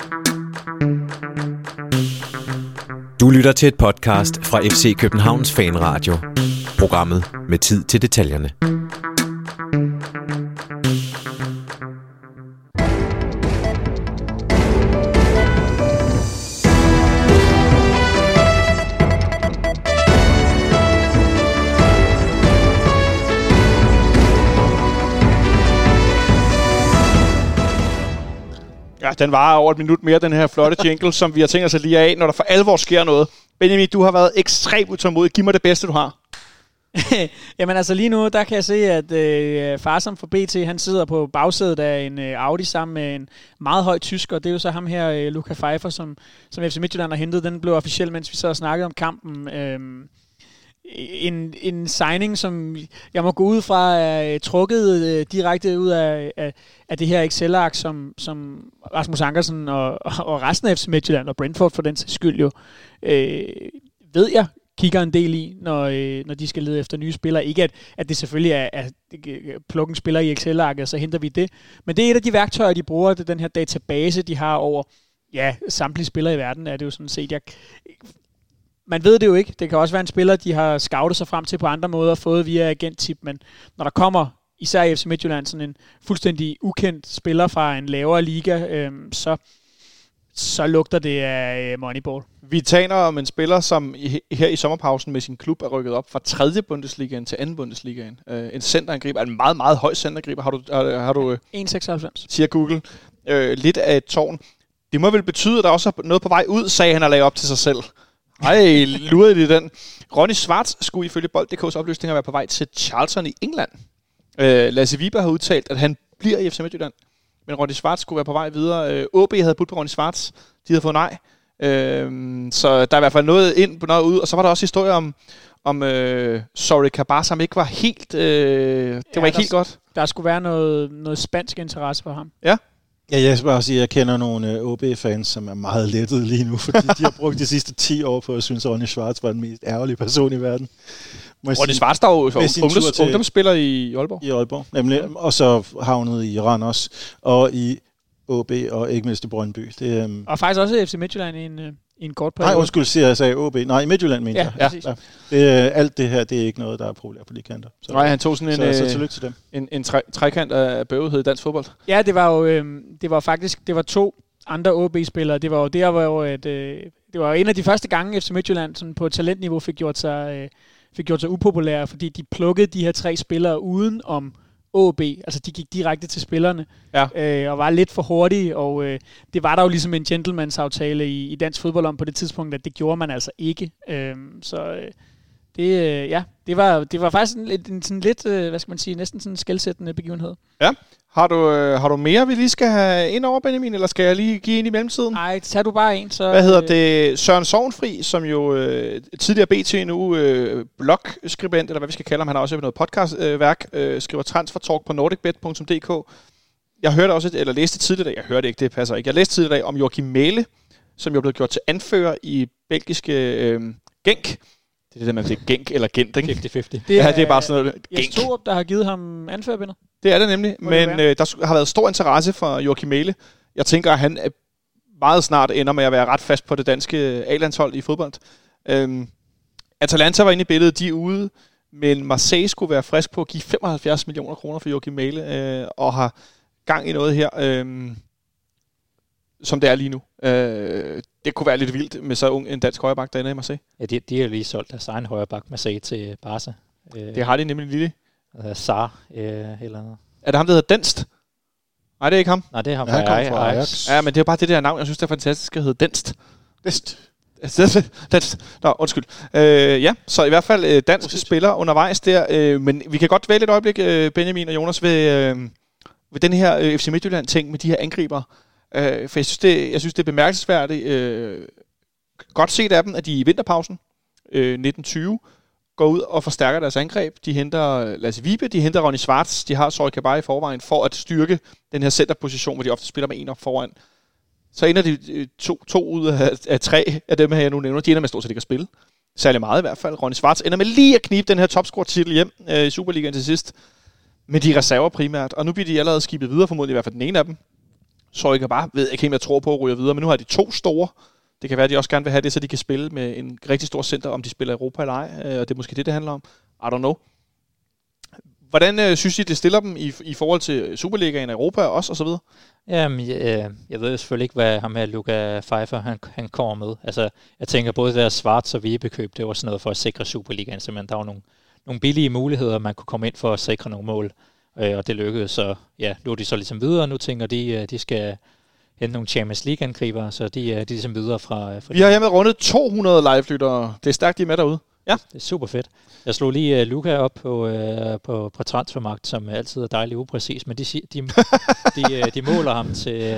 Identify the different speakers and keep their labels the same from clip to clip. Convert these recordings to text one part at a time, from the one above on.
Speaker 1: Du lytter til et podcast fra FC Københavns Fanradio. Programmet med tid til detaljerne.
Speaker 2: Ja, den varer over et minut mere, den her flotte jingle, som vi har tænkt os at lige af, når der for alvor sker noget. Benjamin, du har været ekstremt utålmodig. Giv mig det bedste, du har.
Speaker 3: Jamen altså lige nu, der kan jeg se, at Farsom fra BT, han sidder på bagsædet af en Audi sammen med en meget høj tysker. Det er jo så ham her, Luca Pfeiffer, som FC Midtjylland har hentet. Den blev officielt, mens vi så snakkede om kampen. En signing, som jeg må gå ud fra, er trukket direkte ud af det her Excel-ark, som Rasmus Ankersen og resten af FC Midtjylland og Brentford for den skyld jo, ved jeg, kigger en del i, når de skal lede efter nye spillere. Ikke at det selvfølgelig er plukke en spiller i Excel-arket, så henter vi det. Men det er et af de værktøjer, de bruger, det den her database, de har over samtlige spillere i verden, er det jo sådan set. Man ved det jo ikke. Det kan også være en spiller, de har scoutet sig frem til på andre måder, fået via agenttip, men når der kommer, især i FC Midtjylland, sådan en fuldstændig ukendt spiller fra en lavere liga, så lugter det af Moneyball.
Speaker 2: Vi taler om en spiller, som her i sommerpausen med sin klub er rykket op fra 3. Bundesligaen til 2. Bundesligaen. En centerangriber, en meget, meget høj centerangriber. Har du
Speaker 3: 1,96.
Speaker 2: Siger Google. Lidt af et tårn. Det må vel betyde, at der også er noget på vej ud, sagde han og lagde op til sig selv. Ej, lurede de den. Ronny Schwarz skulle ifølge Bold.dk's oplysninger være på vej til Charlton i England. Lasse Viber har udtalt, at han bliver i FC Midtjylland. Men Ronny Schwarz skulle være på vej videre. OB havde budt på Ronny Schwarz. De havde fået nej. Så der er i hvert fald noget ind på noget ud. Og så var der også historie om Sorry Cabar, som ikke var helt... det var ikke helt godt.
Speaker 3: Der skulle være noget spansk interesse for ham.
Speaker 2: Ja.
Speaker 4: Ja, jeg skal bare sige, at jeg kender nogle OB-fans, som er meget lettede lige nu, fordi de har brugt de sidste 10 år på at synes, at Ronny Schwarz var den mest ærgerlige person i verden.
Speaker 2: Ronny Schwarz, der er jo ungdomsspiller i Aalborg.
Speaker 4: I Aalborg, nemlig. Og så havnet i Randers og i OB og ikke mindst i Brøndby.
Speaker 3: Og faktisk også i FC Midtjylland i en kort periode.
Speaker 4: Nej, undskyld, siger jeg sagde OB. Nej, i Midtjylland mente jeg. Ja. Alt det her, det er ikke noget, der er problemer på de kanter. Så,
Speaker 2: nej, han tog sådan
Speaker 4: så tillykke til dem.
Speaker 2: En trekant af bøvhed i dansk fodbold.
Speaker 3: Ja, det var jo det var 2 andre OB-spillere. Det var jo der, hvor det var en af de første gange FC Midtjylland sådan på talentniveau fik gjort sig upopulære, fordi de plukkede de her 3 spillere uden om OB, altså de gik direkte til spillerne, og var lidt for hurtige, og det var der jo ligesom en gentleman's-aftale i dansk fodbold om på det tidspunkt, at det gjorde man altså ikke. Det var faktisk en sådan lidt, hvad skal man sige, næsten sådan en skelsættende begivenhed. Ja.
Speaker 2: Har du mere, vi lige skal have ind over, Benjamin, eller skal jeg lige give en i mellemtiden?
Speaker 3: Nej, tag du bare en, så...
Speaker 2: Hvad hedder det? Søren Sovnfri, som jo tidligere BT nu blogskribent, eller hvad vi skal kalde ham, han har også noget podcastværk, skriver transfertalk på nordicbet.dk. Jeg hørte også, eller læste tidligere, jeg hørte ikke, det passer ikke. Jeg læste tidligere om Joachim Mæhle, som jo blev gjort til anfører i belgiske Genk. Det er det, man siger Genk eller Gent, ikke?
Speaker 3: 50-50.
Speaker 2: Det er bare sådan noget
Speaker 3: Genk. Torup, der har givet ham anførerbindet.
Speaker 2: Det er det nemlig, men der har været stor interesse for Joachim Mæhle. Jeg tænker, at han meget snart ender med at være ret fast på det danske A-landshold i fodbold. Atalanta var inde i billedet, de er ude, men Marseille skulle være frisk på at give 75 millioner kroner for Joachim Mæhle, og har gang i noget her, som det er lige nu. Det kunne være lidt vildt med så ung en dansk højreback derinde i Marseille.
Speaker 5: Ja, de har lige solgt deres egen højreback Marseille til Barca.
Speaker 2: Det har de nemlig lige.
Speaker 5: Sar eller noget.
Speaker 2: Er det ham, der hedder Denst? Nej, det er ikke ham.
Speaker 5: Nej, det er ham
Speaker 4: fra Ajax.
Speaker 2: Ja, men det er jo bare det der navn, jeg synes, det er fantastisk, at hedde Denst. Nå, undskyld. Så i hvert fald dansk spiller undervejs der. Men vi kan godt vælge et øjeblik, Benjamin og Jonas, ved den her FC Midtjylland-ting med de her angriber. For jeg synes, det er bemærkelsesværdigt. Godt set af dem, at de i vinterpausen 1920 går ud og forstærker deres angreb. De henter Lasse Vibe, de henter Ronny Schwarz, de har Sorry Cabar i forvejen, for at styrke den her centerposition, hvor de ofte spiller med en op foran. Så ender de to ud af 3 af dem her, jeg nu nævner, de ender med stort set ikke at spille. Særlig meget i hvert fald. Ronny Schwarz ender med lige at knibe den her topscore-titel hjem i Superligaen til sidst. Men de reserver primært, og nu bliver de allerede skibet videre, formodentlig i hvert fald den ene af dem. Så jeg bare ved ikke, om jeg tror på at ryge videre, men nu har de 2 store. Det kan være, at de også gerne vil have det, så de kan spille med en rigtig stor center, om de spiller Europa eller ej, og det er måske det handler om. I don't know. Hvordan synes I, det stiller dem i forhold til Superligaen, Europa også, og så videre?
Speaker 5: Jamen, jeg ved selvfølgelig ikke, hvad ham her Luka Pfeiffer, han kommer med. Altså, jeg tænker både det der Schwarz og Vibe-køb, det var sådan noget for at sikre Superligaen, simpelthen. Der var nogle billige muligheder, man kunne komme ind for at sikre nogle mål, og det lykkedes. Så ja, nu er de så ligesom videre, nu tænker de skal hente nogle Champions League-angriber, så de er ligesom videre fra
Speaker 2: Vi har hermed rundet 200 live-lyttere. Det er stærkt, de er med derude. Ja.
Speaker 5: Det er super fedt. Jeg slog lige Luka op på Transfermarkt, som altid er dejligt upræcis, men de måler ham til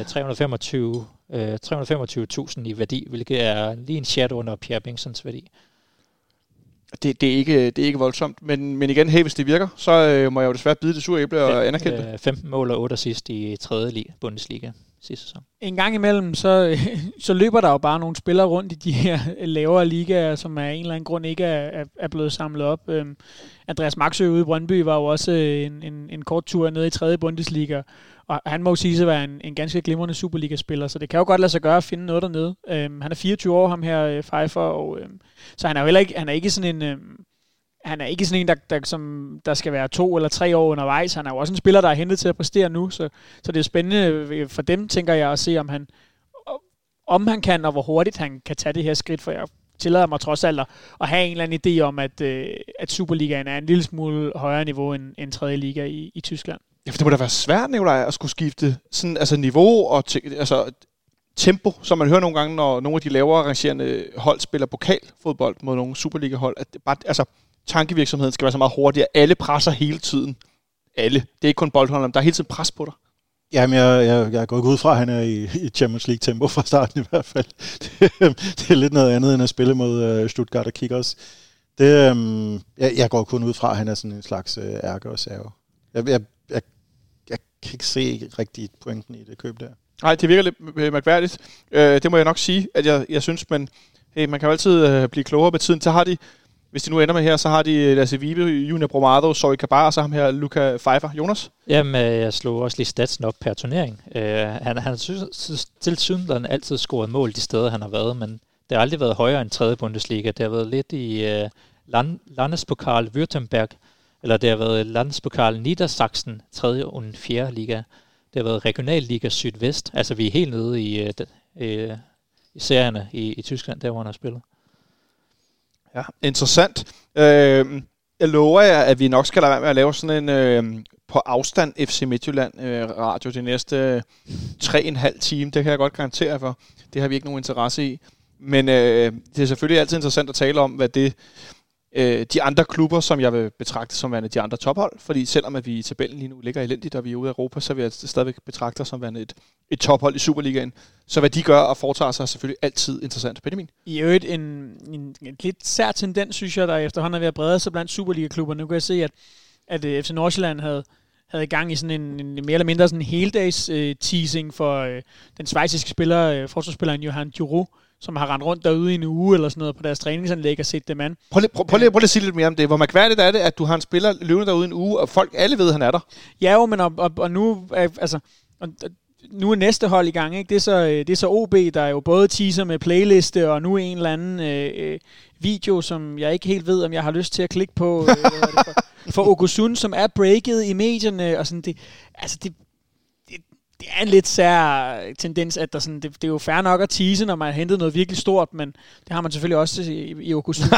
Speaker 5: 325.000 i værdi, hvilket er lige en chat under Pierre Bengtsons værdi.
Speaker 2: Det er ikke voldsomt, men igen, hey, hvis det virker, så må jeg jo desværre bide det sure æble og anerkende det.
Speaker 5: 15 mål og 8 assist i 3. Bundesliga sidste sæson.
Speaker 3: En gang imellem, så løber der jo bare nogle spillere rundt i de her lavere ligaer, som af en eller anden grund ikke er blevet samlet op. Andreas Maxø ude i Brøndby var jo også en kort tur ned i 3. Bundesliga, og han må jo sige sig være en ganske glimrende Superliga-spiller, så det kan jo godt lade sig gøre at finde noget dernede. Han er 24 år, ham her Pfeiffer, og så han er jo heller ikke, han er ikke sådan en... Han er ikke sådan en, der skal være 2 eller 3 år undervejs. Han er jo også en spiller, der er hentet til at præstere nu, så det er spændende for dem, tænker jeg, at se, om han kan, og hvor hurtigt han kan tage det her skridt, for jeg tillader mig trods alt at have en eller anden idé om, at Superligaen er en lille smule højere niveau end 3. liga i Tyskland. Ja, for
Speaker 2: det må da være svært, Nikolaj, at skulle skifte sådan, altså niveau og tempo, som man hører nogle gange, når nogle af de lavere rangerende hold spiller pokalfodbold mod nogle Superliga-hold, at det bare, tankevirksomheden skal være så meget hurtigere. Alle presser hele tiden. Alle. Det er ikke kun boldholderne, der er hele tiden pres på dig.
Speaker 4: Jamen, jeg er gået ud fra, at han er i Champions League-tempo fra starten i hvert fald. Det er lidt noget andet, end at spille mod Stuttgart og Kickers. Jeg går kun ud fra, at han er sådan en slags ærkereserve. Jeg kan ikke se rigtig pointen i det køb der.
Speaker 2: Nej, det virker lidt mærkværdigt. Det må jeg nok sige, at jeg synes, men hey, man kan jo altid blive klogere med tiden. Så har de, hvis de nu ender med her, så har de Lasse Vibe, Junior Bromado, Zoe Kabar, og så ham her Luka Pfeiffer. Jonas?
Speaker 5: Jamen, jeg slog også lige statsen op per turnering. Han har til sydenland altid scoret mål de steder, han har været, men det har aldrig været højere end 3. Bundesliga. Det har været lidt i Landespokal Württemberg, eller det har været Landespokal Niedersachsen, 3. og 4. liga. Det har været Regionalliga Sydvest. Altså, vi er helt nede i serierne i Tyskland, der hvor han har spillet.
Speaker 2: Ja, interessant. Jeg lover jer, at vi nok skal lade være med at lave sådan en på afstand FC Midtjylland radio de næste 3,5 timer. Det kan jeg godt garantere for. Det har vi ikke nogen interesse i. Men det er selvfølgelig altid interessant at tale om, hvad det de andre klubber, som jeg vil betragte som værende de andre tophold, fordi selvom at vi i tabellen lige nu ligger elendigt, og vi er ude af Europa, så vil jeg stadigvæk betragte som værende et tophold i Superligaen. Så hvad de gør og foretager sig er selvfølgelig altid interessant. Benjamin?
Speaker 3: I øvrigt en lidt sær tendens, synes jeg, der efterhånden er ved at brede sig blandt Superliga-klubber. Nu kan jeg se, at FC Nordsjælland havde i gang i sådan en mere eller mindre sådan en heldags teasing for den schweiziske spiller, forsvarsspilleren Johan Duro, som har rendt rundt derude i en uge eller sådan noget på deres træningsanlæg og set dem an.
Speaker 2: Prøv lige at sige lidt mere om det. Hvor mærkværdigt er det, at du har en spiller løbende derude en uge, og folk alle ved, at han er der?
Speaker 3: Ja jo, men og nu nu er næste hold i gang, ikke? Det er så OB, der er jo både teaser med playliste, og nu en eller anden video, som jeg ikke helt ved, om jeg har lyst til at klikke på, for Ogosun, som er breaket i medierne, og sådan det er en lidt sær tendens, at det er jo fair nok at tease, når man har hentet noget virkelig stort, men det har man selvfølgelig også i Ogosun.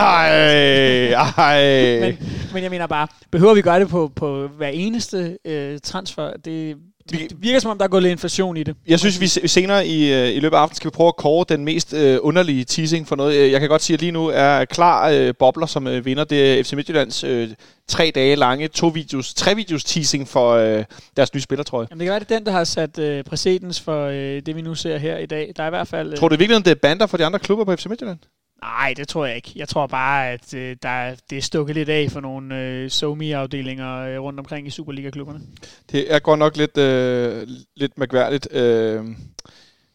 Speaker 3: Men jeg mener bare, behøver vi gøre det på hver eneste transfer? Det virker som om, der er gået lidt inflation i det.
Speaker 2: Jeg synes, vi senere i løbet af aftenen skal vi prøve at kåre den mest underlige teasing for noget. Jeg kan godt sige, at lige nu er klar bobler, som vinder. Det er FC Midtjyllands 3 dage lange 3 videos teasing for deres nye spillertrøje. Jamen,
Speaker 3: det kan være, det er den, der har sat præcedens for det, vi nu ser her i dag. Der er i hvert fald...
Speaker 2: Tror du virkelig, det er bander for de andre klubber på FC Midtjylland?
Speaker 3: Nej, det tror jeg ikke. Jeg tror bare, at det er stukket lidt af for nogle SoMe-afdelinger rundt omkring i Superliga-klubberne. Det
Speaker 2: er godt nok lidt mærkværdigt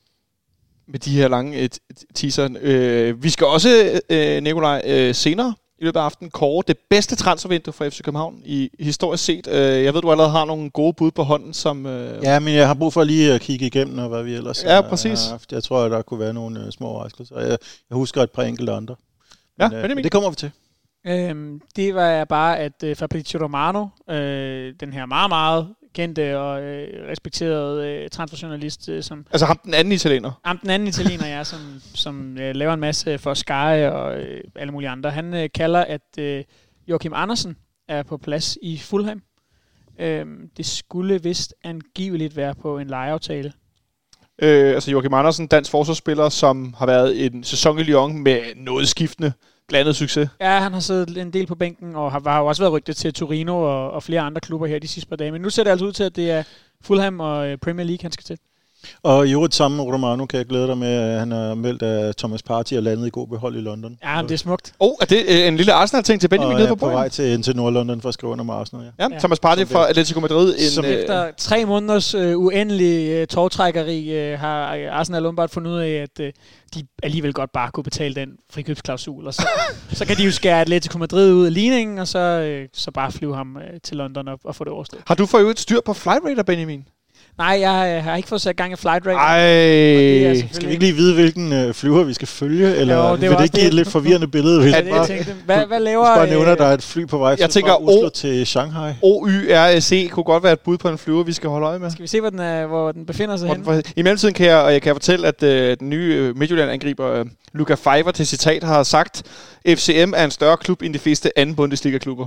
Speaker 2: med de her lange teaser. Vi skal også, Nikolaj, senere i løbet af aftenen kåre det bedste transfervindue fra FC København i historisk set. Jeg ved, du allerede har nogle gode bud på hånden, som...
Speaker 4: Ja, men jeg har brug for lige at kigge igennem, og hvad vi ellers
Speaker 2: præcis.
Speaker 4: har haft. Jeg tror, at der kunne være nogle små overraskelser. Jeg husker et par enkelte andre. Men det kommer vi til.
Speaker 3: Det var bare, at Fabrizio Romano, den her meget, meget kendte og respekterede transferjournalist, som...
Speaker 2: Altså ham den anden italiener?
Speaker 3: Ham den anden italiener, ja, som laver en masse for Sky og alle mulige andre. Han kalder, at Joachim Andersen er på plads i Fulham. Det skulle vist angiveligt være på en lejeaftale.
Speaker 2: Altså Joachim Andersen, dansk forsvarsspiller, som har været en sæson i Lyon med noget skiftende blandet succes.
Speaker 3: Ja, han har siddet en del på bænken, og har jo også været rygtet til Torino og flere andre klubber her de sidste par dage. Men nu ser det altså ud til, at det er Fulham og Premier League, han skal til.
Speaker 4: Og i øvrigt sammen med Romano kan jeg glæde dig med, at han har meldt, at Thomas Partey er landet i god behold i London.
Speaker 3: Ja, det er smukt.
Speaker 2: Er det en lille Arsenal-ting til Benjamin nede på borgen?
Speaker 4: Og er på vej til Nord-London for at skrive under med Arsenal,
Speaker 2: ja. Thomas Partey fra Atletico Madrid.
Speaker 3: Som efter 3 måneders uendelig tårtrækkeri har Arsenal åbenbart fundet ud af, at de alligevel godt bare kunne betale den frikøbsklausul. Og så kan de jo skære Atletico Madrid ud af ligningen, og så bare flyve ham til London og få det overstået.
Speaker 2: Har du for øvrigt styr på Flight Radar, Benjamin?
Speaker 3: Nej, jeg har ikke fået sat gang i Flight Radar.
Speaker 2: Ej.
Speaker 4: Skal vi ikke lige vide, hvilken flyver vi skal følge? Eller
Speaker 3: jo,
Speaker 4: vil det ikke give et lidt forvirrende billede?
Speaker 3: Hvis hvad laver...
Speaker 4: Hvis bare nævner, der er et fly på vej fra Oslo til Shanghai.
Speaker 2: OYRC kunne godt være et bud på en flyver, vi skal holde øje med.
Speaker 3: Skal vi se, hvor den befinder sig henne?
Speaker 2: I mellemtiden kan jeg fortælle, at den nye Midtjylland-angriber Luca Favre til citat har sagt, FCM er en større klub end de fleste anden Bundesliga-klubber.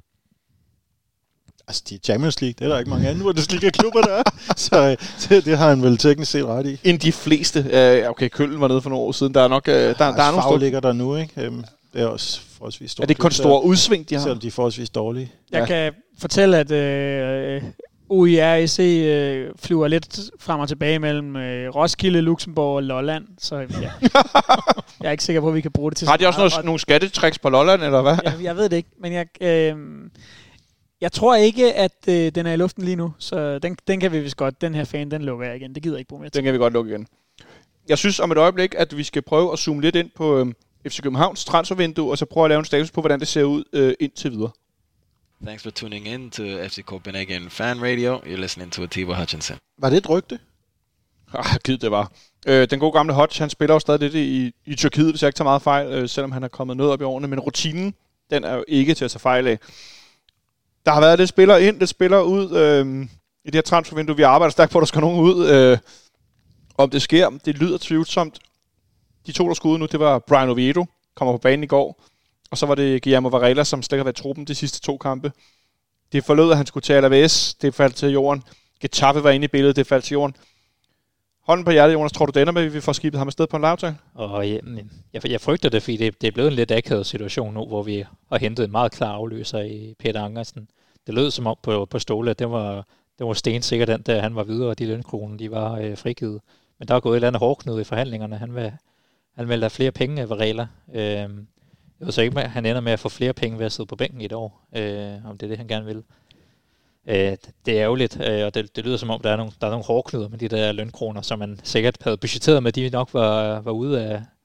Speaker 4: Altså, de er Champions League. Det er der ikke mange andre Bundesliga-klubber, der er. Så det har han vel teknisk set ret i.
Speaker 2: End de fleste. Okay, Køln var nede for nogle år siden. Der er nok... der er nogle
Speaker 4: store... ligger der nu, ikke? Det er også forholdsvis stort.
Speaker 2: Er det kun store udsving, de har?
Speaker 4: Selvom de er forholdsvis dårlige.
Speaker 3: Jeg kan fortælle, at OIREC flyver lidt frem og tilbage mellem Roskilde, Luxembourg og Lolland. Så ja. Jeg er ikke sikker på, at vi kan bruge det til...
Speaker 2: Har de også nogle skattetricks på Lolland, eller hvad?
Speaker 3: Jeg ved det ikke, men jeg tror ikke, at den er i luften lige nu, så den kan vi vist godt. Den her fan, den lukker jeg igen. Det gider jeg ikke bruge mere til.
Speaker 2: Den kan vi godt lukke igen. Jeg synes om et øjeblik, at vi skal prøve at zoome lidt ind på FC Københavns transfervindue, og så prøve at lave en status på, hvordan det ser ud indtil videre.
Speaker 6: Thanks for tuning in to FC Copenhagen Fan Radio. You're listening to Atiba Hutchinson.
Speaker 4: Var det et rygte?
Speaker 2: Gid det var. Den gode gamle Hutch, han spiller jo stadig lidt i Tyrkiet, hvis jeg ikke tager meget fejl, selvom han er kommet noget op i årene, men rutinen, den er jo ikke til at tage fejl af. Der har været lidt spillere ind, lidt spillere ud i det her transfervindue. Vi arbejder stærkt på, at der skal nogen ud. Om det sker, det lyder tvivlsomt. De to, der skulle ud nu, det var Brian Oviedo, kommer på banen i går. Og så var det Guillermo Varela, som slet har været i truppen de sidste 2 kampe. Det forlod, at han skulle til Alaves. Det faldt til jorden. Getafe var inde i billedet. Det faldt til jorden. Hånden på hjertet, Jonas. Tror du, det ender med, at vi får skibet ham afsted på en lejeaftale?
Speaker 5: Jeg frygter det, fordi det er blevet en lidt akavet situation nu, hvor vi har hentet en meget klar afløser i Peter Angersen. Det lød som om på Ståle, at det var stensikkert den, der han var videre, og de lønkroner, de var frigivet. Men der er gået et eller andet hårdknude i forhandlingerne. Han vil have flere penge af Varela. Jeg ved så ikke, at han ender med at få flere penge ved at sidde på bænken i et år, om det er det, han gerne vil. Det er ærgerligt, og det lyder som om, der er nogle hårdknuder med de der lønkroner, som man sikkert havde budgetteret med, de nok var ude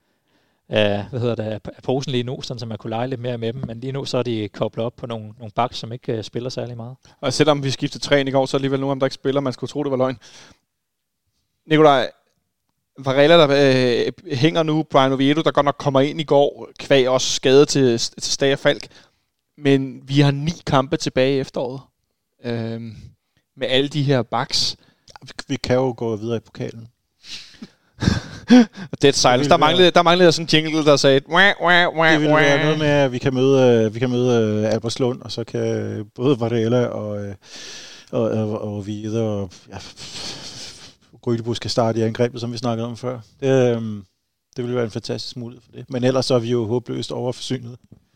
Speaker 5: af posen lige nu, sådan så man kunne lege lidt mere med dem. Men lige nu så er de koblet op på nogle backs, som ikke spiller særlig meget.
Speaker 2: Og selvom vi skiftede træen i går, så er alligevel nogen, der ikke spiller. Man skulle tro, det var løgn. Nikolaj, Varela, der hænger nu, Brian Oviedo, der godt nok kommer ind i går, kvæg også skade til Stager Falk. Men vi har 9 kampe tilbage i efteråret. Med alle de her backs.
Speaker 4: Vi kan jo gå videre i pokalen.
Speaker 2: Dead silence. Der manglede sådan en jingle, der sagde... Det
Speaker 4: vil være noget med, at vi kan møde Albertslund, og så kan både Varela og Vide og Grydebus skal starte i angrebet, som vi snakkede om før. Det ville være en fantastisk mulighed for det. Men ellers så er vi jo håbløst overforsynet.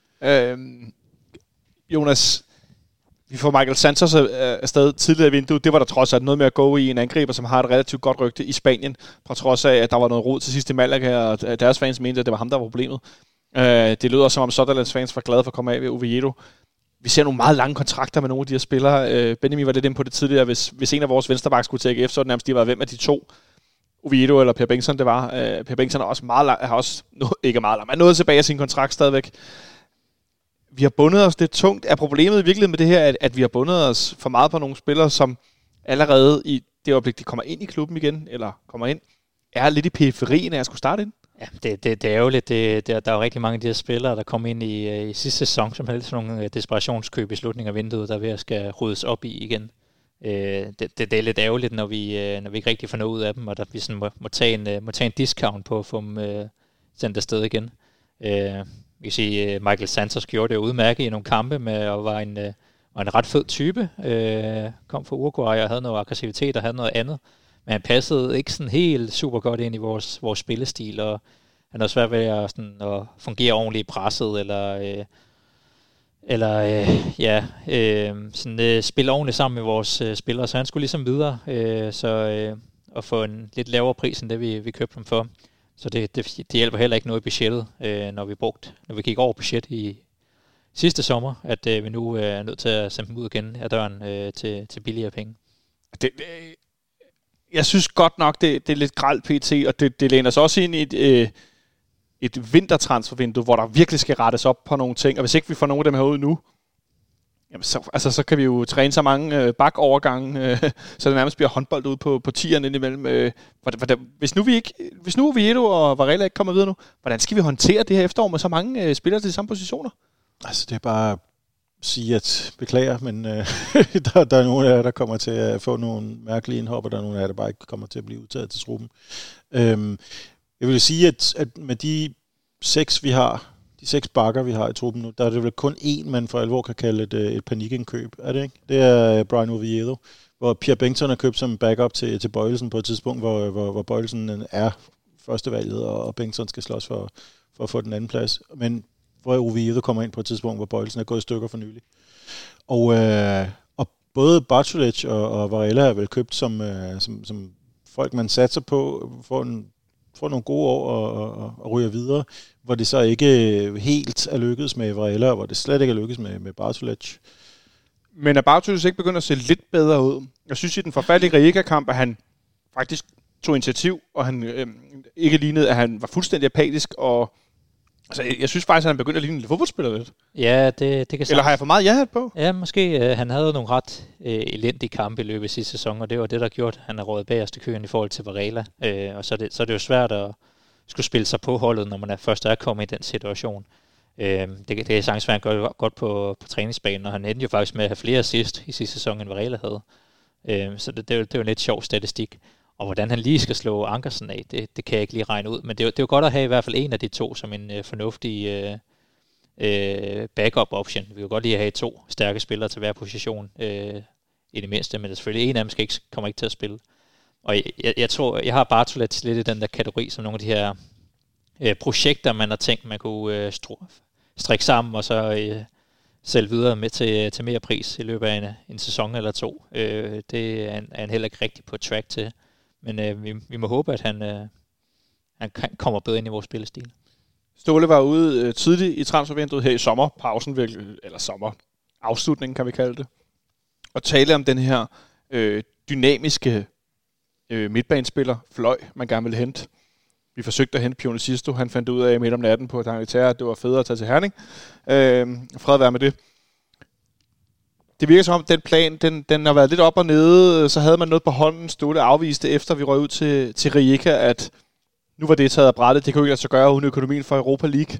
Speaker 2: Jonas, vi får Michael Santos afsted tidligere i vinduet. Det var der trods alt noget med at gå i en angriber, som har et relativt godt rygte i Spanien. På trods af, at der var noget rod til sidst i Malaga, og deres fans mente, at det var ham, der var problemet. Det lyder som om Sutherlands fans var glade for at komme af ved Oviedo. Vi ser nogle meget lange kontrakter med nogle af de her spillere. Benjamin var lidt inde på det tidligere. Hvis en af vores venstrebacks skulle til AGF, så er det nærmest, de var hvem af de to. Oviedo eller Per Bengtsson, det var. Per Bengtsson er også meget lang, har også ikke meget lang, men noget tilbage af sin kontrakt stadigvæk. vi har bundet os lidt tungt. Er problemet i virkeligheden med det her, at vi har bundet os for meget på nogle spillere, som allerede i det øjeblik, de kommer ind i klubben igen, eller kommer ind, er lidt i periferien af at skulle starte ind?
Speaker 5: Ja, det er jo lidt. Der er jo rigtig mange af de her spillere, der kom ind i sidste sæson, som havde sådan nogle desperationskøb i slutningen af vinduet, der ved at skal ryddes op i igen. Det er lidt ærgerligt, når vi ikke rigtig får noget ud af dem, og der vi sådan må tage en discount på at få dem sendt afsted igen. Vi kan sige, Michael Santos gjorde det udmærket i nogle kampe med og var en ret fed type. Kom fra Uruguay og havde noget aggressivitet og havde noget andet. Men han passede ikke sådan helt super godt ind i vores spillestil, og han har svært ved at fungere ordentligt i presset, spille ordentligt sammen med vores spillere. Så han skulle ligesom videre, og få en lidt lavere pris end det, vi købte ham for. Så det hjælper heller ikke noget i budgettet, når vi gik over budget i sidste sommer, at vi nu er nødt til at sende dem ud igen af døren til billigere penge.
Speaker 2: Jeg synes godt nok, det er lidt grelt pt, og det læner sig også ind i et vintertransfervindue, hvor der virkelig skal rettes op på nogle ting, og hvis ikke vi får nogle af dem herude nu, jamen så kan vi jo træne så mange bakovergange, så det nærmest bliver håndbold ud på tieren indimellem. Hvis nu Oviedo og Varela ikke kommer videre nu, hvordan skal vi håndtere det her efterår med så mange spillere til de samme positioner?
Speaker 4: Altså det er bare sige, at beklager, men der er nogle af jer, der kommer til at få nogle mærkelige indhop, og der er nogle af jer, der bare ikke kommer til at blive udtaget til truppen. Jeg vil sige, at med de 6 bakker, vi har i truppen nu, der er det vel kun én, man for alvor kan kalde et panikindkøb, er det ikke? Det er Brian Oviedo, hvor Pierre Bengtsson er købt som backup til Boilesen på et tidspunkt, hvor Boilesen er førstevalget, og Bengtsson skal slås for at få den anden plads. Men hvor Oviedo kommer ind på et tidspunkt, hvor Boilesen er gået i stykker for nylig. Og både Bartolec og Varela er vel købt som folk, man satser på, får nogle gode år og ryger videre, hvor det så ikke helt er lykkedes med Varela, og hvor det slet ikke er lykkedes med Bartolec.
Speaker 2: Men er Bartolec ikke begyndt at se lidt bedre ud? Jeg synes i den forfærdelige Rijeka-kamp, at han faktisk tog initiativ, og han ikke lignede, at han var fuldstændig apatisk, og altså, jeg synes faktisk, at han begyndte at ligne en fodboldspiller lidt.
Speaker 5: Ja, det kan.
Speaker 2: Eller har jeg for meget ja-hat på?
Speaker 5: Ja, måske. Han havde nogle ret elendige kampe i løbet af sidste sæson, og det var det, der gjorde, at han er røget bagerst i køen i forhold til Varela. Og så er det jo svært at skulle spille sig på holdet, når man først er kommet i den situation. Det kan sagtens være, at han gør det godt på træningsbanen, og han endte jo faktisk med at have flere assist i sidste sæson, end Varela havde. Så det er jo en lidt sjov statistik. Og hvordan han lige skal slå Ankersen af, det kan jeg ikke lige regne ud. Men det er jo godt at have i hvert fald en af de to som en fornuftig backup option. Vi kan godt lige have 2 stærke spillere til hver position i det mindste, men selvfølgelig en af dem kommer ikke til at spille. Og jeg tror, jeg har Bartolec lidt i den der kategori, som nogle af de her projekter, man har tænkt, man kunne strikke sammen, og så sælge videre med til mere pris i løbet af en sæson eller 2. Det er han heller ikke rigtig på track til. Men vi må håbe, at han kommer bedre ind i vores spillestil.
Speaker 2: Ståle var ude tidligt i transfervinduet her i sommerpausen, eller sommerafslutningen kan vi kalde det, og tale om den her dynamiske midtbanespiller, Fløj, man gerne ville hente. Vi forsøgte at hente Pione Sisto, han fandt ud af midt om natten på Dangletære, at det var federe at tage til Herning. Fred være med det. Det virker som om, den plan, den har været lidt op og nede. Så havde man noget på hånden, Ståle afviste, efter vi røg ud til Rijeka, at nu var det taget af brættet. Det kunne ikke lade sig gøre uden økonomien for Europa League.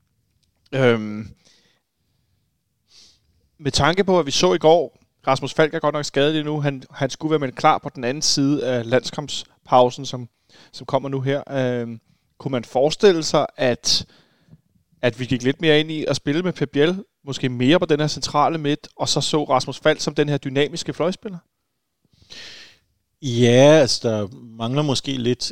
Speaker 2: Med tanke på, at vi så i går, Rasmus Falk er godt nok skadet lige nu. Han skulle være meldt klar på den anden side af landskampspausen, som kommer nu her. Kunne man forestille sig, at vi gik lidt mere ind i at spille med Pep Biel, måske mere på den her centrale midt, og så Rasmus Falk som den her dynamiske fløjspiller?
Speaker 4: Ja, altså der mangler måske lidt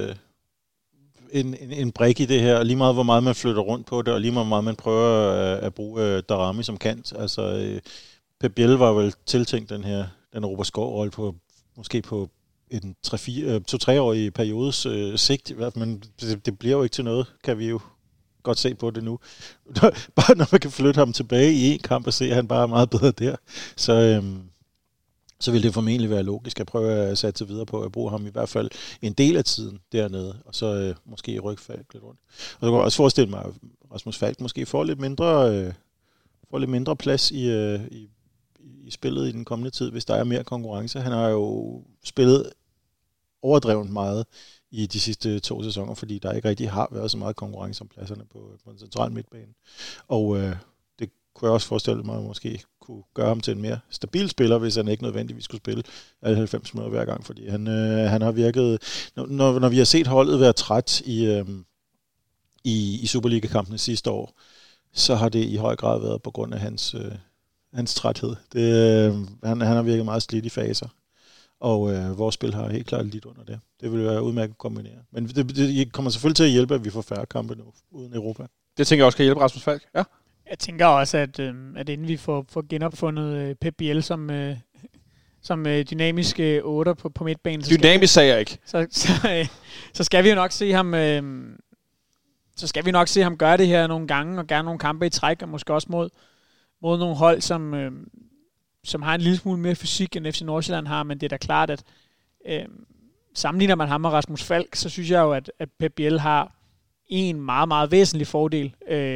Speaker 4: en brik i det her, og lige meget hvor meget man flytter rundt på det, og lige meget hvor meget man prøver at bruge Darami som kant. Altså Pep Biel var vel tiltænkt den Robert Skov-rolle måske på en 2-3-årig periodes sigt, men det bliver jo ikke til noget, kan vi jo godt se på det nu. Bare når man kan flytte ham tilbage i en kamp og se, at han bare er meget bedre der, så vil det formentlig være logisk at prøve at satse videre på at bruge ham i hvert fald en del af tiden dernede, og så måske rykke Falk lidt rundt. Og så kan jeg også forestille mig, at Rasmus Falk måske får lidt mindre får lidt mindre plads i spillet i den kommende tid, hvis der er mere konkurrence. Han har jo spillet overdrevet meget i de sidste 2 sæsoner, fordi der ikke rigtig har været så meget konkurrence om pladserne på en central midtbane. Og det kunne jeg også forestille mig, at måske kunne gøre ham til en mere stabil spiller, hvis han ikke nødvendigvis skulle spille alle 90 minutter hver gang, fordi han har virket... Når vi har set holdet være træt i Superliga-kampene sidste år, så har det i høj grad været på grund af hans træthed. Han har virket meget slidt i faser, og vores spil har helt klart lidt under det. Det vil være udmærket at kombinere. Men det kommer selvfølgelig til at hjælpe, at vi får færre kampe nu uden Europa.
Speaker 2: Det tænker jeg også kan hjælpe Rasmus Falk. Ja.
Speaker 3: Jeg tænker også, at inden vi får genopfundet Pep Biel som dynamisk 8 på midtbanen.
Speaker 2: Dynamisk sagde jeg ikke.
Speaker 3: Så skal vi jo nok se ham... Så skal vi nok se ham gøre det her nogle gange, og gerne nogle kampe i træk, og måske også mod nogle hold, som har en lille smule mere fysik, end FC Nordsjælland har, men det er da klart, at sammenligner man ham og Rasmus Falk, så synes jeg jo, at Pep Biel har en meget, meget væsentlig fordel,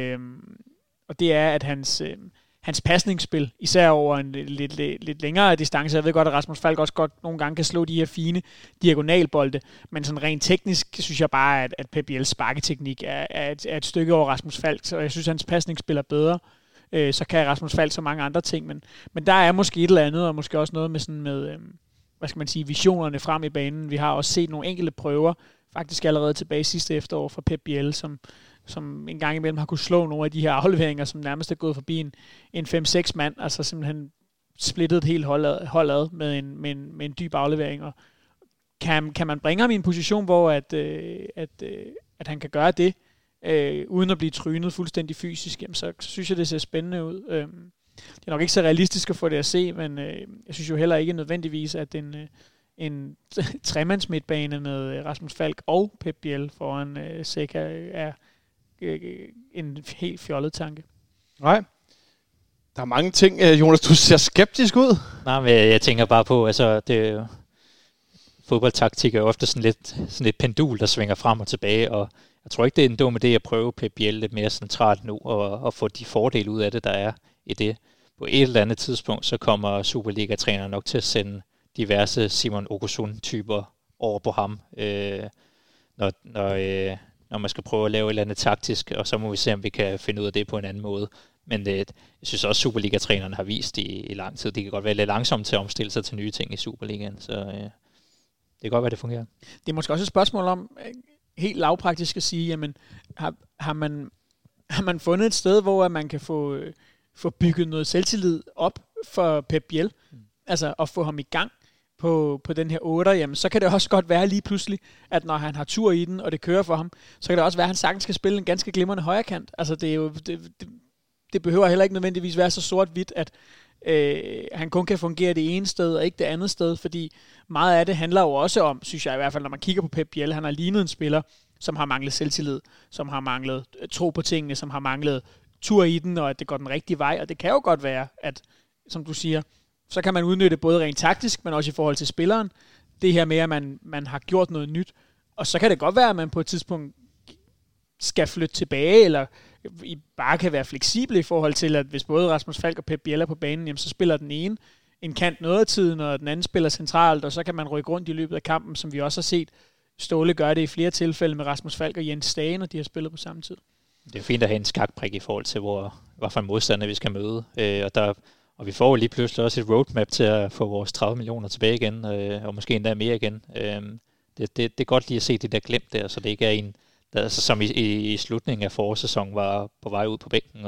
Speaker 3: og det er, at hans pasningsspil, især over en lidt længere distance. Jeg ved godt, at Rasmus Falk også godt nogle gange kan slå de her fine diagonalbolde, men sådan rent teknisk synes jeg bare, at Pep Biels sparketeknik er et stykke over Rasmus Falk, så jeg synes, at hans pasningsspil er bedre. Så kan Rasmus Falk så mange andre ting, men der er måske et eller andet, og måske også noget med hvad skal man sige, visionerne frem i banen. Vi har også set nogle enkelte prøver, faktisk allerede tilbage sidste efterår fra Pep Biel, som en gang imellem har kunne slå nogle af de her afleveringer, som nærmest er gået forbi en 5-6 mand, altså simpelthen splittet et helt hold ad med en dyb aflevering. Og kan man bringe ham i en position, hvor at han kan gøre det, uden at blive trynet fuldstændig fysisk, jamen, så synes jeg, det ser spændende ud. Det er nok ikke så realistisk at få det at se, men jeg synes jo heller ikke nødvendigvis, at en tremandsmidtbane med Rasmus Falk og Pep Biel foran Seca er en helt fjollet tanke. Nej.
Speaker 2: Der er mange ting, Jonas, du ser skeptisk ud.
Speaker 5: Nej, men jeg tænker bare på, altså det fodboldtaktik er jo ofte sådan et pendul, der svinger frem og tilbage, og jeg tror ikke, det er en dum idé at prøve Pep Biel lidt mere centralt nu, og få de fordele ud af det, der er i det. På et eller andet tidspunkt, så kommer Superliga-træneren nok til at sende diverse Simon Okosun-typer over på ham, når man skal prøve at lave et eller andet taktisk, og så må vi se, om vi kan finde ud af det på en anden måde. Men jeg synes også, at Superliga-trænerne har vist i lang tid. Det kan godt være lidt langsomt til at omstille sig til nye ting i Superligaen, så det kan godt være, det fungerer.
Speaker 3: Det er måske også et spørgsmål om, helt lavpraktisk at sige, jamen, har man fundet et sted, hvor man kan få bygget noget selvtillid op for Pep Biel, altså at få ham i gang på den her 8'er, jamen så kan det også godt være lige pludselig, at når han har tur i den, og det kører for ham, så kan det også være, at han sagtens skal spille en ganske glimrende højrekant. Altså det er jo, det behøver heller ikke nødvendigvis være så sort-hvidt, at han kun kan fungere det ene sted, og ikke det andet sted, fordi meget af det handler jo også om, synes jeg i hvert fald, når man kigger på Pep Biel, han har lignet en spiller, som har manglet selvtillid, som har manglet tro på tingene, som har manglet tur i den, og at det går den rigtige vej, og det kan jo godt være, at, som du siger, så kan man udnytte både rent taktisk, men også i forhold til spilleren, det her med, at man har gjort noget nyt, og så kan det godt være, at man på et tidspunkt skal flytte tilbage, eller I bare kan være fleksible i forhold til, at hvis både Rasmus Falk og Pep Biel er på banen, jamen, så spiller den ene en kant noget af tiden, og den anden spiller centralt, og så kan man rykke rundt i løbet af kampen, som vi også har set Ståle gøre det i flere tilfælde med Rasmus Falk og Jens Stage, når de har spillet på samme tid. Det
Speaker 5: er fint at have en skakbrik i forhold til, hvad for en modstander vi skal møde, og vi får jo lige pludselig også et roadmap til at få vores 30 millioner tilbage igen, og måske endda mere igen. Det er godt lige at se det der glemt der, så det ikke er en, der, altså, som i slutningen af forårssæsonen var på vej ud på bænken,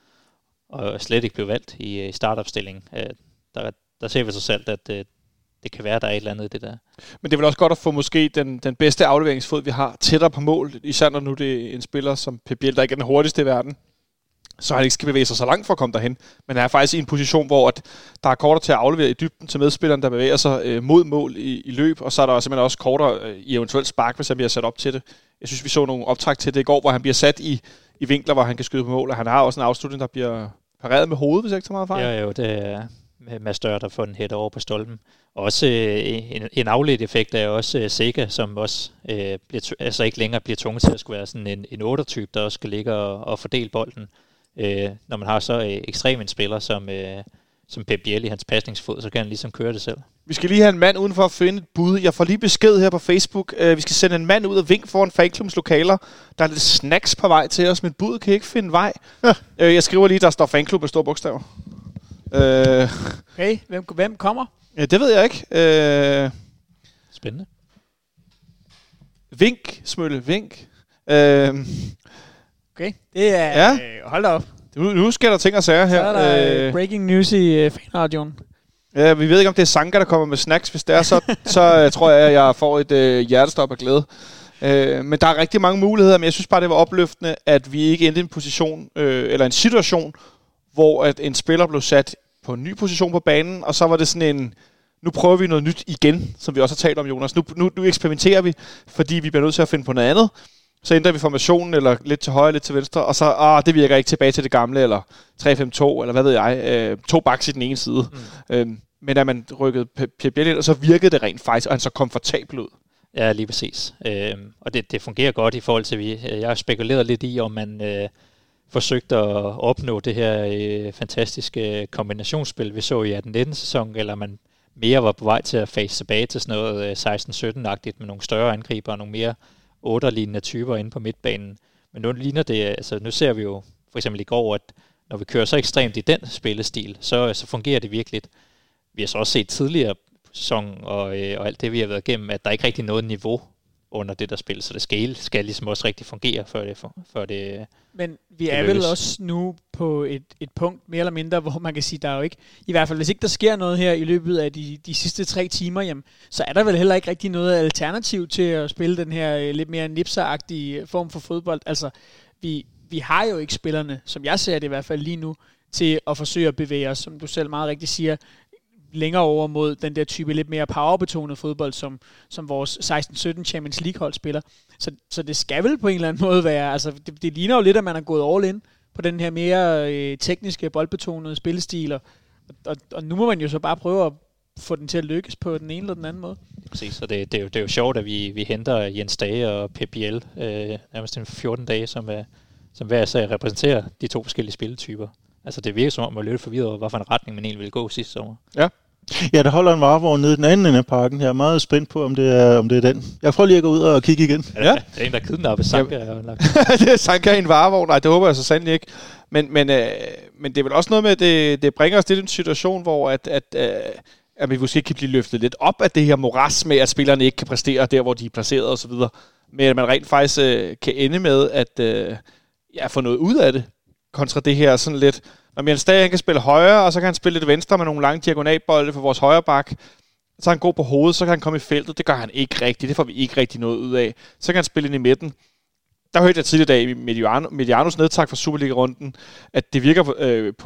Speaker 5: og slet ikke blev valgt i startopstillingen. Der ser vi så selv, at det kan være, der er et eller andet i det der.
Speaker 2: Men det er vel også godt at få måske den bedste afleveringsfod, vi har, tættere på mål, især når nu det er en spiller som Pep Biel, der ikke er den hurtigste i verden, så han ikke skal bevæge sig så langt for at komme derhen. Men han er faktisk i en position, hvor der er kortere til at aflevere i dybden til medspilleren, der bevæger sig mod mål i løb, og så er der simpelthen også kortere i eventuelt spark, hvis han bliver sat op til det. Jeg synes, vi så nogle optræk til det i går, hvor han bliver sat i vinkler, hvor han kan skyde på mål, og han har også en afslutning, der bliver pareret med hovedet, hvis jeg ikke tager meget fejl.
Speaker 5: Jo, det er Mads Dør, der får den hætter over på stolpen. Også en afledt effekt er også Seca, som også ikke længere bliver tvunget til at skulle være sådan en 8-type, der også skal ligge og fordele bolden. Når man har så ekstrem en spiller som Pep Biel i hans pasningsfod, så kan han ligesom køre det selv.
Speaker 2: Vi skal lige have en mand udenfor at finde et bud. Jeg får lige besked her på Facebook. Vi skal sende en mand ud og vink foran fanklubbens lokaler. Der er lidt snacks på vej til os, men budet kan ikke finde vej. Jeg skriver lige, der står fanklub med store bogstaver.
Speaker 3: Okay, hvem kommer?
Speaker 2: Ja, det ved jeg ikke.
Speaker 5: Spændende.
Speaker 2: Vink, Smølle, vink.
Speaker 3: Okay, det er... hold da op.
Speaker 2: Nu sker der ting og sager her.
Speaker 3: Så er der breaking news i fanradioen.
Speaker 2: Ja, vi ved ikke, om det er Sanka, der kommer med snacks. Hvis det er, så tror jeg, at jeg får et hjertestop af glæde. Men der er rigtig mange muligheder, men jeg synes bare, det var opløftende, at vi ikke endte i en position, eller en situation, hvor at en spiller blev sat på en ny position på banen, og så var det sådan en, nu prøver vi noget nyt igen, som vi også har talt om, Jonas. Nu eksperimenterer vi, fordi vi bliver nødt til at finde på noget andet. Så ændrer vi formationen, eller lidt til højre, lidt til venstre, og så, det virker ikke, tilbage til det gamle, eller 3-5-2, eller hvad ved jeg, 2 backs i den ene side. Men da man rykkede Pep Biel ind, og så virkede det rent faktisk, og han så komfortabel ud.
Speaker 5: Ja, lige præcis. Og det fungerer godt i forhold til, jeg har spekuleret lidt i, om man forsøgte at opnå det her fantastiske kombinationsspil, vi så i 18-19 sæson, eller man mere var på vej til at face tilbage til sådan noget 16-17-agtigt med nogle større angriber og nogle mere 8-lignende typer inde på midtbanen. Men nu ligner det, altså nu ser vi jo for eksempel i går, at når vi kører så ekstremt i den spillestil, så fungerer det virkelig. Vi har så også set tidligere sæson og alt det, vi har været igennem, at der ikke rigtig noget niveau under det der spil, så det skal ligesom også rigtig fungere, før det
Speaker 3: Men vi er vel også nu på et punkt, mere eller mindre, hvor man kan sige, der er jo ikke, i hvert fald hvis ikke der sker noget her i løbet af de sidste 3 timer, jamen, så er der vel heller ikke rigtig noget alternativ til at spille den her lidt mere nipser-agtige form for fodbold. Altså, vi har jo ikke spillerne, som jeg ser det i hvert fald lige nu, til at forsøge at bevæge os, som du selv meget rigtigt siger, længere over mod den der type lidt mere powerbetonet fodbold, som vores 16-17 Champions League-hold spiller. Så det skal vel på en eller anden måde være, altså det ligner jo lidt, at man er gået all in på den her mere tekniske, boldbetonede spillestil, og nu må man jo så bare prøve at få den til at lykkes på den ene eller den anden måde.
Speaker 5: Præcis, og det er jo sjovt, at vi henter Jens Dage og Pep Biel nærmest 14 dage, som hver sag repræsenterer de 2 forskellige spilletyper. Altså det virker som om, man er lidt forvirret over, hvorfor en retning man egentlig ville gå sidste sommer.
Speaker 4: Ja, der holder en varevogn nede i den anden ende af parken her. Jeg er meget spændt på, om det er den. Jeg prøver lige at gå ud og kigge igen.
Speaker 5: Ja. Det er en, der kidnapper Sanka.
Speaker 2: Det er Sanka i en varevogn. Nej, det håber jeg så sandelig ikke. Men det er vel også noget med, at det bringer os til en situation, hvor at vi måske kan blive løftet lidt op af det her moras med, at spillerne ikke kan præstere der, hvor de er placeret osv. Men at man rent faktisk kan ende med at få noget ud af det. Kontra det her sådan lidt, når Jens Dage kan spille højre, og så kan han spille lidt venstre med nogle lange diagonalbolde for vores højre bak. Så er han god på hovedet, så kan han komme i feltet. Det gør han ikke rigtigt. Det får vi ikke rigtig noget ud af. Så kan han spille ind i midten. Der hørte jeg tidligere dag i Medianos nedtak fra Superliga-runden, at det virker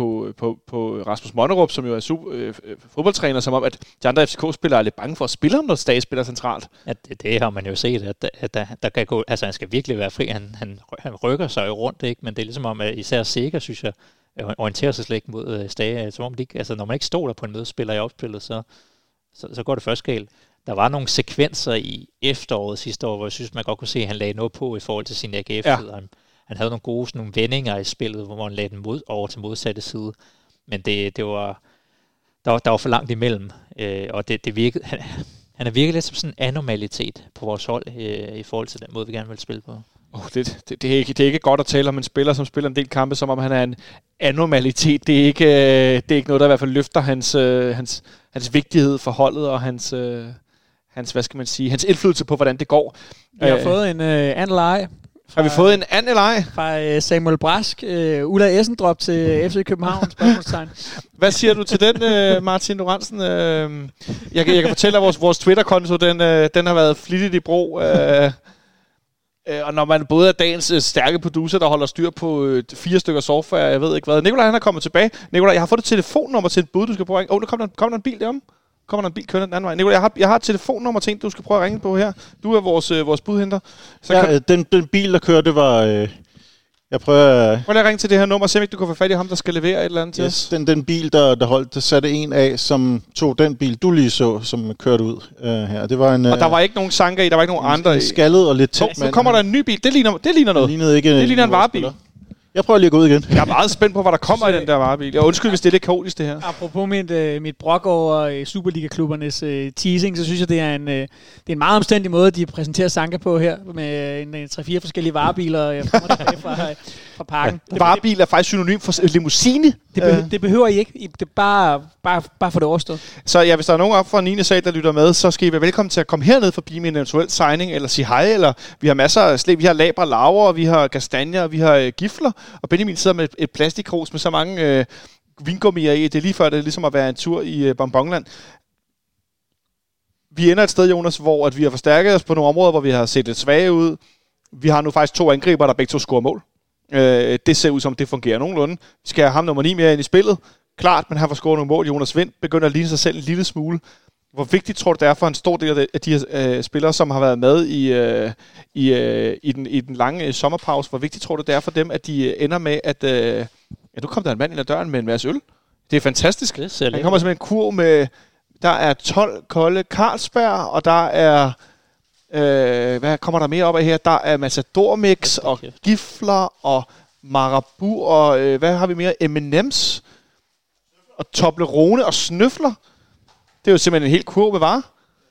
Speaker 2: på Rasmus Monnerup, som jo er fodboldtræner, som om, at de andre FCK-spillere er lidt bange for at spille, når Stage spiller centralt.
Speaker 5: Ja, det har man jo set, at der kan gå, altså han skal virkelig være fri. Han rykker sig jo rundt, ikke? Men det er ligesom om, at især Sega, synes jeg, orienterer sig slet ikke mod Stage. Som om det ikke, altså når man ikke stoler på en medspiller i opspillet, så går det først galt. Der var nogle sekvenser i efteråret sidste år, hvor jeg synes, man godt kunne se, at han lagde noget på i forhold til sin AGF-tid. Ja. Han havde nogle gode nogle vendinger i spillet, hvor han lagde den over til modsatte side. Men det var, der var for langt imellem. Og det virkede, han er virkelig lidt som sådan en anormalitet på vores hold i forhold til den måde, vi gerne vil spille på.
Speaker 2: Det er ikke godt at tale om en spiller, som spiller en del kampe, som om han er en anormalitet. Det er ikke noget, der i hvert fald løfter hans vigtighed for holdet og hans hvad skal man sige, hans indflydelse på, hvordan det går.
Speaker 3: Vi har fået en anden leje.
Speaker 2: Har vi fået en anden leje?
Speaker 3: Fra Samuel Brask, Ulla Essendrop til FC København, spørgsmålstegn.
Speaker 2: Hvad siger du til den, Martin Lorentzen? Jeg kan fortælle, at vores Twitter-konto, den har været flittigt i brug. Og når man både er dagens stærke producer, der holder styr på 4 stykker software, jeg ved ikke hvad. Nikolaj, han er kommet tilbage. Nikolaj, jeg har fået et telefonnummer til et bud, du skal prøve at ringe. Nu kommer der en bil derom. Kommer der en bil kørende den anden vej. Nikolaj, jeg har et telefonnummer til en, du skal prøve at ringe på her. Du er vores budhenter. Så
Speaker 4: ja, den bil, der kørte, var... Jeg prøver
Speaker 2: lige at ringe til det her nummer, se om ikke du kan få fat i ham, der skal levere et eller andet til os.
Speaker 4: Den bil, der holdt, der satte en af, som tog den bil, du lige så, som kørte ud her. Det var en,
Speaker 2: og der var ikke nogen Sanka i, der var ikke nogen andre i.
Speaker 4: Skaldet og lidt tæt.
Speaker 2: Så kommer der en ny bil. Det ligner noget.
Speaker 4: Det ligner en
Speaker 2: varebil.
Speaker 4: Jeg prøver lige at gå ud igen.
Speaker 2: Jeg er meget spændt på, hvad der kommer i den der varebil. Jeg undskyld, hvis det er lidt kaotisk, det her.
Speaker 3: Apropos mit brok over Superliga-klubbernes teasing, så synes jeg, det er en meget omstændig måde, de præsenterer Sanka på her, med en 3-4 forskellige varebiler frem og tilbage fra parken.
Speaker 2: Ja. Varebil er faktisk synonym for limousine.
Speaker 3: Det behøver I ikke. Det er bare for det overstået.
Speaker 2: Så ja, hvis der er nogen op fra 9. sal, der lytter med, så skal I være velkommen til at komme herned forbi min eventuel signing, eller sige hej, eller vi har masser af slæb. Vi har labre laver, vi har kastanjer, vi har gifler, og Benjamin sidder med et plastikkrus med så mange vingummier i. Det er lige før, det er ligesom at være en tur i Bonbonland. Vi ender et sted, Jonas, hvor at vi har forstærket os på nogle områder, hvor vi har set lidt svage ud. Vi har nu faktisk 2 angriber, der begge to scorer mål. Det ser ud som, det fungerer nogenlunde. Vi skal have ham nummer 9 mere ind i spillet. Klart, men han får scoret nogle mål. Jonas Vind begynder at ligne sig selv en lille smule. Hvor vigtigt tror du, det er for en stor del af de her spillere, som har været med i den lange sommerpause? Hvor vigtigt tror du, det er for dem, at de ender med, at nu kom der en mand ind ad døren med en masse øl. Det er fantastisk. Han kommer simpelthen en kurv med, der er 12 kolde Carlsberg, og der er, hvad kommer der mere op af her? Der er Matador Mix og gifler og Marabu og hvad har vi mere? M&M's og Toblerone og snøfler. Det er jo simpelthen en hel kurv med varer.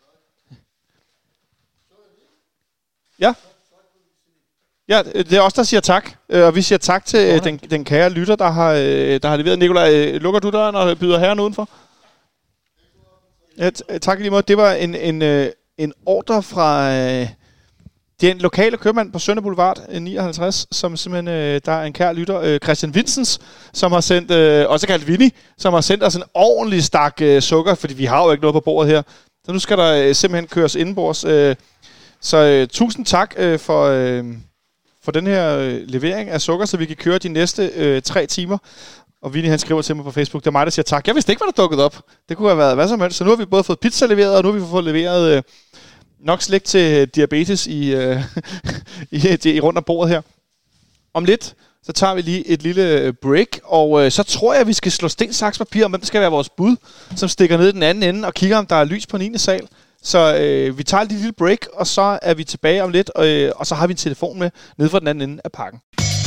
Speaker 2: Ja. Ja, det er os, der siger tak. Og vi siger tak til den kære lytter, der har leveret. Nikolaj, lukker du døren og byder herren udenfor? Ja, tak lige måde. Det var en ordre fra den lokale købmand på Sønder Boulevard 59, som simpelthen, der er en kær lytter, Christian Vincents, som har sendt, også kaldt Vinny, som har sendt os en ordentlig stak sukker, fordi vi har jo ikke noget på bordet her. Så nu skal der simpelthen køres indenbords. Så tusind tak for den her levering af sukker, så vi kan køre de næste 3 timer. Og Vinny, han skriver til mig på Facebook, det er mig, der siger tak. Jeg vidste ikke, hvad der dukkede op. Det kunne have været hvad som helst. Så nu har vi både fået pizza leveret, og nu har vi fået leveret nok slik til diabetes i rundt om bordet her. Om lidt, så tager vi lige et lille break, og så tror jeg, at vi skal slå sten, saks, papir om, hvem der skal være vores bud, som stikker ned i den anden ende og kigger, om der er lys på 9. sal. Så vi tager et lille break, og så er vi tilbage om lidt, og så har vi en telefon med nede fra den anden ende af parken.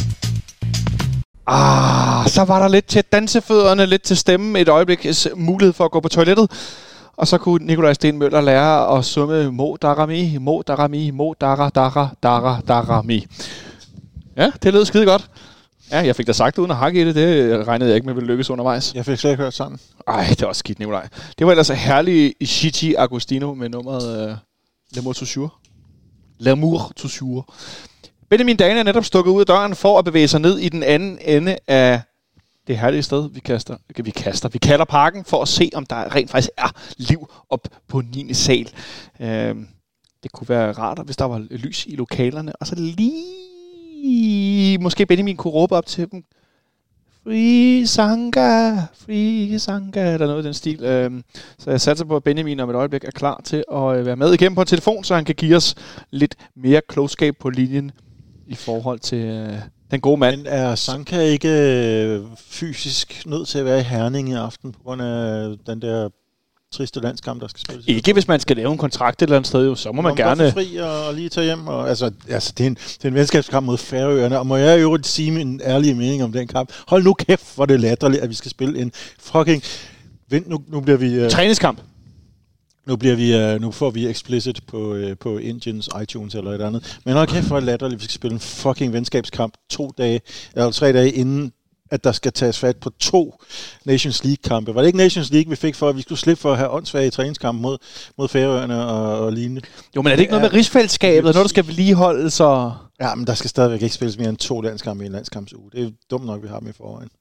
Speaker 2: Så var der lidt til dansefødderne, lidt til stemmen, et øjebliks mulighed for at gå på toilettet. Og så kunne Nikolaj Sten Møller lære at summe Mo Darami, Mo Darami, Mo Dara Dara Dara Darami. Ja, det lød skide godt. Ja, jeg fik da sagt uden at hakke i det. Det regnede jeg ikke med, ville lykkes undervejs.
Speaker 4: Jeg fik slet ikke hørt sådan.
Speaker 2: Ej, det var også skidt, Nikolaj. Det var ellers herlig Gigi Agostino med nummeret L'amour toujours. L'amour toujours. Benjamin Dane er netop stukket ud af døren for at bevæge sig ned i den anden ende af det herlige sted, vi kalder parken, for at se, om der rent faktisk er liv op på 9. sal. Det kunne være rart, hvis der var lys i lokalerne, og så lige måske Benjamin kunne råbe op til dem. Free Sanka, eller noget i den stil. Så jeg satser på, at Benjamin om et øjeblik er klar til at være med igennem på en telefon, så han kan give os lidt mere klogskab på linjen i forhold til den gode mand.
Speaker 4: Men er Sanka ikke fysisk nødt til at være i Herning i aften på grund af den der triste landskamp, der skal spilles?
Speaker 2: Ikke hvis man skal lave en kontrakt et eller andet sted, jo, så må man gerne...
Speaker 4: Man fri og lige tage hjem. Og, altså det er en venskabskamp mod Færøerne, og må jeg jo sige min ærlige mening om den kamp. Hold nu kæft, hvor det er latterligt, at vi skal spille en fucking... Nu bliver vi...
Speaker 2: Træningskamp.
Speaker 4: Nu får vi explicit på Indians iTunes eller et andet. Men hold kæft, hvor er det latterligt, at vi skal spille en fucking venskabskamp 2 dage, eller 3 dage inden, at der skal tages fat på 2 Nations League-kampe. Var det ikke Nations League, vi fik for, at vi skulle slippe for at have åndssvage træningskampe mod Færøerne og lignende?
Speaker 2: Jo, men er det ikke noget med rigsfællesskabet, noget, der skal vedligeholdes? Og...
Speaker 4: Ja, men der skal stadigvæk ikke spilles mere end 2 landskampe i en landskampsuge. Det er dumt nok, vi har dem i forvejen.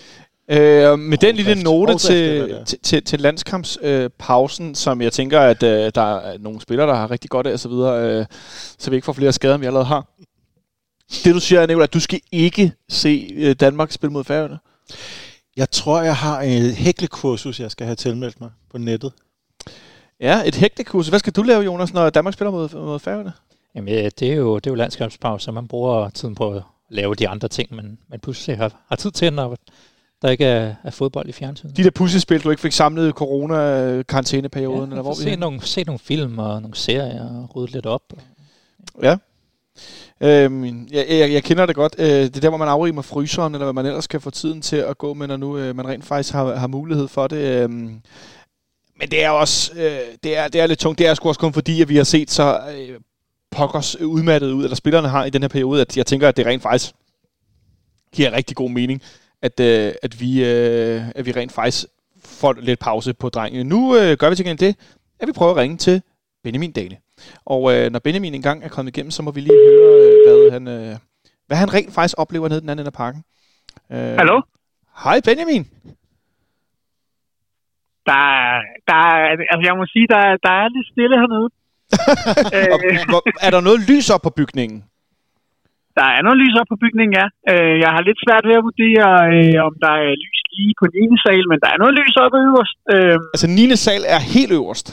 Speaker 2: Med den lille note til landskampspausen, som jeg tænker, at der er nogle spillere, der har rigtig godt af og så videre, så vi ikke får flere skader, end vi allerede har. Det du siger, Nicolai, at du skal ikke se Danmark spille mod Færøerne?
Speaker 4: Jeg tror, jeg har et hæklekursus, jeg skal have tilmeldt mig på nettet.
Speaker 2: Ja, et hæklekursus. Hvad skal du lave, Jonas, når Danmark spiller mod Færøerne?
Speaker 5: Jamen, det er jo landskabspause, så man bruger tiden på at lave de andre ting, men man pludselig har tid til, når der ikke er fodbold i fjernsynet.
Speaker 2: De der puslespil, du ikke fik samlet i corona-karantæneperioden?
Speaker 5: Ja, eller hvor se nogle film og nogle serier og rydde lidt op.
Speaker 2: Ja. Jeg kender det godt. Det er der, hvor man afrimer fryseren, eller hvad man ellers kan få tiden til at gå med, når nu man rent faktisk har mulighed for det. Men det er også det er lidt tungt. Det er sgu også kun fordi, at vi har set så pokkers udmattet ud, eller spillerne har i den her periode, at jeg tænker, at det rent faktisk giver rigtig god mening, at vi rent faktisk får lidt pause på drengene. Nu gør vi til gengæld det, at vi prøver at ringe til Benjamin Dahle. Og når Benjamin engang er kommet igennem, så må vi lige høre, hvad han rent faktisk oplever nede den anden ende af parken.
Speaker 7: Hallo?
Speaker 2: Hej Benjamin.
Speaker 7: Altså jeg må sige, der er lidt stille hernede.
Speaker 2: Er der noget lys op på bygningen?
Speaker 7: Der er noget lys op på bygningen, ja. Jeg har lidt svært ved at vurdere, om der er lys lige på 9. sal, men der er noget lys oppe øverst.
Speaker 2: Altså 9. sal er helt øverst?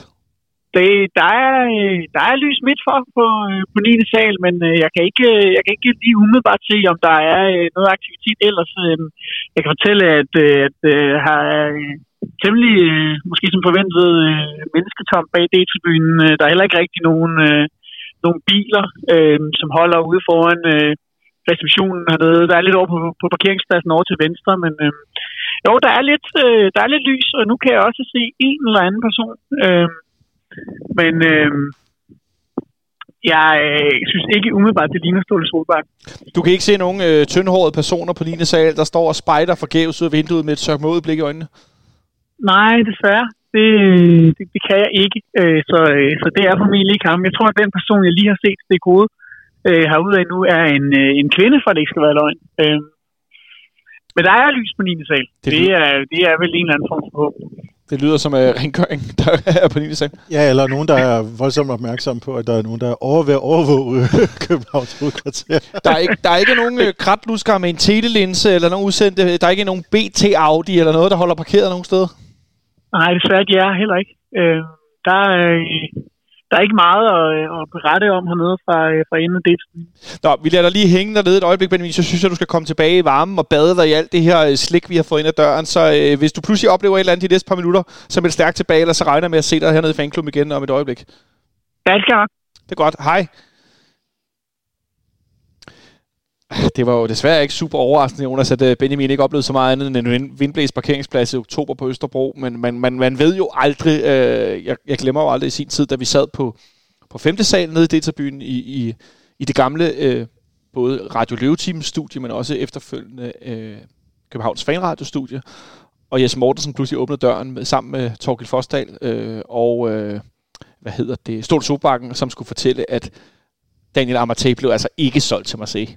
Speaker 7: Der er lys midt for på 9. sal, men jeg kan ikke lige umiddelbart se, om der er noget aktivitet ellers. Jeg kan fortælle, at her er temmelig, måske som forventet, mennesketomt bag D-tribunen. Der er heller ikke rigtig nogle biler, som holder ude foran receptionen hernede. Der er lidt over på parkeringspladsen over til venstre, men jo, der er lidt lys, og nu kan jeg også se en eller anden person. Men jeg synes ikke umiddelbart, det ligner Ståle Solbakken.
Speaker 2: Du kan ikke se nogen tyndhårede personer på 9. sal, der står og spejder forgæves ud af vinduet med et sørgmodigt blik i øjnene?
Speaker 7: Nej, desværre. Det kan jeg ikke. Så det er formentlig ikke ham. Jeg tror, at den person, jeg lige har set det gode herude af nu, er en kvinde, for det ikke skal være løgn. Men der er lys på 9. sal. Det er vel en eller anden form for håb.
Speaker 2: Det lyder som rengøring, der er på 9. sal.
Speaker 4: Ja, eller nogen, der er voldsomt opmærksom på, at der er nogen, der er ved at overvåge Københavns hovedkvarter.
Speaker 2: Der er ikke nogen kratluskere med en telelinse, eller nogen udsendte. Der er ikke nogen BT Audi, eller noget, der holder parkeret nogen steder?
Speaker 7: Nej, desværre, de er heller ikke. Der er ikke meget at berette om hernede fra inden af det.
Speaker 2: Nå, vi lader dig lige hænge dernede et øjeblik, Benjamin, så synes jeg, du skal komme tilbage i varmen og bade dig i alt det her slik, vi har fået ind ad døren. Så hvis du pludselig oplever et eller andet de næste par minutter, så meld stærkt tilbage, eller så regner jeg med at se dig hernede i fanklubben igen om et øjeblik.
Speaker 7: Ja, det skal jeg.
Speaker 2: Det er godt. Hej. Det var jo desværre ikke super overraskende, Jonas, at Benjamin ikke oplevede så meget andet end en vindblæst parkeringsplads i oktober på Østerbro. Men man ved jo aldrig, jeg glemmer jo aldrig i sin tid, da vi sad på 5. sal nede i Deltabyen i det gamle både Radio Løveteam-studie, men også efterfølgende Københavns Fanradio-studie. Og Jes Mortensen pludselig åbnede døren sammen med Torkild Fosdal og Ståle Solbakken, som skulle fortælle, at Daniel Amartey blev altså ikke solgt til Marseille.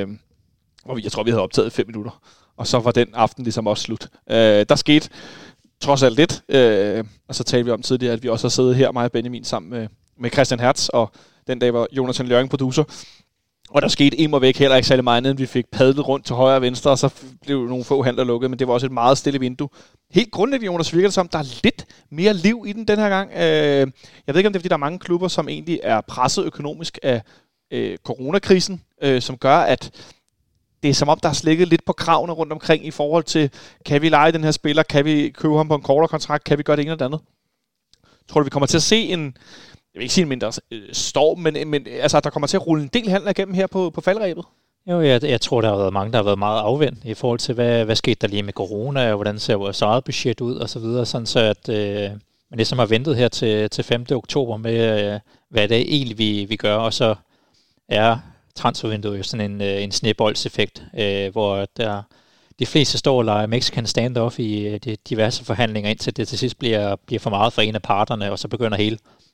Speaker 2: Jeg tror, vi havde optaget 5 minutter. Og så var den aften ligesom også slut. Der skete trods alt lidt. Og så talte vi om tidligere, at vi også har siddet her, mig og Benjamin, sammen med Christian Hertz. Og den dag var Jonathan Løring producer. Og der skete immer væk heller ikke særlig meget, inden vi fik padlet rundt til højre og venstre. Og så blev nogle få handler lukket, men det var også et meget stille vindue. Helt grundlæggende, Jonas, virker det som, der er lidt mere liv i den her gang. Jeg ved ikke, om det er, fordi der er mange klubber, som egentlig er presset økonomisk af coronakrisen, som gør, at det er som om, der er slikket lidt på kravene rundt omkring i forhold til, kan vi lege den her spiller, kan vi købe ham på en kortere kontrakt, kan vi gøre det ene eller det andet? Tror du, vi kommer til at se jeg vil ikke sige en mindre storm, men altså, der kommer til at rulle en del handler igennem her på faldrebet?
Speaker 5: Jo, jeg tror, der har været mange, der har været meget afvendt i forhold til, hvad skete der lige med corona, og hvordan ser vores eget budget ud, og så videre, sådan så at man ligesom har ventet her til 5. oktober med, hvad det er egentlig, vi gør, og så er transfervinduet jo sådan en sneboldseffekt, hvor de fleste står og leger Mexican standoff i de diverse forhandlinger, indtil det til sidst bliver for meget for en af parterne, og så begynder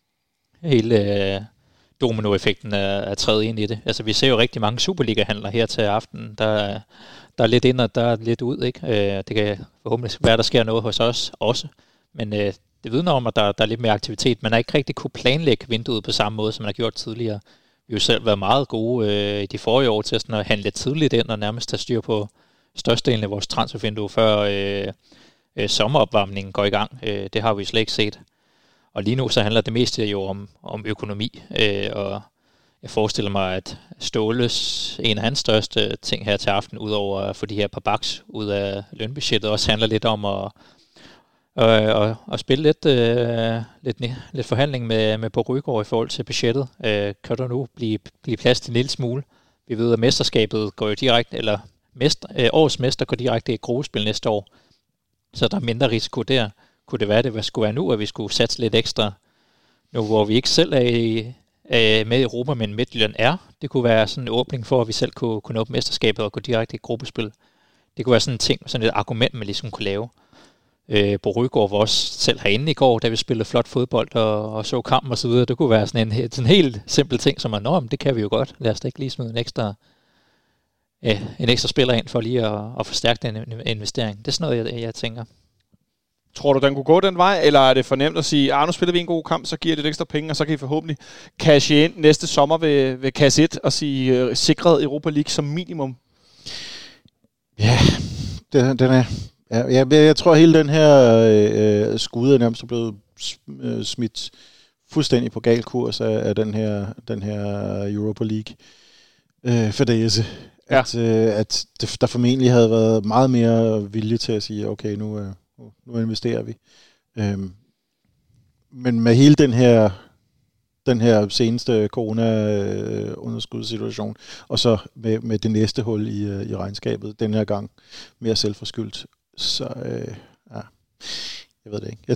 Speaker 5: hele dominoeffekten at træde ind i det. Altså, vi ser jo rigtig mange Superliga-handler her til aften. Der er lidt ind, og der er lidt ud, ikke? Det kan forhåbentlig være, der sker noget hos os også, men det vidner om, at der er lidt mere aktivitet. Man har ikke rigtig kunne planlægge vinduet på samme måde, som man har gjort tidligere. Vi har jo selv været meget gode i de forrige år til at handle tidligt ind og nærmest tage styr på størstedelen af vores transfervindue, før sommeropvarmningen går i gang. Det har vi slet ikke set. Og lige nu så handler det meste jo om økonomi, og jeg forestiller mig, at Ståles en af hans største ting her til aften, udover at få de her par baks ud af lønbudgettet, også handler lidt om og spille lidt forhandling med Bo Rygaard i forhold til budgettet. Kan der nu blive plads til en lille smule? Vi ved, at mesterskabet går jo direkte, eller årets mester går direkte i gruppespil næste år, så der er mindre risiko der. Kunne det være, det skulle være nu, at vi skulle satse lidt ekstra, nu hvor vi ikke selv er med i Europa, men Midtjylland er. Det kunne være sådan en åbning for, at vi selv kunne nå op mesterskabet og gå direkte i gruppespil. Det kunne være sådan en ting, sådan et argument, man ligesom kunne lave. Bo Rygaard var også selv herinde i går, da vi spillede flot fodbold og så kampen og så videre. Det kunne være sådan en helt simpel ting, som man, det kan vi jo godt. Lad os da ikke lige smide en ekstra spiller ind for lige at forstærke den investering. Det er sådan noget, jeg tænker.
Speaker 2: Tror du, den kunne gå den vej, eller er det for nemt at sige, nu spiller vi en god kamp, så giver det lidt ekstra penge, og så kan I forhåbentlig cashe ind næste sommer ved kasse 1 og sige sikret Europa League som minimum?
Speaker 4: Ja, den er... Ja, jeg tror, hele den her skud er nærmest blevet smidt fuldstændig på gal kurs af den her Europa League fadæse. At der formentlig havde været meget mere vilje til at sige, okay, nu investerer vi. Men med hele den her seneste corona-underskudssituation, og så med det næste hul i regnskabet, den her gang mere selvforskyldt, så jeg ved det ikke.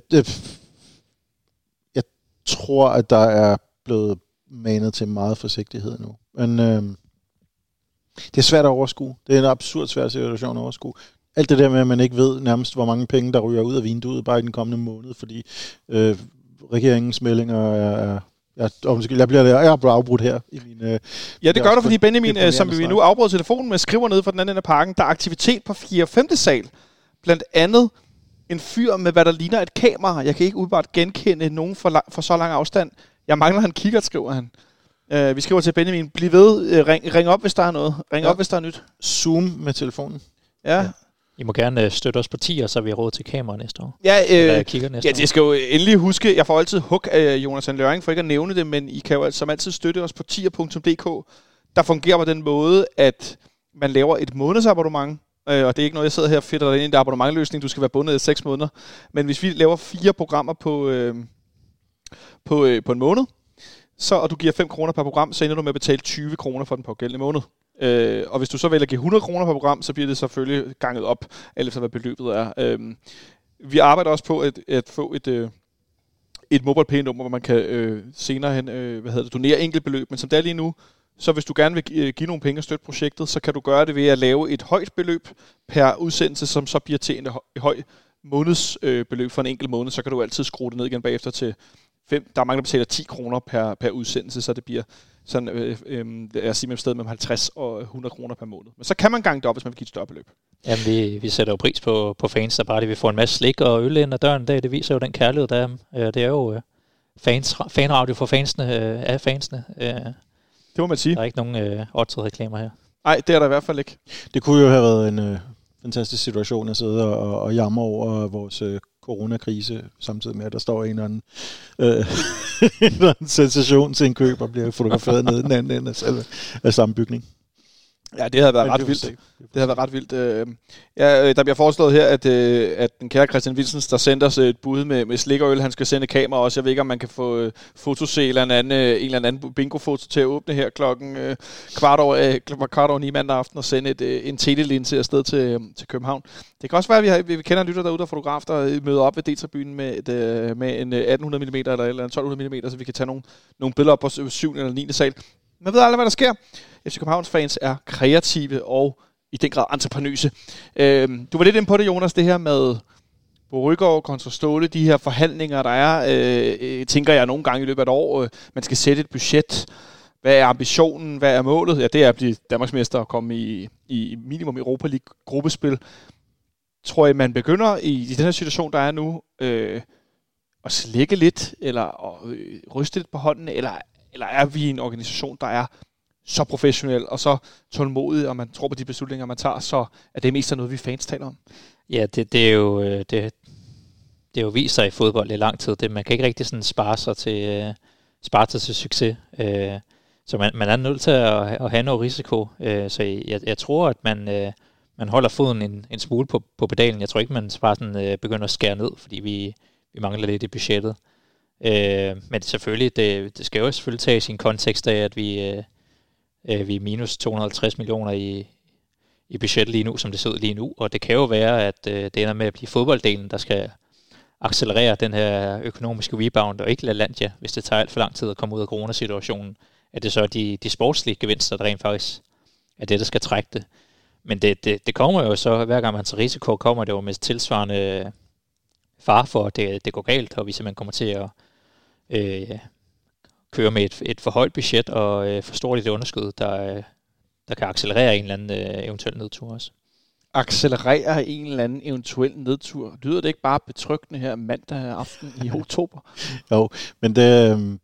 Speaker 4: Jeg tror, at der er blevet manet til meget forsigtighed nu. Men det er svært at overskue. Det er en absurd svær situation at overskue. Alt det der med, at man ikke ved nærmest, hvor mange penge, der ryger ud af vinduet bare i den kommende måned, fordi regeringens meldinger er... Jeg bliver afbrudt her.
Speaker 2: Ja, det gør du, fordi Benjamin, som vi nu afbryder telefonen med, skriver ned fra den anden ende af parken, der er aktivitet på 4. og 5. sal. Blandt andet en fyr med, hvad der ligner et kamera. Jeg kan ikke udbart genkende nogen for så lang afstand. Jeg mangler en kikkert, skriver han. Vi skriver til Benjamin, bliv ved, ring op, hvis der er noget. Ring op, hvis der er nyt.
Speaker 4: Zoom med telefonen.
Speaker 2: Ja.
Speaker 5: I må gerne støtte os på 10'er, så vi har råd til kamera næste år.
Speaker 2: Ja,
Speaker 5: kigger næste år.
Speaker 2: Det skal jo endelig huske, jeg får altid hug af Jonas Løring for ikke at nævne det, men I kan jo som altid støtte os på tier.dk. Der fungerer på den måde, at man laver et månedsabonnement, og det er ikke noget, jeg sidder her og fedter ind i en abonnementløsning, du skal være bundet i 6 måneder. Men hvis vi laver 4 programmer på en måned, og du giver 5 kroner per program, så ender du med at betale 20 kroner for den pågældende måned. Og hvis du så vælger at give 100 kroner per program, så bliver det selvfølgelig ganget op, alt efter hvad beløbet er. Vi arbejder også på at få et MobilePay-nummer, hvor man kan senere hen donere enkelt beløb. Men som det er lige nu, så hvis du gerne vil give nogle penge og støtte projektet, så kan du gøre det ved at lave et højt beløb per udsendelse, som så bliver til et højt månedsbeløb for en enkelt måned. Så kan du altid skrue det ned igen bagefter til 5. Der er mange, der betaler 10 kroner per udsendelse, så det bliver sådan, jeg siger et sted mellem 50 og 100 kroner per måned. Men så kan man gange det op, hvis man vil give et større beløb.
Speaker 5: Jamen, vi sætter jo pris på fans, der bare det, vi får en masse slik og øl ind ad døren. Det viser jo den kærlighed, der er. Det er jo fanradio for fansene af fansene.
Speaker 2: Det må man sige.
Speaker 5: Der er ikke nogen odds-reklamer her.
Speaker 2: Nej, det er der i hvert fald ikke.
Speaker 4: Det kunne jo have været en fantastisk situation at sidde og jamre over vores coronakrise, samtidig med, at der står en eller anden sensation til en køb og bliver fotograferet ned i den anden ende af samme bygning.
Speaker 2: Ja, det havde været ret vildt. Det havde været ret vildt. Der bliver foreslået her, at den kære Christian Wilsens, der sendte os et bud med slik og øl, han skal sende kamera også. Jeg ved ikke, om man kan få fotose eller en eller anden bingo-foto til at åbne her klokken kvart over 9 mandag aften og sende en telelinse afsted til København. Det kan også være, at vi kender en lytter derude, der fotograf, der møder op ved D-tribunen med en 1800 mm eller en 1200 mm, så vi kan tage nogle billeder op på 7. eller 9. sal. Man ved aldrig, hvad der sker. FC Københavns fans er kreative og i den grad entreprenøse. Du var lidt inde på det, Jonas, det her med Bo Rygaard kontra Ståle, de her forhandlinger, der er, tænker jeg nogle gange i løbet af et år. Man skal sætte et budget. Hvad er ambitionen? Hvad er målet? Ja, det er at blive Danmarksmester og komme i minimum Europa League gruppespil. Tror jeg, man begynder i den her situation, der er nu, at slække lidt, eller at ryste lidt på hånden, eller er vi en organisation, der er så professionel og så tålmodig, og man tror på de beslutninger, man tager, så er det mest af noget, vi fans taler om? Ja,
Speaker 5: det er jo vist sig i fodbold i lang tid. Man kan ikke rigtig sådan spare sig til succes. Så man er nødt til at have noget risiko. Så jeg tror, at man holder foden en smule på pedalen. Jeg tror ikke, man bare sådan, begynder at skære ned, fordi vi mangler lidt i budgettet. Men selvfølgelig, det skal jo selvfølgelig tages i en kontekst af, at vi er minus 250 millioner i budget lige nu, som det ser ud lige nu. Og det kan jo være, at det ender med at blive fodbolddelen, der skal accelerere den her økonomiske rebound, og ikke LaLandia, hvis det tager alt for lang tid at komme ud af coronasituationen. At det så er de sportslige gevinster, der rent faktisk er det, der skal trække det. Men det kommer jo så, hver gang man tager risiko, kommer det jo med tilsvarende far for, at det går galt, og vi simpelthen kommer til at køre med et for højt budget og for stort et underskud, der kan accelerere en eller anden eventuel nedtur også.
Speaker 2: Accelerere en eller anden eventuel nedtur. Lyder det ikke bare betryggende her mandag aften i oktober?
Speaker 4: Jo, men det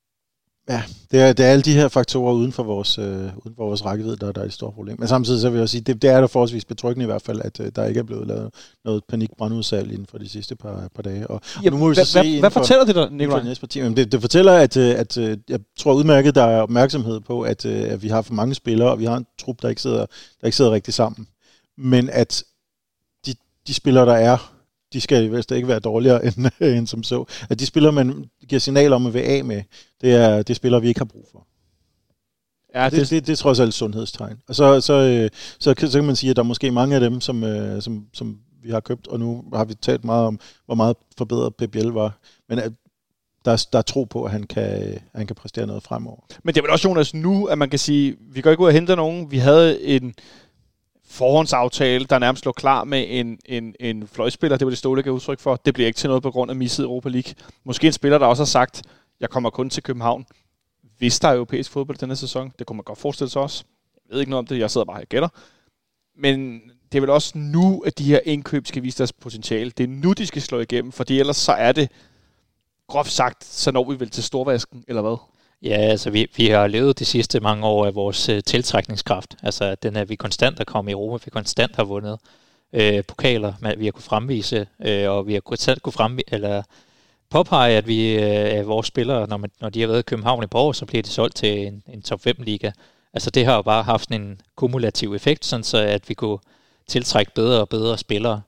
Speaker 4: er alle de her faktorer uden for vores rækkevidde, der er et stort problem. Men samtidig så vil jeg sige, det er der forholdsvis betryggende i hvert fald, at der ikke er blevet lavet noget panikbrandudsalg inden for de sidste par dage. Og nu må vi så se
Speaker 2: hvad fortæller det dig, Nikolaj?
Speaker 4: Det fortæller, at jeg tror udmærket, der er opmærksomhed på, at vi har for mange spillere, og vi har en trup, der ikke sidder rigtig sammen. Men at de spillere, der er, de skal i hvert ikke være dårligere end som så. At de spillere, man giver signal om at være af med, det er spillere, vi ikke har brug for. Ja, det er trods alt et sundhedstegn. Og så kan man sige, at der er måske mange af dem, som vi har købt, og nu har vi talt meget om, hvor meget forbedret Pep Biel var. Men der er tro på, at han kan præstere noget fremover.
Speaker 2: Men det er vel også, Jonas, nu, at man kan sige, vi går ikke ud og hente nogen. Vi havde en forhåndsaftale, der nærmest lå klar med en fløjspiller. Det var det Ståle gav udtryk for. Det bliver ikke til noget på grund af misset Europa League. Måske en spiller, der også har sagt, jeg kommer kun til København, hvis der er europæisk fodbold denne sæson. Det kunne man godt forestille sig også. Jeg ved ikke noget om det, jeg sidder bare og gætter. Men det er vel også nu, at de her indkøb skal vise deres potentiale. Det er nu, de skal slå igennem, fordi ellers så er det, groft sagt, så når vi vel til storvasken, eller hvad?
Speaker 5: Ja, altså vi har levet de sidste mange år af vores tiltrækningskraft. Altså den er vi konstant at komme i Europa, vi konstant har vundet pokaler, vi har kunnet fremvise, og vi har kunne påpege, at vi er vores spillere, når de har været i København i år, så bliver de solgt til en top 5 liga. Altså det har jo bare haft en kumulativ effekt, sådan så at vi kunne tiltrække bedre og bedre spillere.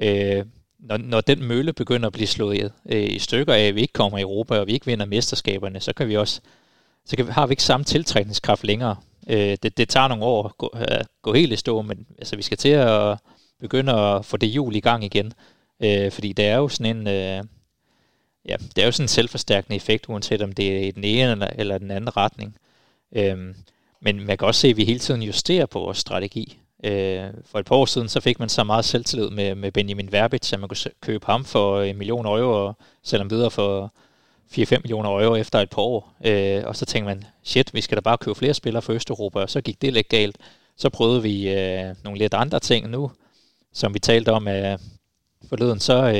Speaker 5: Når den mølle begynder at blive slået i stykker af, at vi ikke kommer i Europa, og vi ikke vinder mesterskaberne, så kan vi også har vi ikke samme tiltrækningskraft længere. Det tager nogle år at gå helt i stå, men altså, vi skal til at begynde at få det hjul i gang igen. Fordi det er jo sådan det er jo sådan en selvforstærkende effekt, uanset om det er i den ene eller den anden retning. Men man kan også se, at vi hele tiden justerer på vores strategi. For et par år siden, så fik man så meget selvtillid med Benjamin Verbic, at man kunne købe ham for 1 million euro, og sælge ham videre for 4-5 millioner euro efter et par år. Og så tænkte man, shit, vi skal da bare købe flere spillere for Østeuropa, og så gik det lidt galt. Så prøvede vi nogle lidt andre ting nu, som vi talte om forleden,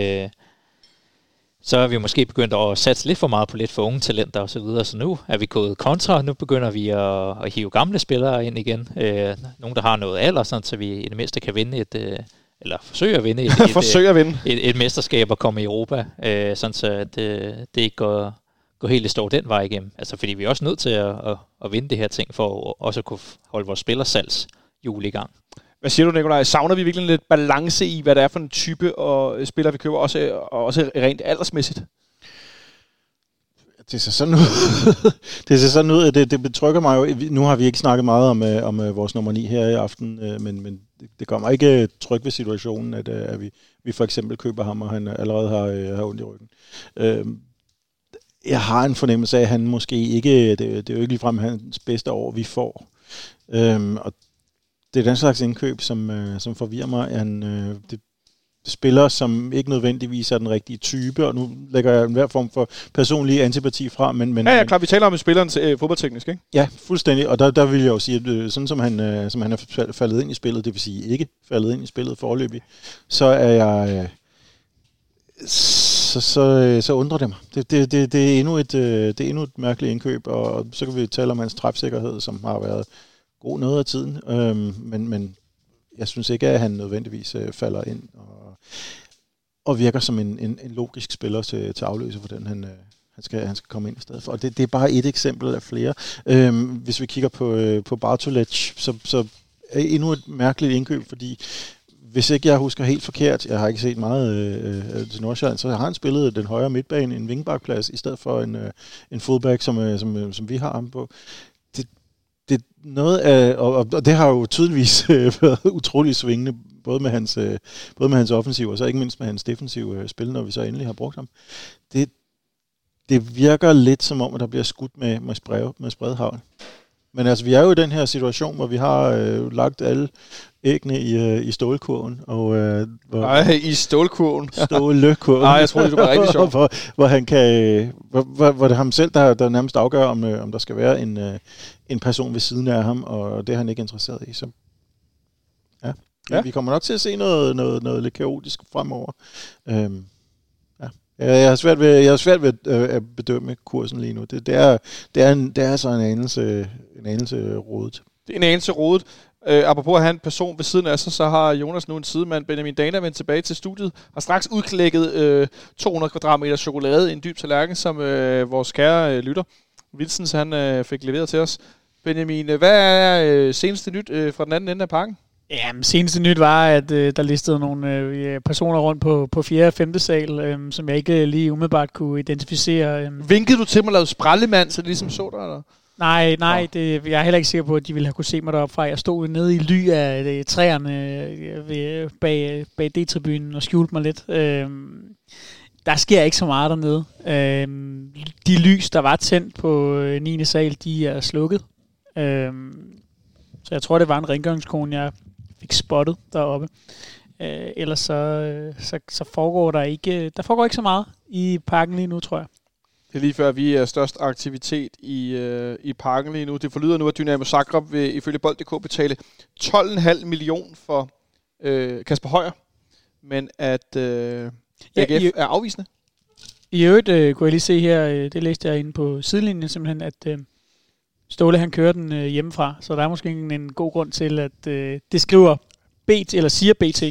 Speaker 5: så er vi måske begyndt at satse lidt for meget på lidt for unge talenter og så videre. Så nu er vi gået kontra, nu begynder vi at hive gamle spillere ind igen. Nogen, der har noget alder, sådan, så vi i det mindste kan vinde eller forsøge at vinde et mesterskab og komme i Europa, sådan så at det ikke går helt i stå den vej igennem. Altså fordi vi er også nødt til at vinde det her ting, for at også kunne holde vores spillersalgshjul i gang.
Speaker 2: Hvad siger du, Nikolaj? Savner vi virkelig lidt balance i, hvad det er for en type og spiller, vi køber, også rent aldersmæssigt?
Speaker 4: Det ser sådan ud. Det betrykker mig jo. Nu har vi ikke snakket meget om vores nummer 9 her i aften, men det kommer ikke tryg ved situationen, at vi for eksempel køber ham, og han allerede har ondt i ryggen. Jeg har en fornemmelse af, at han måske ikke, det er jo ikke ligefrem hans bedste år, vi får. Og det er den slags indkøb, som forvirrer mig. Det spiller, som ikke nødvendigvis er den rigtige type, og nu lægger jeg enhver form for personlig antipati fra. Men
Speaker 2: ja, klart, vi taler om spillerens fodboldteknisk, ikke?
Speaker 4: Ja, fuldstændig, og der vil jeg jo sige, at sådan som han er faldet ind i spillet, det vil sige ikke faldet ind i spillet foreløbig, så er jeg... Så undrer det mig. Det er endnu et mærkeligt indkøb, og så kan vi tale om hans træfsikkerhed, som har været god noget af tiden, men jeg synes ikke, at han nødvendigvis falder ind og virker som en logisk spiller til afløse for den, han skal komme ind i stedet for. Og det er bare et eksempel af flere. Hvis vi kigger på Bartolec, så endnu et mærkeligt indkøb, fordi hvis ikke jeg husker helt forkert, jeg har ikke set meget til Nordsjælland, så har han spillet den højre midtbane, en vingbakplads, i stedet for en fullback, som vi har ham på. Det noget af, og det har jo tydeligvis været utroligt svingende, både med hans offensiv, og så ikke mindst med hans defensive spil, når vi så endelig har brugt ham. Det virker lidt som om, at der bliver skudt med spredhavl. Men altså, vi er jo i den her situation, hvor vi har lagt alle æggene i stålkurven.
Speaker 2: I stålkurven.
Speaker 4: Stålkurven.
Speaker 2: Nej, jeg tror, det var rigtig sjovt.
Speaker 4: hvor han kan, hvor det er ham selv, der nærmest afgør, om der skal være en person ved siden af ham, og det er han ikke interesseret i. Så ja. Vi kommer nok til at se noget lidt kaotisk fremover. Jeg har svært ved at bedømme kursen lige nu. Det er så en anelse rodet.
Speaker 2: Det er en anelse rodet. Apropos at have en person ved siden af sig, så har Jonas nu en sidemand, Benjamin Dana, vendt tilbage til studiet, har straks udklækket 200 kvadratmeter chokolade i en dyb tallerken, som vores kære lytter, Wilsons, han fik leveret til os. Benjamin, hvad er seneste nyt fra den anden ende af pakken?
Speaker 3: Jamen, seneste nyt var, at der listede nogle personer rundt på 4. og 5. sal, som jeg ikke lige umiddelbart kunne identificere.
Speaker 2: Vinkede du til mig at lave sprallemand, så det ligesom så dig, eller?
Speaker 3: Nej, jeg er heller ikke sikker på, at de ville have kunne se mig deroppe fra. Jeg stod nede i ly af træerne bag D-tribunen og skjulte mig lidt. Der sker ikke så meget dernede. De lys, der var tændt på 9. sal, de er slukket. Så jeg tror, det var en rengøringskone, jeg fik spottet deroppe. Ellers så foregår der ikke så meget i parken lige nu, tror jeg.
Speaker 2: Det er lige før, vi er størst aktivitet i parken lige nu. Det forlyder nu, at Dynamo Zagreb vil ifølge Bold.dk betale 12,5 million for Kasper Højer, men at AGF er afvisende.
Speaker 3: I øvrigt kunne jeg lige se her, det læste jeg inde på sidelinjen simpelthen, at Ståle han kører den hjemmefra, så der er måske en god grund til, at det skriver BT, eller siger BT,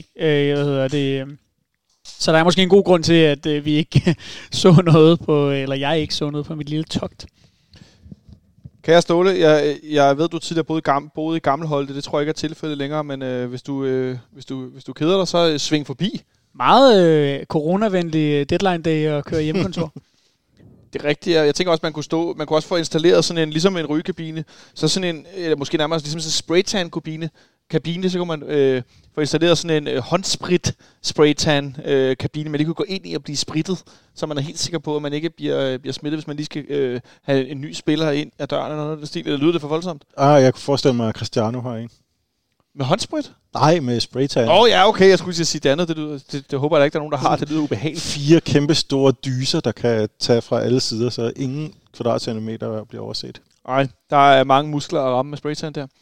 Speaker 3: så der er måske en god grund til, at vi ikke så noget på, eller jeg ikke så noget på mit lille togt.
Speaker 2: Kære Ståle, jeg ved, du tidligere boede i Gammelholte, det tror jeg ikke er tilfældet længere, men hvis du keder dig, så sving forbi.
Speaker 3: Meget coronavenlig deadline day at køre hjemmekontor.
Speaker 2: Det er rigtigt. Jeg tænker også, man kunne også få installeret sådan en, ligesom en rygekabine, så sådan en, eller måske nærmest ligesom sådan en spraytan-kabine, så kunne man få installeret sådan en håndsprit spraytan-kabine, men det kunne gå ind i at blive sprittet, så man er helt sikker på, at man ikke bliver smittet, hvis man lige skal have en ny spiller ind ad døren eller noget af den stil. Eller lyder det for voldsomt?
Speaker 4: Jeg kunne forestille mig, at Cristiano har en.
Speaker 2: Med håndsprit?
Speaker 4: Nej, med spraytan.
Speaker 2: Ja, okay, jeg skulle sige det andet. Det håber jeg ikke, der er nogen, der har. Det lyder ubehageligt.
Speaker 4: 4 kæmpe store dyser, der kan tage fra alle sider, så ingen kvadratcentimeter bliver overset.
Speaker 2: Nej, der er mange muskler at ramme med spraytan der.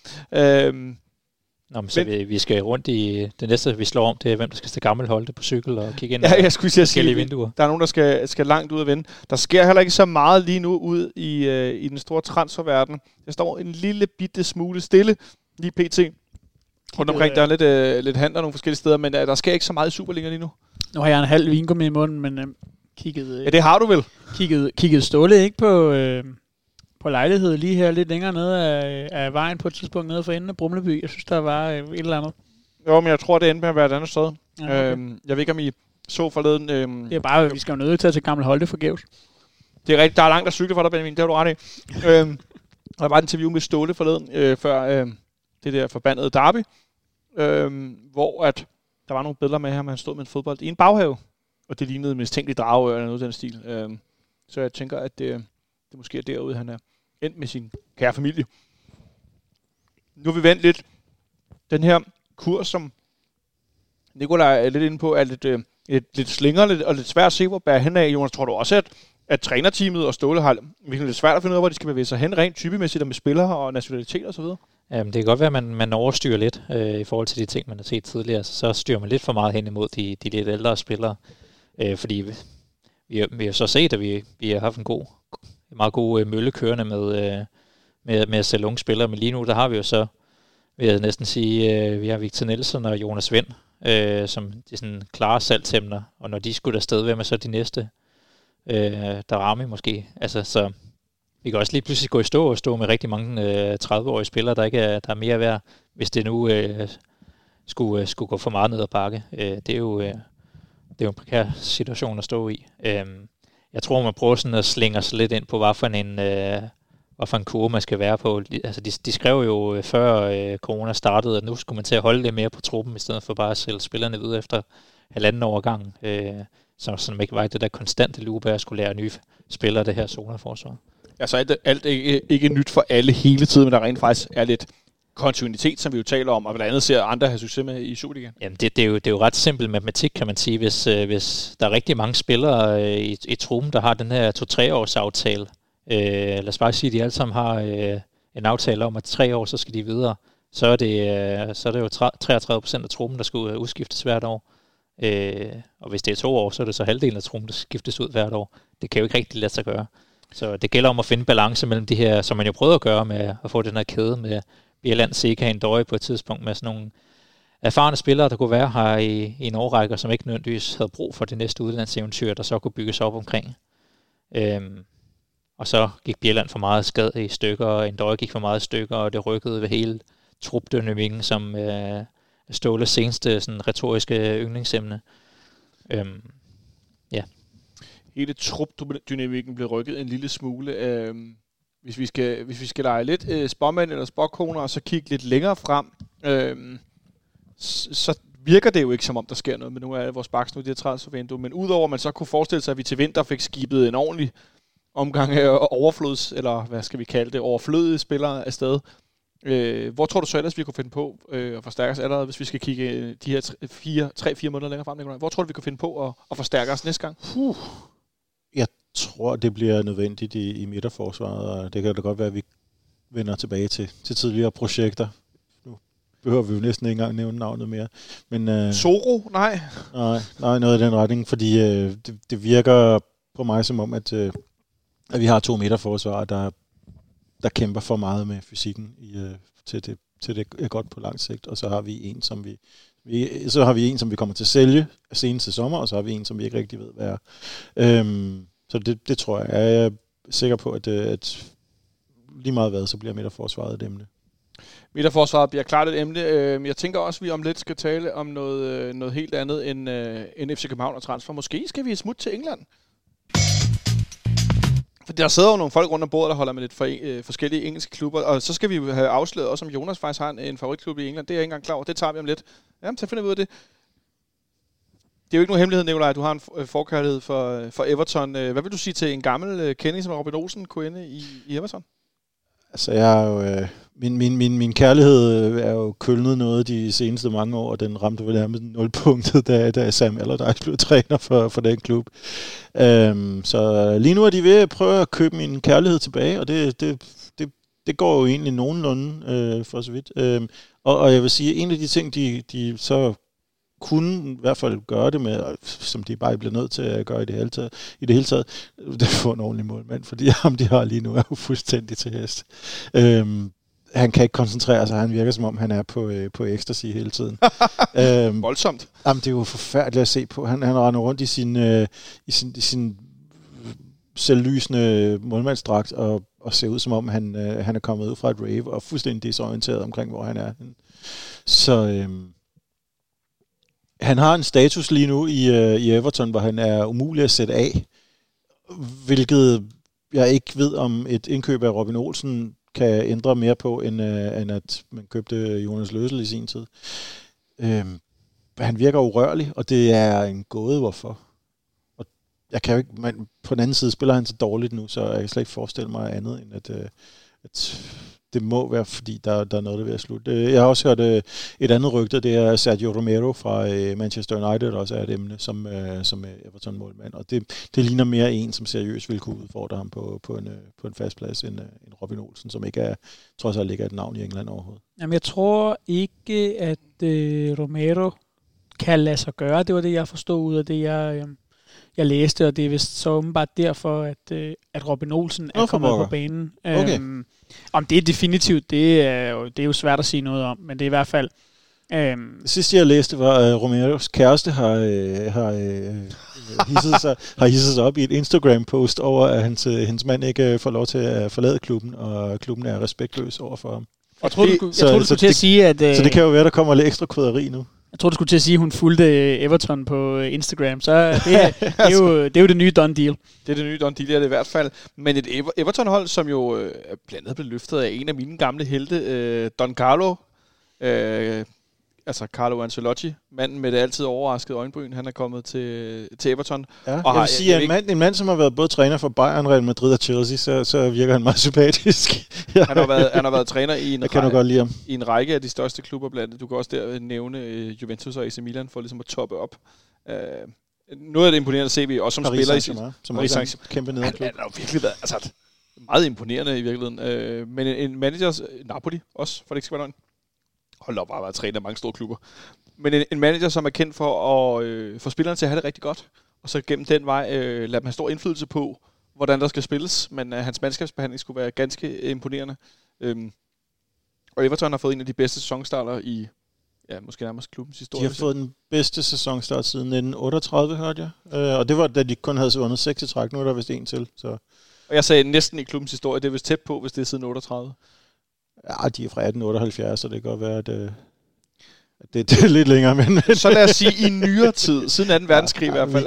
Speaker 5: Så vi skal rundt i det næste, vi slår om, det er, hvem der skal til Gammelholte på cykel og kigge ind
Speaker 2: jeg skulle sige,
Speaker 5: vinduer.
Speaker 2: Der er nogen, der skal langt ud og vende. Der sker heller ikke så meget lige nu ud i den store transferverden. Der står en lille bitte smule stille lige pt. Rundt omkring, der er lidt handler nogle forskellige steder, men der sker ikke så meget i Superliga lige nu.
Speaker 3: Nu har jeg en halv vingummi i munden, men kiggede...
Speaker 2: Ja, det har du vel.
Speaker 3: Kiggede Ståle ikke på lejlighed lige her lidt længere nede af vejen på et tidspunkt nede for enden af Brumleby. Jeg synes, der var et eller andet.
Speaker 2: Jo, men jeg tror, det endte med at være et andet sted. Ja, okay. Jeg ved ikke, om I så forleden...
Speaker 3: Det er bare, vi skal jo nødt til Gammelholte forgæves.
Speaker 2: Det er rigtigt. Der er langt at cykle for dig, Benjamin. Det har du ret i. Der var et interview med Ståle forleden, før det der forbandede derby, hvor at der var nogle billeder med ham, han stod med en fodbold i en baghave, og det lignede mistænkeligt drage eller noget af den stil. Så jeg tænker, at det måske er derude, han er endt med sin kære familie. Nu har vi vendt lidt den her kurs, som Nikolaj er lidt inde på, er lidt slingerligt og lidt svært at se, hvor bærer hen af. Jonas, tror du også, at trænerteamet og Ståle har virkelig lidt svært at finde ud af, hvor de skal bevæge sig hen, rent typemæssigt og med spillere og nationalitet og så videre?
Speaker 5: Det kan godt være, at man overstyrer lidt i forhold til de ting, man har set tidligere. Så styrer man lidt for meget hen imod de lidt ældre spillere. Fordi vi har så set, at vi har haft en meget god mølle kørende med at sælge unge spillere. Men lige nu, der har vi jo så, vil jeg næsten sige, vi har Victor Nielsen og Jonas Vind, som de sådan klare salgsemner. Og når de skulle afsted, hvem er så de næste? Der rammer måske. Altså, så vi kan også lige pludselig gå i stå med rigtig mange 30-årige spillere, der ikke der er mere værd, hvis det nu skulle gå for meget ned ad bakke. Det er jo en prekær situation at stå i. Jeg tror, man prøver sådan at slinge sig lidt ind på, hvad for en kurve man skal være på. Altså, de skrev jo før corona startede, at nu skulle man til at holde lidt mere på truppen, i stedet for bare at sælge spillerne videre efter 1,5 år gang. Så man ikke var i det der konstante loop af at skulle lære nye spillere det her zoneforsvar.
Speaker 2: Altså alt ikke nyt for alle hele tiden, men der rent faktisk er lidt kontinuitet, som vi jo taler om, og blandt andet ser andre have succes med i Superligaen.
Speaker 5: Jamen, det er jo ret simpel matematik, kan man sige. Hvis der er rigtig mange spillere i truppen, der har den her 2-3 års aftale, lad os bare sige, at de alle sammen har en aftale om, at 3 år, så skal de videre, så er det jo 33% af truppen, der skal udskiftes hvert år. Og hvis det er 2 år, så er det så halvdelen af truppen, der skiftes ud hvert år. Det kan jo ikke rigtig lade sig gøre. Så det gælder om at finde balance mellem de her, som man jo prøvede at gøre med at få den her kæde med Bjelland, Seca, Ndøje på et tidspunkt med sådan nogle erfarne spillere, der kunne være her i en årrække, som ikke nødvendigvis havde brug for det næste udlandseventyr, der så kunne bygges op omkring. Og så gik Bjelland for meget skad i stykker, og Ndøje gik for meget i stykker, og det rykkede ved hele trupdynamikken, som Ståles seneste sådan retoriske yndlingsemne. Ja.
Speaker 2: Hele trupdynamikken blev rykket en lille smule. Hvis vi skal lege lidt spåmænd eller spåkoner, og så kigge lidt længere frem, så virker det jo ikke som om, der sker noget med nogle af vores backs nu, de har transfervindue. Men udover at man så kunne forestille sig, at vi til vinter fik skibet en ordentlig omgang af overflods, eller hvad skal vi kalde det, overflødige spillere afsted. Hvor tror du så ellers, vi kunne finde på at forstærke os allerede, hvis vi skal kigge de her 3-4 måneder længere frem? Hvor tror du, vi kunne finde på at forstærke os næste gang?
Speaker 4: Jeg tror, det bliver nødvendigt i midterforsvaret, og det kan da godt være, at vi vender tilbage til tidligere projekter. Nu behøver vi jo næsten ikke engang nævne navnet mere. Men,
Speaker 2: Soro? Nej,
Speaker 4: noget i den retning, fordi det virker på mig som om, at vi har 2 midterforsvarer, der kæmper for meget med fysikken til det er godt på lang sigt, og så har vi en, som vi kommer til at sælge senest til sommer, og så har vi en, som vi ikke rigtig ved, hvad er. Så det tror jeg. Jeg er sikker på, at lige meget hvad, så bliver midterforsvaret et emne.
Speaker 2: Midterforsvaret bliver klart et emne. Jeg tænker også, at vi om lidt skal tale om noget helt andet end FC København og transfer. Måske skal vi smutte til England. For der sidder jo nogle folk rundt om bordet, der holder med lidt forskellige engelske klubber, og så skal vi jo have afsløret også, om Jonas faktisk har en favoritklub i England. Det er jeg ikke engang klar over. Det tager vi om lidt. Jamen, så finder vi ud af det. Det er jo ikke nogen hemmelighed, Nikolaj, du har en forkærlighed for Everton. Hvad vil du sige til en gammel kending, som Robin Olsen kunne ende i Everton?
Speaker 4: Altså, jeg er jo, min kærlighed er jo kølnet noget de seneste mange år, og den ramte vel nærmest 0-punktet, da Sam Allardyce blev træner for den klub. Så lige nu er de ved at prøve at købe min kærlighed tilbage, og det går jo egentlig nogenlunde for så vidt. Og jeg vil sige, en af de ting, de så kunne i hvert fald gøre det med, som de bare bliver nødt til at gøre i det hele taget, det får en ordentlig målmand, fordi ham de har lige nu er jo fuldstændig til hest. Han kan ikke koncentrere sig, han virker som om han er på ecstasy hele tiden.
Speaker 2: Voldsomt.
Speaker 4: Jamen, det er jo forfærdeligt at se på. Han render rundt i sin selvlysende målmandsdragt og ser ud som om han er kommet ud fra et rave og fuldstændig desorienteret omkring, hvor han er. Så han har en status lige nu i Everton, hvor han er umulig at sætte af, hvilket jeg ikke ved, om et indkøb af Robin Olsen kan ændre mere på, end at man købte Jonas Løssel i sin tid. Han virker urørlig, og det er en gåde, hvorfor. Og jeg kan jo ikke, men på den anden side spiller han så dårligt nu, så jeg kan slet ikke forestille mig andet, end at det må være, fordi der er noget, der vil slutte. Jeg har også hørt et andet rygte, det er Sergio Romero fra Manchester United, der også er et emne som Everton-målmand. Og det ligner mere en, som seriøst vil kunne udfordre ham på en fast plads, end Robin Olsen, som ikke er, trods alt ikke er et navn i England overhovedet. Jamen,
Speaker 3: jeg tror ikke, at Romero kan lade sig gøre. Det var det, jeg forstod ud af det, jeg læste, og det er vist så åbenbart derfor, at Robin Olsen er kommet på banen.
Speaker 4: Okay.
Speaker 3: Om det er definitivt, det er jo svært at sige noget om, men det er i hvert fald
Speaker 4: Sidste jeg læste var, Romeros kæreste har hisset sig op i et Instagram-post over, at hendes mand ikke får lov til at forlade klubben, og klubben er respektløs over for ham.
Speaker 3: Jeg tror, du skulle til at sige, at...
Speaker 4: Så det kan jo være, der kommer lidt ekstra krydderi nu.
Speaker 3: Jeg tror, du skulle til at sige, at hun fulgte Everton på Instagram. Så det er jo det nye done deal.
Speaker 2: Det er det nye done deal, er det i hvert fald. Men et Everton-hold, som jo blandt andet blev løftet af en af mine gamle helte, Don Carlo. Altså Carlo Ancelotti, manden med det altid overraskede øjenbryn, han er kommet til Everton.
Speaker 4: Ja, og jeg vil sige, at en mand, som har været både træner for Bayern, Real Madrid og Chelsea, så virker han meget sympatisk. Ja.
Speaker 2: Han har været træner i en række af de største klubber blandt. Du kan også der nævne Juventus og AC Milan for ligesom at toppe op. Noget af det imponerende ser vi også som
Speaker 4: Paris
Speaker 2: spiller i
Speaker 4: som også en kæmpe nederklub.
Speaker 2: Han har jo virkelig været meget imponerende i virkeligheden. Men en manager, Napoli også, for det ikke skal være løgn. Hold op, bare været træner af mange store klubber. Men en manager, som er kendt for at få spillerne til at have det rigtig godt, og så gennem den vej lade dem have stor indflydelse på, hvordan der skal spilles, men hans mandskabsbehandling skulle være ganske imponerende. Og Everton har fået en af de bedste sæsonstarter i, måske nærmest klubbens historie.
Speaker 4: De har fået den bedste sæsonstart siden 1938, hørte jeg. Og det var, da de kun havde vundet 6 i træk. Nu er der vist en til. Så.
Speaker 2: Og jeg sagde næsten i klubbens historie, det er vist tæt på, hvis det er siden 38.
Speaker 4: Ja, de er fra 1878, så det kan godt være, at det er lidt længere. Men
Speaker 2: så lad os sige i nyere tid, siden 2. verdenskrig i hvert fald.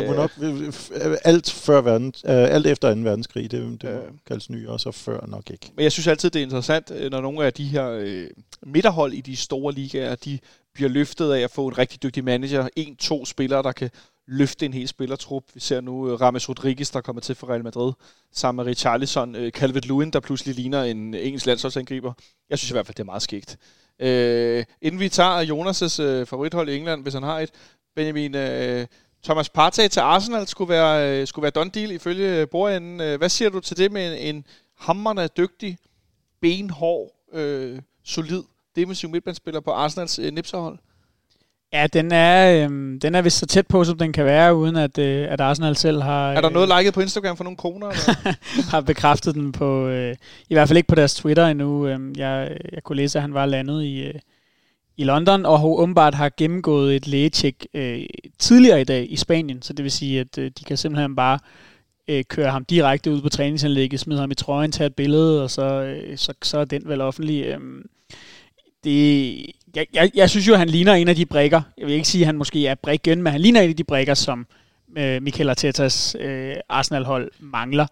Speaker 4: Alt efter 2. verdenskrig, det kaldes nyere, og så før nok ikke.
Speaker 2: Men jeg synes altid, det er interessant, når nogle af de her midterhold i de store ligaer, de bliver løftet af at få en rigtig dygtig manager. 1-2 spillere, der kan løfte en hel spillertrup. Vi ser nu Rames Rodriguez, der kommer til for Real Madrid, sammen med Richarlison, Calvert-Lewin, der pludselig ligner en engelsk landsholdsangriber. Jeg synes i hvert fald, det er meget skægt. Inden vi tager Jonas' favorithold i England, hvis han har et, Benjamin, Thomas Partey til Arsenal skulle være done deal ifølge bordenden. Hvad siger du til det med en hamrende dygtig, benhård, solid defensiv midtbanespiller på Arsenals nipserhold?
Speaker 3: Ja, den er vist så tæt på, som den kan være, uden at Arsenal selv har...
Speaker 2: Er der noget liket på Instagram for nogle koner?
Speaker 3: har bekræftet den på... I hvert fald ikke på deres Twitter endnu. Jeg kunne læse, at han var landet i London, og åbenbart har gennemgået et lægetjek tidligere i dag i Spanien. Så det vil sige, at de kan simpelthen bare køre ham direkte ud på træningsanlægget, smide ham i trøjen, tage et billede, og så er den vel offentlig... Jeg synes jo, at han ligner en af de brikker. Jeg vil ikke sige, at han måske er brikken, men han ligner en af de brikker, som Mikel Artetas Arsenal-hold mangler.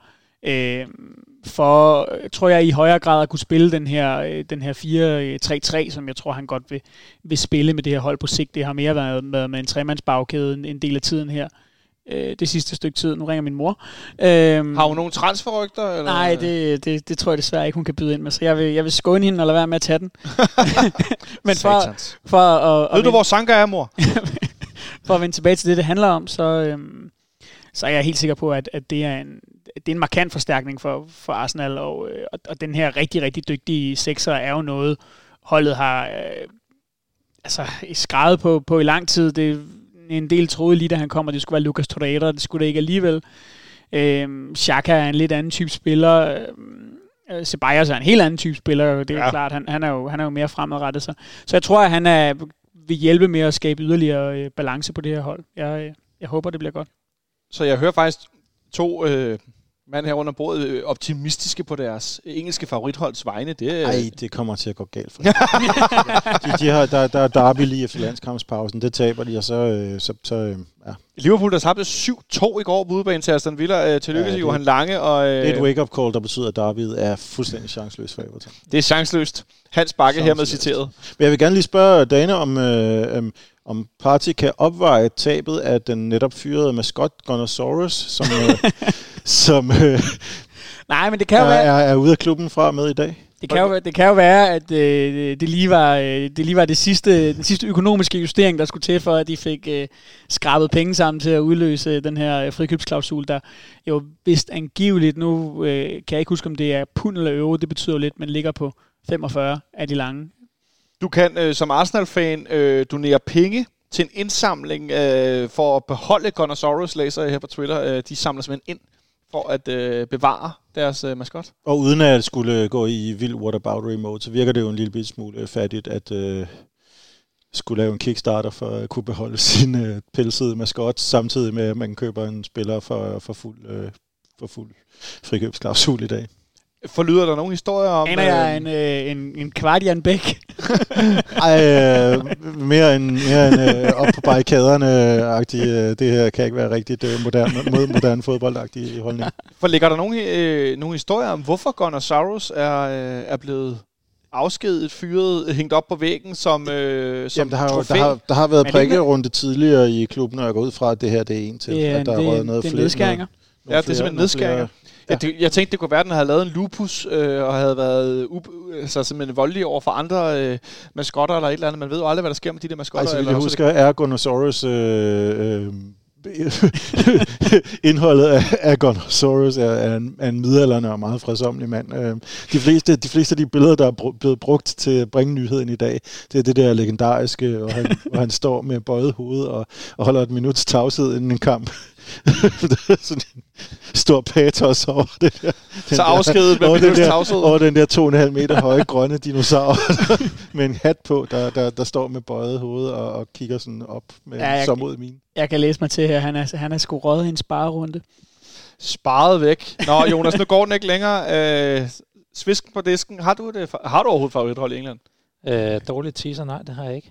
Speaker 3: For, tror jeg, i højere grad at kunne spille den her 4-3-3, som jeg tror, han godt vil spille med det her hold på sigt. Det har mere været med en tremandsbagkæde en del af tiden her. Det sidste stykke tid. Nu ringer min mor.
Speaker 2: Har hun nogle transferrygter? Eller?
Speaker 3: Nej, det tror jeg desværre ikke, hun kan byde ind med. Så jeg vil skåne hende og lade være med at tage den. Men
Speaker 2: ved du, hvor Sanka er, mor?
Speaker 3: For at vende tilbage til det handler om, så er jeg helt sikker på, at det er en markant forstærkning for Arsenal. Og den her rigtig, rigtig dygtige sekser er jo noget, holdet har skrevet på i lang tid. Det en del troede lige, da han kommer, det skulle være Lucas Torreira, det skulle det ikke alligevel. Xhaka er en lidt anden type spiller. Ceballos er en helt anden type spiller, det er klart. Han er jo mere fremadrettet. Så jeg tror, at han vil hjælpe med at skabe yderligere balance på det her hold. Jeg håber, det bliver godt.
Speaker 2: Så jeg hører faktisk to mand her under bordet optimistiske på deres engelske favoritholds vegne.
Speaker 4: Det kommer til at gå galt for dem. Der er derby lige efter landskampspausen. Det taber de, og så
Speaker 2: Liverpool, der tabte 7-2 i går på udebane til Aston Villa. Tillykke til Johan Lange. Og,
Speaker 4: det er et wake-up call, der betyder, at derbyet er fuldstændig chanceløst for Everton.
Speaker 2: Det er chanceløst. Hans Bakke hermed citeret.
Speaker 4: Men jeg vil gerne lige spørge Dane, om Partey kan opveje tabet af den netop fyrede maskot Gunnosaurus, som
Speaker 3: nej, men det kan jo være,
Speaker 4: er ude af klubben fra med i dag.
Speaker 3: Det kan jo være, at det lige var den sidste økonomiske justering, der skulle til for, at de fik skrabet penge sammen til at udløse den her frikøbsklausul, der jo vist angiveligt, nu kan jeg ikke huske, om det er pund eller euro, det betyder lidt, men ligger på 45 af de lange. Du
Speaker 2: kan som Arsenal-fan donere penge til en indsamling for at beholde Gunnosaurus, læser jeg her på Twitter. De samler simpelthen ind for at bevare deres maskot.
Speaker 4: Og uden at skulle gå i vild whataboutery mode, så virker det jo en lille smule fattigt, at skulle lave en Kickstarter for at kunne beholde sin pelsede maskot, samtidig med, at man køber en spiller for fuld frikøbsklausul i dag.
Speaker 2: Forlyder der nogle historier om...
Speaker 3: Aner jeg en Kvartian Bæk?
Speaker 4: Mere end op på barrikaderne-agtigt. Det her kan ikke være rigtigt moderne fodboldagtig holdning.
Speaker 2: For ligger der nogle historier om, hvorfor Gunnosaurus er blevet afskediget, fyret, hængt op på væggen som trofæ?
Speaker 4: Der har været prikkerunde tidligere i klubben, og jeg går ud fra, at det her det er en til. At der er røget noget flere.
Speaker 3: Nedskæringer.
Speaker 2: Ja, det er simpelthen nedskæringer. Ja. Jeg tænkte, det kunne være, at den havde lavet en lupus og havde været simpelthen voldelig over for andre maskotter eller et eller andet. Man ved jo aldrig, hvad der sker med de der maskotter.
Speaker 4: Altså, jeg husker, at Gunnosaurus indholdet af Gunnosaurus er en midaldrende og meget fredsomlig mand. De fleste af de billeder, der er blevet brugt til at bringe nyheden i dag, det er det der legendariske, hvor han står med bøjet hoved og holder et minuts tavshed inden en kamp. Sådan en stor patos over det der.
Speaker 2: Så afskedet med minuts tavshed.
Speaker 4: Over den der 2,5 meter høje grønne dinosaur med en hat på, der står med bøjet hoved og kigger sådan op med som mod min.
Speaker 3: Jeg kan læse mig til her, han er sgu røget i en sparerunde.
Speaker 2: Sparet væk. Nå, Jonas, nu går den ikke længere. Svisken på disken. Har du overhovedet favorithold i England?
Speaker 5: Dårligt teaser, nej, det har jeg ikke.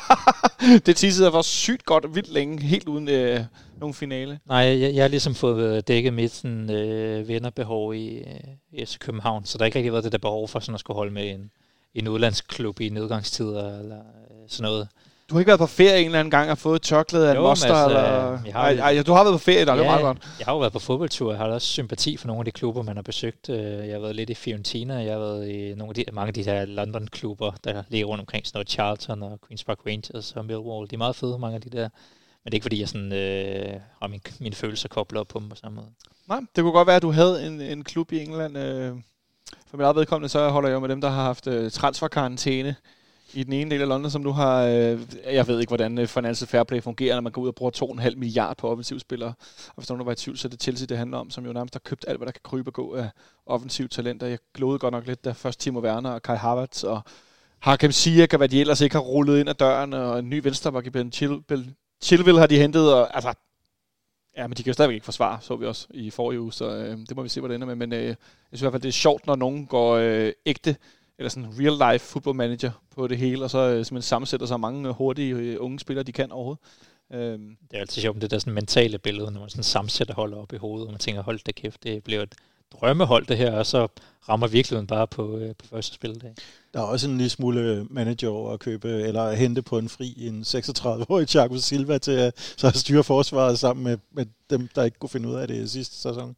Speaker 2: Det teaser var sygt godt vildt længe, helt uden nogen finale.
Speaker 5: Nej, jeg har ligesom fået dækket mit vinderbehov i FC København, så der har ikke rigtig været det der behov for sådan at skulle holde med en udlandsklub i nedgangstider eller sådan noget.
Speaker 2: Du har ikke været på ferie en eller anden gang og fået et tørklæde af en moster? Altså, du har været på ferie, der er jo meget godt.
Speaker 5: Jeg har jo været på fodboldtur. Jeg har også sympati for nogle af de klubber, man har besøgt. Jeg har været lidt i Fiorentina. Jeg har været i mange af de her London-klubber, der ligger rundt omkring. Sådan noget Charlton og Queen's Park Rangers og Millwall. De er meget fede, mange af de der. Men det er ikke fordi, jeg sådan, har mine følelser koblet op på dem på samme måde.
Speaker 2: Nej, det kunne godt være, at du havde en klub i England. For mit eget vedkommende, så holder jeg jo med dem, der har haft transferkarantæne i den ene del af London, som nu har... jeg ved ikke, hvordan Financial Fair Play fungerer, når man går ud og bruger 2,5 milliarder på offensivspillere. Og hvis nogen var i tvivl, så er det Chelsea, det handler om, som jo nærmest har købt alt, hvad der kan krybe og gå af offensive talenter. Jeg glodede godt nok lidt, da først Timo Werner og Kai Havertz og Hakim Ziyech, hvad de ellers ikke har rullet ind ad døren, og en ny venstreback i Ben Chilwell har de hentet, og altså... Ja, men de kan jo stadigvæk ikke forsvare, så vi også i forrige uge, så det må vi se, hvad det ender med. Men jeg synes i hvert fald, det er sjovt, når nogen går ægte, eller sådan real life football manager på det hele, og så simpelthen sammensætter sig mange hurtige unge spillere, de kan overhovedet.
Speaker 5: Det er altid sjovt, det der sådan mentale billede, når man sådan sammensætter hold op i hovedet, og man tænker, hold da kæft, det bliver et drømmehold det her, og så rammer virkeligheden bare på første spildag.
Speaker 4: Der er også en lille smule manager over at købe, eller hente på en fri en 36-årig Thiago Silva til at styre forsvaret sammen med dem, der ikke kunne finde ud af det i sidste sæson.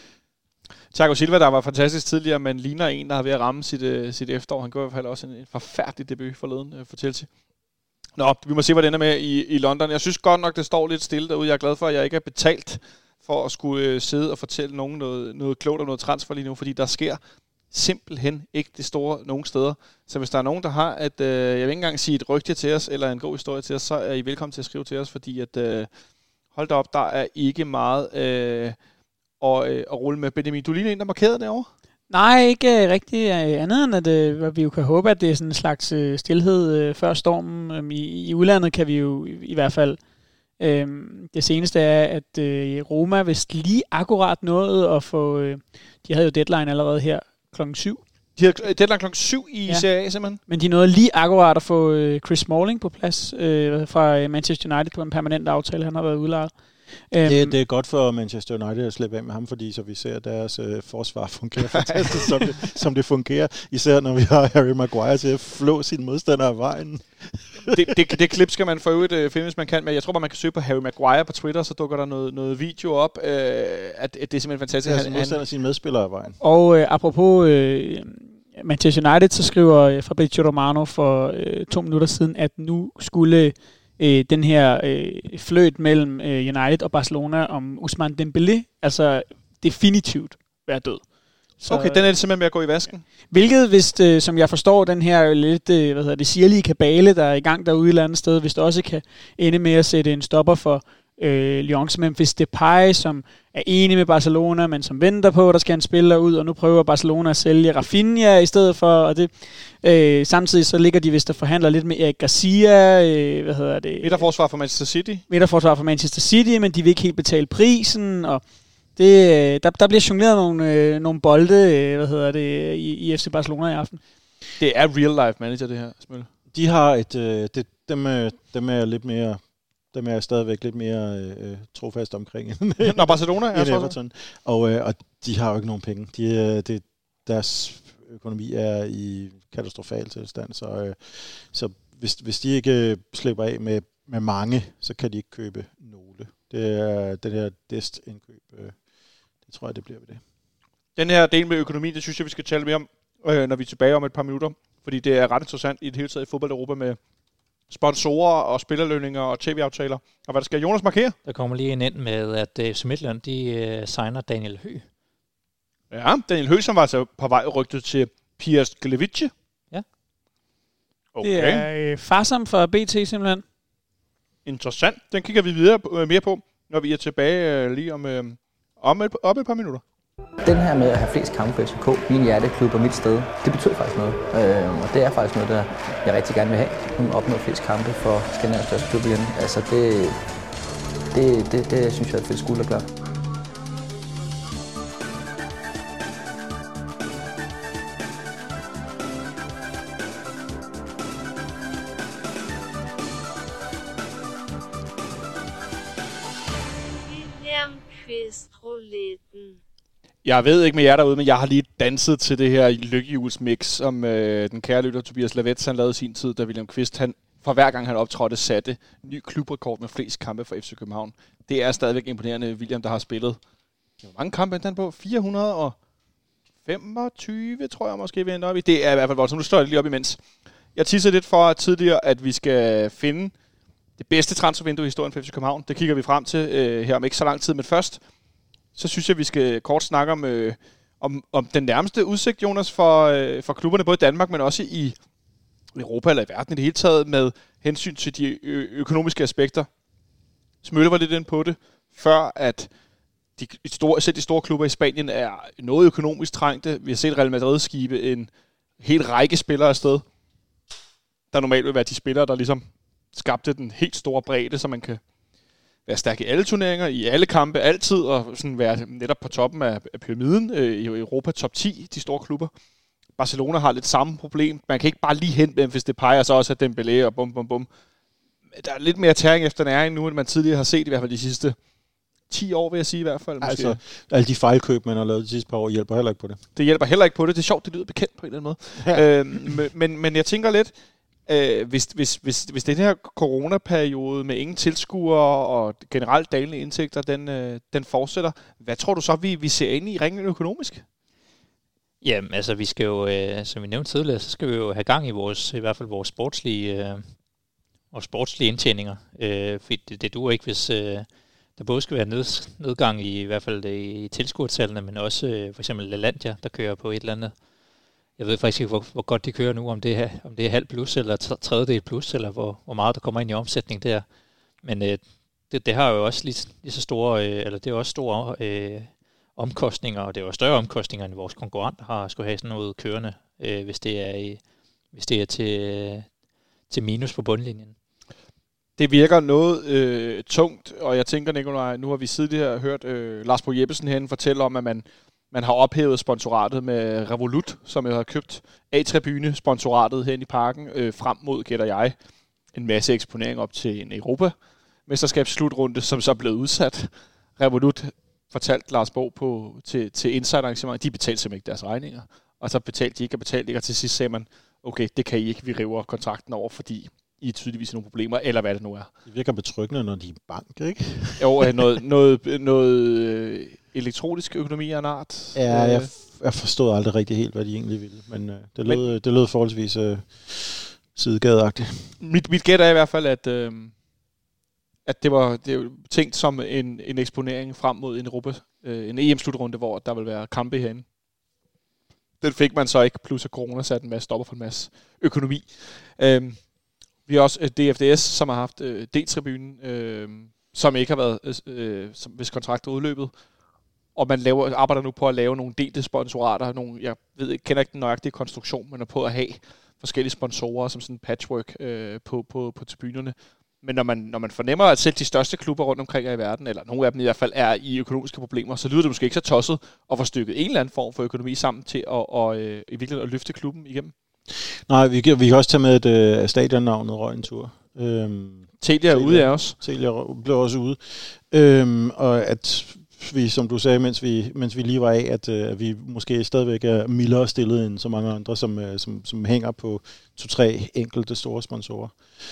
Speaker 2: Thiago Silva, der var fantastisk tidligere, men ligner en, der har ved at ramme sit efterår. Han går i hvert fald også en forfærdelig debut forleden for Chelsea. Nå, vi må se, hvad det ender med i London. Jeg synes godt nok, det står lidt stille derude. Jeg er glad for, at jeg ikke er betalt for at skulle sidde og fortælle nogen noget klogt om noget transfer lige nu, fordi der sker simpelthen ikke det store nogen steder. Så hvis der er nogen, der har jeg vil ikke engang sige et rygte til os, eller en god historie til os, så er I velkommen til at skrive til os, fordi hold da op, der er ikke meget at rulle med. Benjamin, du ligner en, der markerede derovre?
Speaker 3: Nej, ikke rigtig andet end, at vi jo kan håbe, at det er sådan en slags stilhed før stormen. I udlandet kan vi jo i hvert fald... det seneste er, at Roma vist lige akkurat nåede at få... de havde jo deadline allerede her klokken 7.
Speaker 2: De havde deadline klokken 7 i Serie A, simpelthen?
Speaker 3: Men de nåede lige akkurat at få Chris Smalling på plads fra Manchester United på en permanent aftale. Han har været udlejet.
Speaker 4: Det er godt for Manchester United at slippe af med ham, fordi så vi ser deres forsvar fungere fantastisk, som det fungerer. Især når vi har Harry Maguire til at flå sine modstandere af vejen.
Speaker 2: Det klip skal man for øvrigt finde, hvis man kan. Men jeg tror bare, man kan søge på Harry Maguire på Twitter, så dukker der noget video op. At det er simpelthen fantastisk.
Speaker 4: Ja, han modstander sine medspillere af vejen.
Speaker 3: Og apropos Manchester United, så skriver Fabrizio Romano for 2 minutter siden, at nu skulle... den her fløjt mellem United og Barcelona om Ousmane Dembélé, altså definitivt være død.
Speaker 2: Så, okay, den er simpelthen med at gå i vasken.
Speaker 3: Hvilket, hvis som jeg forstår, den her lidt sirlige kabale, der er i gang derude et eller andet sted, hvis det også kan ende med at sætte en stopper for Lyons Memphis Depay, som er enig med Barcelona, men som venter på, at der skal en spiller ud, og nu prøver Barcelona at sælge Rafinha i stedet for, og det samtidig så ligger de vist og forhandler lidt med Eric Garcia,
Speaker 2: midterforsvar for Manchester City.
Speaker 3: Midterforsvar for Manchester City, men de vil ikke helt betale prisen, og der bliver jongleret nogle bolde, i FC Barcelona i aften.
Speaker 2: Det er real life manager, det her, Smølle.
Speaker 4: De har dem er lidt mere. Dem er stadigvæk lidt mere trofast omkring
Speaker 2: Når Barcelona er
Speaker 4: Everton. Og de har jo ikke nogen penge. Deres økonomi er i katastrofal tilstand, så hvis de ikke slipper af med mange, så kan de ikke købe nogle. Det er det her Dest-indkøb. Det tror jeg, det bliver ved det.
Speaker 2: Den her del med økonomi, det synes jeg, vi skal tale mere om, når vi er tilbage om et par minutter. Fordi det er ret interessant i det hele taget i fodbold Europa med sponsorer og spillerlønninger og tv-aftaler. Og hvad der skal Jonas markere?
Speaker 5: Der kommer lige en ind med, at FC Midtjylland, de signer Daniel Høgh.
Speaker 2: Ja, Daniel Høgh, som var altså på vej rygtet til Piers Glevice.
Speaker 5: Ja.
Speaker 2: Okay.
Speaker 3: Det er farsom for BT simpelthen.
Speaker 2: Interessant. Den kigger vi videre mere på, når vi er tilbage lige om et par minutter.
Speaker 8: Den her med at have flest kampe for FCK, min hjerteklub og mit sted, det betyder faktisk noget. Og det er faktisk noget, der jeg rigtig gerne vil have. At opnå flest kampe for Skandinaviens største klub igen. Altså det synes jeg er et fedt skulderklap.
Speaker 2: Jeg ved ikke med jer derude, men jeg har lige danset til det her lykkehjulsmix, som den kære lytter Tobias Lavets, han lavede sin tid, da William Kvist, han for hver gang han optrådte, satte ny klubrekord med flest kampe for FC København. Det er stadigvæk imponerende, William, der har spillet. Hvor mange kampe endte han på? 425, tror jeg måske, vi endte op i. Det er i hvert fald voldsomt. Nu står jeg lige op imens. Jeg teaser lidt for tidligere, at vi skal finde det bedste transfervindue i historien for FC København. Det kigger vi frem til her om ikke så lang tid, men først så synes jeg, vi skal kort snakke om den nærmeste udsigt, Jonas, for klubberne, både i Danmark, men også i Europa eller i verden i det hele taget, med hensyn til de økonomiske aspekter. Smølle var lidt inde på det, før at selv de store klubber i Spanien er noget økonomisk trængte. Vi har set Real Madrid skibe en hel række spillere afsted, der normalt vil være de spillere, der ligesom skabte den helt store bredde, så man kan være stærk i alle turneringer, i alle kampe, altid, og sådan være netop på toppen af pyramiden i Europa top 10, de store klubber. Barcelona har lidt samme problem. Man kan ikke bare lige hente Memphis Depay, og så også have Dembélé og bum, bum, bum. Der er lidt mere tæring efter næring nu, end man tidligere har set, i hvert fald de sidste 10 år, vil jeg sige i hvert fald.
Speaker 4: Altså, alle de fejlkøb, man har lavet de sidste par år, hjælper heller ikke på det.
Speaker 2: Det hjælper heller ikke på det. Det er sjovt, det lyder bekendt på en eller anden måde. Ja. Men jeg tænker lidt, hvis den her coronaperiode med ingen tilskuere og generelt dalende indtægter, den fortsætter, hvad tror du så, vi ser ind i ringen økonomisk?
Speaker 5: Jamen, altså vi skal jo, som vi nævnte tidligere, så skal vi jo have gang i i hvert fald vores sportslige indtjeninger. For det duer ikke, hvis der både skal være nedgang i hvert fald i tilskuertallene, men også for eksempel LaLandia, der kører på et eller andet. Jeg ved faktisk ikke, hvor godt de kører nu, om det er halv plus eller tredjedel plus, eller hvor meget der kommer ind i omsætning der. Men det har jo også lige så store, eller det er også store omkostninger, og det er jo større omkostninger, end vores konkurrenter har skulle have sådan noget kørende, hvis det er til minus på bundlinjen.
Speaker 2: Det virker noget tungt, og jeg tænker, Nikolaj, nu har vi tidligere hørt Lars Bo Jeppesen herinde fortælle om, at man har ophævet sponsoratet med Revolut, som jeg har købt A-tribune-sponsoratet herinde i parken, frem mod, gætter jeg, en masse eksponering op til en Europa-mesterskabsslutrunde, som så er blevet udsat. Revolut fortalte Lars Bo til Insider-arrangement, de betalte simpelthen ikke deres regninger, og så betalte de ikke, og til sidst sagde man, okay, det kan I ikke, vi river kontrakten over, fordi I tydeligvis nogle problemer, eller hvad det nu er.
Speaker 4: Det virker betryggende, når de er bank, ikke?
Speaker 2: Jo, noget elektronisk økonomi af en art.
Speaker 4: Ja, jeg forstod aldrig rigtig helt, hvad de egentlig ville, men det lød forholdsvis sidegadeagtigt.
Speaker 2: Mit gæt er i hvert fald, at det var tænkt som en eksponering frem mod en Europa, en EM-slutrunde, hvor der vil være kampe herinde. Den fik man så ikke, plus at corona satte en masse stopper for en masse økonomi. Vi har også DFDS, som har haft D-tribunen, som ikke har været, hvis kontraktet er udløbet. Og man arbejder nu på at lave nogle delte sponsorater. Jeg kender ikke den nøjagtige konstruktion, men er på at have forskellige sponsorer som sådan en patchwork på tribunerne. Men når man fornemmer, at selv de største klubber rundt omkring i verden, eller nogle af dem i hvert fald, er i økonomiske problemer, så lyder det måske ikke så tosset at få stykket en eller anden form for økonomi sammen til i virkeligheden at løfte klubben igennem.
Speaker 4: Nej, vi kan også tage med, at stadionnavnet røg en tur.
Speaker 2: Telia er ude af os.
Speaker 4: Telia blev også ude. Og at vi, som du sagde, mens vi lige var af, at vi måske stadigvæk er mildere stillet end så mange andre, som hænger på 2-3 enkelte store sponsorer.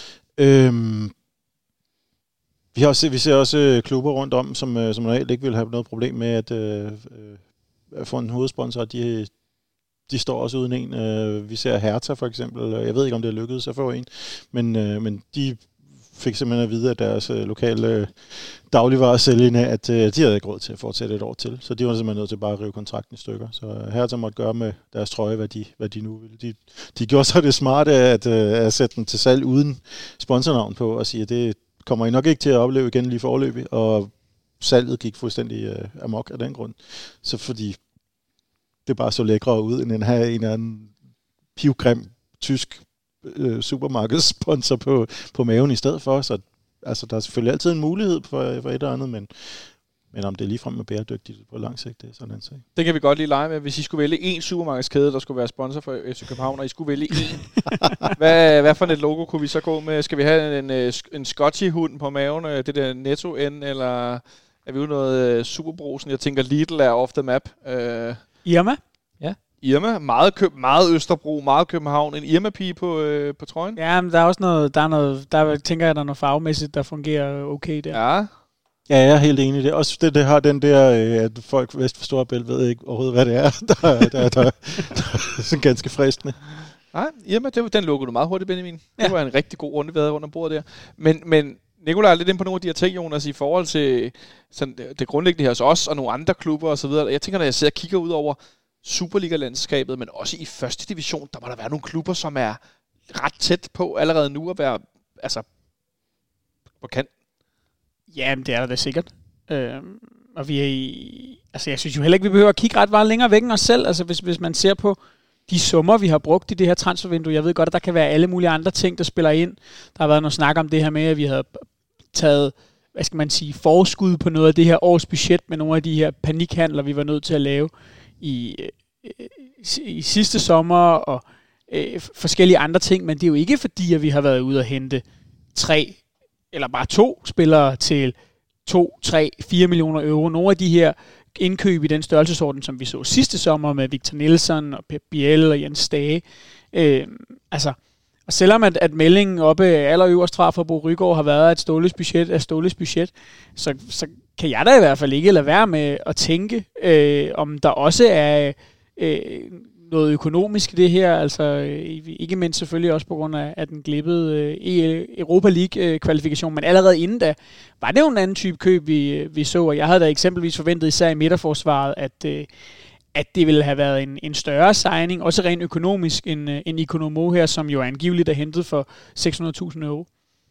Speaker 4: Vi ser også klubber rundt om, som normalt ikke vil have noget problem med at få en hovedsponsor. De står også uden en. Vi ser Hertha for eksempel. Jeg ved ikke, om det er lykkedes at få en, men de fik simpelthen at vide, at deres lokale dagligvaresælgende, at de havde ikke råd til at fortsætte et år til. Så de var simpelthen nødt til bare at rive kontrakten i stykker. Så Hertha måtte gøre med deres trøje, hvad de nu ville. De gjorde så det smarte at sætte den til salg uden sponsornavn på og sige, at det kommer I nok ikke til at opleve igen lige foreløbig. Og salget gik fuldstændig amok af den grund. Så fordi det bare så lækre ud, end at have en eller anden pivgrim tysk supermarkedssponsor på maven i stedet for. Så altså, der er selvfølgelig altid en mulighed for et eller andet, men om det ligefrem er bæredygtigt på lang sigt, det er sådan en sag.
Speaker 2: Det kan vi godt lige lege med. Hvis I skulle vælge en supermarkedskæde, der skulle være sponsor for FC København, og I skulle vælge en, hvad for et logo kunne vi så gå med? Skal vi have en Scotchy-hund på maven, det der Netto-N, eller er vi ude noget Superbrosen? Jeg tænker, Lidl er off the map.
Speaker 3: Irma?
Speaker 5: Ja.
Speaker 2: Irma, meget Østerbro, meget København, en Irma-pige på trøjen.
Speaker 3: Ja, men der er også der tænker jeg, der er noget farvemæssigt, der fungerer okay der.
Speaker 2: Ja.
Speaker 4: Ja, jeg er helt enig i det. Også det har den der, at folk vest for Storebælt ved ikke overhovedet, hvad det er. Der er sådan ganske fristende.
Speaker 2: Nej, Irma, den lukkede du meget hurtigt, Benjamin. Ja. Det var en rigtig god runde, vi havde under bordet der. Men Nikolaj er lidt inde på nogle af de her ting, Jonas, i forhold til sådan, det grundlæggende her hos os og nogle andre klubber osv. Jeg tænker, når jeg sidder og kigger ud over Superliga-landskabet, men også i første division, der må der være nogle klubber, som er ret tæt på allerede nu at være på kant.
Speaker 3: Jamen, det er der da sikkert. Og jeg synes jo heller ikke, vi behøver at kigge ret meget længere væk end os selv. Altså, hvis man ser på de summer, vi har brugt i det her transfervindue. Jeg ved godt, at der kan være alle mulige andre ting, der spiller ind. Der har været noget snak om det her med, at vi havde taget, forskud på noget af det her års budget med nogle af de her panikhandler, vi var nødt til at lave i sidste sommer og forskellige andre ting. Men det er jo ikke fordi, at vi har været ude at hente 3 eller bare 2 spillere til 2, 3, 4 millioner euro. Nogle af de her indkøb i den størrelsesorden, som vi så sidste sommer med Victor Nielsen og Pep Biel og Jens Stage. Og selvom at meldingen oppe allerøverst fra Bo Rygaard har været, at Ståles budget, så kan jeg da i hvert fald ikke lade være med at tænke, om der også er noget økonomisk i det her, altså ikke mindst selvfølgelig også på grund af den glippede Europa League-kvalifikation, men allerede inden da, var det jo en anden type køb, vi så, og jeg havde da eksempelvis forventet, især i midterforsvaret, at det ville have været en større signing, også rent økonomisk, end Ikonomo her, som jo angiveligt er hentet for 600.000 euro.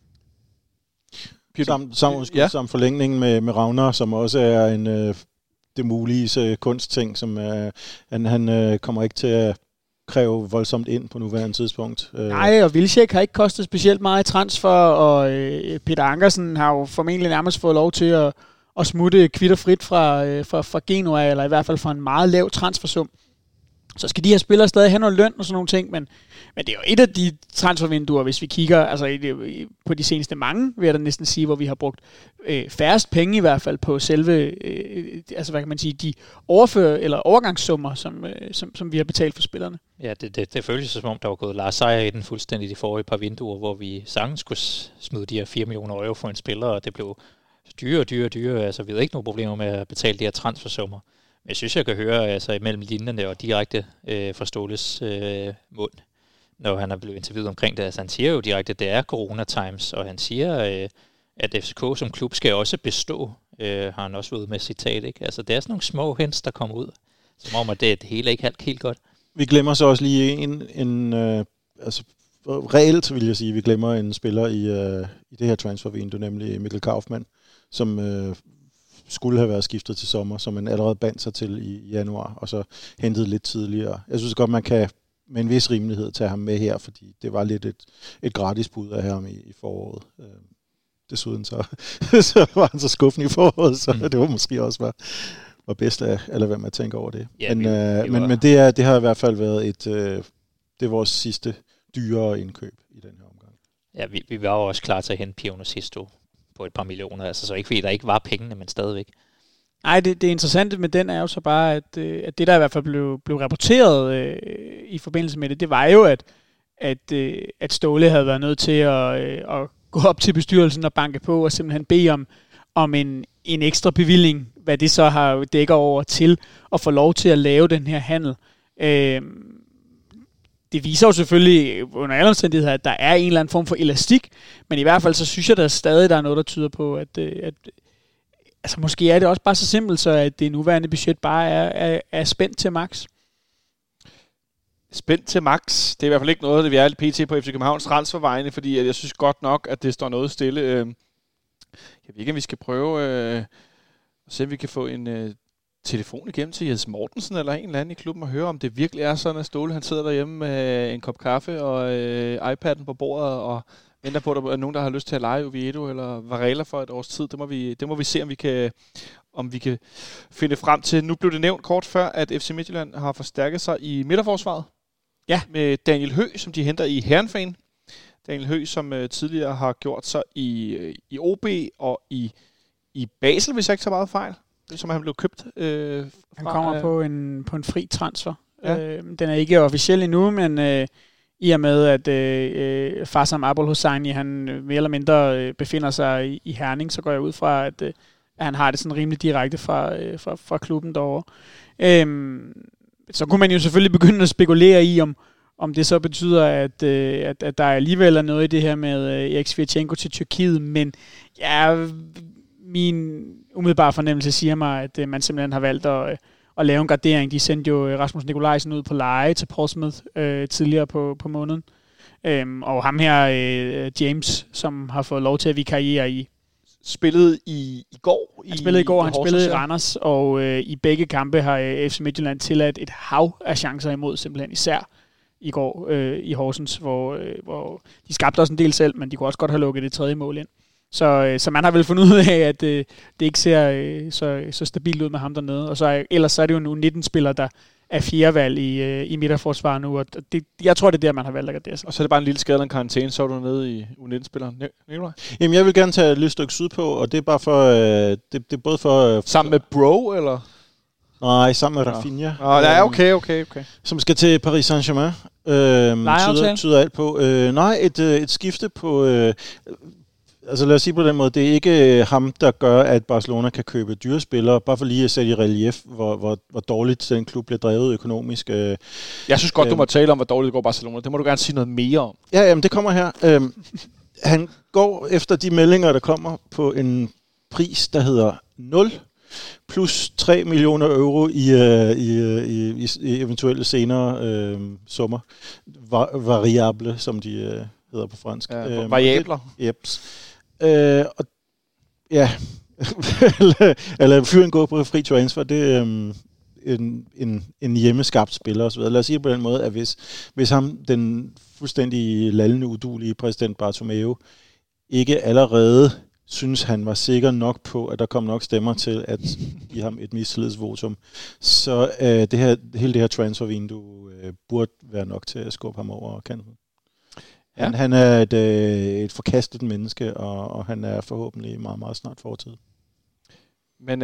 Speaker 4: Samt forlængningen med Ragnar, som også er det mulige kunstting, som han kommer ikke til at kræve voldsomt ind på nuværende tidspunkt.
Speaker 3: Nej, og Wilczek har ikke kostet specielt meget i transfer, og Peter Ankersen har jo formentlig nærmest fået lov til at smutte kvitterfrit fra Genoa, eller i hvert fald fra en meget lav transfersum. Så skal de her spillere stadig have noget løn og sådan nogle ting, men det er jo et af de transfervinduer, hvis vi kigger på de seneste mange, vil jeg da næsten sige, hvor vi har brugt færrest penge i hvert fald på selve, de overgangssummer, som vi har betalt for spillerne.
Speaker 5: Ja, det føles som om, der var gået Lars Seier i den fuldstændig de forrige par vinduer, hvor vi sagtens skulle smide de her 4 millioner euro for en spiller, og det blev dyre. Altså, vi havde ikke nogen problemer med at betale de her transfersummer. Men jeg synes, jeg kan høre imellem linjerne og direkte fra Ståles mund, når han er blevet interviewet omkring det. Altså, han siger jo direkte, at det er corona times, og han siger, at FCK som klub skal også bestå, har han også været med citat, ikke? Altså, det er sådan nogle små hints, der kommer ud, som om, at det hele ikke er helt godt.
Speaker 4: Vi glemmer så også lige reelt vil jeg sige, at vi glemmer en spiller i det her transfervindue, nemlig Mikkel Kaufmann, som skulle have været skiftet til sommer, som man allerede bandt sig til i januar, og så hentede lidt tidligere. Jeg synes godt, man kan med en vis rimelighed tage ham med her, fordi det var lidt et gratis bud af ham i foråret. Desuden så var han så skuffende i foråret, så det var måske også var bedst af, eller hvad man tænker over det. Ja, men det har i hvert fald været det er vores sidste dyrere indkøb i den her omgang.
Speaker 5: Ja, vi var jo også klar til at hente Pio Sisto på et par millioner, altså så ikke fordi der ikke var pengene, men stadigvæk.
Speaker 3: Nej, det interessante med den er jo så bare, at det der i hvert fald blev rapporteret i forbindelse med det var jo, at Ståle havde været nødt til at gå op til bestyrelsen og banke på og simpelthen bede om en ekstra bevilling, hvad det så har dækker over til at få lov til at lave den her handel. Det viser jo selvfølgelig under alle omstændigheder, at der er en eller anden form for elastik, men i hvert fald så synes jeg, der stadig er noget, der tyder på, at altså måske er det også bare så simpelt, så at det nuværende budget bare er spændt til max.
Speaker 2: Spændt til max. Det er i hvert fald ikke noget, det vi er lidt pt. På FC Københavns transfervejene, fordi jeg synes godt nok, at det står noget stille. Jeg ved ikke, om vi skal prøve at se, om vi kan få en telefon igennem til Jens Mortensen eller en eller anden i klubben og høre, om det virkelig er sådan, at Ståle han sidder derhjemme med en kop kaffe og iPad'en på bordet og venter på, at der er nogen, der har lyst til at lege Oviedo eller Varela for et års tid. Det må vi se, om vi kan finde frem til. Nu blev det nævnt kort før, at FC Midtjylland har forstærket sig i midterforsvaret. Ja. Med Daniel Høgh, som de henter i Herrenfeen. Daniel Høgh, som tidligere har gjort sig i OB og i Basel, hvis jeg ikke tager meget fejl. Som han blev købt.
Speaker 3: Han kommer på en fri transfer. Ja. Den er ikke officiel endnu, men i og med, at Farsam Abul Hosseini, han mere eller mindre befinder sig i Herning, så går jeg ud fra, at han har det sådan rimelig direkte fra klubben derovre. Så kunne man jo selvfølgelig begynde at spekulere i, om det så betyder, at der alligevel er noget i det her med Erik Svirchenko til Tyrkiet, men ja, min umiddelbare fornemmelse siger mig, at man simpelthen har valgt at lave en gardering. De sendte jo Rasmus Nikolajsen ud på leje til Portsmouth tidligere på måneden. Og ham her, James, som har fået lov til at vikariere i.
Speaker 2: Spillede i går?
Speaker 3: Han spillede i går, han spillede i Randers, og i begge kampe har FC Midtjylland tilladt et hav af chancer imod, simpelthen især i går i Horsens, hvor de skabte også en del selv, men de kunne også godt have lukket det tredje mål ind. Så man har vel fundet ud af, at det ikke ser så stabilt ud med ham dernede. Og ellers så er det jo en U19-spiller, der er fjerdevalg i midterforsvaret nu. Og jeg tror, det er der, man har valgt at gardere sig.
Speaker 2: Og så er det bare en lille skade eller en karantæne, så er du nede i U19-spilleren. Nikolaj?
Speaker 4: Jamen, jeg vil gerne tage et lille stykke sydpå, og det er bare for... det er både for...
Speaker 2: Sammen med Bro, eller?
Speaker 4: Nej, sammen med Rafinha.
Speaker 2: Ja, okay.
Speaker 4: Som skal til Paris Saint-Germain. Tyder alt på. Nej, et skifte på... Altså lad os sige på den måde, det er ikke ham, der gør, at Barcelona kan købe dyre spillere, bare for lige at sætte i relief, hvor dårligt den klub bliver drevet økonomisk.
Speaker 2: Jeg synes godt, du må tale om, hvor dårligt det går Barcelona. Det må du gerne sige noget mere om.
Speaker 4: Ja, jamen det kommer her. Han går efter de meldinger, der kommer på en pris, der hedder 0 plus 3 millioner euro i eventuelle senere summer. Variable, som de hedder på fransk.
Speaker 2: Ja, variabler.
Speaker 4: Jeps. Og ja, eller fyren gå på fri transfer, det er en hjemmeskabt spiller osv. Lad os sige på den måde, at hvis ham, den fuldstændig lallende, udulige præsident Bartomeu, ikke allerede synes, han var sikker nok på, at der kom nok stemmer til at give ham et mistillidsvotum, så hele det her transfervindue burde være nok til at skubbe ham over kanten. Ja. Han er et forkastet menneske, og han er forhåbentlig meget, meget snart fortid.
Speaker 2: Men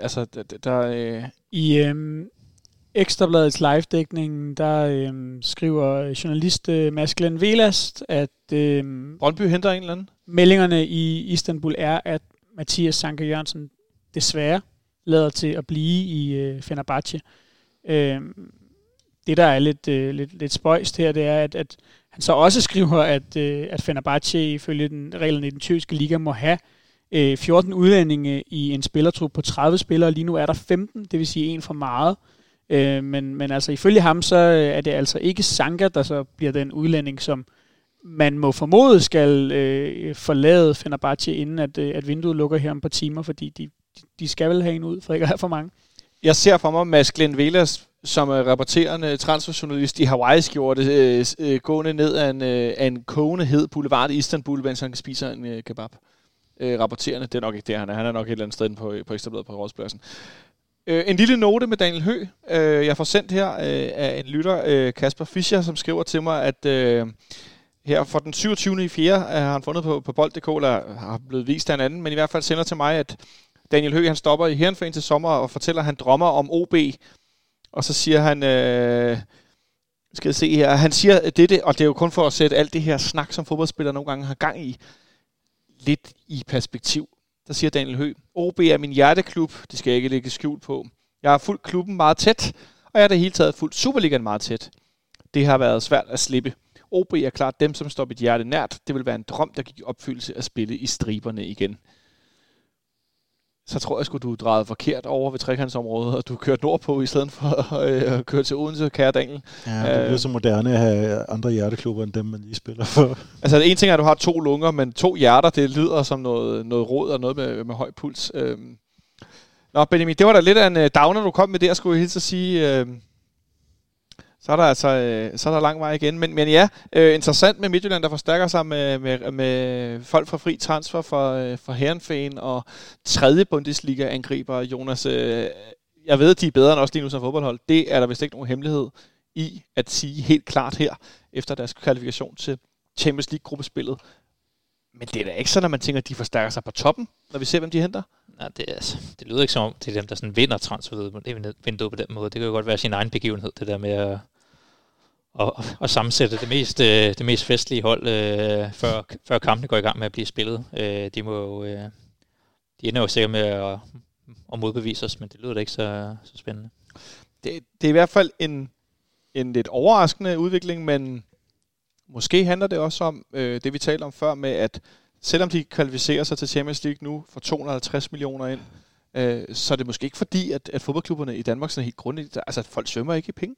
Speaker 3: i Ekstrabladets live-dækning, der skriver journalist Mads Glenn Velast, at
Speaker 2: Brøndby henter en eller anden.
Speaker 3: Meldingerne i Istanbul er, at Mathias Sanker Jørgensen desværre lader til at blive i Fenerbahce. Det, der er lidt spøjst her, det er, at han så også skriver, at Fenerbahce ifølge reglerne i den tyrkiske liga må have 14 udlændinge i en spillertrup på 30 spillere. Lige nu er der 15, det vil sige en for meget. Men altså ifølge ham, så er det altså ikke Sanka, der så bliver den udlænding, som man må formode skal forlade Fenerbahce, inden at vinduet lukker her om et par timer, fordi de skal vel have en ud, for ikke at have for mange.
Speaker 2: Jeg ser for mig Mads Glenn Velas, som er rapporterende transferjournalist i Hawaii-skjorte, gående ned af en kogende hed boulevard i Istanbul, mens han spiser en kebab. Rapporterende, det er nok ikke det, han er. Han er nok et eller andet sted på Ekstrabladet på Rådspladsen. En lille note med Daniel Høgh. Jeg får sendt her af en lytter, Kasper Fischer, som skriver til mig, at her for den 27. i 4. har han fundet på bold.dk, eller har blevet vist af en anden, men i hvert fald sender til mig, at Daniel Høgh, han stopper i Heerenveen til sommer og fortæller, at han drømmer om OB. Og så siger han, skal jeg se her, han siger dette, og det er jo kun for at sætte alt det her snak, som fodboldspillere nogle gange har gang i, lidt i perspektiv. Der siger Daniel Høgh, OB er min hjerteklub, det skal jeg ikke lægge skjult på. Jeg har fulgt klubben meget tæt, og jeg har det hele taget fulgt Superligaen meget tæt. Det har været svært at slippe. OB er klart dem, som står mit hjerte nært. Det vil være en drøm, der gik i opfyldelse at spille i striberne igen. Så tror jeg, du drejede forkert over ved trekantsområdet, og du kørte nordpå i stedet for at køre til Odense, kære Daniel.
Speaker 4: Ja, det bliver så moderne at have andre hjerteklubber, end dem, man lige spiller for.
Speaker 2: Altså, en ting er, at du har 2 lunger, men 2 hjerter, det lyder som noget rod og noget med høj puls. Nå, Benjamin, det var da lidt af en downer, du kom med der, skulle jeg hilse at sige. Så er der lang vej igen. Men ja, interessant med Midtjylland, der forstærker sig med folk fra fri transfer for Heerenveen og 3. Bundesliga-angriber, Jonas. Jeg ved, at de er bedre end os lige nu som fodboldhold. Det er der vist ikke nogen hemmelighed i at sige helt klart her, efter deres kvalifikation til Champions League-gruppespillet. Men det er da ikke sådan, at man tænker, at de forstærker sig på toppen, når vi ser, hvem de henter.
Speaker 5: Nej, det lyder ikke som om, det er dem, der sådan vinder transfervinduet på den måde. Det kan jo godt være sin egen begivenhed, det der med at sammensætte det mest festlige hold, før kampene går i gang med at blive spillet. De ender jo sikkert med at modbevise os, men det lyder da ikke så spændende.
Speaker 2: Det er i hvert fald en lidt overraskende udvikling, men måske handler det også om det, vi talte om før, med at selvom de kvalificerer sig til Champions League nu for 250 millioner ind, så er det måske ikke fordi, at fodboldklubberne i Danmark sådan helt grundigt, altså folk svømmer ikke i penge.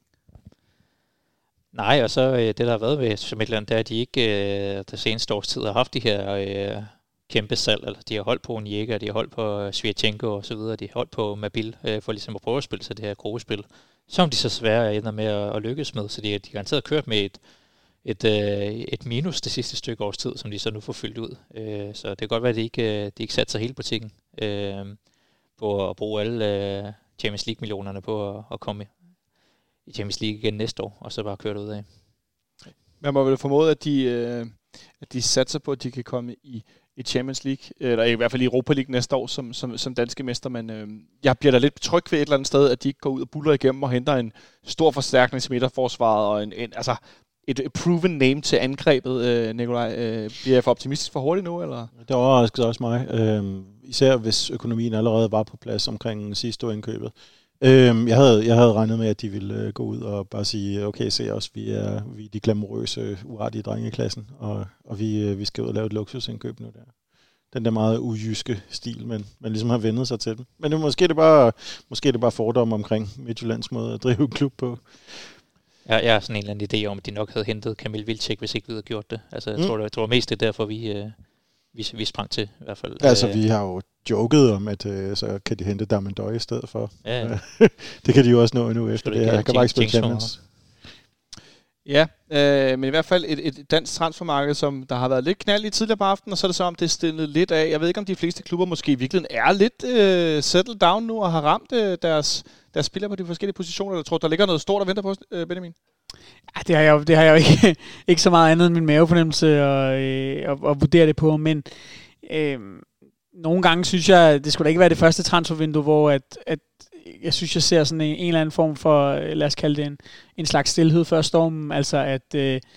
Speaker 5: Nej, og så det, der har været ved Midtjylland, det er, at de ikke det seneste års tid har haft de her kæmpe salg. Eller de har holdt på en Jæger, de har holdt på Svirchenko og så videre, de har holdt på Mabil for ligesom at prøve at spille sig det her gruppespil, som de så svære ender med at lykkes med. Så de garanteret kørt med et minus det sidste stykke års tid, som de så nu får fyldt ud. Så det kan godt være, at de ikke satte sig hele butikken på at bruge alle Champions League-millionerne på at komme i Champions League igen næste år, og så bare køre det ud af.
Speaker 2: Man må vel formode, at de satser på, at de kan komme i Champions League, eller i hvert fald i Europa League næste år som danske mester, men jeg bliver da lidt tryg ved et eller andet sted, at de ikke går ud og buller igennem og henter en stor forstærkning til midterforsvaret, og altså et proven name til angrebet, Nikolaj. Bliver jeg for optimistisk for hurtigt nu, eller?
Speaker 4: Det overraskede også mig, især hvis økonomien allerede var på plads omkring sidste år indkøbet. Jeg havde regnet med, at de ville gå ud og bare sige, okay, se os, vi er de glamourøse, uartige drenge i klassen, og vi skal ud og lave et luksusindkøb nu der. Den der meget ujyske stil, men man ligesom har vendet sig til den. Men det, måske er det bare fordomme omkring Midtjyllands måde at drive en klub på.
Speaker 5: Jeg har sådan en eller anden idé om, at de nok havde hentet Kamil Vilcek, hvis ikke vi havde gjort det. Altså, jeg tror mest det er derfor, vi sprang til i hvert fald.
Speaker 4: Altså, vi har jo joket om, at så kan de hente Damendøj i stedet for.
Speaker 5: Ja.
Speaker 4: Det kan de jo også nå endnu efter det. Jeg kan bare ikke spille Champions.
Speaker 2: Ja, men i hvert fald et dansk transfermarked, som der har været lidt knald i tidligere på aftenen, og så er det så om, det er stillet lidt af. Jeg ved ikke, om de fleste klubber måske i virkeligheden er lidt settled down nu, og har ramt deres spillere på de forskellige positioner. Eller tror der ligger noget stort og venter på, Benjamin?
Speaker 3: Ja, det har jeg jo ikke så meget andet end min mavefornemmelse at vurdere det på, men nogle gange synes jeg, det skulle da ikke være det første transfervindue, hvor at jeg synes, jeg ser sådan en eller anden form for, lad os kalde det en slags stilhed før stormen, altså at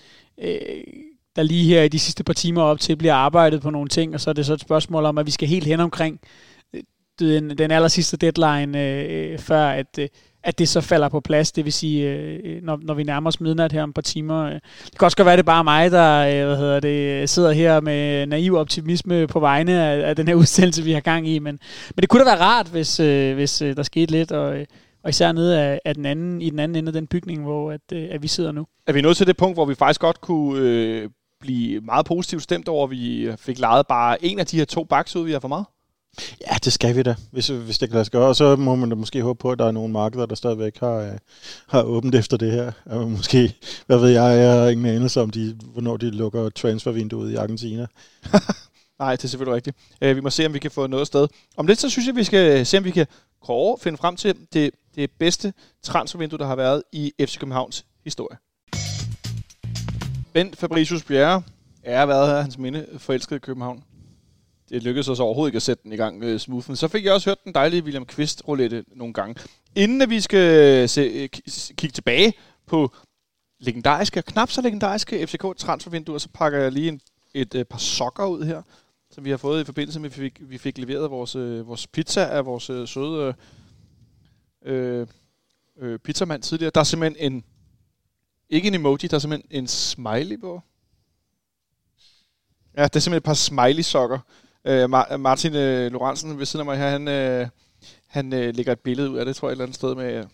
Speaker 3: der lige her i de sidste par timer op til bliver arbejdet på nogle ting, og så er det så et spørgsmål om, at vi skal helt hen omkring den aller sidste deadline, før at det så falder på plads, det vil sige, når vi nærmer os midnat her om et par timer. Det kan også godt være, det er bare mig, der sidder her med naiv optimisme på vegne af den her udsendelse, vi har gang i, men det kunne da være rart, hvis der skete lidt, og især nede i den anden ende af den bygning, hvor at vi sidder nu.
Speaker 2: Er vi nået til det punkt, hvor vi faktisk godt kunne blive meget positivt stemt over, at vi fik lejet bare en af de her 2 backs ud, vi har for meget?
Speaker 4: Ja, det skal vi da, hvis det kan lade sig gøre. Og så må man da måske håbe på, at der er nogle markeder, der stadigvæk har åbent efter det her. Og måske, hvad ved jeg har ingen anelse om, hvornår de lukker transfervinduet i Argentina.
Speaker 2: Nej, det er selvfølgelig rigtigt. Vi må se, om vi kan få noget sted. Om lidt, så synes jeg, vi skal se, om vi kan finde frem til det bedste transfervindue, der har været i FC Københavns historie. Bent Fabricius Bjerre er været her, hans minde forelsket i København. Det lykkedes os overhovedet ikke at sætte den i gang smoothen. Så fik jeg også hørt den dejlige William Kvist-roulette nogle gange. Inden at vi skal kigge tilbage på legendariske og knap så legendariske FCK-transfervinduer, så pakker jeg lige et par sokker ud her, som vi har fået i forbindelse med, at vi fik leveret vores pizza af vores søde pizzamand tidligere. Der er simpelthen ikke en emoji, der er simpelthen en smiley på. Ja, det er simpelthen et par smiley-sokker. Martin Lorentzen ved siden af mig her, han lægger et billede ud af det, tror jeg, et eller andet sted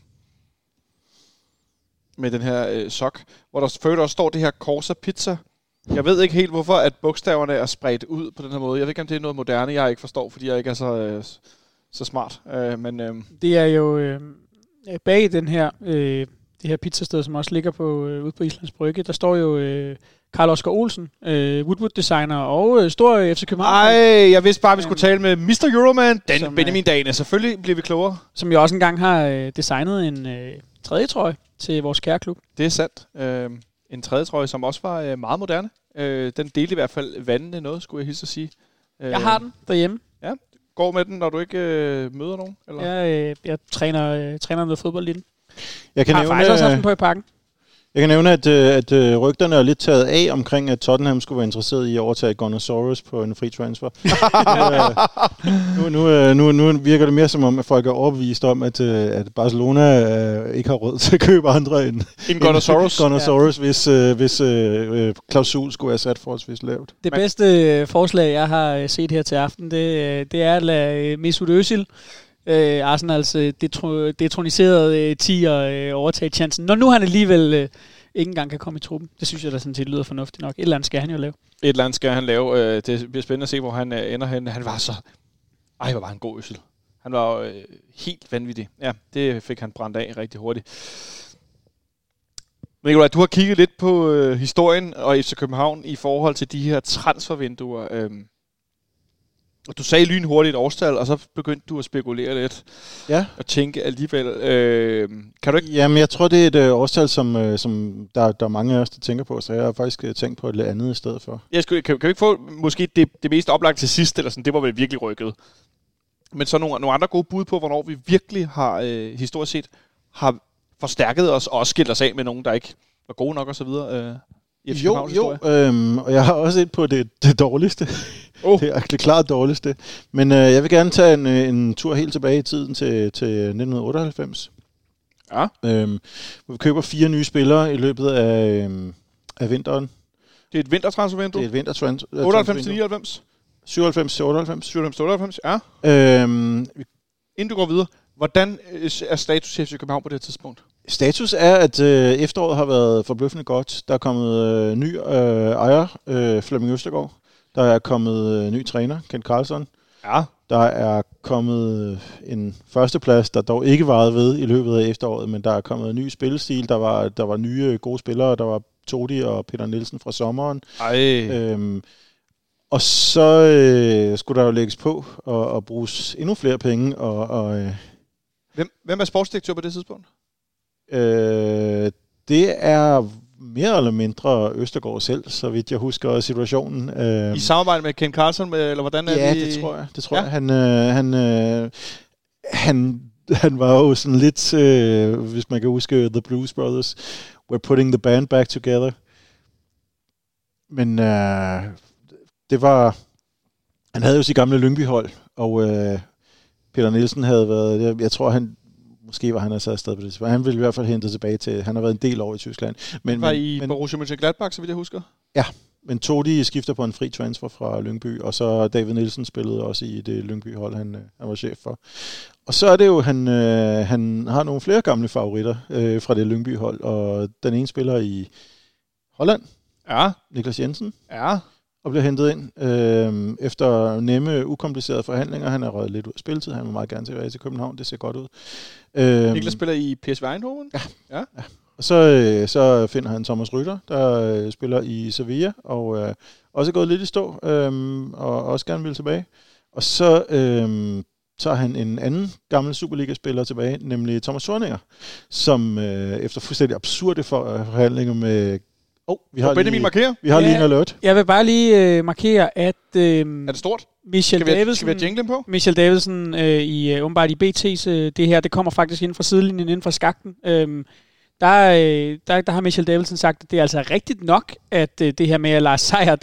Speaker 2: med den her sok, hvor der selvfølgelig også står det her Corsa Pizza. Jeg ved ikke helt, hvorfor at bogstaverne er spredt ud på den her måde. Jeg ved ikke, om det er noget moderne, jeg ikke forstår, fordi jeg ikke er så smart.
Speaker 3: Det er jo bag den her, det her pizzasted, som også ligger ude på Islands Brygge, der står jo Carl Oscar Olsen, Woodwood-designer og stor FC København.
Speaker 2: Ej, jeg vidste bare, at vi skulle tale med Mr. Euroman, den Benjamin Dane. Selvfølgelig bliver vi klogere.
Speaker 3: Som jo også engang har designet en tredje trøje til vores kære klub.
Speaker 2: Det er sandt. En tredje trøje, som også var meget moderne. Den delte i hvert fald vandene noget, skulle jeg hilse at sige.
Speaker 3: Jeg har den derhjemme.
Speaker 2: Ja, går med den, når du ikke møder nogen? Eller?
Speaker 3: Jeg træner noget fodbold i den.
Speaker 4: Jeg kan
Speaker 3: faktisk også haft den på i pakken.
Speaker 4: Jeg kan nævne, at rygterne er lidt taget af omkring, at Tottenham skulle være interesseret i at overtage Gunnosaurus på en fri transfer. Nu virker det mere som om, at folk er overbevist om, at Barcelona ikke har råd til at købe andre end Gunnosaurus, hvis klausul skulle være sat forholdsvis lavt.
Speaker 3: Det bedste forslag, jeg har set her til aften, det er at lade Mesut Özil, Arsenals detroniserede 10'er overtage chancen. Når nu han alligevel ikke engang kan komme i truppen. Det synes jeg da sådan set lyder fornuftigt nok. Et eller andet skal han jo lave.
Speaker 2: Et eller andet skal han lave. Det bliver spændende at se, hvor han ender hen. Han var så... hvor var han god, Özil. Han var helt vanvittig. Ja, det fik han brændt af rigtig hurtigt. Nikolaj, du har kigget lidt på historien og FC København i forhold til de her transfervinduer. Og du sagde lynhurtigt et årstal, og så begyndte du at spekulere lidt.
Speaker 4: Ja.
Speaker 2: Og tænke alligevel. Kan du ikke...
Speaker 4: Jamen, jeg tror, det er et årstal, som der er mange af os, der tænker på, så jeg har faktisk tænkt på et lidt andet i stedet for.
Speaker 2: Kan vi ikke få måske det mest oplagt til sidst, eller sådan, det var vel virkelig rykket. Men så nogle andre gode bud på, hvornår vi virkelig har, historisk set, har forstærket os, og også skilt os af med nogen, der ikke var gode nok og så videre.
Speaker 4: Og jeg har også et på det dårligste. Det er det klart dårligste. Men jeg vil gerne tage en tur helt tilbage i tiden til 1998.
Speaker 2: Ja.
Speaker 4: Vi køber 4 nye spillere i løbet af vinteren.
Speaker 2: Det er et vintertransfervindue?
Speaker 4: Det er et vintertransfervindue.
Speaker 2: 98 til 99?
Speaker 4: 97 til 98.
Speaker 2: 97 til 98, ja. Inden du går videre, hvordan er status i FC København på det tidspunkt?
Speaker 4: Status er, at efteråret har været forbløffende godt. Der er kommet ny ejer, Flemming Østergaard. Der er kommet ny træner, Kent Carlsson.
Speaker 2: Ja.
Speaker 4: Der er kommet en førsteplads, der dog ikke varede ved i løbet af efteråret, men der er kommet en ny spillestil. Der var nye gode spillere. Der var Todi og Peter Nielsen fra sommeren. Og så skulle der jo lægges på og bruges endnu flere penge.
Speaker 2: Hvem er sportsdirektør på det tidspunkt?
Speaker 4: Det er mere eller mindre Østergaard selv, så vidt jeg husker situationen.
Speaker 2: I samarbejde med Ken Carlson, eller hvordan er
Speaker 4: det? Ja, det tror jeg. Han var jo sådan lidt, hvis man kan huske The Blues Brothers, we're putting the band back together. Men det var, han havde jo sit gamle Lyngby-hold, og Peter Nielsen havde været, jeg tror måske var han altså afsted på det. Han ville i hvert fald hente tilbage til, han har været en del år i Tyskland.
Speaker 2: Men Borussia Mönchengladbach, så vidt jeg husker?
Speaker 4: Ja, men Todi skifter på en fri transfer fra Lyngby, og så David Nielsen spillede også i det Lyngby-hold, han var chef for. Og så er det jo, han har nogle flere gamle favoritter fra det Lyngby-hold, og den ene spiller i Holland,
Speaker 2: Ja.
Speaker 4: Niklas Jensen.
Speaker 2: Ja.
Speaker 4: Og bliver hentet ind efter nemme, ukomplicerede forhandlinger. Han er røget lidt ud af spilletid. Han vil meget gerne tilbage til København. Det ser godt ud.
Speaker 2: Niklas spiller i PSV Eindhoven?
Speaker 4: Ja. Og så finder han Thomas Rytter, der spiller i Sevilla, og også er gået lidt i stå, og også gerne vil tilbage. Og så tager han en anden gammel Superliga-spiller tilbage, nemlig Thomas Thorninger, som efter fuldstændig absurde forhandlinger med... vi har lige en alert.
Speaker 3: Jeg vil bare lige markere, at...
Speaker 2: er det stort?
Speaker 3: Michel Davidsen,
Speaker 2: skal vi have jinglen på?
Speaker 3: Michel Davidsen åbenbart i BT's, det her, det kommer faktisk inden fra sidelinjen, inden fra skakten. Der har Michel Davidsen sagt, at det er altså rigtigt nok, at det her med at Lars Seier,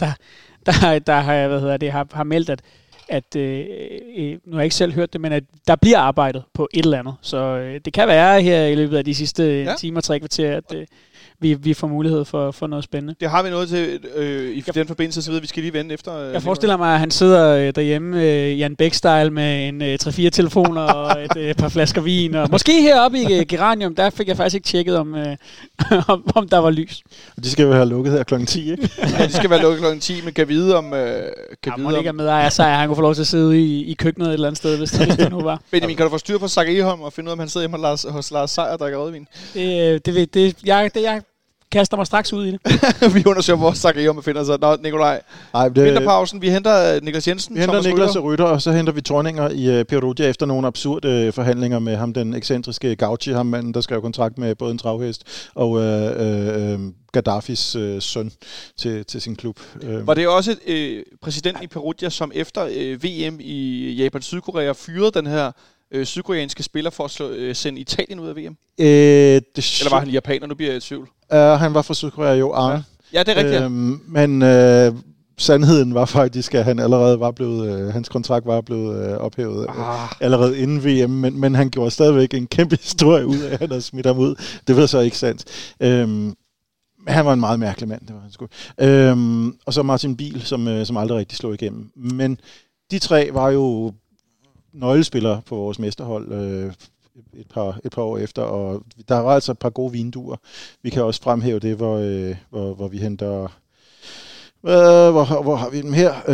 Speaker 3: der har meldt, at nu har jeg ikke selv hørt det, men at der bliver arbejdet på et eller andet. Så det kan være her i løbet af de sidste timer, 3 kvarter, at vi får mulighed for noget spændende.
Speaker 2: Det har vi noget til i den forbindelse, så videre. Vi skal lige vente efter.
Speaker 3: Jeg forestiller mig, at han sidder derhjemme, Jan Bæk-style, med en 3-4 telefoner og et par flasker vin. Og måske heroppe i Geranium, der fik jeg faktisk ikke tjekket, om der var lys.
Speaker 4: Og de skal jo have lukket her kl. 10, ikke?
Speaker 2: Ja, de skal være lukket kl. 10, men kan vide om...
Speaker 3: Monika Medejer Seier, han kunne få lov til at sidde i køkkenet et eller andet sted, hvis det nu var.
Speaker 2: Benjamin, kan du få styr på Zach Eholm og finde ud af, om han sidder hjemme hos Lars Seier og drikker rødvin?
Speaker 3: Jeg kaster mig straks ud i det.
Speaker 2: Vi undersøger, hvor Zach Eholm befinder sig. Nå, Nikolaj. Vinterpausen. Vi henter Niklas Jensen.
Speaker 4: Vi henter Niklas Rytter, og så henter vi Thorninger i Perugia efter nogle absurde forhandlinger med ham, den ekscentriske Gauchi, ham manden, der skrev kontrakt med både en travhest og Gaddafis søn til sin klub.
Speaker 2: Var det også præsidenten i Perugia, som efter VM i Japan-Sydkorea fyrede den her sydkoreanske spiller for at sende Italien ud af VM? Eller var han japaner? Nu bliver jeg i tvivl.
Speaker 4: Han var fra Sydkorea, jo, Arne.
Speaker 2: Ja, det er rigtigt.
Speaker 4: Men sandheden var faktisk, at han allerede var blevet, hans kontrakt var blevet ophævet allerede inden VM, men han gjorde stadigvæk en kæmpe historie ud af, at han havde smidt ham ud. Det var så ikke sandt. Han var en meget mærkelig mand, det var han sgu. Og så Martin Biel, som aldrig rigtig slog igennem. Men de tre var jo nøglespillere på vores mesterhold et par år efter, og der var altså et par gode vinduer. Vi kan også fremhæve det, hvor vi henter... Hvor har vi dem her?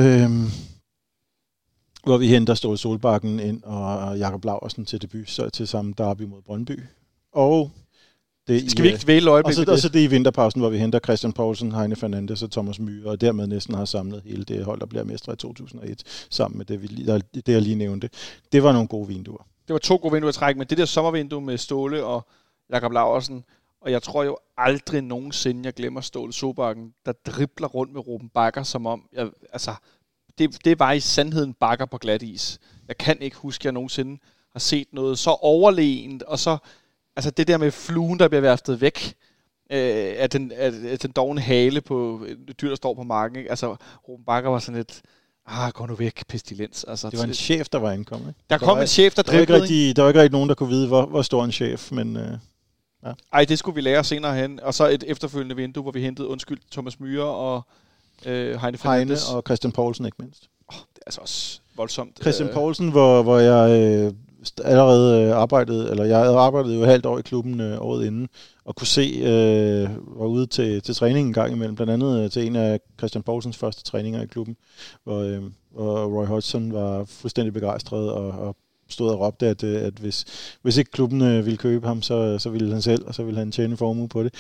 Speaker 4: Hvor vi henter Ståle Solbakken ind og Jakob Laursen til debut, så til samme derby mod Brøndby. Og det
Speaker 2: skal vi ikke dvæle øjeblikket?
Speaker 4: Og så det i vinterpausen, hvor vi henter Christian Poulsen, Heine Fernandes og Thomas Myhre, og dermed næsten har samlet hele det hold, der bliver mestre i 2001, sammen med det jeg lige nævnte. Det var nogle gode vinduer.
Speaker 2: Det var 2 gode vinduer at trække, men det der sommervindue med Ståle og Jakob Laursen, og jeg tror jo aldrig nogensinde, jeg glemmer Ståle Solbakken, der dribler rundt med Ruben Bakker, som om, det var i sandheden Bakker på glat is. Jeg kan ikke huske, at jeg nogensinde har set noget så overlegent, og så, altså det der med fluen, der bliver værftet væk, af den dovne hale på et dyr, der står på marken, ikke? Altså Ruben Bakker var sådan lidt... gå nu væk, pestilens. Altså,
Speaker 4: det var en chef, der var indkommet, ikke?
Speaker 2: Der kom en chef, der driblede.
Speaker 4: Der var ikke rigtig nogen, der kunne vide, hvor stor en chef, men... Ja.
Speaker 2: Ej, det skulle vi lære senere hen. Og så et efterfølgende vindue, hvor vi hentede, Thomas Myhre og Heine Fernandes.
Speaker 4: Og Christian Poulsen, ikke mindst.
Speaker 2: Det er altså også voldsomt.
Speaker 4: Christian Poulsen, hvor jeg allerede arbejdede jo halvt år i klubben året inden, og kunne se, var ude til træning en gang imellem, blandt andet til en af Christian Poulsens første træninger i klubben, hvor Roy Hodgson var fuldstændig begejstret og stod og råbte, at hvis ikke klubben ville købe ham, så ville han selv, og så ville han tjene formue på det.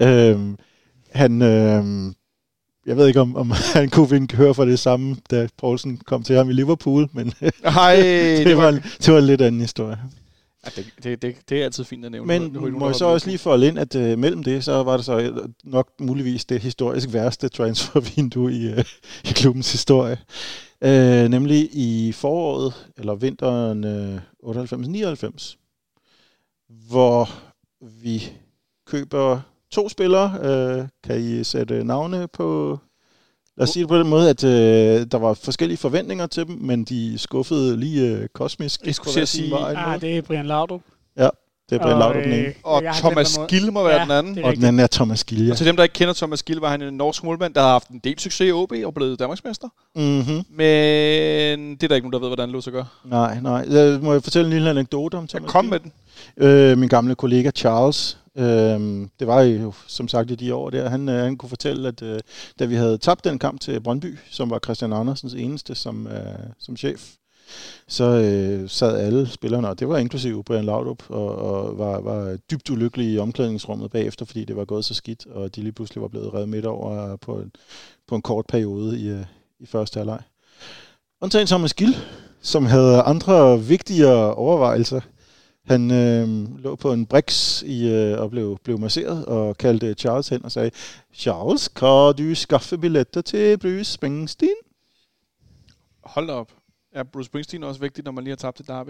Speaker 4: Jeg ved ikke, om han kunne høre fra det samme, da Poulsen kom til ham i Liverpool, men det var en lidt anden historie.
Speaker 2: Ja, det er altid fint at nævne.
Speaker 4: Men må jeg så også lige folde ind, at mellem det, så var det så nok muligvis det historisk værste transfervindue i klubbens historie. Nemlig i foråret, eller vinteren 98-99, hvor vi køber 2 spillere. Kan I sætte navne på? Lad os sige det på den måde, at der var forskellige forventninger til dem, men de skuffede lige kosmisk.
Speaker 2: Jeg skulle sige,
Speaker 3: det er Brian Laudrup.
Speaker 4: Ja, det er Brian Laudrup den ene.
Speaker 2: Og Thomas Gilde må være den anden.
Speaker 4: Og den anden er Thomas Gilde, ja.
Speaker 2: Og til dem, der ikke kender Thomas Gilde, var han en norsk målmand, der har haft en del succes i OB og blevet Danmarksmester.
Speaker 4: Mm-hmm.
Speaker 2: Men det er der ikke nogen, der ved, hvordan det lå sig gøre.
Speaker 4: Nej. Må jeg fortælle en lille anekdote om Thomas
Speaker 2: Kom med den.
Speaker 4: Min gamle kollega Charles, Det var jo som sagt i de år der. Han kunne fortælle, at da vi havde tabt den kamp til Brøndby, som var Christian Andersens eneste som chef, så sad alle spillerne, og det var inklusive Brian Laudrup, og var dybt ulykkelige i omklædningsrummet bagefter, fordi det var gået så skidt, og de lige pludselig var blevet revet midt over på en kort periode i første halvleg. Undtagen Thomas Gill, som havde andre vigtigere overvejelser. Han lå på en briks og blev masseret og kaldte Charles hen og sagde, Charles, kan du skaffe billetter til Bruce Springsteen?
Speaker 2: Hold op. Ja, Bruce Springsteen er også vigtigt, når man lige har tabt til Derby.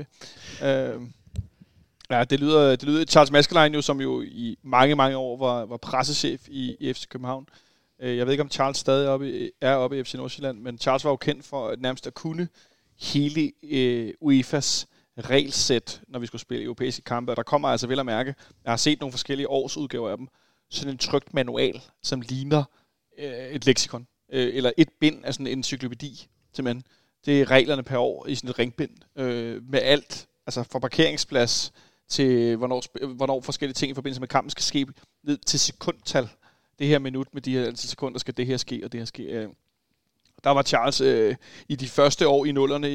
Speaker 2: Ja, det lyder Charles Maskelyne jo, som jo i mange år var pressechef i FC København. Jeg ved ikke, om Charles stadig er oppe i FC Nordsjælland, men Charles var jo kendt for nærmest at kunne hele UEFA's regelsæt, når vi skulle spille europæiske kampe, og der kommer altså vel at mærke, jeg har set nogle forskellige årsudgaver af dem, sådan en trykt manual, som ligner et leksikon, eller et bind af sådan en encyklopædi, simpelthen. Det er reglerne per år i sådan et ringbind, med alt, altså fra parkeringsplads til hvornår forskellige ting i forbindelse med kampen skal ske, ned til sekundtal. Det her minut med de her sekunder skal det her ske, og det her ske. Der var Charles i de første år i nullerne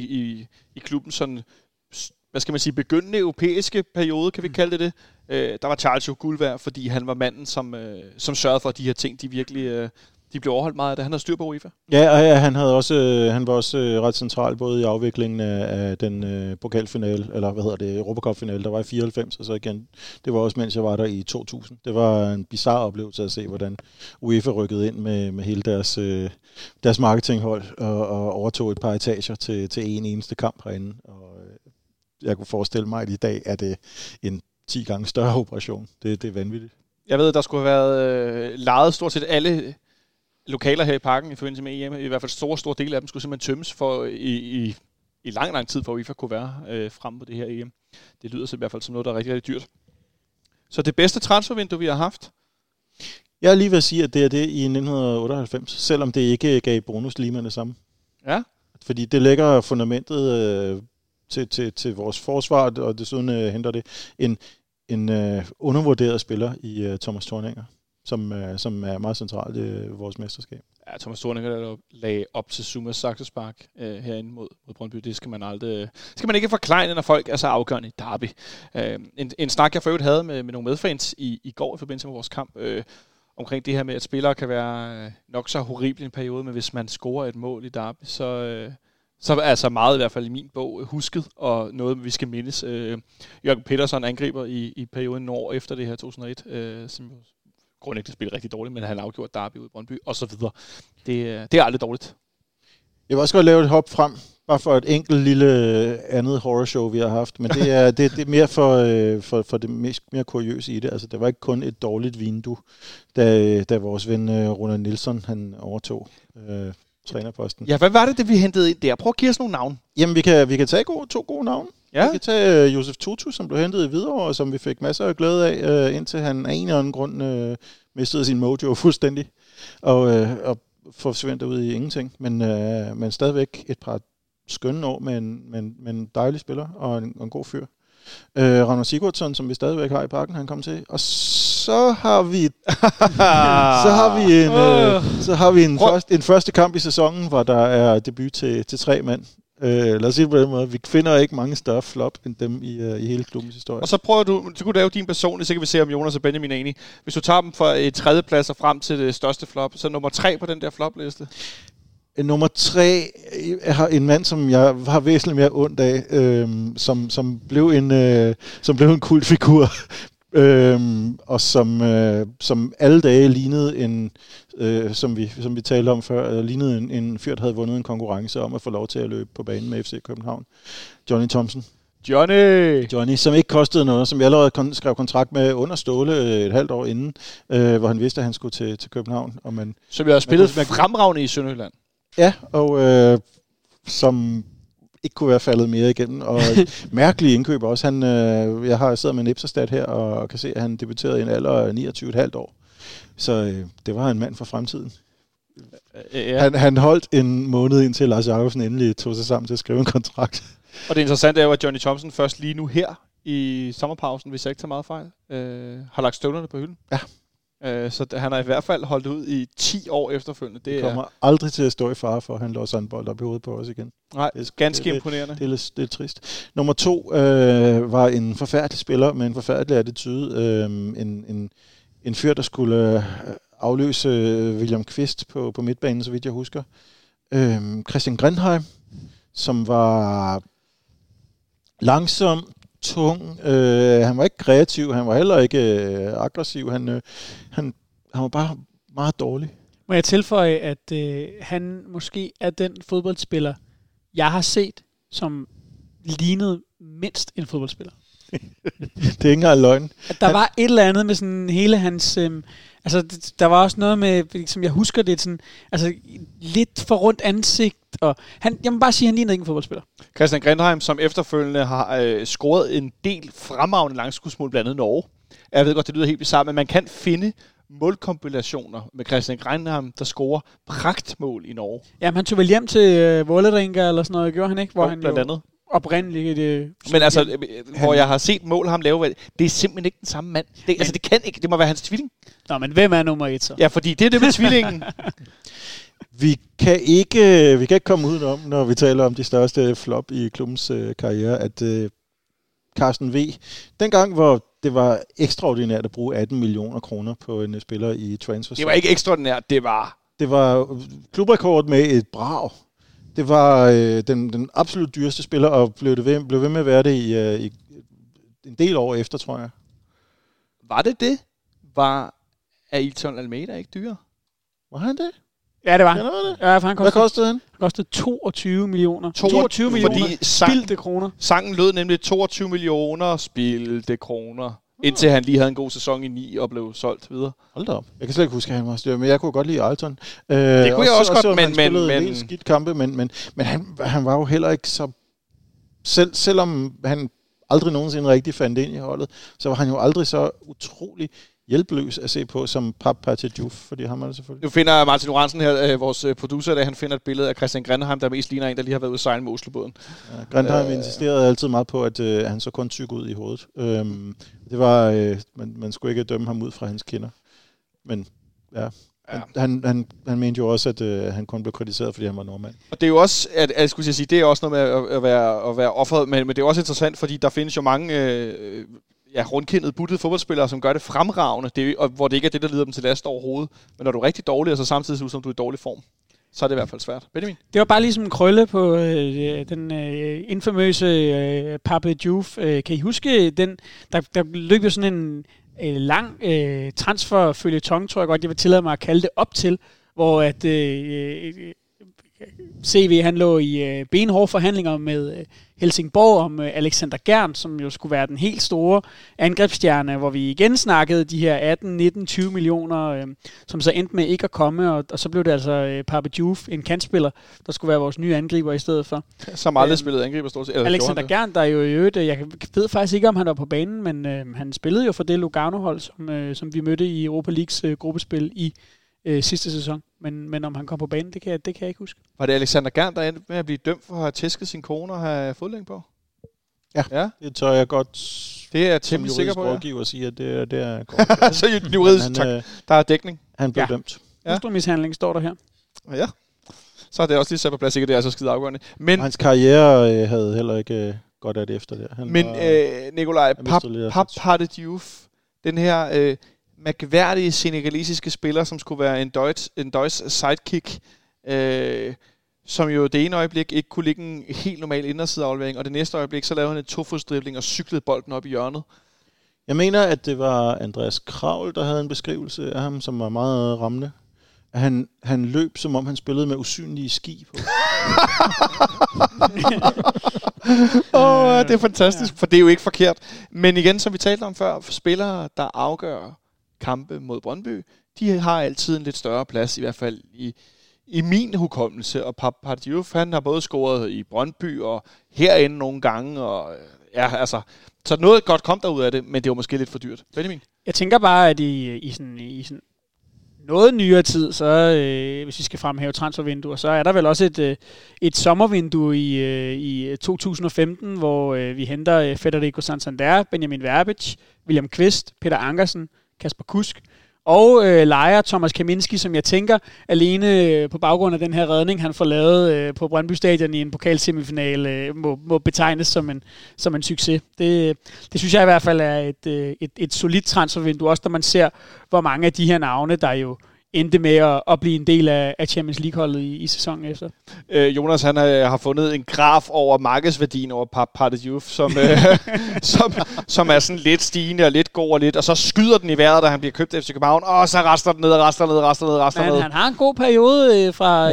Speaker 2: i klubben sådan, hvad skal man sige, begyndende europæiske periode, kan vi kalde det. Der var Charles jo guld værd, fordi han var manden, som sørgede for, at de her ting, de virkelig de blev overholdt meget af det. Han havde styr på UEFA.
Speaker 4: Ja, han var også ret central, både i afviklingen af den pokalfinale, eller hvad hedder det, Europacup-finale, der var i 94, og så igen, det var også, mens jeg var der i 2000. Det var en bizarre oplevelse at se, hvordan UEFA rykkede ind med hele deres marketinghold, og overtog et par etager til en eneste kamp herinde. Og jeg kunne forestille mig, at i dag er det en 10 gange større operation. Det er vanvittigt. Jeg ved,
Speaker 2: der skulle have været lejet stort set alle lokaler her i parken i forbindelse med EM. I hvert fald store dele af dem skulle simpelthen tømmes for i lang tid, for UEFA kunne være fremme på det her EM. Det lyder så i hvert fald som noget, der er rigtig, rigtig dyrt. Så det bedste transfervindue, vi har haft?
Speaker 4: Jeg er lige ved at sige, at det er det i 1998, selvom det ikke gav bonus lige med det samme.
Speaker 2: Ja.
Speaker 4: Fordi det lægger fundamentet til vores forsvar, og desuden henter det en undervurderet spiller i Thomas Thorninger, som er meget centralt i vores mesterskab.
Speaker 2: Ja, Thomas Thorninger, der lagde op til Zumas saksespark herinde mod Brøndby, det skal man ikke forklejne, når folk er så afgørende i Derby. En snak, jeg for øvrigt havde med nogle medfans i går i forbindelse med vores kamp, omkring det her med, at spillere kan være nok så horrible en periode, men hvis man scorer et mål i Derby, så er altså meget i hvert fald i min bog husket, og noget, vi skal mindes. Jørgen Petersen angriber i perioden år efter det her 2001, som grundlæggende spiller rigtig dårligt, men han har afgjort Derby ud i Brøndby, og så videre. Det er aldrig dårligt.
Speaker 4: Jeg vil også godt lave et hop frem, bare for et enkelt lille andet horrorshow, vi har haft, men det er mere for det mere kuriøse i det. Altså, det var ikke kun et dårligt vindue, da vores ven Ronald Nielsen, han overtog trænerposten.
Speaker 2: Ja, hvad var det vi hentede ind der? Prøv at give os nogle navne.
Speaker 4: Jamen, vi kan tage to gode navne. Ja. Vi kan tage Josef Tutu, som blev hentet i Hvidovre, og som vi fik masser af glæde af, indtil han af en eller anden grund mistede sin mojo fuldstændig, og forsvandt ud i ingenting. Men stadigvæk et par skønne år med en dejlig spiller og en god fyr. Ragnar Sigurdsson, som vi stadigvæk har i parken, han kom til. Og så har vi en første kamp i sæsonen, hvor der er debut til 3 mand. Lad os sige på den måde. Vi finder ikke mange større flop end dem i hele klubbens historie.
Speaker 2: Og så prøver du, så kunne du lave din personlige, så kan vi se, om Jonas og Benjamin er enige. Hvis du tager dem fra et 3. plads og frem til det største flop, så nummer 3 på den der flopliste.
Speaker 4: Nummer 3 er en mand, som jeg har væsentligt mere ondt af, som blev en kultfigur, og som alle dage lignede en, som vi talte om før, lignede en fyr, der havde vundet en konkurrence om at få lov til at løbe på banen med FC København. Johnny Thomsen. Johnny, som ikke kostede noget, som jeg allerede skrev kontrakt med under Ståle et halvt år inden, hvor han vidste, at han skulle til København. Og
Speaker 2: som jeg har spillet fremragende i Sønderjylland.
Speaker 4: Ja, og som ikke kunne være faldet mere igennem, og mærkelige indkøb også. Jeg har siddet med en Ipsastat her, og kan se, at han debuterede i en alder af 29,5 år. Så det var en mand for fremtiden. Ja. Han holdt en måned indtil Lars Jacobsen endelig tog sig sammen til at skrive en kontrakt.
Speaker 2: Og det interessante er jo, at Johnny Thomsen først lige nu her i sommerpausen, hvis jeg ikke tager meget fejl. Har lagt støvlerne på hylden.
Speaker 4: Ja.
Speaker 2: Så han har i hvert fald holdt ud i 10 år efterfølgende.
Speaker 4: Det kommer aldrig til at stå i fare for, at han låser en bold op i hovedet på os igen.
Speaker 2: Nej, ganske imponerende.
Speaker 4: Det er trist. Nummer 2 var en forfærdelig spiller med en forfærdelig attitude. En fyr, der skulle afløse William Kvist på midtbanen, så vidt jeg husker. Christian Grindheim, som var langsom, tung. Han var ikke kreativ, han var heller ikke aggressiv. Han var bare meget dårlig.
Speaker 3: Må jeg tilføje, at han måske er den fodboldspiller, jeg har set, som lignede mindst en fodboldspiller.
Speaker 4: Det er ikke engang løgn.
Speaker 3: At der var et eller andet med sådan hele hans... der var også noget med, som jeg husker det, sådan, lidt for rundt ansigt. Og jeg må bare sige, at han lignede ikke en fodboldspiller.
Speaker 2: Christian Grindheim, som efterfølgende har scoret en del fremragende langskudsmål, blandt andet Norge. Jeg ved godt, det lyder helt bizarrt, men man kan finde målkombinationer med Christian Grindheim, der scorer pragtmål i Norge.
Speaker 3: Jamen, han tog vel hjem til Vålerenga eller sådan noget, gjorde han ikke? Hvor han
Speaker 2: blandt andet.
Speaker 3: Oprindeligt.
Speaker 2: Men altså, hvor jeg har set mål ham lave, det er simpelthen ikke den samme mand. Det kan ikke. Det må være hans tvilling.
Speaker 3: Nå, men hvem er nummer 1 så?
Speaker 2: Ja, fordi det er det med tvillingen.
Speaker 4: Vi kan ikke komme udenom, når vi taler om de største flop i klubbens karriere, at Carsten V. dengang, hvor det var ekstraordinært at bruge 18 millioner kroner på en spiller i transfer.
Speaker 2: Det var ikke ekstraordinært, det
Speaker 4: var klubrekord med et brag. Det var den absolut dyreste spiller, og blev ved med at være det i en del år efter, tror jeg.
Speaker 2: Var det? Var Ailton Almeida ikke dyre?
Speaker 4: Var han det?
Speaker 3: Ja, det var.
Speaker 4: Ja, for hvad kostede han?
Speaker 3: Han kostede 22 millioner.
Speaker 2: 22 millioner
Speaker 3: spildte kroner.
Speaker 2: Sangen lød nemlig 22 millioner spildte kroner. Indtil han lige havde en god sæson i 9 og blev solgt videre.
Speaker 4: Hold da op. Jeg kan slet ikke huske, at han var styr, men jeg kunne godt lide Ailton.
Speaker 2: Det kunne jeg også godt,
Speaker 4: men... Han spillede en helt skidt kampe, men han var jo heller ikke så... Selvom han aldrig nogensinde rigtig fandt ind i holdet, så var han jo aldrig så utrolig hjælpeløs at se på som Pap Patidjouf, fordi ham er det selvfølgelig.
Speaker 2: Nu finder Martin Lorentzen her, vores producer, der han finder et billede af Christian Grindheim, der mest ligner en, der lige har været ude at sejle med Oslobåden.
Speaker 4: Ja, Grindheim insisterede altid meget på, at han så kun tyk ud i hovedet. Det var, man skulle ikke dømme ham ud fra hans kinder. Men ja. Han mente jo også, at han kun blev kritiseret, fordi han var nordmand.
Speaker 2: Og det er jo også, jeg skulle sige, det er også noget med at være offeret, men det er også interessant, fordi der findes jo mange rundkindede, buttede fodboldspillere, som gør det fremragende, hvor det ikke er det, der lider dem til last overhovedet. Men når du er rigtig dårlig, og så samtidig ser ud som du er i dårlig form, så er det i hvert fald svært. Benjamin?
Speaker 3: Det var bare ligesom en krølle på den infamøse Pape Diouf. Kan I huske den? Der løb jo sådan en lang transferføljeton, tror jeg godt, jeg vil tillade mig at kalde det op til, hvor at CV han lå i benhårde forhandlinger med Helsingborg om Alexander Gern, som jo skulle være den helt store angrebsstjerne, hvor vi igen snakkede de her 18, 19, 20 millioner, som så endte med ikke at komme, og så blev det altså Pape Diouf, en kantspiller, der skulle være vores nye angriber i stedet for.
Speaker 2: Som aldrig spillede angriber stort set.
Speaker 3: Alexander Gern, der jo i øvrigt, jeg ved faktisk ikke, om han var på banen, men han spillede jo for det Lugano-hold, som vi mødte i Europa Leagues gruppespil i sidste sæson. Men om han kom på banen, det kan jeg ikke huske.
Speaker 2: Var det Alexander Gern, der endte med at blive dømt for at have tæsket sin kone og have fodlænge på?
Speaker 4: Ja, det tør jeg godt.
Speaker 2: Det er jeg temmelig sikker på,
Speaker 4: rådgiver siger, at det er godt.
Speaker 2: Så juridisk, der er dækning.
Speaker 4: Han blev dømt.
Speaker 3: Hustrumishandling står der her.
Speaker 2: Ja. Så er det også lige sat på plads, ikke? Det er så skide afgørende. Men
Speaker 4: hans karriere havde heller ikke godt af det efter det.
Speaker 2: Nikolaj, Pap Patidjouf, den her mærkværdige senegalesiske spiller, som skulle være en Deutsch sidekick, som jo det ene øjeblik ikke kunne ligge en helt normal indersideaflevering, og det næste øjeblik, så lavede han en tofodsdribling og cyklede bolden op i hjørnet.
Speaker 4: Jeg mener, at det var Andreas Kravl, der havde en beskrivelse af ham, som var meget rammende. Han løb, som om han spillede med usynlige ski på.
Speaker 2: Det er fantastisk, for det er jo ikke forkert. Men igen, som vi talte om før, spillere, der afgør kampe mod Brøndby, de har altid en lidt større plads, i hvert fald i min hukommelse. Og Pap Patidjouf, han har både scoret i Brøndby og herinde nogle gange, og så noget godt kom der ud af det, men det var måske lidt for dyrt. Benjamin?
Speaker 3: Jeg tænker bare, at i sådan noget nyere tid, så hvis vi skal fremhæve transfervinduer, så er der vel også et sommervindue i 2015, hvor vi henter Federico Santander, Benjamin Verbic, William Kvist, Peter Ankersen, Kasper Kusk, og lejer Thomas Kaminski, som jeg tænker alene på baggrund af den her redning, han får lavet på Brøndby Stadion i en pokalsemifinale, må betegnes som en succes. Det synes jeg i hvert fald er et solidt transfervindue, også når man ser, hvor mange af de her navne, der jo endte med at blive en del af Champions League-holdet i sæsonen efter.
Speaker 2: Jonas, han har fundet en graf over markedsværdien over Party Youth, som er sådan lidt stigende og lidt god og lidt, og så skyder den i vejret, da han bliver købt af FC København, og så raster den ned.
Speaker 3: Men han har en god periode fra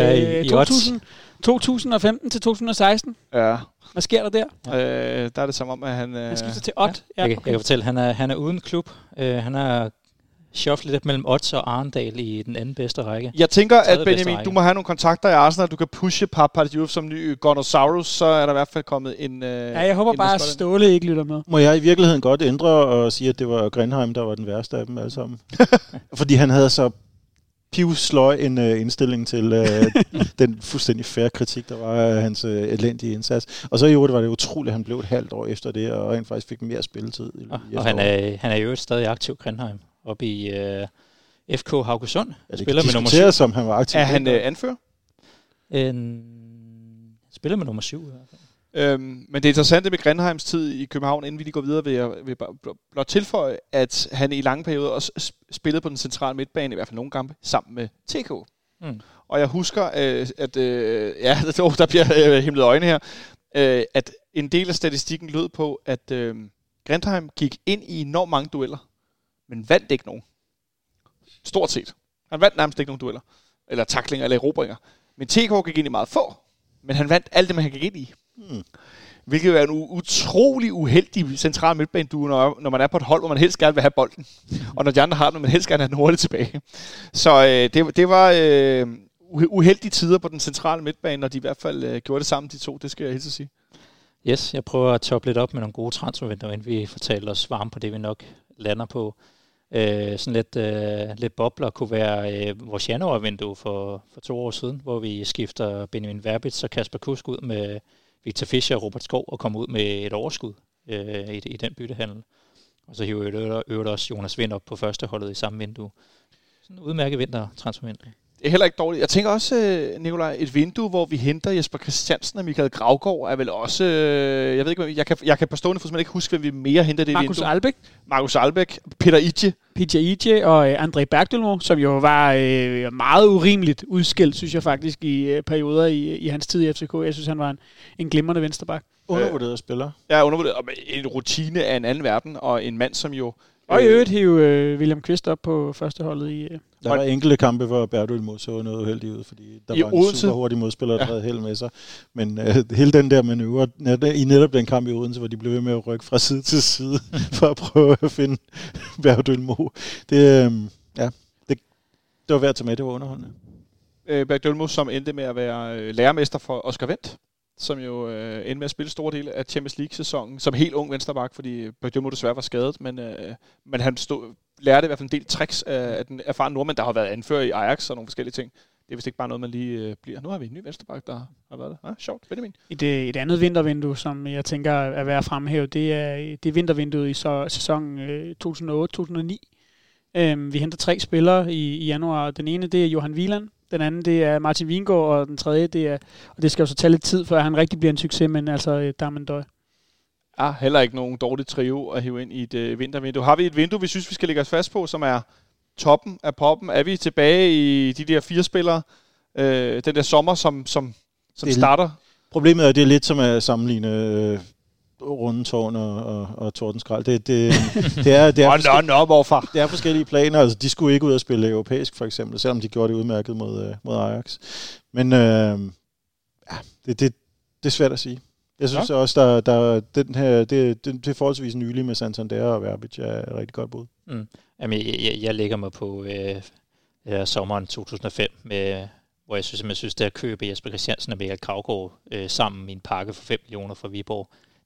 Speaker 3: 2015 til 2016.
Speaker 2: Ja.
Speaker 3: Hvad sker der der?
Speaker 2: Der er det som om, at han
Speaker 3: skifter til Ott.
Speaker 5: Ja. Jeg kan fortælle, han er uden klub. Han har shufflet lidt mellem Odds og Arendal i den anden bedste række.
Speaker 2: Jeg tænker, at Benjamin, du må have nogle kontakter i Arsenal, du kan pushe Party Youth som ny Gonosaurus, så er der i hvert fald kommet en...
Speaker 3: jeg håber bare, at Ståle ikke lytter med.
Speaker 4: Må jeg i virkeligheden godt ændre og sige, at det var Grenheim, der var den værste af dem alle sammen? Fordi han havde så pivsløj en indstilling til den fuldstændig fair kritik, der var af hans elendige indsats. Og så i øvrigt var det utroligt, at han blev et halvt år efter det, og rent faktisk fik mere spilletid.
Speaker 5: Og han er jo stadig aktiv Grenheim oppe i FK Haugesund.
Speaker 4: Ja, spiller med nummer 7. Som han var aktiv.
Speaker 2: Er han anfører?
Speaker 5: Spiller med nummer 7 i hvert fald.
Speaker 2: Men det interessante med Grenheims tid i København, inden vi lige går videre, vil jeg blot tilføje, at han i lange perioder også spillede på den centrale midtbane, i hvert fald nogle kampe, sammen med TK. Og jeg husker, at der bliver himlet øjne her, at en del af statistikken lød på, at Grenheim gik ind i enormt mange dueller, men vandt ikke nogen. Stort set. Han vandt nærmest ikke nogen dueller, eller tacklinger, eller erobringer. Men TK gik ind i meget få, men han vandt alt det, man gik ind i. Hvilket er en utrolig uheldig central midtbanedue, når man er på et hold, hvor man helst gerne vil have bolden. Og når de andre har den, man helst gerne have den hurtigt tilbage. Så det var uheldige tider på den centrale midtbane, når de i hvert fald gjorde det sammen, de to. Det skal jeg helt sige.
Speaker 5: Yes, jeg prøver at toppe lidt op med nogle gode transfervinduer, inden vi fortæller os varme på det, vi nok lander på. Sådan lidt bobler kunne være vores januarvindue for 2 år siden, hvor vi skifter Benjamin Verbic og Kasper Kusk ud med Victor Fischer og Robert Skov og kommer ud med et overskud i den byttehandel. Og så hiver øvrigt også Jonas Vind op på førsteholdet i samme vindue. Sådan en udmærket vintertransfervindue.
Speaker 2: Det er heller ikke dårligt. Jeg tænker også, Nikolaj, et vindue, hvor vi henter Jesper Christiansen og Michael Gravgaard, er vel også... jeg ved ikke, jeg kan på stående for ikke huske, hvem vi mere henter det vindue. Markus Albeck, Peter
Speaker 3: Ije og André Bergdølmo, som jo var meget urimeligt udskilt, synes jeg faktisk, i perioder i hans tid i FCK. Jeg synes, han var en glimrende venstreback.
Speaker 4: Undervurderet spiller.
Speaker 2: Ja, undervurderet. Og en rutine af en anden verden, og en mand, som jo...
Speaker 3: Og i øvrigt hive William Kvist op på førsteholdet i...
Speaker 4: Der var enkelte kampe, hvor Bergdølmo så noget uheldigt ud, fordi der var en super hurtig modspiller, der havde held med sig. Men hele den der manøvre, i netop den kamp i Odense, hvor de blev ved med at rykke fra side til side, for at prøve at finde Bergdølmo. Det var værd at tage med, det var underholdende.
Speaker 2: Bergdølmo, som endte med at være lærermester for Oscar Wendt, som jo endte med at spille store dele af Champions League-sæsonen, som helt ung venstreback, fordi Bergdølmo desværre var skadet, men han lærte i hvert fald en del tricks af den erfarne nordmand, der har været anfører i Ajax og nogle forskellige ting. Det er vist ikke bare noget, man lige bliver. Nu har vi en ny venstreback, der har været der. Sjovt, Benjamin.
Speaker 3: Et andet vintervindue, som jeg tænker er værd at fremhæve, det er vintervinduet i sæsonen 2008-2009. Vi henter 3 spillere i januar. Den ene, det er Johan Wieland. Den anden, det er Martin Vingegaard, og den tredje, det er, og det skal jo så tage lidt tid, før han rigtig bliver en succes, men altså Damendøj.
Speaker 2: Heller ikke nogen dårlig trio at hive ind i et vintervindue. Har vi et vindue, vi synes, vi skal lægge os fast på, som er toppen af poppen? Er vi tilbage i de der 4 spillere, den der sommer, som starter?
Speaker 4: Problemet er, at det er lidt som at sammenligne Rundetårn og Tordenskrald.
Speaker 2: Hvorfor?
Speaker 4: Det er forskellige planer. Altså, de skulle ikke ud og spille europæisk, for eksempel, selvom de gjorde det udmærket mod Ajax. Men det er svært at sige. Jeg synes også, der den her, det er forholdsvis nylig med Santander og Verbic er et rigtig godt bud.
Speaker 5: Jamen, jeg lægger mig på sommeren 2005, hvor jeg synes, det at købe Jesper Christiansen og Michael Gravgaard sammen i en pakke for 5 millioner fra Viborg,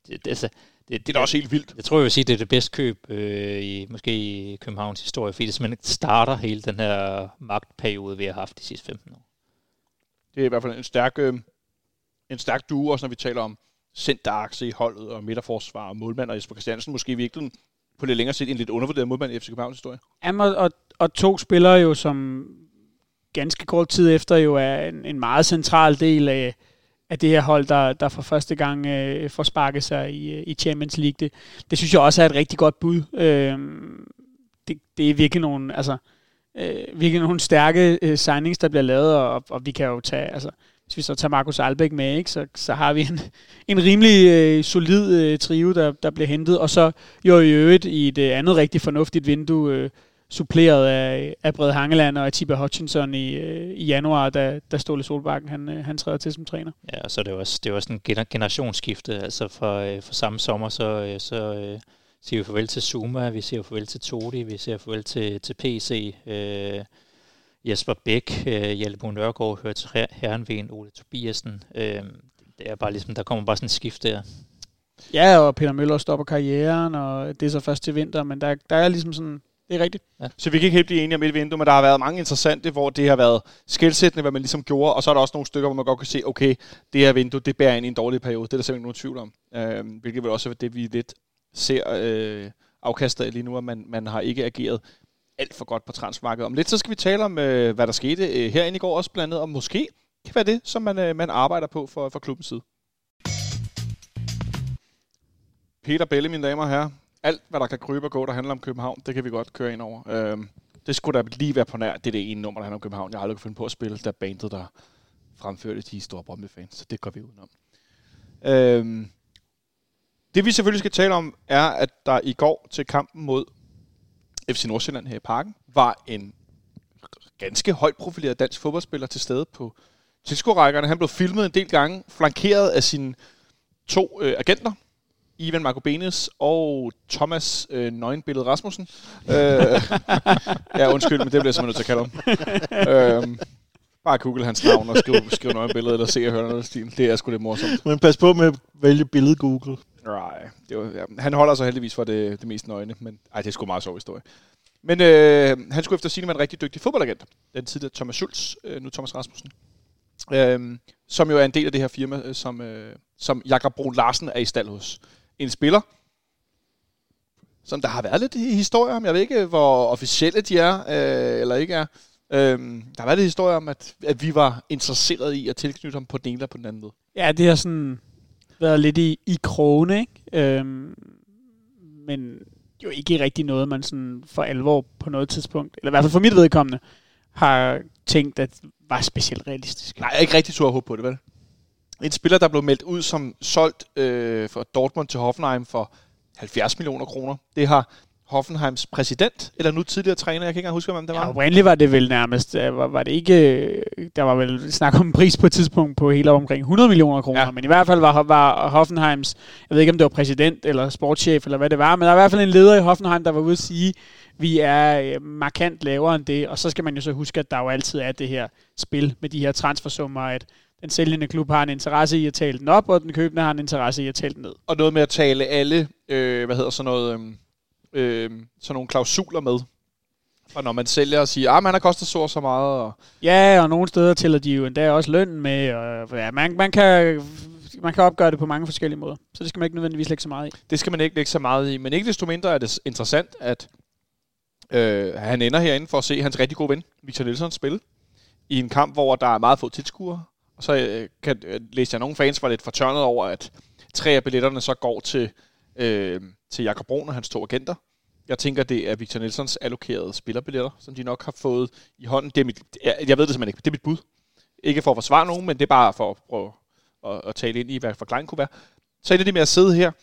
Speaker 2: Det er da også helt vildt.
Speaker 5: Jeg tror, jeg vil sige, det er det bedste køb måske i Københavns historie, fordi det simpelthen starter hele den her magtperiode, vi har haft de sidste 15 år.
Speaker 2: Det er i hvert fald en stærk duo, også når vi taler om centerakse i holdet og midterforsvar og målmand, og Jesper Christiansen måske virkelig på lidt længere sigt en lidt undervurderet målmand i FC Københavns historie.
Speaker 3: Jamen, og to spillere jo, som ganske kort tid efter jo er en meget central del af det her hold, der for første gang får sparket sig i Champions League. Det synes jeg også er et rigtig godt bud. Det er virkelig nogle stærke signings, der bliver lavet, og vi kan jo tage, hvis vi så tager Markus Albeck med, ikke, så har vi en rimelig solid trio, der bliver hentet, og så jo i øvrigt i et andet rigtig fornuftigt vindue, suppleret af Brede Hangeland og Atiba Hutchinson i januar, da Ståle Solbakken han træder til som træner.
Speaker 5: Ja, så det er også en generationsskifte. Altså for samme sommer, så siger vi farvel til Zuma, vi siger farvel til Todi, vi siger farvel til PC, Jesper Bæk, Hjalte Bo Nørgaard hører til Herrenven, Ole Tobiasen. Det er bare ligesom, der kommer bare sådan en skift der.
Speaker 3: Ja, og Peter Møller stopper karrieren, og det er så først til vinter, men der er ligesom sådan, det er rigtigt.
Speaker 2: Ja. Så vi kan ikke helt blive enige om et vindue, men der har været mange interessante, hvor det har været skelsættende, hvad man ligesom gjorde, og så er der også nogle stykker, hvor man godt kan se, okay, det her vindue, det bærer ind i en dårlig periode. Det er der simpelthen nogen tvivl om. Hvilket vel også er det, vi lidt ser afkastet af lige nu, at man har ikke ageret alt for godt på transfermarkedet. Om lidt, så skal vi tale om, hvad der skete herinde i går også blandt andet, og måske kan være det, som man arbejder på for klubbens side. Peter Bailey, mine damer og herrer. Alt, hvad der kan krybe og gå, der handler om København, det kan vi godt køre ind over. Det skulle da lige være på nær. Det er det ene nummer, der handler om København. Jeg har aldrig kunne finde på at spille, der bandet, der fremførte de store Brøndby-fans. Så det går vi udenom. Det vi selvfølgelig skal tale om, er, at der i går til kampen mod FC Nordsjælland her i Parken, var en ganske højt profileret dansk fodboldspiller til stede på tilskuerrækkerne. Han blev filmet en del gange, flankeret af sine 2 agenter, Ivan Marcobenes og Thomas Nøgenbillede Rasmussen. Ja, undskyld, men det bliver jeg simpelthen nødt til at kalde ham. Bare google hans navn og skrive Nøgenbillede, eller se og høre noget stil. Det er sgu lidt morsomt.
Speaker 4: Men pas på med at vælge billede Google.
Speaker 2: Nej, han holder sig heldigvis for det mest nøgne, men det er sgu meget sjov historie. Men han skulle efter sigende være en rigtig dygtig fodboldagent. Den tidligere Thomas Schultz, nu Thomas Rasmussen. Som jo er en del af det her firma, som Jakob Brun Larsen er i stald hos. En spiller, som der har været lidt historier om. Jeg ved ikke, hvor officielle de er, eller ikke er. Der har været lidt historier om, at vi var interesseret i at tilknytte ham på den ene eller på den anden måde.
Speaker 3: Ja, det har sådan været lidt i krone, ikke? Men jo ikke rigtig noget, man sådan for alvor på noget tidspunkt, eller i hvert fald for mit vedkommende, har tænkt, at var specielt realistisk.
Speaker 2: Nej, jeg er ikke rigtig tur at håbe på det, vel? En spiller, der blev meldt ud som solgt fra Dortmund til Hoffenheim for 70 millioner kroner. Det har Hoffenheims præsident, eller nu tidligere træner, jeg kan ikke engang huske, hvem det var.
Speaker 3: Ja, oprindeligt var det vel nærmest, var det ikke, der var vel snak om en pris på et tidspunkt på helt omkring 100 millioner kroner, ja. Men i hvert fald var Hoffenheims, jeg ved ikke om det var præsident eller sportschef eller hvad det var, men der var i hvert fald en leder i Hoffenheim, der var ude at sige, vi er markant lavere end det, og så skal man jo så huske, at der jo altid er det her spil med de her transfersummer, at den sælgende klub har en interesse i at tale den op, og den købende har en interesse i at tale den ned.
Speaker 2: Og noget med at tale alle, sådan nogle klausuler med. Og når man sælger og siger, man har kostet så meget. Og
Speaker 3: ja, og nogle steder tæller de jo endda også lønnen med. Og ja, man kan opgøre det på mange forskellige måder. Så det skal man ikke nødvendigvis lægge så meget i.
Speaker 2: Det skal man ikke lægge så meget i. Men ikke desto mindre er det interessant, at han ender herinde for at se hans rigtig gode ven, Victor Nilsson, spille. I en kamp, hvor der er meget få tilskuere. Og så læste jeg, nogle fans var lidt fortørnet over, at 3 af billetterne så går til Jakob Brun og hans 2 agenter. Jeg tænker, det er Victor Nilssons allokerede spillerbilletter, som de nok har fået i hånden. Jeg ved det simpelthen ikke. Det er mit bud. Ikke for at forsvare nogen, men det er bare for at prøve at tale ind i, hvad forklaringen kunne være. Så er det med at sidde her.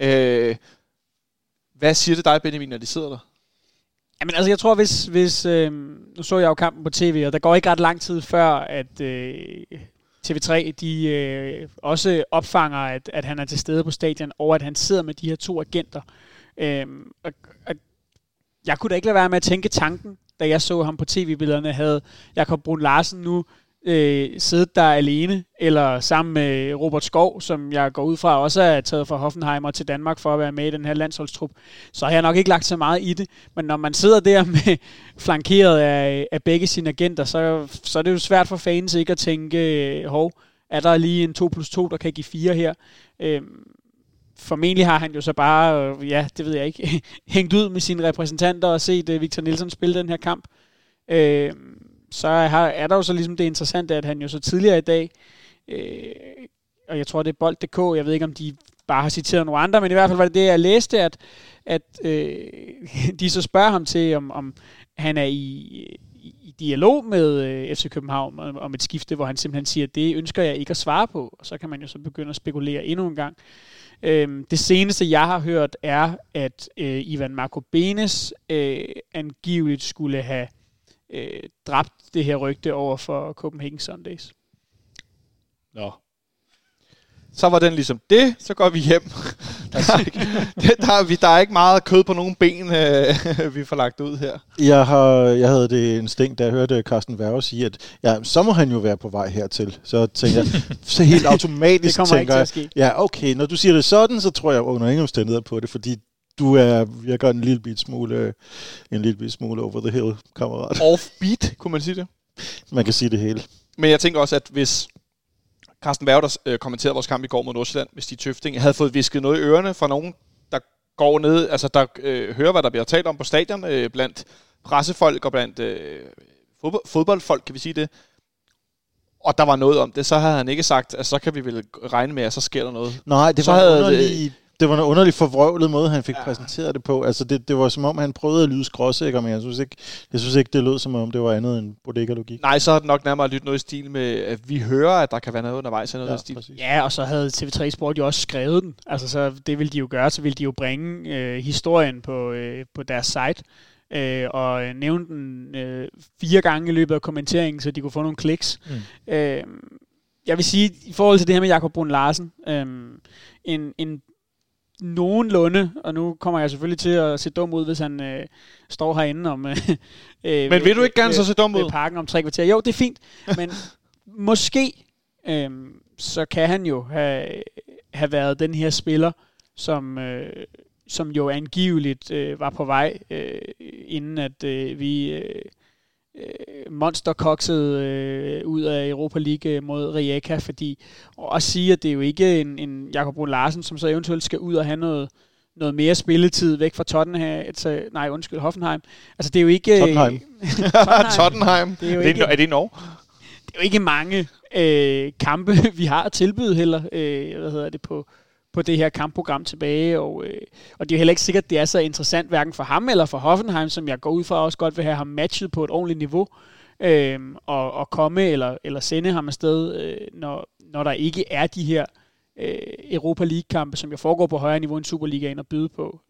Speaker 2: Hvad siger det dig, Benjamin, når de sidder der?
Speaker 3: Jamen altså, jeg tror, hvis nu så jeg jo kampen på tv, og der går ikke ret lang tid før, at TV3, de også opfanger, at han er til stede på stadion, og at han sidder med de her 2 agenter. Og jeg kunne da ikke lade være med at tænke tanken, da jeg så ham på tv-billederne, havde Jakob Brun Larsen nu siddet der alene, eller sammen med Robert Skov, som jeg går ud fra også er taget fra Hoffenheimer til Danmark for at være med i den her landsholdstrup, så har jeg nok ikke lagt så meget i det. Men når man sidder der med flankeret af begge sine agenter, så er det jo svært for fans ikke at tænke, er der lige en 2+2, der kan give 4 her? Formentlig har han jo så bare, det ved jeg ikke, hængt ud med sine repræsentanter og set Victor Nilsson spille den her kamp. Så er der jo så ligesom det interessante, at han jo så tidligere i dag, og jeg tror det er Bold.dk, jeg ved ikke om de bare har citeret nogle andre, men i hvert fald var det jeg læste, at de så spørger ham til, om han er i dialog med FC København om et skifte, hvor han simpelthen siger, at det ønsker jeg ikke at svare på, og så kan man jo så begynde at spekulere endnu en gang. Det seneste, jeg har hørt, er, at Ivan Marco Benes angiveligt skulle have dræbt det her rygte over for Copenhagen Sundays.
Speaker 2: Nå. Så var den ligesom det, så går vi hjem. Der er ikke meget kød på nogen ben, vi får lagt ud her.
Speaker 4: Jeg havde det instinkt, da jeg hørte Carsten Werge sige, at så må han jo være på vej hertil. Så tænker jeg, så helt automatisk tænker jeg, ja okay, når du siger det sådan, så tror jeg under ingen omstændigheder på det, fordi du virker en lille bit smule over the hill, kammerat.
Speaker 2: Offbeat, kunne man sige det?
Speaker 4: Man kan sige det hele.
Speaker 2: Men jeg tænker også, at hvis Carsten Werge, der kommenterede vores kamp i går mod Nordsjælland, hvis de Tøfting havde fået visket noget i ørerne fra nogen, der går ned, altså der hører, hvad der bliver talt om på stadion, blandt pressefolk og blandt fodboldfolk, kan vi sige det, og der var noget om det, så havde han ikke sagt, at så kan vi vel regne med, at så sker der noget.
Speaker 4: Nej, det var en underlig forvrøvlet måde, han fik præsenteret det på. Altså det var som om, han prøvede at lyde skråsikker, men jeg synes ikke, det lød som om, det var andet end bodega-logik.
Speaker 2: Nej, så har det nok nærmere lyttet noget i stil med, at vi hører, at der kan være noget undervejs. Noget stil.
Speaker 3: Ja, og så havde TV3 Sport jo også skrevet den. Altså så det ville de jo gøre, så ville de jo bringe historien på deres site. Og nævne den 4 gange i løbet af kommenteringen, så de kunne få nogle kliks. Jeg vil sige, i forhold til det her med Jakob Brun Larsen, en nogenlunde, og nu kommer jeg selvfølgelig til at se dum ud, hvis han står herinde om...
Speaker 2: men vil du ikke gerne så se dum ud?
Speaker 3: Parken om 3 kvarter. Jo, det er fint, men måske så kan han jo have været den her spiller, som jo angiveligt var på vej, inden at vi monsterkoksede ud af Europa League mod Rijeka, fordi at sige, at det er jo ikke en Jakob Brun Larsen, som så eventuelt skal ud og have noget mere spilletid væk fra Hoffenheim. Altså det er jo ikke...
Speaker 2: Tottenham.
Speaker 3: Det er jo ikke,
Speaker 2: er det i Norge?
Speaker 3: Det er jo ikke mange kampe, vi har at tilbyde heller, på det her kampprogram tilbage, og det er jo heller ikke sikkert, at det er så interessant, hverken for ham eller for Hoffenheim, som jeg går ud fra også godt vil have ham matchet på et ordentligt niveau, og komme eller sende ham afsted, når der ikke er de her Europa League-kampe, som jo foregår på højere niveau end Superligaen at byde på.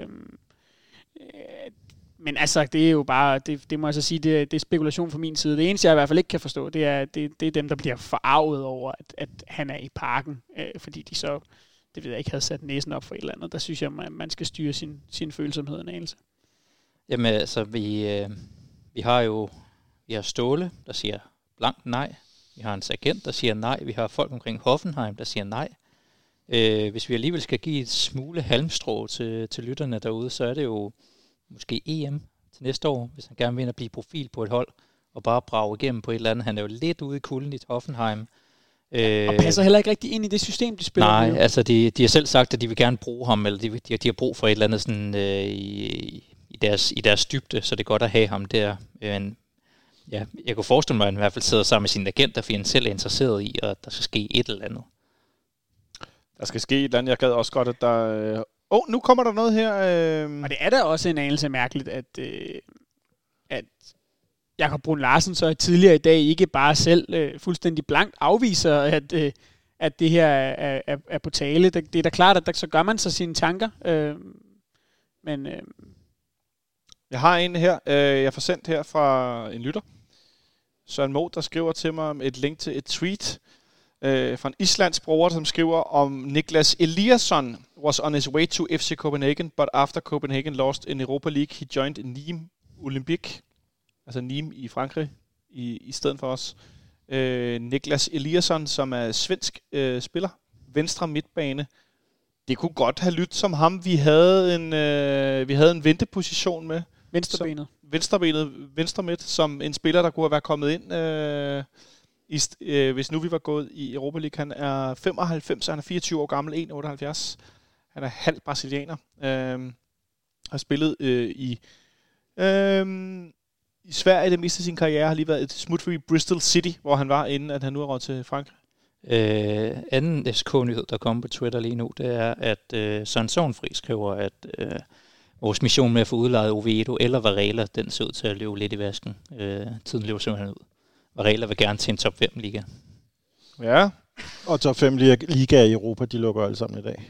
Speaker 3: Men altså, det er jo bare, det må jeg så sige, det er spekulation fra min side. Det eneste, jeg i hvert fald ikke kan forstå, det er dem, der bliver forarvet over, at han er i Parken, fordi de så... det ved jeg ikke, havde sat næsen op for et eller andet. Der synes jeg, man skal styre sin følsomhed en anelse.
Speaker 5: Jamen altså, vi har Ståle, der siger blankt nej. Vi har en agent, der siger nej. Vi har folk omkring Hoffenheim, der siger nej. Hvis vi alligevel skal give et smule halmstrå til lytterne derude, så er det jo måske EM til næste år, hvis han gerne vil ind og blive profil på et hold, og bare brage igennem på et eller andet. Han er jo lidt ude i kulden i Hoffenheim.
Speaker 3: Og passer heller ikke rigtig ind i det system, de spiller.
Speaker 5: Nej, altså de har selv sagt, at de vil gerne bruge ham, eller de har brug for et eller andet sådan, i deres dybde, så det er godt at have ham der. Men ja, jeg kunne forestille mig, at han i hvert fald sidder sammen med sin agent, fordi han selv er interesseret i, at der skal ske et eller andet.
Speaker 2: Der skal ske et eller andet. Jeg gad også godt, at der... nu kommer der noget her.
Speaker 3: Og det er da også en anelse mærkeligt, at Jakob Brun Larsen så tidligere i dag ikke bare selv fuldstændig blankt afviser, at det her er på tale. Det er da klart, at så gør man sig sine tanker. Men
Speaker 2: jeg har en her, jeg får sendt her fra en lytter. Søren Mo, der skriver til mig et link til et tweet fra en islandsk bruger, som skriver om Niklas Eliasson was on his way to FC Copenhagen, but after Copenhagen lost in Europa League, he joined Nîmes Olympique, altså Nîmes i Frankrig, i stedet for os. Niklas Eliasson, som er svensk spiller. Venstre midtbane. Det kunne godt have lyttet som ham. Vi havde en venteposition med.
Speaker 3: Venstrebenet.
Speaker 2: Venstre midt, som en spiller, der kunne have været kommet ind, hvis nu vi var gået i Europa League. Han er 95, han er 24 år gammel, 1,78. Han er halv brasilianer. Har spillet i Sverige det meste af sin karriere. Har lige været et smut forbi Bristol City, hvor han var, inden at han nu er råd til Frankrig.
Speaker 5: Anden FCK-nyhed, der kommer på Twitter lige nu, det er, at Søren Sorgenfri skriver, at vores mission med at få udlejet Oviedo eller Varela, den ser ud til at løbe lidt i vasken. Tiden løber simpelthen ud. Varela vil gerne til en top 5-liga.
Speaker 2: Ja.
Speaker 4: Og top 5 liga i Europa, de lukker alle sammen i dag.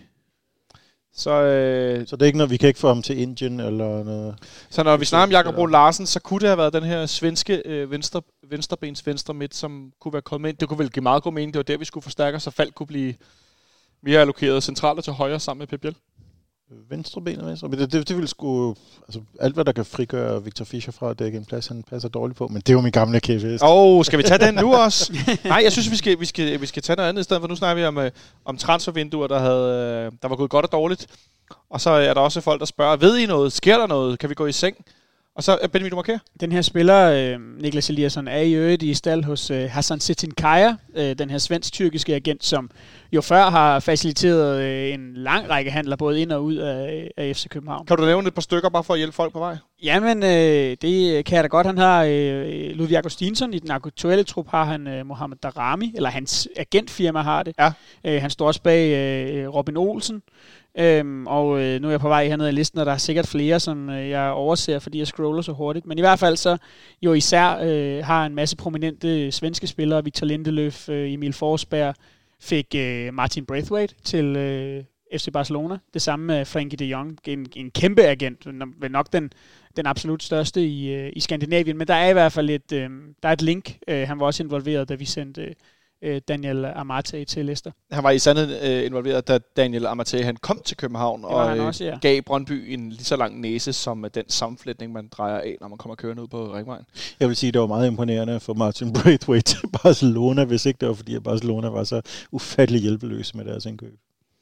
Speaker 4: Så det er ikke noget, vi kan ikke få ham til Indien eller noget.
Speaker 2: Så når vi snakker om Jakob Brun Larsen, så kunne det have været den her svenske venstrebens venstre midt, som kunne være kommet ind. Det kunne vel give meget god mening. Det var der, vi skulle forstærke, så Falk kunne blive mere allokeret centralt og til højre sammen med Pep Biel.
Speaker 4: Venstrebenet, venstre. Men det ville sgu... Altså, alt, hvad der kan frigøre Victor Fischer fra at dække en plads, han passer dårligt på. Men det er jo min gamle kæfest.
Speaker 2: Skal vi tage den nu også? Nej, jeg synes, vi skal tage noget andet i stedet, for nu snakker vi om transfervinduer, der var gået godt og dårligt. Og så er der også folk, der spørger, ved I noget? Sker der noget? Kan vi gå i seng? Og så, Benjamin, du markerer.
Speaker 3: Den her spiller, Niklas Eliasson, er i øvrigt i stald hos Hasan Çetinkaya, den her svensk-tyrkiske agent, som jo før har faciliteret en lang række handler, både ind og ud af FC København.
Speaker 2: Kan du nævne et par stykker, bare for at hjælpe folk på vej?
Speaker 3: Jamen, det kan jeg da godt. Han har Ludvig Augustinsson. I den aktuelle trup har han Mohamed Darami, eller hans agentfirma har det.
Speaker 2: Ja.
Speaker 3: Han står også bag Robin Olsen. Nu er jeg på vej hernede i listen, og der er sikkert flere, som jeg overser, fordi jeg scroller så hurtigt. Men i hvert fald så jo især har en masse prominente svenske spillere. Victor Lindelöf, Emil Forsberg, fik Martin Braithwaite til FC Barcelona. Det samme med Frankie de Jong, en kæmpe agent, vel nok den absolut største i Skandinavien. Men der er i hvert fald et link. Han var også involveret, da vi sendte Daniel Amate til Leicester.
Speaker 2: Han var i sandhed involveret, da Daniel Amate han kom til København og
Speaker 3: også, ja.
Speaker 2: Gav Brøndby en lige så lang næse som den sammenflætning, man drejer af, når man kommer kørende ud på ringvejen.
Speaker 4: Jeg vil sige, det var meget imponerende for Martin Braithwaite til Barcelona, hvis ikke det var fordi, at Barcelona var så ufattelig hjælpeløse med deres indkøb.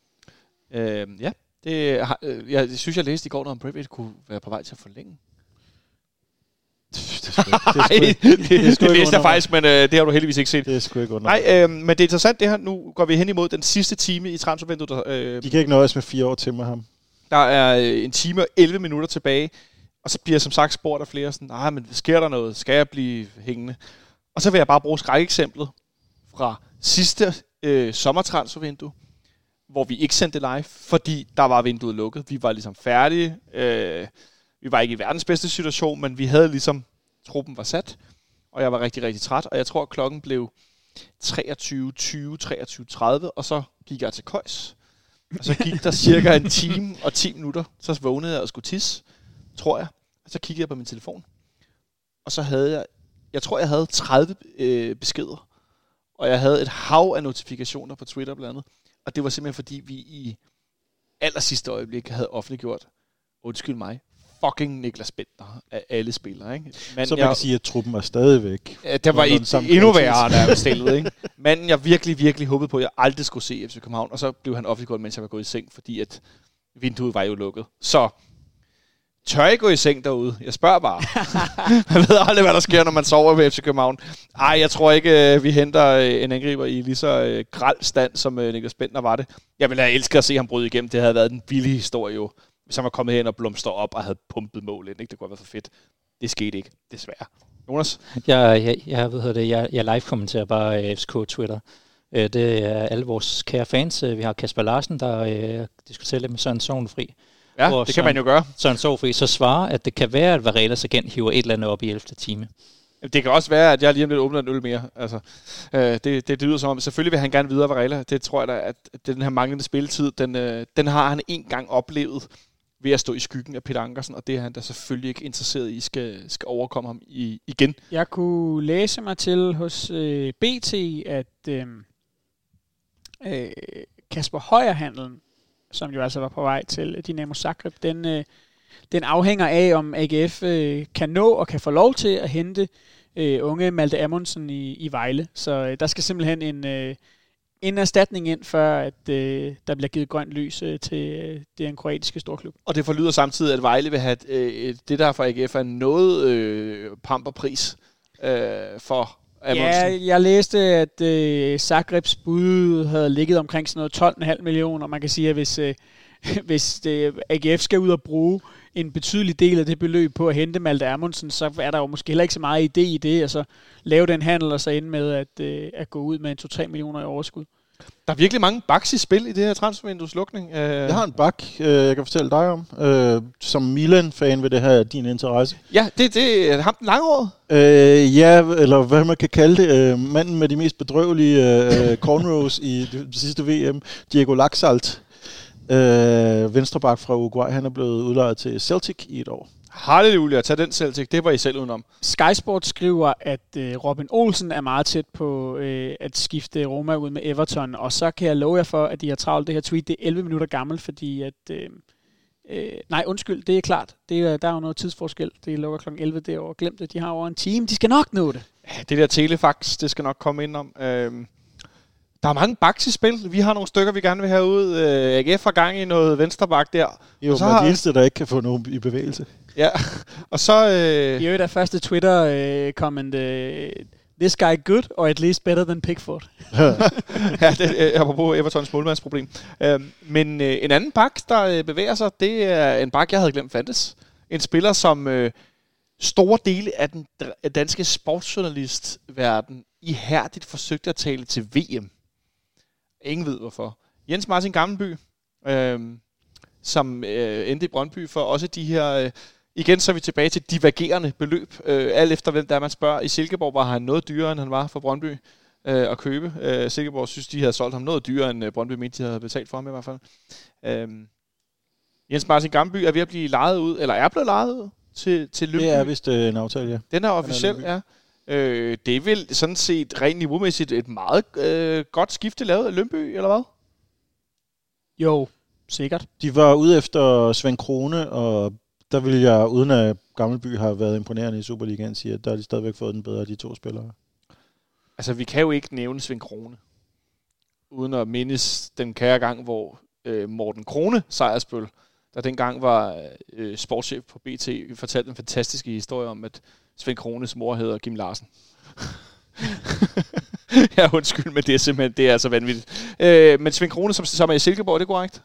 Speaker 2: Ja, jeg synes, jeg læste i går, når Braithwaite kunne være på vej til at forlænge. Det vidste jeg faktisk, men det har du heldigvis ikke set.
Speaker 4: Det er sgu ikke under.
Speaker 2: Nej, men det er interessant det her. Nu går vi hen imod den sidste time i transfervinduet.
Speaker 4: De kan ikke nøjes med 4 år til med ham.
Speaker 2: Der er 1 time og 11 minutter tilbage, og så bliver som sagt spurgt af flere sådan, men sker der noget? Skal jeg blive hængende? Og så vil jeg bare bruge skrækeksemplet fra sidste sommertransfervindue, hvor vi ikke sendte live, fordi der var vinduet lukket. Vi var ligesom færdige. Vi var ikke i verdens bedste situation, men vi havde ligesom, truppen var sat, og jeg var rigtig, rigtig træt, og jeg tror, klokken blev 23:20, 23:30, og så gik jeg til køjs. Og så gik der cirka 1 time og 10 minutter, så vågnede jeg og skulle tisse, tror jeg. Og så kiggede jeg på min telefon, og så havde jeg tror, jeg havde 30 beskeder, og jeg havde et hav af notifikationer på Twitter blandt andet, og det var simpelthen fordi, vi i allersidste øjeblik havde offentliggjort, undskyld mig, fucking Niklas Bentner af alle spillere, ikke?
Speaker 4: Men så man kan sige, at truppen var stadigvæk.
Speaker 2: Ja, der var endnu værre, der var stillet, ikke? Manden, jeg virkelig, virkelig håbede på, at jeg aldrig skulle se FC København, og så blev han offentliggjort, mens jeg var gået i seng, fordi at vinduet var jo lukket. Så tør I gå i seng derude? Jeg spørger bare. Man ved aldrig, hvad der sker, når man sover ved FC København. Jeg tror ikke, vi henter en angriber i lige så græld stand, som Niklas Bentner var det. Jeg ville have elsket at se ham bryde igennem. Det havde været en billig historie jo. Hvis han var kommet hen og blomstret op og havde pumpet mål ind, ikke? Det kunne have været for fedt. Det skete ikke, desværre. Jonas?
Speaker 5: Jeg live-kommenterer bare FCK Twitter. Det er alle vores kære fans. Vi har Kasper Larsen, der diskuterer lidt med Søren Sorgenfri.
Speaker 2: Ja, det kan man jo gøre.
Speaker 5: Søren Sorgenfri så svarer, at det kan være, at Varelas agent hiver et eller andet op i 11. time.
Speaker 2: Det kan også være, at jeg lige om lidt åbner en øl mere. Altså, det lyder som om, selvfølgelig vil han gerne videre Varela. Det tror jeg da, at den her manglende spilletid, den har han en gang oplevet ved at stå i skyggen af Peter Ankersen, og det er han da selvfølgelig ikke interesseret i, skal overkomme ham igen. Jeg kunne læse mig til hos BT, at Kasper Højer-handlen, som jo altså var på vej til Dinamo Zagreb, den afhænger af, om AGF kan nå og kan få lov til at hente
Speaker 3: unge Malte Amundsen i Vejle. Så der skal simpelthen en erstatning ind, før at der bliver givet grønt lys til den kroatiske storklub.
Speaker 2: Og det forlyder samtidig, at Vejle vil have det der fra AGF er noget pamperpris for Amundsen.
Speaker 3: Ja, jeg læste, at Zagrebs bud havde ligget omkring sådan noget 12,5 millioner. Man kan sige, at hvis AGF skal ud og bruge en betydelig del af det beløb på at hente Malte Amundsen, så er der jo måske heller ikke så meget idé i det, altså lave den handel og så ende med at gå ud med 2-3 millioner i overskud.
Speaker 2: Der er virkelig mange baks i spil i det her transfervindues lukning.
Speaker 4: Jeg har en bak, jeg kan fortælle dig om. Som Milan-fan vil det have din interesse.
Speaker 2: Ja, det er ham den langhårede.
Speaker 4: Ja, eller hvad man kan kalde det. Manden med de mest bedrøvelige cornrows i det sidste VM, Diego Laxalt. Venstreback fra Uruguay, han er blevet udlejet til Celtic i et år.
Speaker 2: Halleluja, tag den Celtic, det var I selv udenom.
Speaker 3: Sky Sport skriver, at Robin Olsen er meget tæt på at skifte Roma ud med Everton, og så kan jeg love jer for, at de har travlt. Det her tweet, det er 11 minutter gammelt, fordi at... nej, undskyld, det er klart. Der er jo noget tidsforskel. Det lukker kl. 11 derovre. Glem det, de har over en time. De skal nok nå det.
Speaker 2: Ja, det der telefax, det skal nok komme ind om. Der er mange backs i spil. Vi har nogle stykker, vi gerne vil have ud. AGF har gang i noget venstreback der.
Speaker 4: Jo, men det eneste, der ikke kan få nogen i bevægelse.
Speaker 2: Ja, og så...
Speaker 3: I øvrigt er første Twitter-comment... This guy good, or at least better than Pickford.
Speaker 2: Ja, det er apropos Evertons målmandsproblem. Men en anden bak, der bevæger sig, det er en bak, jeg havde glemt fandtes. En spiller, som store dele af den danske sportsjournalistverden ihærdigt forsøgte at tale til VM. Ingen ved hvorfor. Jens Martin Gammelby, som endte i Brøndby for også de her... igen så er vi tilbage til divergerende beløb. Alt efter hvem der man spørger. I Silkeborg var han noget dyrere, end han var for Brøndby at købe. Silkeborg synes, de havde solgt ham noget dyrere, end Brøndby mente, de havde betalt for ham i hvert fald. Jens Martin Gammelby er ved at blive lejet ud, eller er blevet lejet ud til Lyngby.
Speaker 4: Det er vist en aftale, ja.
Speaker 2: Den er officiel, ja. Det er vel sådan set rent niveaumæssigt et meget godt skifte lavet af Lyngby, eller hvad?
Speaker 3: Jo, sikkert.
Speaker 4: De var ude efter Svend Krone, og der vil jeg, uden at Gammelby har været imponerende i Superligaen, sige, at der har de stadigvæk fået den bedre af de to spillere. Altså,
Speaker 2: vi kan jo ikke nævne Svend Krone, uden at mindes den kære gang, hvor Morten Krone Sejersbøl, der dengang var sportschef på BT, fortalte en fantastisk historie om, at Svend Krones mor hedder Kim Larsen. Ja, undskyld, men det er simpelthen, det er altså vanvittigt. Men Svend Krone, som er i Silkeborg, er det korrekt?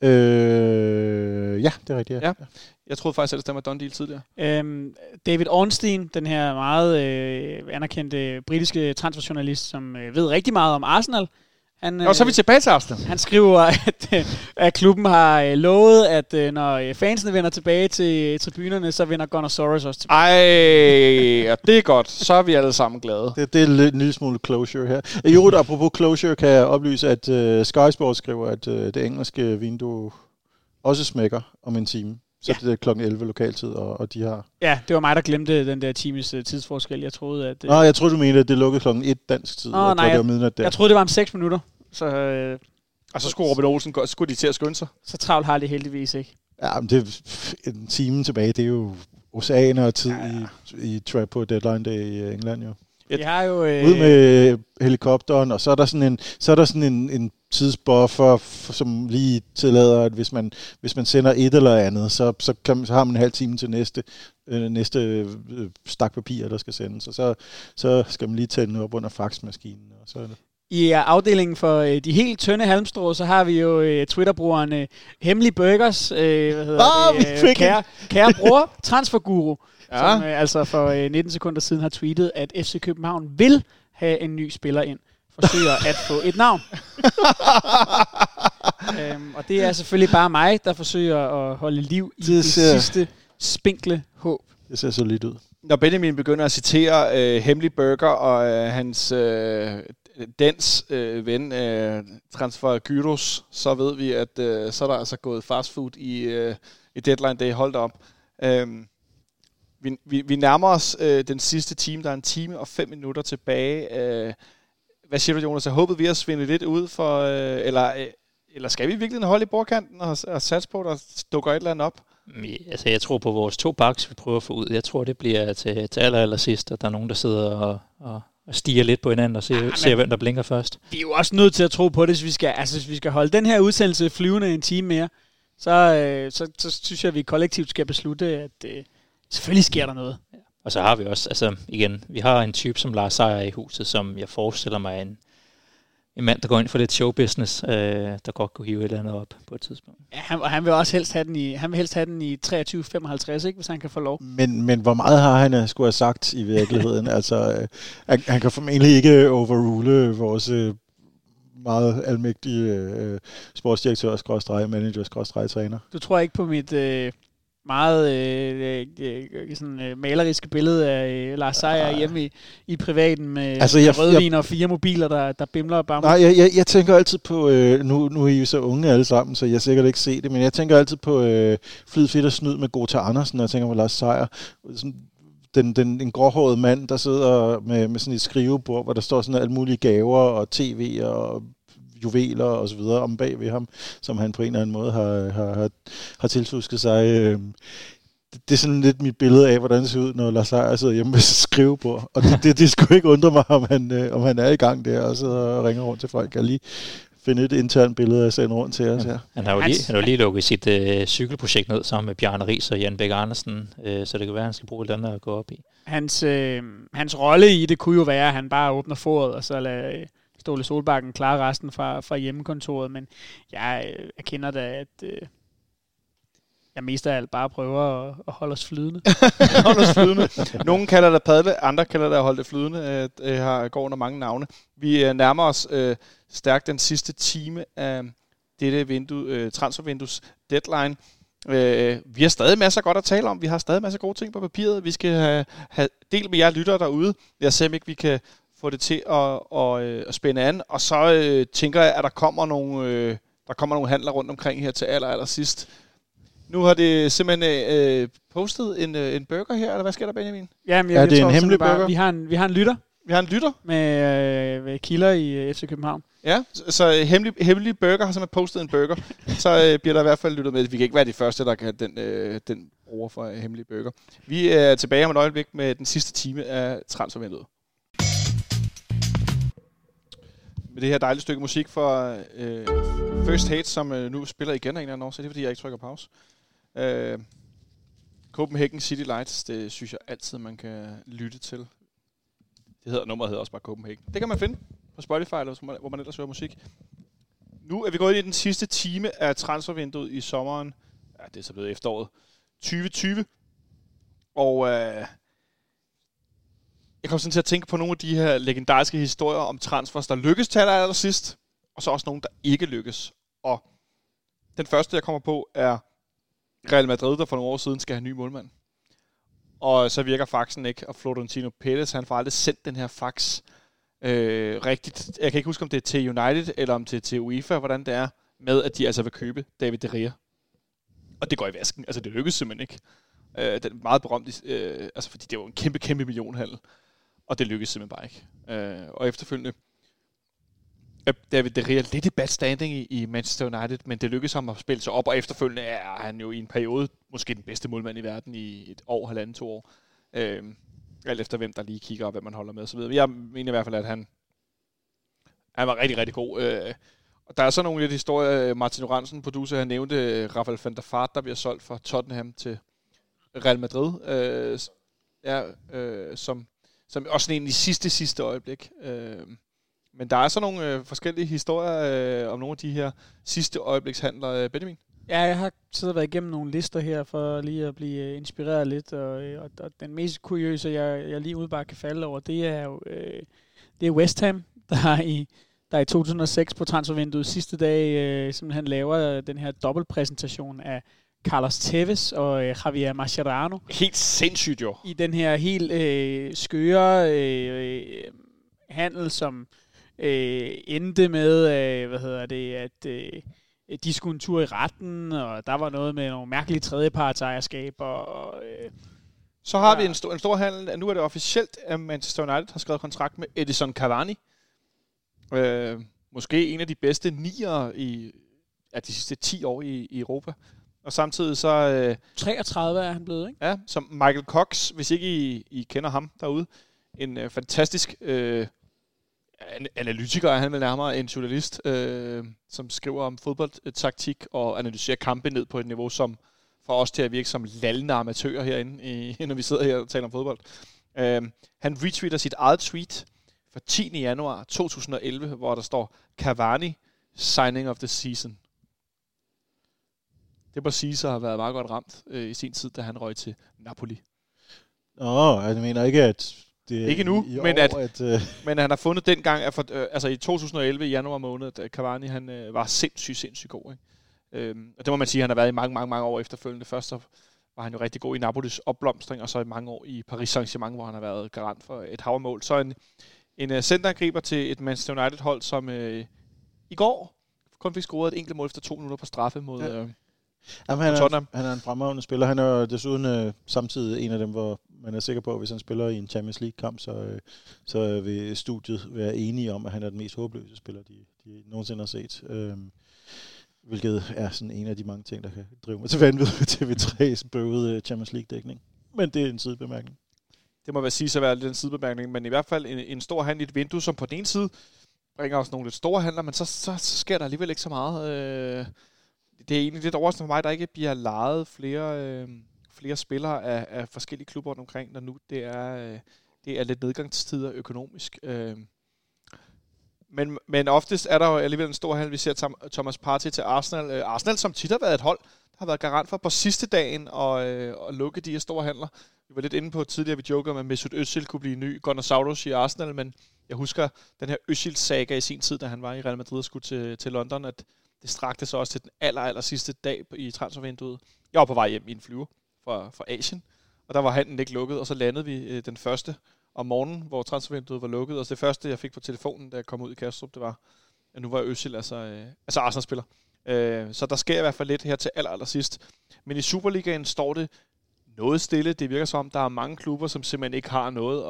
Speaker 4: Ja, det er rigtigt, ja.
Speaker 2: Jeg troede faktisk, at det stemmer Done Deal tidligere.
Speaker 3: David Ornstein, den her meget anerkendte britiske transferjournalist, som ved rigtig meget om Arsenal.
Speaker 2: Og så er vi tilbage til Arsenal.
Speaker 3: Han skriver, at klubben har lovet, at når fansene vender tilbage til tribunerne, så vender Gunnosaurus også tilbage.
Speaker 2: Ej, det er godt. Så er vi alle sammen glade.
Speaker 4: Det er en lille smule closure her. Jo, apropos closure, kan jeg oplyse, at Sky Sport skriver, at det engelske vindue også smækker om en time. Så det er klokken 11 lokaltid, og de har... Ja,
Speaker 3: det var mig, der glemte den der times tidsforskel. Jeg troede, at...
Speaker 4: jeg troede, du mente, at det lukkede klokken 1 dansk tid.
Speaker 3: Nej,
Speaker 4: det var midnat der.
Speaker 3: Jeg troede, det var om 6 minutter.
Speaker 2: Og så skulle Robin Olsen skulle de til at skynde sig.
Speaker 3: Så travlt har det heldigvis ikke.
Speaker 4: Ja, men det er en time tilbage. Det er jo oceaner og tid i trap på deadline day i England, jo.
Speaker 3: Jeg har jo
Speaker 4: ud med helikopteren, og så er der sådan en tidsbuffer, som lige tillader, at hvis man sender et eller andet, så har man en halv time til næste stak papir, der skal sendes, og så skal man lige tage den op under faxmaskinen, og så er det.
Speaker 3: I afdelingen for de helt tynde halmstrå, så har vi jo Twitter-brugeren Hemmelig Burgers, kære bror, transferguru, som altså for 19 sekunder siden har tweetet, at FC København vil have en ny spiller ind. Forsøger at få et navn. Og det er selvfølgelig bare mig, der forsøger at holde liv i det sidste spinkle håb.
Speaker 4: Det ser så lidt ud.
Speaker 2: Når Benjamin begynder at citere Hemmelig Burger og hans dens ven, transfer Gyros, så ved vi, at så er der altså gået fast food i deadline day. Hold op. Vi nærmer os den sidste time. Der er 1 time og 5 minutter tilbage. Hvad siger du, Jonas? Jeg håbede, vi har svindet lidt ud for... Eller skal vi virkelig holde i bordkanten og satse på, at der dukker et eller andet op?
Speaker 5: Altså, jeg tror på vores 2 backs, vi prøver at få ud. Jeg tror, det bliver til aller sidst, at der er nogen, der sidder og stiger lidt på hinanden og ser, hvem der blinker først.
Speaker 3: Vi er jo også nødt til at tro på det, hvis vi skal holde den her udsendelse flyvende en time mere. Så synes jeg, at vi kollektivt skal beslutte, at selvfølgelig sker der noget.
Speaker 5: Ja. Og så har vi også, altså igen, vi har en type som Lars Seier i huset, som jeg forestiller mig en mand, der går ind for lidt showbusiness, der godt kunne hive et eller andet op på et tidspunkt.
Speaker 3: Ja, han vil også helst have den i 23-55, ikke, hvis han kan få lov.
Speaker 4: Men hvor meget har han skulle have sagt i virkeligheden? Altså, han kan formentlig ikke overrule vores meget almægtige sportsdirektør, manager, træner.
Speaker 3: Du tror ikke på mit meget maleriske billede af Lars Seier hjemme i privaten med rødvin og 4 mobiler, der bimler og bamler?
Speaker 4: Nej, jeg tænker altid på, nu er I jo så unge alle sammen, så jeg sikkert ikke se det, men jeg tænker altid på Flid Fedt og Snyd med Gota Andersen, og jeg tænker på Lars Seier. En gråhåret mand, der sidder med sådan et skrivebord, hvor der står sådan alle mulige gaver og tv og juveler og så videre om bag ved ham, som han på en eller anden måde har tiltusket sig. Det er sådan lidt mit billede af, hvordan det ser ud, når Lars Seier sidder hjemme ved skrivebord. Og det skulle ikke undre mig, om han er i gang der, og sidder og ringer rundt til folk. Jeg lige finde et internt billede af sende rundt til os her.
Speaker 5: Han har jo lige lukket sit cykelprojekt ned sammen med Bjarne Riis og Jan Bæk Andersen, så det kan være, at han skal bruge et andet at gå op i.
Speaker 3: Hans rolle i det kunne jo være, at han bare åbner foret, og så lader Ståle Solbakken klare resten fra hjemmekontoret, men jeg erkender da, at jeg mest af alt bare prøver at holde os flydende.
Speaker 2: Nogle kalder det padle, andre kalder det at holde det flydende. Det går under mange navne. Vi nærmer os stærkt den sidste time af dette transfervindues deadline. Vi har stadig masser godt at tale om. Vi har stadig masser gode ting på papiret. Vi skal have delt med jer lyttere derude. Jeg ser ikke, vi kan få det til at spænde an. Og så tænker jeg, at der kommer nogle handler rundt omkring her til aller sidst. Nu har det simpelthen postet en burger her, eller hvad sker der, Benjamin?
Speaker 3: Jamen,
Speaker 4: det er en hemmelig burger?
Speaker 3: Vi har en lytter.
Speaker 2: Vi har en lytter?
Speaker 3: Med kilder i FC København.
Speaker 2: Ja, så hemmelig burger har simpelthen postet en burger. Så bliver der i hvert fald lyttet med. Vi kan ikke være de første, der kan den bruger for hemmelig burger. Vi er tilbage om et øjeblik med den sidste time af transfervinduet. Med det her dejlige stykke musik for First Hate, som nu spiller igen af en eller anden årsag. Det er, fordi jeg ikke trykker pause. Copenhagen City Lights, det synes jeg altid, man kan lytte til. Nummeret hedder også bare Copenhagen. Det kan man finde på Spotify, eller hvor man ellers hører musik. Nu er vi gået ind i den sidste time af transfervinduet i sommeren. Ja, det er så blevet efteråret 2020. Og jeg kom sådan til at tænke på nogle af de her legendariske historier om transfers, der lykkes til allersidst, og så også nogle, der ikke lykkes. Og den første, jeg kommer på, er Real Madrid, der for nogle år siden skal have en ny målmand. Og så virker faxen ikke, og Florentino Pérez, han får aldrig sendt den her fax rigtigt. Jeg kan ikke huske, om det er til United, eller om det er til UEFA, hvordan det er, med at de altså vil købe David De Gea. Og det går i vasken. Altså, det lykkes simpelthen ikke. Den er meget berømt, fordi det var en kæmpe millionhandel. Og det lykkedes simpelthen bare ikke. Og efterfølgende David De Gea lidt i bad standing i Manchester United, men det lykkedes ham at spille sig op, og efterfølgende er han jo i en periode måske den bedste målmand i verden i et år, 1,5-2 år. Alt efter hvem der lige kigger og hvem man holder med og så videre. Jeg mener i hvert fald, at han var rigtig god. Og der er så nogle lidt historier. Martin Oransen, producer, han nævnte Rafael van der Vaart, der bliver solgt fra Tottenham til Real Madrid. Som også en i sidste øjeblik. Men der er så nogle forskellige historier om nogle af de her sidste øjeblikshandler. Benjamin?
Speaker 3: Ja, jeg har siddet og været igennem nogle lister her, for lige at blive inspireret lidt. Og den mest kuriøse, jeg lige udebart kan falde over, det er jo det er West Ham, der i 2006 på transfervinduet sidste dag simpelthen laver den her dobbeltpræsentation af Carlos Tevez og Javier Mascherano.
Speaker 2: Helt sindssygt jo.
Speaker 3: I den her helt skøre handel, som endte med, at de skulle en tur i retten, og der var noget med nogle mærkelige tredjepartsejerskaber.
Speaker 2: Så har vi en stor handel. Nu er det officielt, at Manchester United har skrevet kontrakt med Edison Cavani. Måske en af de bedste niere i de sidste 10 år i Europa. Og samtidig så...
Speaker 3: 33 er han blevet, ikke?
Speaker 2: Ja, som Michael Cox, hvis ikke I kender ham derude. En fantastisk analytiker, er han vel nærmere en journalist, som skriver om fodboldtaktik og analyserer kampe ned på et niveau, som for os til at virke som lallende amatører herinde, når vi sidder her og taler om fodbold. Han retweeter sit eget tweet fra 10. januar 2011, hvor der står Cavani, signing of the season. Det må sige, så har været meget godt ramt i sin tid, da han røg til Napoli.
Speaker 4: Jeg mener ikke, at det
Speaker 2: ikke nu, men han har fundet dengang, altså i 2011 i januar måned, at Cavani han var sindssygt god. Ikke? Og det må man sige, han har været i mange år efterfølgende. Først så var han jo rigtig god i Napolis opblomstring, og så i mange år i Paris Saint-Germain, hvor han har været garant for et hav af mål. Så en centerangriber til et Manchester United-hold, som i går kun fik scoret et enkelt mål efter 2 minutter på straffe mod Tottenham.
Speaker 4: Han er en fremragende spiller. Han er desuden samtidig en af dem, hvor man er sikker på, at hvis han spiller i en Champions League-kamp, så vil studiet være enige om, at han er den mest håbløse spiller, de nogensinde har set. Hvilket er sådan en af de mange ting, der kan drive mig til vanvid til TV3's bøvede Champions League-dækning. Men det er en sidebemærkning.
Speaker 2: Det må sige så være lidt en sidebemærkning, men i hvert fald en stor handel i et vindue, som på den ene side bringer os nogle lidt store handler, men så sker der alligevel ikke så meget. Det er egentlig lidt overraskende for mig, der ikke bliver lejet flere spillere af forskellige klubber rundt omkring, når nu det er lidt nedgangstider økonomisk. Men oftest er der jo alligevel en stor handel. Vi ser Thomas Partey til Arsenal. Arsenal, som tit har været et hold, der har været garant for på sidste dagen at lukke de her store handler. Vi var lidt inde på tidligere, vi joker med, at Mesut Özil kunne blive ny Gunnar i Arsenal, men jeg husker den her Özil-saga i sin tid, da han var i Real Madrid og skulle til London, at det strakte sig også til den aller sidste dag i transfervinduet. Jeg var på vej hjem i en flyver fra Asien, og der var handlen ikke lukket, og så landede vi den første om morgenen, hvor transfervinduet var lukket, og det første, jeg fik på telefonen, da jeg kom ud i Kastrup, det var, at nu var Özil altså Arsenal-spiller. Så der sker i hvert fald lidt her til allersidst. Men i Superligaen står det noget stille. Det virker som om, der er mange klubber, som simpelthen ikke har noget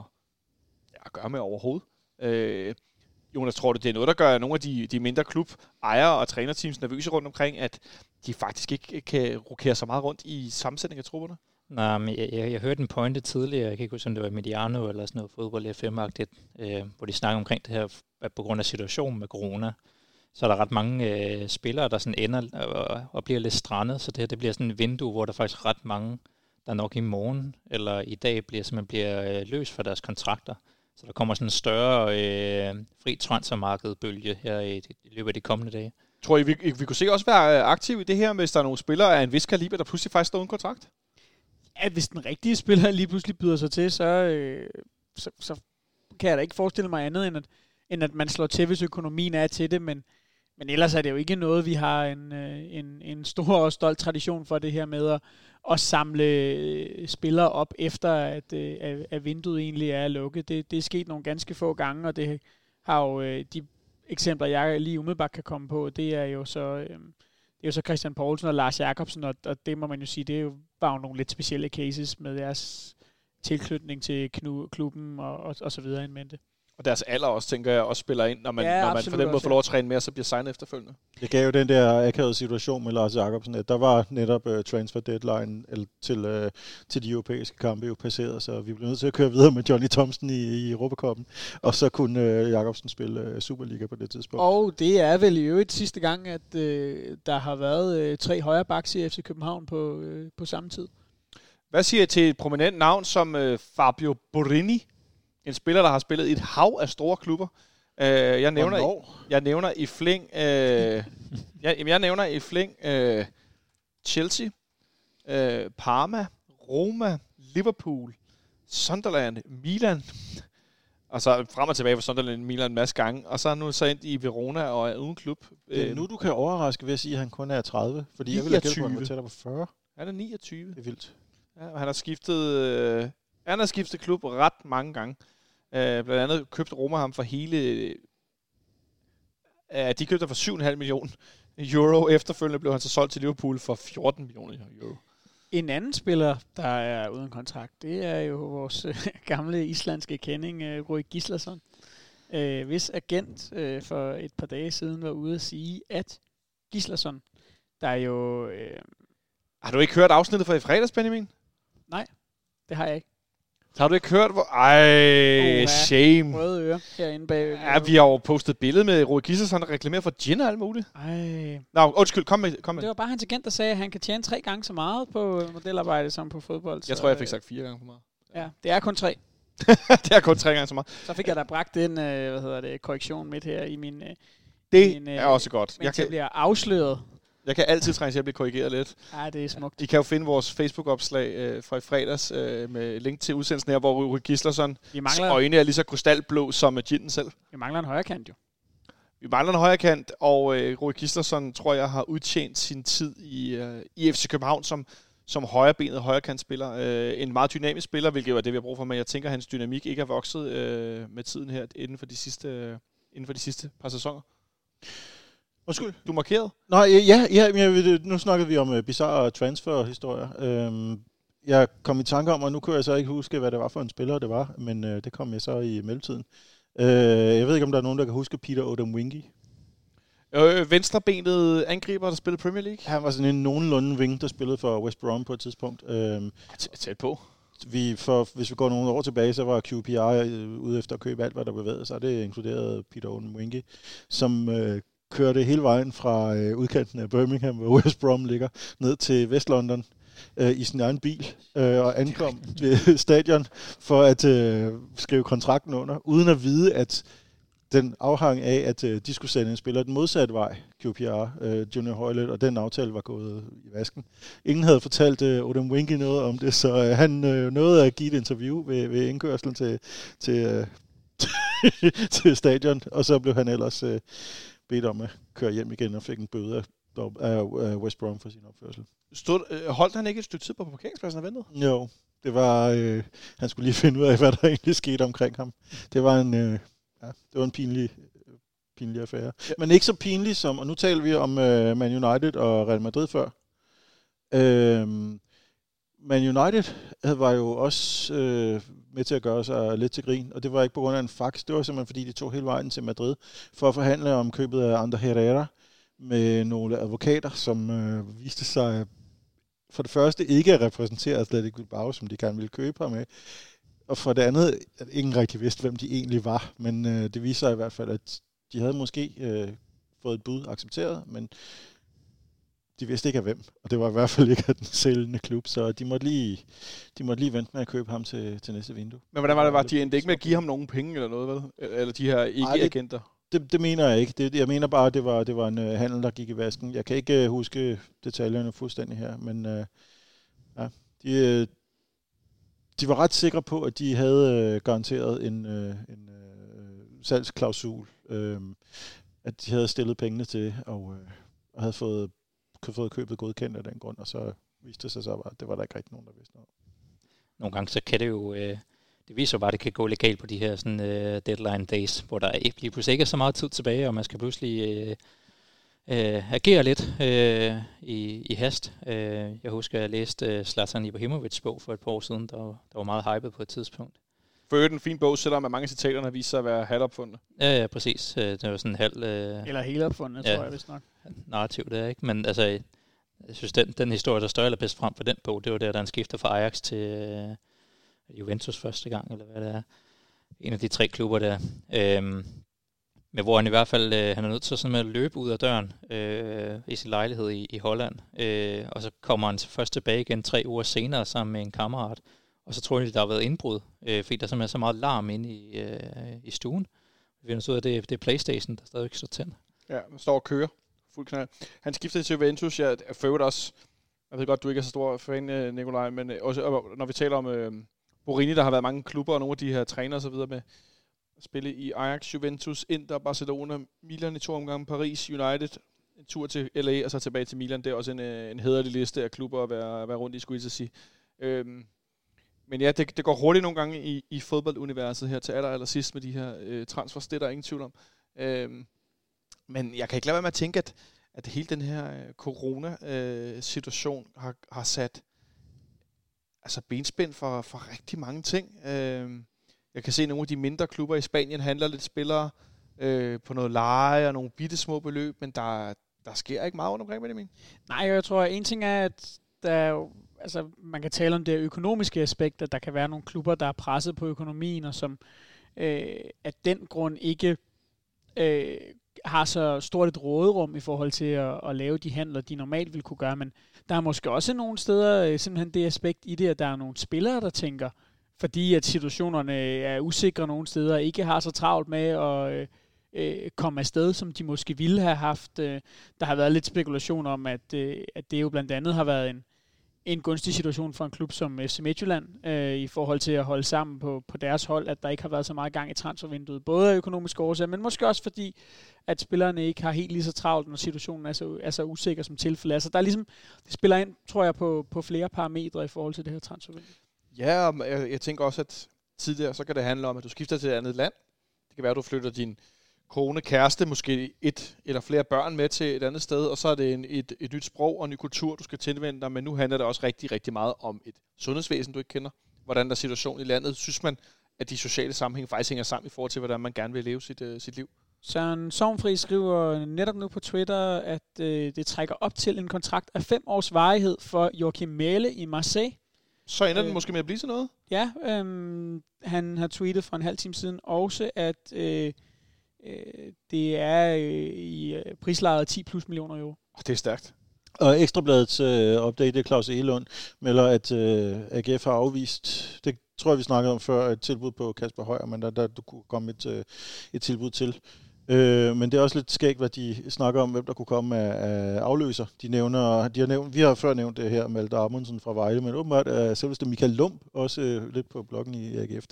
Speaker 2: at gøre med overhovedet. Jonas, tror du, det er noget, der gør nogle af de mindre klubejere og trænerteams nervøse rundt omkring, at de faktisk ikke kan rokere så meget rundt i sammensætning af trupperne?
Speaker 5: Nej, men jeg hørte en pointe tidligere, jeg kan ikke huske, om det var Mediano eller sådan noget fodbold FM-agtigt, hvor de snakker omkring det her, at på grund af situationen med corona, så er der ret mange spillere, der sådan ender og bliver lidt strandet, så det bliver sådan et vindue, hvor der faktisk ret mange, der nok i morgen eller i dag bliver løs for deres kontrakter. Så der kommer sådan en større fri transfermarkedbølge her i løbet af de kommende dage.
Speaker 2: Tror I, vi kunne se også være aktive i det her, hvis der er nogle spillere af en vis kaliber, der pludselig faktisk står uden kontrakt?
Speaker 3: Ja, hvis den rigtige spiller lige pludselig byder sig til, så kan jeg da ikke forestille mig andet, end at man slår til, hvis økonomien er til det, men ellers er det jo ikke noget, vi har en stor og stolt tradition for det her med at samle spillere op, efter at vinduet egentlig er lukket. Det er sket nogle ganske få gange, og det har jo de eksempler, jeg lige umiddelbart kan komme på, det er jo så Christian Poulsen og Lars Jakobsen, og det må man jo sige, det er jo bare nogle lidt specielle cases med deres tilknytning til klubben og så videre i mente.
Speaker 2: Og deres alder også, tænker jeg, også spiller ind, når man på den måde får lov at træne mere, så bliver signet efterfølgende.
Speaker 4: Det gav jo den der akavede situation med Lars Jakobsen, at der var netop transfer deadline til de europæiske kampe jo passeret, så vi blev nødt til at køre videre med Johnny Thomsen i Europacupen, og så kunne Jakobsen spille Superliga på det tidspunkt.
Speaker 3: Og det er vel i øvrigt sidste gang, at der har været 3 højre backs i FC København på samme tid.
Speaker 2: Hvad siger I til et prominent navn som Fabio Borini? En spiller, der har spillet i et hav af store klubber. Jeg nævner i flæng Chelsea, Parma, Roma, Liverpool, Sunderland, Milan. Og så frem og tilbage for Sunderland Milan en masse gange. Og så er nu så endt i Verona og er uden klub.
Speaker 4: Nu du kan overraske ved at sige, at han kun er 30. Fordi 29. Jeg vil have gætte på, at han var tættere på 40.
Speaker 2: Han er 29.
Speaker 4: Det er vildt.
Speaker 2: Ja, og han har skiftet klub ret mange gange. Blandt andet købte Roma ham for hele... de købte for 7,5 millioner euro. Efterfølgende blev han så solgt til Liverpool for 14 millioner euro.
Speaker 3: En anden spiller, der er uden kontrakt, det er jo vores gamle islandske kending, Rui Gíslason. Hvis agent for et par dage siden var ude at sige, at Gislason, der er jo...
Speaker 2: Har du ikke hørt afsnittet fra i fredags, Benjamin?
Speaker 3: Nej, det har jeg ikke.
Speaker 2: Har du ikke hørt, hvor... Ej, shame.
Speaker 3: Røde ører herinde bag.
Speaker 2: Ja, vi har jo postet billede med Rui Gislason, der reklamerer for gin og alt muligt.
Speaker 3: Ej.
Speaker 2: Nå, undskyld, kom med.
Speaker 3: Det var bare hans agent, der sagde, at han kan tjene 3 gange så meget på modelarbejde som på fodbold.
Speaker 2: Jeg tror, jeg fik sagt 4 gange for meget.
Speaker 3: Ja, det er kun 3.
Speaker 2: Det er kun 3 gange så meget.
Speaker 3: Så fik jeg da bragt den korrektion midt her i min...
Speaker 2: Det er også godt.
Speaker 3: Jeg bliver afsløret.
Speaker 2: Jeg kan altid trænge til at blive korrigeret lidt.
Speaker 3: Ja, det er smukt.
Speaker 2: I kan jo finde vores Facebook-opslag fra i fredags med link til udsendelsen her, hvor Rui Gislason øjne er lige så krystalblå som ginen selv.
Speaker 3: Vi mangler en højrekant jo.
Speaker 2: Vi mangler en højrekant, og Rui Gislason, tror jeg, har udtjent sin tid i FC København som højrebenet højrekantspiller. En meget dynamisk spiller, hvilket er det, vi har brug for, men jeg tænker, at hans dynamik ikke er vokset med tiden her inden for de sidste par sæsoner. Undskyld, du markerede?
Speaker 4: Nej, nu snakkede vi om bizarre transfer-historier. Jeg kom i tanke om, og nu kunne jeg så ikke huske, hvad det var for en spiller, det var, men det kom jeg så i mellemtiden. Jeg ved ikke, om der er nogen, der kan huske Peter Odemwingie.
Speaker 2: Venstrebenet angriber, der spillede Premier League.
Speaker 4: Han var sådan en nogenlunde wing, der spillede for West Brom på et tidspunkt.
Speaker 2: Tæt på.
Speaker 4: Hvis vi går nogle år tilbage, så var QPR ude efter at købe alt, hvad der bevægede sig. Det inkluderede Peter Odemwingie, som kørte hele vejen fra udkanten af Birmingham, hvor West Brom ligger, ned til Vestlondon i sin egen bil og ankom ved stadion for at skrive kontrakten under, uden at vide, at den afhang af, at de skulle sende en spiller den modsatte vej, QPR, Junior Hoylett, og den aftale var gået i vasken. Ingen havde fortalt Odemwingie noget om det, så han nåede at give et interview ved indkørslen til stadion, og så blev han ellers bedt om at køre hjem igen og fik en bøde af West Brom for sin opførsel.
Speaker 2: Holdt han ikke et stykke tid på parkeringspladsen og ventede?
Speaker 4: Jo, det var... han skulle lige finde ud af, hvad der egentlig skete omkring ham. Det var en pinlig affære. Ja. Men ikke så pinlig som... Og nu taler vi om Man United og Real Madrid før. Man United var jo også med til at gøre sig lidt til grin, og det var ikke på grund af en fax. Det var simpelthen, fordi de tog hele vejen til Madrid for at forhandle om købet af Ander Herrera med nogle advokater, som viste sig for det første ikke at repræsentere Athletic Bilbao, som de gerne ville købe ham med, og for det andet, at ingen rigtig vidste, hvem de egentlig var. Men det viser sig i hvert fald, at de havde måske fået et bud accepteret, men de vidste ikke af hvem, og det var i hvert fald ikke af den sælgende klub, så de måtte lige vente med at købe ham til næste vindue.
Speaker 2: Men hvordan var det? Var de endte ikke med at give ham nogen penge eller noget, vel? Eller de her ikke-agenter?
Speaker 4: Det mener jeg ikke. Jeg mener bare, at det var en handel, der gik i vasken. Jeg kan ikke huske detaljerne fuldstændig her, men de var ret sikre på, at de havde garanteret en salgsklausul, at de havde stillet pengene til, og havde fået købet godkendt af den grund, og så viste det sig så, at det var der ikke rigtig nogen, der vidste noget.
Speaker 5: Nogle gange så kan det jo, det viser jo bare, at det kan gå legalt på de her sådan, deadline days, hvor der lige pludselig ikke er så meget tid tilbage, og man skal pludselig agere lidt i hast. Jeg husker, at jeg læste Zlatan Ibrahimovics bog for et par år siden, der var meget hypet på et tidspunkt.
Speaker 2: For øvrigt en fin bog, selvom mange citaterne har vist sig at være halvopfundne.
Speaker 5: Ja, præcis. Det var sådan en halv...
Speaker 3: Eller helopfundne, tror jeg vist nok.
Speaker 5: Narrativ, det er ikke. Men altså, jeg synes, den historie, der står allerbedst frem for den bog, det var der han skifter fra Ajax til Juventus første gang, eller hvad det er. En af de 3 klubber der. Men hvor han i hvert fald, han er nødt til sådan at løbe ud af døren i sin lejlighed i Holland. Og så kommer han først tilbage igen 3 uger senere sammen med en kammerat. Og så tror jeg, der har været indbrud, fordi der simpelthen er så meget larm inde i stuen. Vi finder ud af, at det er PlayStation, der stadig står tændt.
Speaker 2: Ja, man står og kører. Fuld knald. Han skiftede til Juventus. Jeg føler også, jeg ved godt, du ikke er så stor fan, Nikolaj, men også når vi taler om Borini, der har været mange klubber og nogle af de her træner og så videre med at spille i Ajax, Juventus, Inter, Barcelona, Milan i 2 omgange, Paris, United, en tur til LA og så tilbage til Milan. Det er også en hæderlig liste af klubber at være rundt i, skulle jeg sige. Men ja, det går hurtigt nogle gange i fodbolduniverset her til aller sidst med de her transfers. Det er der ingen tvivl om. Men jeg kan ikke lade være med at tænke, at hele den her corona-situation har sat altså benspænd for rigtig mange ting. Jeg kan se, at nogle af de mindre klubber i Spanien handler lidt spillere på noget leje og nogle bitte små beløb, men der der sker ikke meget rundt omkring, Benjamin.
Speaker 3: Nej, jeg tror, at en ting er, at der er jo, altså, man kan tale om det økonomiske aspekt, at der kan være nogle klubber, der er presset på økonomien, og som af den grund ikke har så stort et råderum i forhold til at lave de handler, de normalt ville kunne gøre. Men der er måske også nogle steder simpelthen det aspekt i det, at der er nogle spillere, der tænker, fordi at situationerne er usikre nogle steder, og ikke har så travlt med at komme afsted, som de måske ville have haft. Der har været lidt spekulation om, at det jo blandt andet har været en gunstig situation for en klub som FC Midtjylland i forhold til at holde sammen på deres hold, at der ikke har været så meget gang i transfervinduet, både af økonomiske årsager, men måske også fordi, at spillerne ikke har helt lige så travlt, når situationen er så usikker som tilfældet. Altså der er ligesom, det spiller ind, tror jeg, på flere parametre i forhold til det her transfervindue.
Speaker 2: Ja, og jeg tænker også, at tidligere, så kan det handle om, at du skifter til et andet land. Det kan være, at du flytter din kone, kæreste, måske et eller flere børn med til et andet sted, og så er det et nyt sprog og en ny kultur, du skal tilvende dig, men nu handler det også rigtig, rigtig meget om et sundhedsvæsen, du ikke kender. Hvordan der er situationen i landet. Synes man, at de sociale sammenhæng faktisk hænger sammen i forhold til, hvordan man gerne vil leve sit liv?
Speaker 3: Søren Sovnfri skriver netop nu på Twitter, at det trækker op til en kontrakt af 5 års varighed for Joachim Mæhle i Marseille.
Speaker 2: Så ender den måske med at blive sådan noget?
Speaker 3: Ja, han har tweetet for en halv time siden også, at det er i prislejet 10 plus millioner euro.
Speaker 2: Det er stærkt.
Speaker 4: Og Ekstrabladets update, Claus Egelund, melder, at AGF har afvist, det tror jeg, vi snakkede om før, et tilbud på Kasper Højer, men der du kunne komme et tilbud til. Men det er også lidt skægt, hvad de snakker om, hvem der kunne komme af afløser. Vi har før nævnt det her, Malte Amundsen fra Vejle, men åbenbart er selveste Michael Lump også lidt på bloggen i AGF.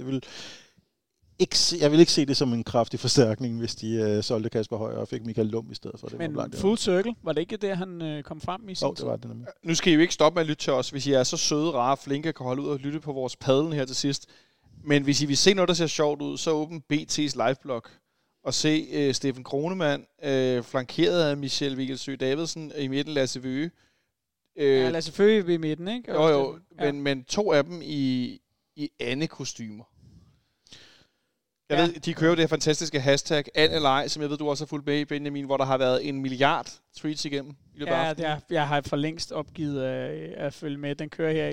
Speaker 4: Jeg vil ikke se det som en kraftig forstærkning, hvis de solgte Kasper Højer og fik Michael Lump i stedet for det.
Speaker 3: Men full circle, var det ikke det, han kom frem i sin
Speaker 4: det var det nemlig.
Speaker 2: Nu skal I jo ikke stoppe med at lytte til os, hvis I er så søde, rare, flinke, kan holde ud og lytte på vores padlen her til sidst. Men hvis I vil se noget, der ser sjovt ud, så åbn BT's liveblog og se Steffen Kronemann, flankeret af Michel Vigelsø Davidsen, i midten Lasse Vøge.
Speaker 3: Lasse Vøge i midten, ikke?
Speaker 2: Jo, men 2 af dem i Anne-kostymer. Jeg ved, de kører det her fantastiske hashtag #AnneLej, som jeg ved, du også har fulgt med i, Benjamin, hvor der har været 1 milliard tweets igennem i løbet af aftenen.
Speaker 3: Jeg har for længst opgivet at følge med. Den kører her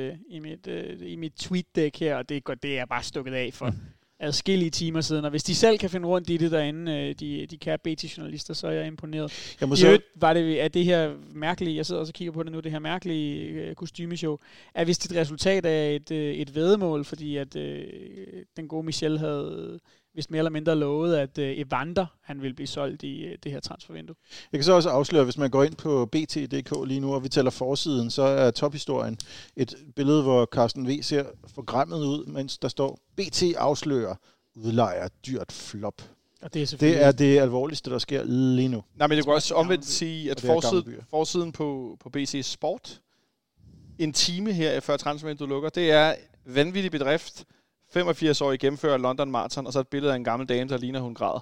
Speaker 3: i mit tweet-dæk her, og det er bare stukket af for adskillige timer siden. Og hvis de selv kan finde rundt i det derinde, de kære BT-journalister, så er jeg imponeret. Var det, at det her mærkelige, jeg sidder også og kigger på det nu, det her mærkelige kostymeshow, er vist et resultat af et væddemål, fordi at den gode Michel havde vist mere eller mindre lovet, at Evander, han ville blive solgt i det her transfervindue.
Speaker 4: Jeg kan så også afsløre, hvis man går ind på BT.dk lige nu, og vi tæller forsiden, så er tophistorien et billede, hvor Carsten V ser forgræmmet ud, mens der står, BT afslører, udlejer dyrt flop.
Speaker 3: Og det
Speaker 4: er det alvorligste, der sker lige nu.
Speaker 2: Nej, men det kan også omvendt sige, at forsiden på BT Sport, en time her før transfervinduet lukker, det er vanvittig bedrift. 85-årig gennemfører London Marathon, og så et billede af en gammel dame, der ligner, hun græder.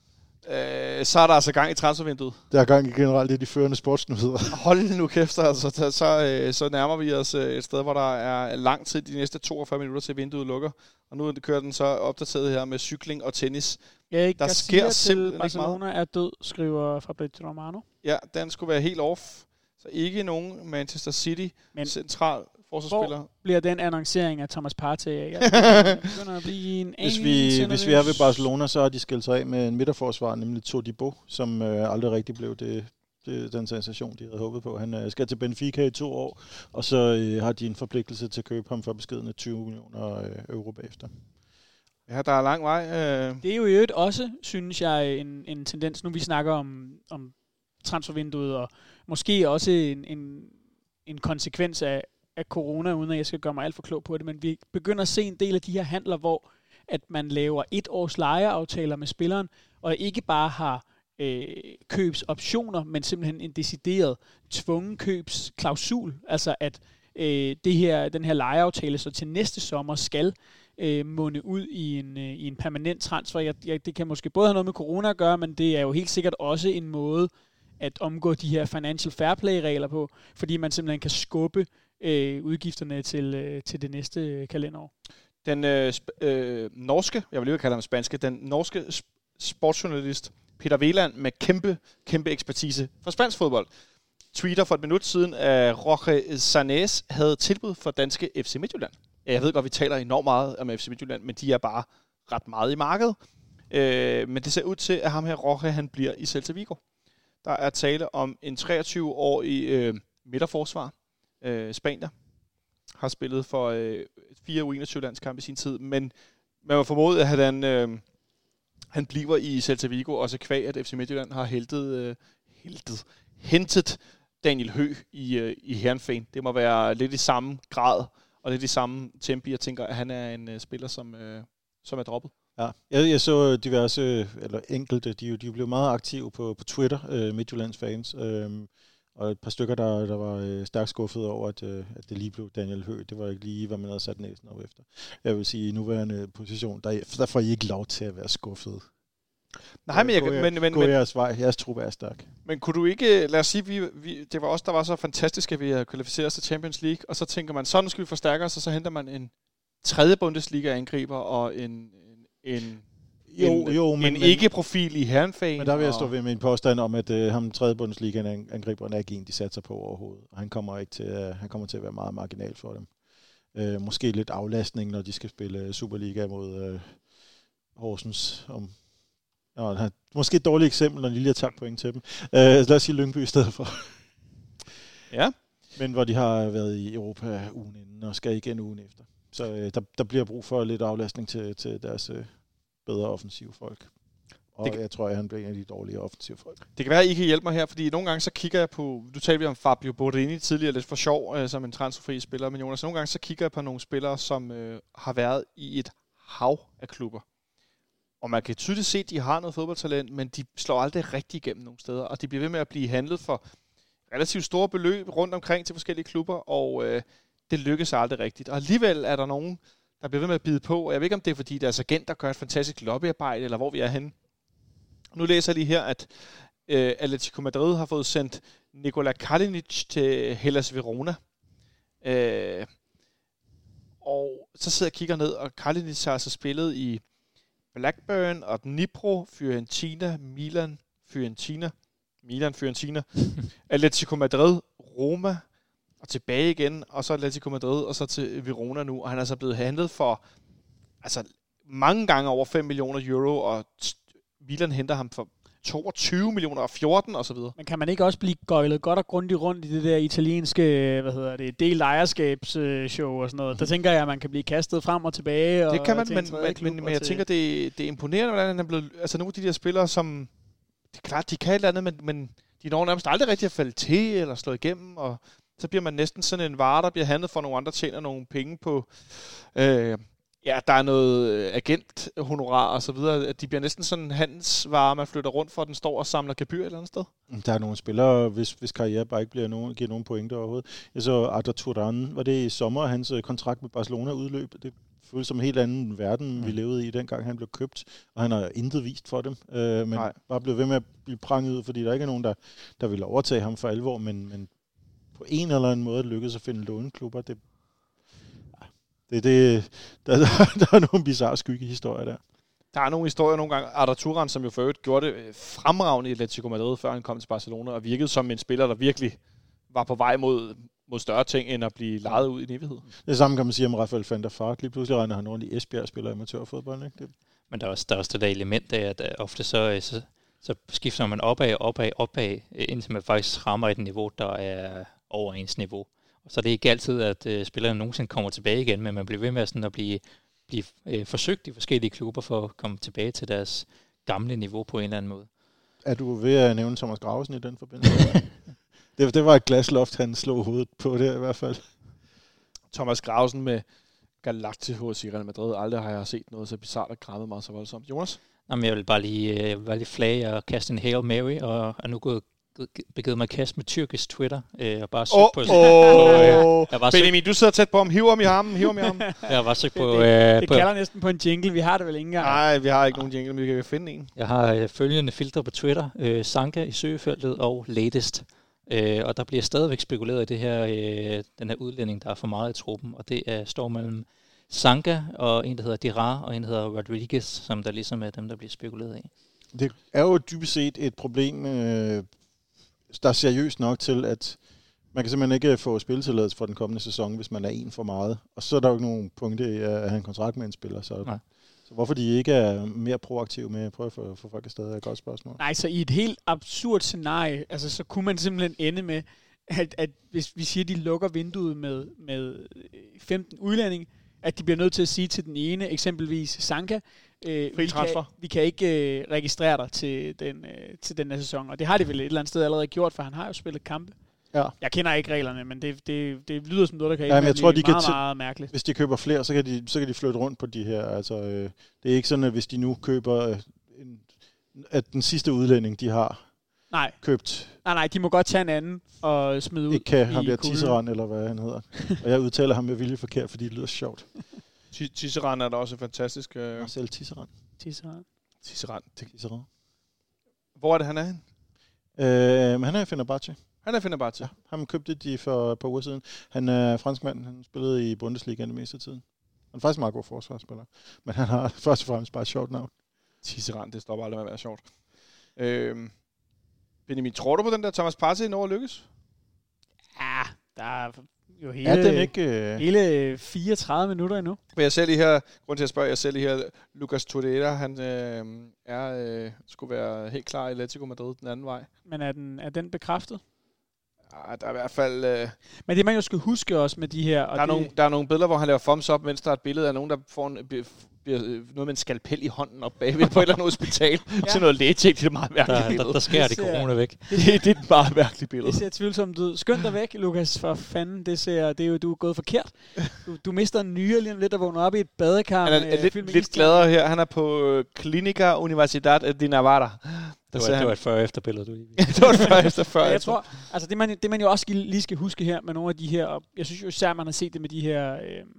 Speaker 2: Så er der altså gang i transfervinduet.
Speaker 4: Der er gang i generelt i de førende sportsnyheder.
Speaker 2: Hold nu kæft, altså. Så nærmer vi os et sted, hvor der er lang tid, de næste 42 minutter til vinduet lukker. Og nu kører den så opdateret her med cykling og tennis.
Speaker 3: Ja, der sker simpelthen Barcelona er død, skriver Fabrizio Romano.
Speaker 2: Ja, den skulle være helt off. Så ikke nogen Manchester City central forsvarsspiller.
Speaker 3: Hvor bliver den annoncering af Thomas Partey af? Begynder at blive en
Speaker 4: hvis vi er ved Barcelona, så har de skilt sig af med en midterforsvar, nemlig Todibo, som aldrig rigtig blev den sensation, de havde håbet på. Han skal til Benfica i 2 år, og så har de en forpligtelse til at købe ham for beskedne 20 millioner euro bagefter.
Speaker 2: Ja, der er lang vej.
Speaker 3: Det er jo i øvrigt også, synes jeg, en tendens. Nu vi snakker om transfervinduet, og måske også en konsekvens af corona, uden at jeg skal gøre mig alt for klog på det, men vi begynder at se en del af de her handler, hvor at man laver 1 års lejeaftaler med spilleren, og ikke bare har købsoptioner, men simpelthen en decideret tvungen købsklausul, altså at den her lejeaftale så til næste sommer skal munde ud i en permanent transfer. Det kan måske både have noget med corona at gøre, men det er jo helt sikkert også en måde at omgå de her financial fair play-regler på, fordi man simpelthen kan skubbe udgifterne til det næste kalenderår.
Speaker 2: Den norske, jeg vil lige kalde ham spanske, den norske sportsjournalist Peter Wieland med kæmpe ekspertise for spansk fodbold, tweeter for et minut siden, at Jorge Sanés havde tilbud for danske FC Midtjylland. Jeg ved godt, vi taler enormt meget om FC Midtjylland, men de er bare ret meget i markedet. Men det ser ud til, at ham her Jorge, han bliver i Celta Vigo. Der er tale om en 23-årig midterforsvar, spanier. Har spillet for 4 U21-landskampe i sin tid, men man må formode, at han bliver i Celta Vigo, også kvæg, at FC Midtjylland har hentet Daniel Høgh i Herrenfeen. Det må være lidt i samme grad, og lidt i samme tempo. Jeg tænker, at han er en spiller, som er droppet.
Speaker 4: Ja, jeg så diverse, eller enkelte, de blev meget aktive på Twitter, Midtjyllands fans, og et par stykker, der var stærkt skuffet over, at det lige blev Daniel Høgh. Det var ikke lige, hvad man havde sat næsen op efter. Jeg vil sige, i nuværende position, der får I ikke lov til at være skuffet.
Speaker 2: Nej, men
Speaker 4: gå jeres vej. Jeres truppe er stærk.
Speaker 2: Men kunne du ikke, lad os sige, det var os, der var så fantastisk, at vi havde kvalificeret os til Champions League, og så tænker man, sådan skal vi forstærke os, og så henter man en 3. Bundesliga-angriber og en ikke-profil i Herrenfeen.
Speaker 4: Men der vil jeg stå ved min påstand om, at ham 3. Bundesliga-angriberen er ikke en, de satser på overhovedet. Og han kommer til at være meget marginal for dem. Måske lidt aflastning, når de skal spille Superliga mod Horsens. Måske et dårligt eksempel, når de lige har tabt point til dem. Lad os sige Lyngby i stedet for.
Speaker 2: Ja.
Speaker 4: Men hvor de har været i Europa ugen inden, og skal igen ugen efter. Så der bliver brug for lidt aflastning til deres bedre offensive folk. Og jeg tror, at han bliver en af de dårlige offensive folk.
Speaker 2: Det kan være, at I kan hjælpe mig her, fordi nogle gange så kigger jeg på, du talte om Fabio Borini tidligere, lidt for sjov, som en transferfri spiller, men Jonas, nogle gange så kigger jeg på nogle spillere, som har været i et hav af klubber. Og man kan tydeligt se, at de har noget fodboldtalent, men de slår aldrig rigtig igennem nogle steder, og de bliver ved med at blive handlet for relativt store beløb rundt omkring til forskellige klubber, og det lykkes aldrig rigtigt. Og alligevel er der nogen, der bliver ved med at bide på, og jeg ved ikke, om det er, fordi deres agenter gør et fantastisk lobbyarbejde, eller hvor vi er henne. Nu læser jeg lige her, at Atletico Madrid har fået sendt Nikola Kalinic til Hellas Verona. Og så sidder jeg og kigger ned, og Kalinic har altså spillet i Blackburn og Dnipro, Fiorentina, Milan, Fiorentina, Atletico Madrid, Roma, og tilbage igen, og så Atletico Madrid, og så til Verona nu. Og han er altså blevet handlet for mange gange over 5 millioner euro, og Milan henter ham for 22 millioner og 14 og så videre.
Speaker 3: Men kan man ikke også blive gøjlet godt og grundigt rundt i det der italienske, delt ejerskabsshow og sådan noget? Der tænker jeg, at man kan blive kastet frem og tilbage.
Speaker 2: Det kan man, men jeg tænker, det er imponerende, hvordan han er blevet... Altså nogle af de der spillere, som... Det er klart, de kan et eller andet, men de når nærmest aldrig rigtig at falde til eller slå igennem, og så bliver man næsten sådan en vare, der bliver handlet for nogle andre, tjener nogle penge på... der er noget agenthonorar og så videre. De bliver næsten sådan en handelsvare, man flytter rundt for, at den står og samler gebyr et eller andet sted. Der
Speaker 4: er nogle spillere, hvis karriere bare ikke giver nogen pointer overhovedet. Jeg så Arda Turan, var det i sommer, hans kontrakt med Barcelona udløb. Det føles som en helt anden verden, vi levede i, dengang han blev købt, og han har intet vist for dem. Men bare blev ved med at blive pranget ud, fordi der ikke er nogen, der ville overtage ham for alvor, men på en eller anden måde lykkedes at finde låneklubber. Der er nogle bizarre skyggehistorier der.
Speaker 2: Der er nogle historier nogle gange. Arda Turan, som jo for øvrigt gjorde det fremragende i Atletico Madrid, før han kom til Barcelona, og virkede som en spiller, der virkelig var på vej mod større ting, end at blive lejet ud i en evighed.
Speaker 4: Det samme kan man sige om Rafael van der Vaart. Lige pludselig regner han rundt i Esbjerg og spiller amatørfodbold. Ikke?
Speaker 5: Men der er også det der element af, at ofte så skifter man opad, indtil man faktisk rammer et niveau, der er over ens niveau. Så det er ikke altid, at spillerne nogensinde kommer tilbage igen, men man bliver ved med sådan at blive forsøgt i forskellige klubber for at komme tilbage til deres gamle niveau på en eller anden måde.
Speaker 4: Er du ved at nævne Thomas Gravesen i den forbindelse? det var et glasloft, han slog hovedet på det i hvert fald.
Speaker 2: Thomas Gravesen med Galacticos i Real Madrid. Aldrig har jeg set noget så bizarrt og krammet mig så voldsomt. Jonas?
Speaker 5: Jamen, jeg vil bare lige flage og kaste en Hail Mary, og er nu begivet mig kast med tyrkisk Twitter, og bare søgt på...
Speaker 2: Benjamin, du sidder tæt på ham. Hiv ham i armen.
Speaker 5: Jeg har bare søgt på...
Speaker 3: Det kalder næsten på en jingle. Vi har det vel ikke engang.
Speaker 2: Nej, vi har ikke nogen jingle, men vi kan finde en.
Speaker 5: Jeg har følgende filtre på Twitter. Sanka i søgefeltet og latest. Og der bliver stadigvæk spekuleret i det her, den her udlænding, der er for meget i truppen. Og det står mellem Sanka og en, der hedder Dirar, og en, der hedder Rodriguez, som der ligesom er dem, der bliver spekuleret i.
Speaker 4: Det er jo dybest set et problem, der er seriøst nok til, at man kan simpelthen ikke få spilletilladelse for den kommende sæson, hvis man er en for meget. Og så er der jo ikke nogen punkter i at have en kontrakt med en spiller. Så hvorfor de ikke er mere proaktive med at prøve at få folk afsted, er et godt spørgsmål.
Speaker 3: Nej, så i et helt absurd scenarie, altså så kunne man simpelthen ende med, at hvis vi siger, at de lukker vinduet med 15 udlændinge, at de bliver nødt til at sige til den ene, eksempelvis Sanka, vi kan ikke registrere dig til den her sæson. Og det har de vel et eller andet sted allerede gjort, for han har jo spillet kampe. Ja. Jeg kender ikke reglerne, men det lyder som noget, der kan blive meget mærkeligt.
Speaker 4: Hvis de køber flere, så kan de flytte rundt på de her. Altså, det er ikke sådan, at hvis de nu køber at den sidste udlænding, de har købt...
Speaker 3: Nej, de må godt tage en anden og smide ud.
Speaker 4: Ikke kan ham der Tisserand, eller hvad han hedder. Og jeg udtaler ham med vilje forkert, fordi det lyder sjovt.
Speaker 2: Tisserand er da også fantastisk.
Speaker 4: Marcel Tisserand.
Speaker 2: Tisserand. Hvor er det, han er henne?
Speaker 4: Han er i Fenerbahce. Ja, han købte de for et par uger siden. Han er franskmand. Han spillede i Bundesliga det meste af tiden. Han er faktisk en meget god forsvarsspiller. Men han har først og fremmest bare et sjovt navn.
Speaker 2: Tisserand, det stopper aldrig med at være sjovt. Benjamin, tror du på den der Thomas Partey når at lykkes?
Speaker 3: Ja, der er jo hele 34 minutter endnu.
Speaker 2: Men jeg ser lige her, grund til at spørge, jeg ser lige her, Lucas Torreira, han skulle være helt klar i Atletico Madrid den anden vej.
Speaker 3: Men er den bekræftet?
Speaker 2: Ja, der er i hvert fald...
Speaker 3: Men det man jo skal huske også med de her... Og
Speaker 2: der er nogle billeder, hvor han laver thumbs up, mens der er et billede af nogen, der får noget med en skalpel i hånden op bagved på et eller andet hospital. Til noget lægetjek, det er meget mærkeligt billede.
Speaker 5: Der skærer de corona væk.
Speaker 2: Det er et meget mærkeligt billede.
Speaker 3: Det ser tvivlsomt ud. Skynd dig væk, Lukas, for fanden. Det er jo, du er gået forkert. Du mister en nyre lige om lidt og vågner op i et badekar.
Speaker 2: Han er lidt gladere her. Han er på Clínica Universidad de Navarra.
Speaker 5: Det var et før efter billede, du lige.
Speaker 2: Det var et før efter.
Speaker 3: Jeg tror, altså det man jo også lige skal huske her med nogle af de her, og jeg synes jo især, man har set det med de her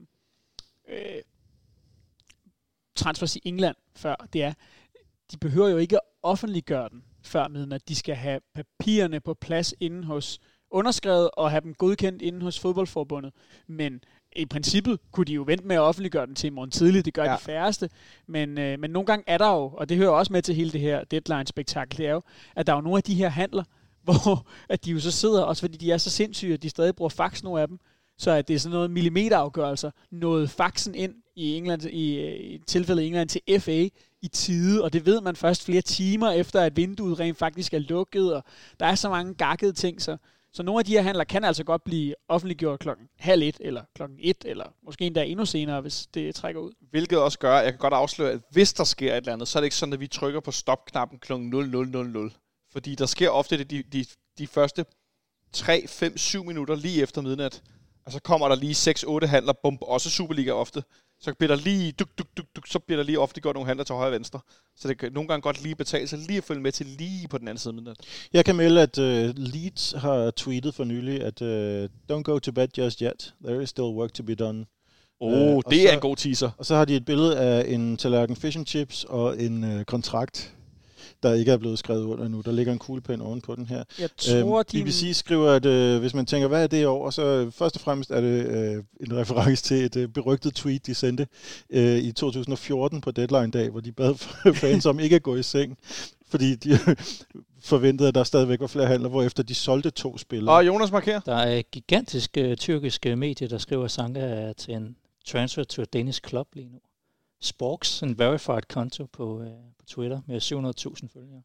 Speaker 3: transfers i England før, det er, de behøver jo ikke at offentliggøre den før midnat. De skal have papirerne på plads inden hos underskrevet og have dem godkendt inden hos fodboldforbundet. Men i princippet kunne de jo vente med at offentliggøre den til i morgen tidligt. Det gør de færreste. Men nogle gange er der jo, og det hører også med til hele det her deadline-spektakel, det er jo, at der er jo nogle af de her handler, hvor at de jo så sidder, også fordi de er så sindssyge, at de stadig bruger fax, nogle af dem, så at det er sådan noget millimeterafgørelser, nåede faxen ind i England, i tilfældet i England til FA i tide, og det ved man først flere timer efter, at vinduet rent faktisk er lukket, og der er så mange gakkede ting, så nogle af de her handler kan altså godt blive offentliggjort 12:30 eller 1:00, eller måske endda endnu senere, hvis det trækker ud.
Speaker 2: Hvilket også gør, jeg kan godt afsløre, at hvis der sker et eller andet, så er det ikke sådan, at vi trykker på stopknappen kl. 00:00. Fordi der sker ofte de første 3, 5, 7 minutter lige efter midnat. Og så kommer der lige 6-8 handler, også Superliga ofte. Så bliver der lige, så bliver der lige ofte gjort nogle handler til højre og venstre. Så det kan nogle gange godt lige betale sig lige at følge med til lige på den anden side af midnat.
Speaker 4: Jeg kan melde, at Leeds har tweetet for nylig, at don't go to bed just yet. There is still work to be done.
Speaker 2: Det er en god teaser.
Speaker 4: Og så har de et billede af en tallerken fish and chips og en kontrakt, der ikke er blevet skrevet under nu. Der ligger en kuglepen ovenpå den her.
Speaker 3: Jeg tror,
Speaker 4: BBC skriver, at hvis man tænker, hvad er det over, så først og fremmest er det en reference til et berygtet tweet, de sendte i 2014 på Deadline-dag, hvor de bad fans om ikke at gå i seng, fordi de forventede, at der stadigvæk var flere handler, hvorefter de solgte 2 spillere.
Speaker 2: Og Jonas markerer.
Speaker 5: Der er et gigantisk tyrkisk medie, der skriver, Sanka til en transfer to a Danish club lige nu. Sporks, en verified konto på Twitter med 700.000 følgere.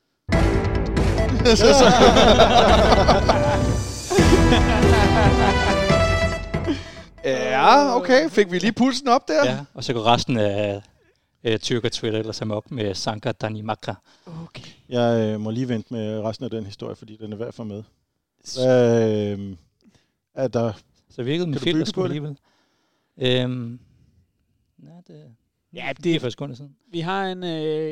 Speaker 2: Ja, okay. Fik vi lige pulsen op der?
Speaker 5: Ja, og så går resten af Tyrker-Twitter ellers op med Sanka Danimakra.
Speaker 3: Okay.
Speaker 4: Jeg må lige vente med resten af den historie, fordi den er værd for med. Er der...
Speaker 5: Så virkede med filter sgu alligevel. Det er for sekunder siden.
Speaker 3: Vi har en,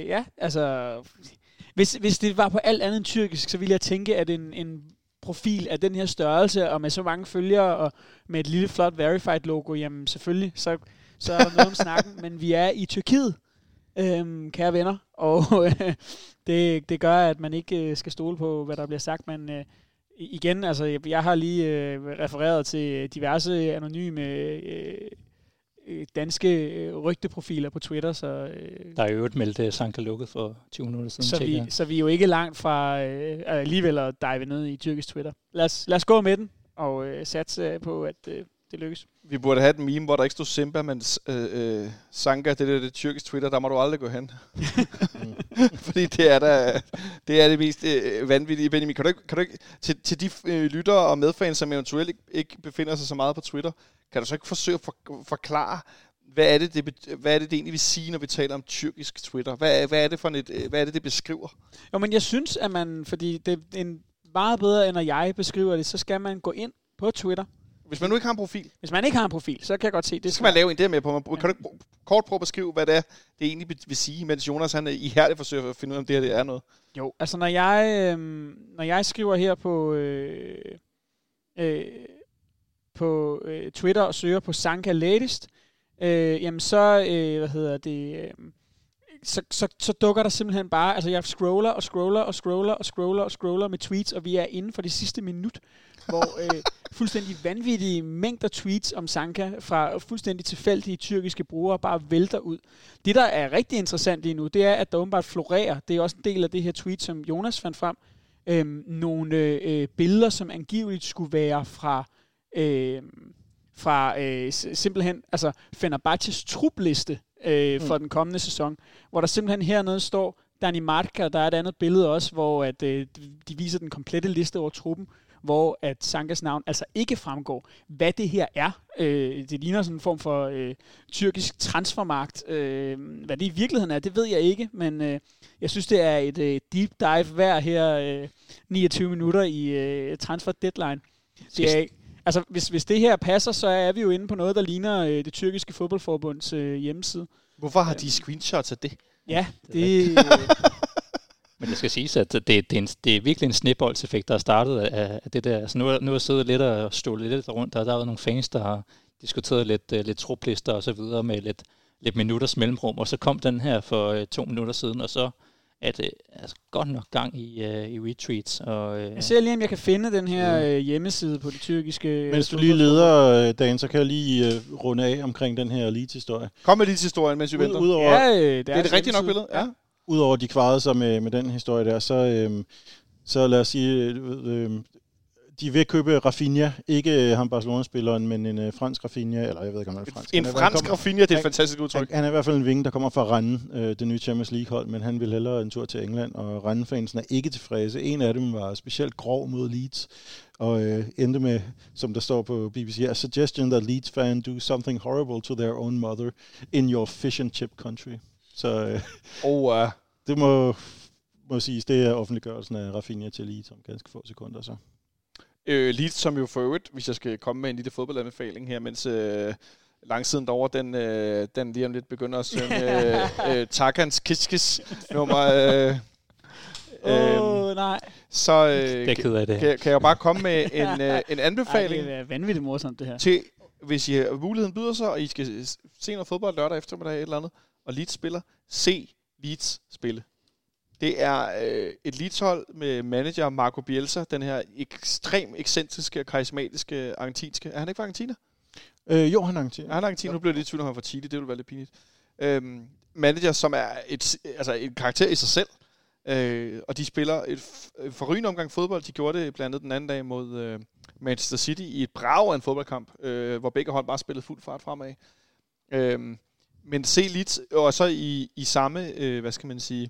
Speaker 3: hvis det var på alt andet end tyrkisk, så ville jeg tænke, at en profil af den her størrelse, og med så mange følgere, og med et lille flot verified logo, jamen selvfølgelig, så er der noget om snakken, men vi er i Tyrkiet, kære venner, og det gør, at man ikke skal stole på, hvad der bliver sagt, men igen, altså, jeg har lige refereret til diverse anonyme danske rygteprofiler på Twitter. Så,
Speaker 5: der er jo et meldt Sanka lukket for 20 minutter siden.
Speaker 3: Så vi er jo ikke langt fra alligevel at dive ned i tyrkisk Twitter. Lad os gå med den og satse på, at det lykkes.
Speaker 2: Vi burde have et meme, hvor der ikke stod Simba, men Sanka, det tyrkisk Twitter, der må du aldrig gå hen. Fordi det er det mest vanvittige. Benjamin, kan du ikke til de lyttere og medfans, som eventuelt ikke befinder sig så meget på Twitter, kan du så ikke forsøge at forklare, hvad er det egentlig vil sige, når vi taler om tyrkisk Twitter? Hvad er det beskriver?
Speaker 3: Jo, men jeg synes, at fordi det er en meget bedre, end når jeg beskriver det, så skal man gå ind på Twitter.
Speaker 2: Hvis man nu ikke har en profil?
Speaker 3: Hvis man ikke har en profil, så kan jeg godt se det.
Speaker 2: Så skal man lave en der med på. Kan du ikke kort prøve at beskrive, hvad det egentlig vil sige, mens Jonas han ihærdigt forsøger at finde ud af, om det her det er noget?
Speaker 3: Jo, altså når jeg skriver her på Twitter og søger på Sanka Latest, jamen så, så dukker der simpelthen bare, altså jeg scroller med tweets, og vi er inden for det sidste minut, hvor fuldstændig vanvittige mængder tweets om Sanka fra fuldstændig tilfældige tyrkiske brugere bare vælter ud. Det, der er rigtig interessant lige nu, det er, at der åbenbart florerer, det er også en del af det her tweet, som Jonas fandt frem, nogle billeder, som angiveligt skulle være fra simpelthen altså Fenerbahçes trupliste for den kommende sæson, hvor der simpelthen hernede står Danimarka, og der er et andet billede også, hvor at, de viser den komplette liste over truppen, hvor at Sankas navn altså ikke fremgår. Hvad det her er, det ligner sådan en form for tyrkisk transfermarkt. Hvad det i virkeligheden er, det ved jeg ikke, men jeg synes, det er et deep dive hver her 29 minutter i transfer deadline. Det er, altså, hvis det her passer, så er vi jo inde på noget, der ligner det tyrkiske fodboldforbunds hjemmeside.
Speaker 2: Hvorfor har de screenshots af det?
Speaker 3: Ja, det
Speaker 5: Men det skal siges, at det er virkelig en snibboldseffekt, der er startet af det der. Altså nu har jeg siddet lidt og stålet lidt rundt, og der har været nogle fans, der har diskuteret lidt truplister og så videre med lidt minutters mellemrum, og så kom den her for 2 minutter siden, og så er det altså godt nok gang i retweets. Og,
Speaker 3: jeg ser lige, om jeg kan finde den her hjemmeside på det tyrkiske...
Speaker 4: Mens du lige leder, Dan, så kan jeg lige runde af omkring den her elite-historie.
Speaker 2: Kom med elite-historien, mens vi venter.
Speaker 3: Det er
Speaker 2: det rigtigt nok billede? Ja.
Speaker 4: Udover de kvarede sig med den historie der, så lad os sige, de vil købe Rafinha, ikke ham Barcelona-spilleren, men en fransk Rafinha, eller jeg ved ikke, om han er fransk.
Speaker 2: En fransk Rafinha, det er et fantastisk udtryk.
Speaker 4: Han er i hvert fald en vinge, der kommer fra Rennes, det nye Champions League-hold, men han vil hellere en tur til England, og Rennes-fansen er ikke tilfredse. En af dem var specielt grov mod Leeds, og endte med, som der står på BBC, a suggestion that Leeds fan do something horrible to their own mother in your fish and chip country. Så det må siges, det er offentliggørelsen af Rafinha til Leeds om ganske få sekunder så.
Speaker 2: Leeds, som jo for øvrigt, hvis jeg skal komme med en lille fodboldanbefaling her, mens langsiden derovre, den lige om lidt begynder at synge Tarkans Kiskis nummer.
Speaker 3: Nej.
Speaker 2: Så
Speaker 5: kan
Speaker 2: jeg jo bare komme med en anbefaling.
Speaker 3: Det er vanvittigt morsomt, det her.
Speaker 2: Til, hvis I muligheden byder sig, og I skal se noget fodbold lørdag eftermiddag et eller andet, og Leeds spiller, se Leeds spille. Det er et Leeds-hold med manager Marco Bielsa, den her ekstrem ekscentriske og karismatiske argentinske. Er han ikke fra Argentina?
Speaker 4: Jo, han er argentiner.
Speaker 2: Han er argentiner. Nu bliver det lidt tvivl om han fra Chile. Det ville være lidt pinligt. Manager, som er en karakter i sig selv. Og de spiller et forrygende omgang fodbold. De gjorde det blandt andet den anden dag mod Manchester City i et brag af en fodboldkamp, hvor begge hold bare spillede fuld fart fremad. Men se Leeds, og så i samme, hvad skal man sige,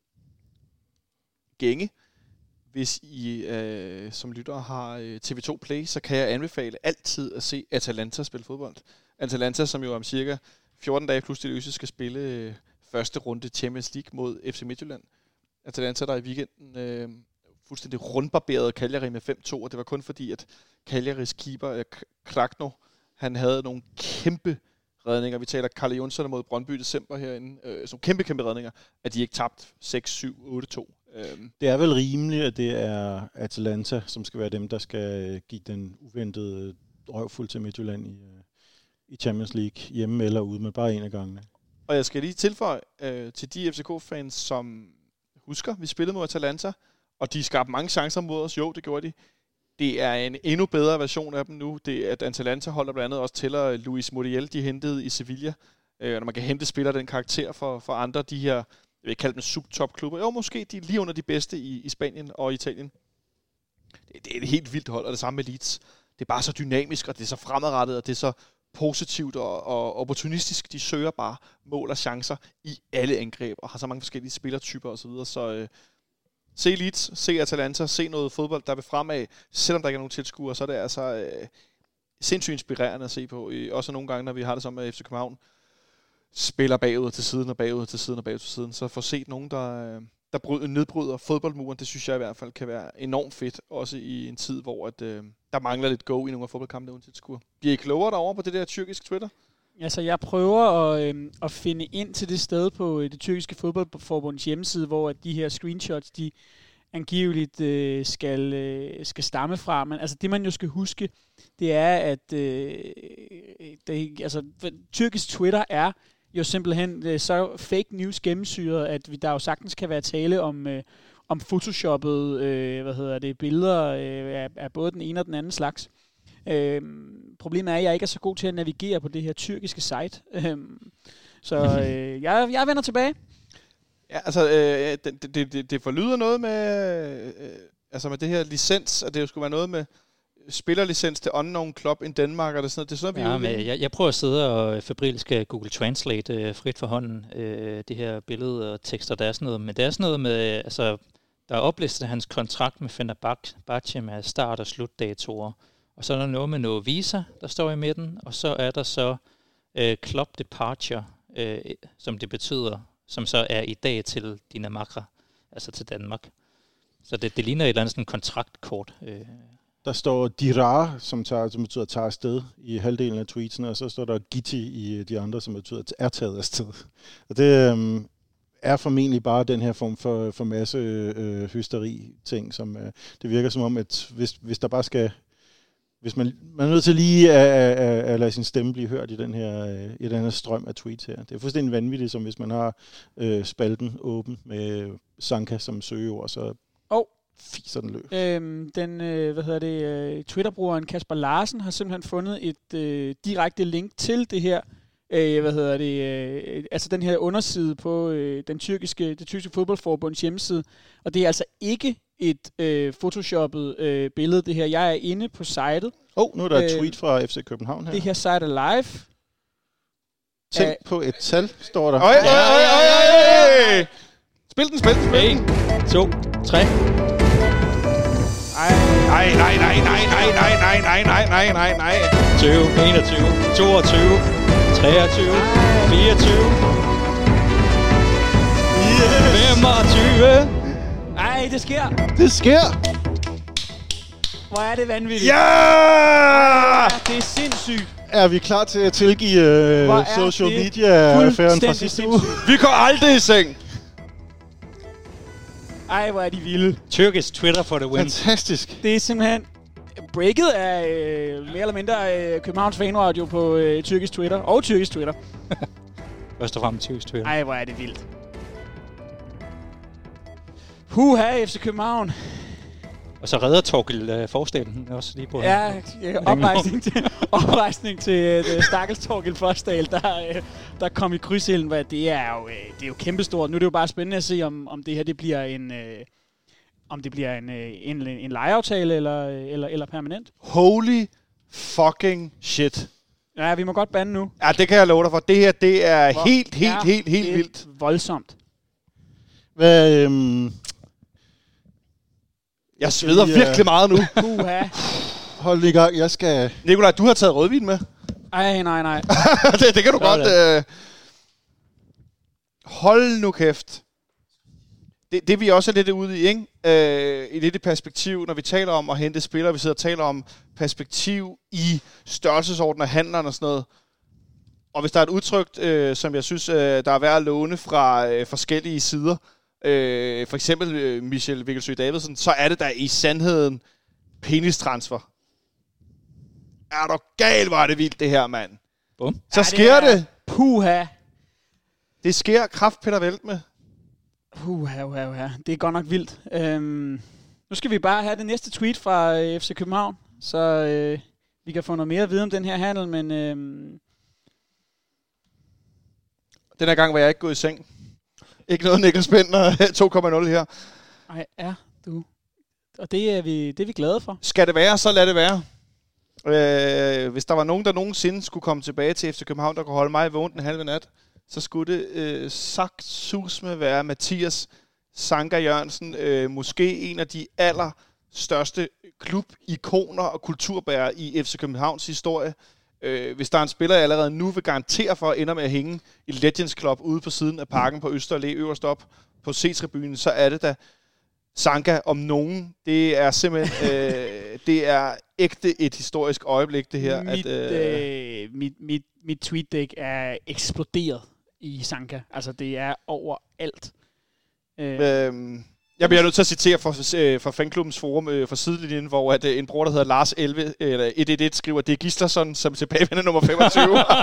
Speaker 2: gænge. Hvis I som lyttere har TV2 Play, så kan jeg anbefale altid at se Atalanta spille fodbold. Atalanta, som jo om cirka 14 dage plus det løse, skal spille første runde Champions League mod FC Midtjylland. Atalanta, der i weekenden fuldstændig rundbarberet Cagliari med 5-2, og det var kun fordi, at Cagliaris keeper, Kragno, han havde nogle kæmpe redninger. Vi taler Carl Jonsson mod Brøndby i december herinde. Sådan kæmpe redninger, at de ikke tabt 6-7-8-2.
Speaker 4: Det er vel rimeligt, at det er Atalanta, som skal være dem, der skal give den uventede røvfuld til Midtjylland i Champions League, hjemme eller ude, med bare en af gangene.
Speaker 2: Og jeg skal lige tilføje til de FCK-fans, som husker, vi spillede mod Atalanta, og de skabte mange chancer mod os. Jo, det gjorde de. Det er en endnu bedre version af dem nu. Det er, at Atalanta holder blandt andet også tæller Luis Muriel, de hentede i Sevilla. Når man kan hente spillere den karakter for andre, de her, jeg vil kalde dem subtop-klubber. Jo, måske de er lige under de bedste i Spanien og Italien. Det er et helt vildt hold, og det samme med Leeds. Det er bare så dynamisk, og det er så fremadrettet, og det er så positivt og opportunistisk. De søger bare mål og chancer i alle angreb, og har så mange forskellige spillertyper osv. Så se Leeds, se Atalanta, se noget fodbold, der vil fremad. Selvom der ikke er nogen tilskuere, så er det altså sindssygt inspirerende at se på. Også nogle gange, når vi har det som med FC København, spiller bagud til siden og bagud til siden og bagud til siden. Så få set nogen, der nedbryder fodboldmuren, det synes jeg i hvert fald kan være enormt fedt. Også i en tid, hvor der mangler lidt go i nogle af fodboldkampene uden tilskuere. Bliver I klogere derovre på det der tyrkiske Twitter?
Speaker 3: Altså, jeg prøver at finde ind til det sted på det tyrkiske fodboldforbunds hjemmeside, hvor de her screenshots, de angiveligt skal stamme fra. Men altså, det man jo skal huske, det er, at tyrkisk Twitter er jo simpelthen så fake news gennemsyret, at der jo sagtens kan være tale om photoshoppede billeder af både den ene og den anden slags. Problemet er, at jeg ikke er så god til at navigere på det her tyrkiske site. Så jeg vender tilbage.
Speaker 2: Ja, altså, det forlyder noget med det her licens, at det jo skulle være noget med spillerlicens til Unknown Club in Denmark, eller sådan noget. Det er sådan,
Speaker 5: men jeg prøver at sidde og febrilsk Google Translate frit for hånden det her billede og tekster, der er sådan noget. Men det er sådan noget med, altså, der er oplistet hans kontrakt med Fenerbahce med start- og slutdatoer. Og så er der noget med noget visa, der står i midten, og så er der så club departure, som det betyder, som så er i dag til Dinamarca, altså til Danmark. Så det ligner et eller andet sådan kontraktkort.
Speaker 4: Der står Dirar, som betyder tager afsted i halvdelen af tweetsene, og så står der Gitti i de andre, som betyder er taget afsted. Og det er formentlig bare den her form for masse hysteri-ting, som det virker som om, at hvis der bare skal... Hvis man er nødt til lige at lade sin stemme blive hørt i den her strøm af tweets her. Det er fuldstændig vanvittigt, som hvis man har spalten åben med Sanka som søgeord, så fiser den løs.
Speaker 3: Twitter-brugeren Kasper Larsen har simpelthen fundet et direkte link til det her, altså den her underside på det tyrkiske fodboldforbunds hjemmeside, og det er altså ikke et photoshoppet billede, det her. Jeg er inde på sitet.
Speaker 4: Nu er der et tweet fra FC København her.
Speaker 3: Det her site er live.
Speaker 4: Tænk på et tal, står der.
Speaker 2: Spil den.
Speaker 5: 1, 2, 3.
Speaker 2: Nej.
Speaker 5: 20, 21, 22, 23, 24. Yes. 25.
Speaker 3: Ej, det sker.
Speaker 4: Det sker.
Speaker 3: Hvor er det vanvittigt.
Speaker 2: Ja!
Speaker 3: Det er sindssygt.
Speaker 4: Er vi klar til at tilgive social media-affæren fra sidste uge?
Speaker 2: Vi går aldrig i seng.
Speaker 3: Ej, hvor er de vilde.
Speaker 5: Tyrkisk Twitter for the win.
Speaker 4: Fantastisk.
Speaker 3: Det er simpelthen breaket af mere eller mindre Københavns Fanradio på tyrkisk Twitter og tyrkisk Twitter.
Speaker 5: Først og fremmest tyrkisk Twitter.
Speaker 3: Ej, hvor er det vildt. Huha, FC København.
Speaker 5: Og så redder Torgild Forsdalen også lige på.
Speaker 3: Ja, oprejsning til stakkels Torgild Forsdal, der kom i krydsilden. Det er jo kæmpestort. Nu er det jo bare spændende at se, om det her det bliver en lejeaftale eller permanent.
Speaker 2: Holy fucking shit.
Speaker 3: Ja, vi må godt bande nu.
Speaker 2: Ja, det kan jeg love dig for. Det her, det er helt vildt.
Speaker 3: Voldsomt.
Speaker 4: Hvad...
Speaker 2: Jeg sveder virkelig meget nu.
Speaker 4: Hold i gang, jeg skal...
Speaker 2: Nikolaj, du har taget rødvin med.
Speaker 3: Ej, nej.
Speaker 2: det kan du godt... Hold nu kæft. Det vi også er lidt ude i, ikke? I lidt perspektiv, når vi taler om at hente spillere, vi sidder og taler om perspektiv i størrelsesorden af handlerne og sådan noget. Og hvis der er et udtryk, som jeg synes, der er værd at låne fra forskellige sider, for eksempel Michel Vikkelsø Davidsen, så er det der i sandheden penistransfer. Er du gal, hvor er det vildt det her, mand.
Speaker 5: Bum.
Speaker 2: Så sker det.
Speaker 3: Puha.
Speaker 2: Det sker kraft Peter Veltme.
Speaker 3: Puha. Det er godt nok vildt. Nu skal vi bare have det næste tweet fra FC København, så vi kan få noget mere at vide om den her handel, men...
Speaker 2: Den her gang var jeg ikke gået i seng. Ikke noget Niklas Bentner 2,0 her.
Speaker 3: Nej, du. Og det er vi glade for.
Speaker 2: Skal det være, så lad det være. Hvis der var nogen, der nogensinde skulle komme tilbage til FC København, der kunne holde mig vågen den halve nat, så skulle det saftsusme være Mathias Sanka Jørgensen. Måske en af de allerstørste klubikoner og kulturbærere i FC Københavns historie. Hvis der er en spiller, jeg allerede nu vil garantere for, ender med at hænge i Legends Club ude på siden af parken på Øster Allé øverst op på C-tribunen, så er det da Sanka om nogen. Det er simpelthen det er ægte et historisk øjeblik, det her.
Speaker 3: Mit tweetdæk er eksploderet i Sanka. Altså, det er overalt.
Speaker 2: Jeg bliver nødt til at citere fra fanklubbens forum for sidelinjen, hvor at, en bror, der hedder Lars 11, eller 111, skriver, det er Gislason som tilbagevender nummer 25.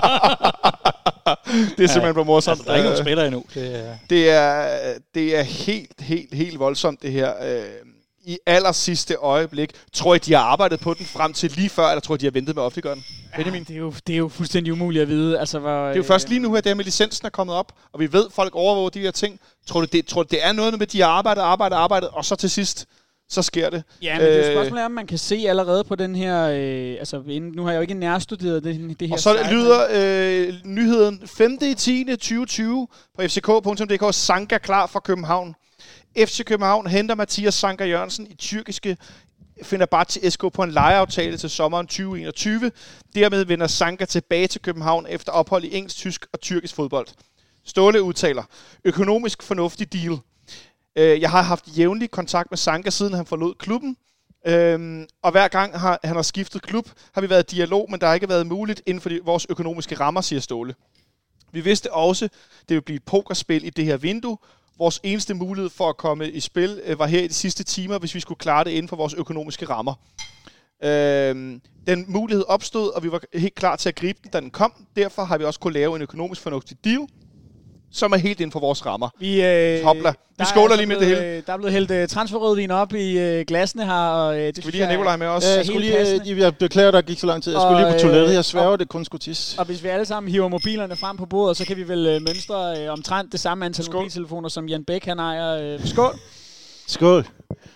Speaker 2: Det er simpelthen for morsomt.
Speaker 5: Altså, der er ikke nogen spiller endnu.
Speaker 2: Det er helt voldsomt, det her. I allersidste øjeblik. Tror I, de har arbejdet på den frem til lige før, eller tror I, de har ventet med at offentliggøre den?
Speaker 3: Ja, det er jo fuldstændig umuligt at vide. Altså, det
Speaker 2: er jo først lige nu, at det her med licensen er kommet op, og vi ved, at folk overvåger de her ting. Tror du, det er noget med, at de har arbejdet, og så til sidst, så sker det.
Speaker 3: Ja, men det er jo spørgsmålet om man kan se allerede på den her... nu har jeg jo ikke nærstuderet det her.
Speaker 2: Og så lyder nyheden 5.10.2020 på fck.dk. Sanka klar for København. FC København henter Mathias Sanka Jørgensen i tyrkiske Fenerbahçe SK på en lejeaftale til sommeren 2021. Dermed vender Sanka tilbage til København efter ophold i engelsk, tysk og tyrkisk fodbold. Ståle udtaler, økonomisk fornuftig deal. Jeg har haft jævnlig kontakt med Sanka, siden han forlod klubben. Og hver gang han har skiftet klub, har vi været i dialog, men der har ikke været muligt inden for vores økonomiske rammer, siger Ståle. Vi vidste også, det ville blive et pokerspil i det her vindue. Vores eneste mulighed for at komme i spil var her i de sidste timer, hvis vi skulle klare det inden for vores økonomiske rammer. Den mulighed opstod, og vi var helt klar til at gribe den, da den kom. Derfor har vi også kunnet lave en økonomisk fornuftig deal, som er helt inden for vores rammer. Vi skåler lige med det hele.
Speaker 3: Der er blevet hældt transferrødvin op i glassene her. Og det
Speaker 2: skal vi lige have Nikolaj med også?
Speaker 4: Jeg beklager, der gik så lang tid. Jeg skulle lige på toilettet. Jeg sværger, det kun skulle tisse.
Speaker 3: Og hvis vi alle sammen hiver mobilerne frem på bordet, så kan vi vel mønstre omtrent det samme antal mobiltelefoner, som Jan Bæk han ejer. Skål!
Speaker 4: Skål!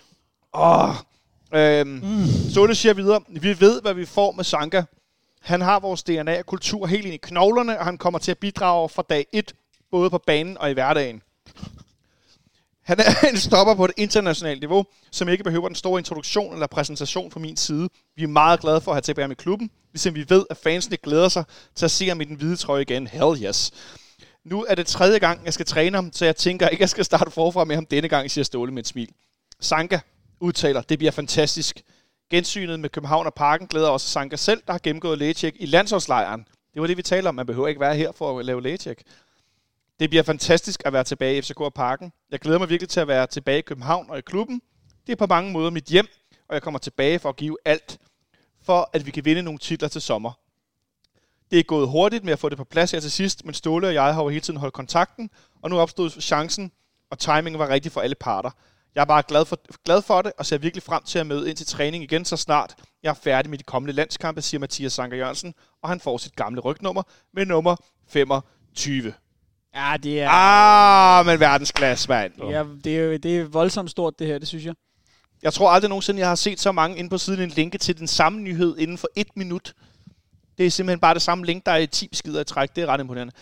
Speaker 2: Ståle siger videre, vi ved, hvad vi får med Sanka. Han har vores DNA og kultur helt ind i knoglerne, og han kommer til at bidrage fra dag 1, både på banen og i hverdagen. Han er en stopper på et internationalt niveau, som ikke behøver den store introduktion eller præsentation fra min side. Vi er meget glade for at have tilbage med klubben, ligesom vi ved, at fansene glæder sig til at se ham i den hvide trøje igen. Hell yes. Nu er det 3. gang, jeg skal træne ham, så jeg tænker ikke, jeg skal starte forfra med ham denne gang, siger Ståle med et smil. Sanka udtaler, det bliver fantastisk. Gensynet med København og Parken glæder også Sanka selv, der har gennemgået lægetjek i landsholdslejren. Det var det, vi taler om. Man behøver ikke være her for at lave lægetjek. Det bliver fantastisk at være tilbage i FCK og Parken. Jeg glæder mig virkelig til at være tilbage i København og i klubben. Det er på mange måder mit hjem, og jeg kommer tilbage for at give alt, for at vi kan vinde nogle titler til sommer. Det er gået hurtigt med at få det på plads her til sidst, men Ståle og jeg har jo hele tiden holdt kontakten, og nu opstod chancen, og timingen var rigtig for alle parter. Jeg er bare glad for det, og ser virkelig frem til at møde ind til træning igen så snart jeg er færdig med de kommende landskampe, siger Mathias Sanka Jørgensen, og han får sit gamle rygnummer med nummer 25.
Speaker 3: Ja, det er...
Speaker 2: men verdensklasse, mand.
Speaker 3: Ja, det er voldsomt stort, det her, det synes jeg.
Speaker 2: Jeg tror aldrig nogensinde, jeg har set så mange inde på siden en linke til den samme nyhed inden for 1 minut. Det er simpelthen bare det samme link, der er i 10 beskeder i træk. Det er ret imponerende.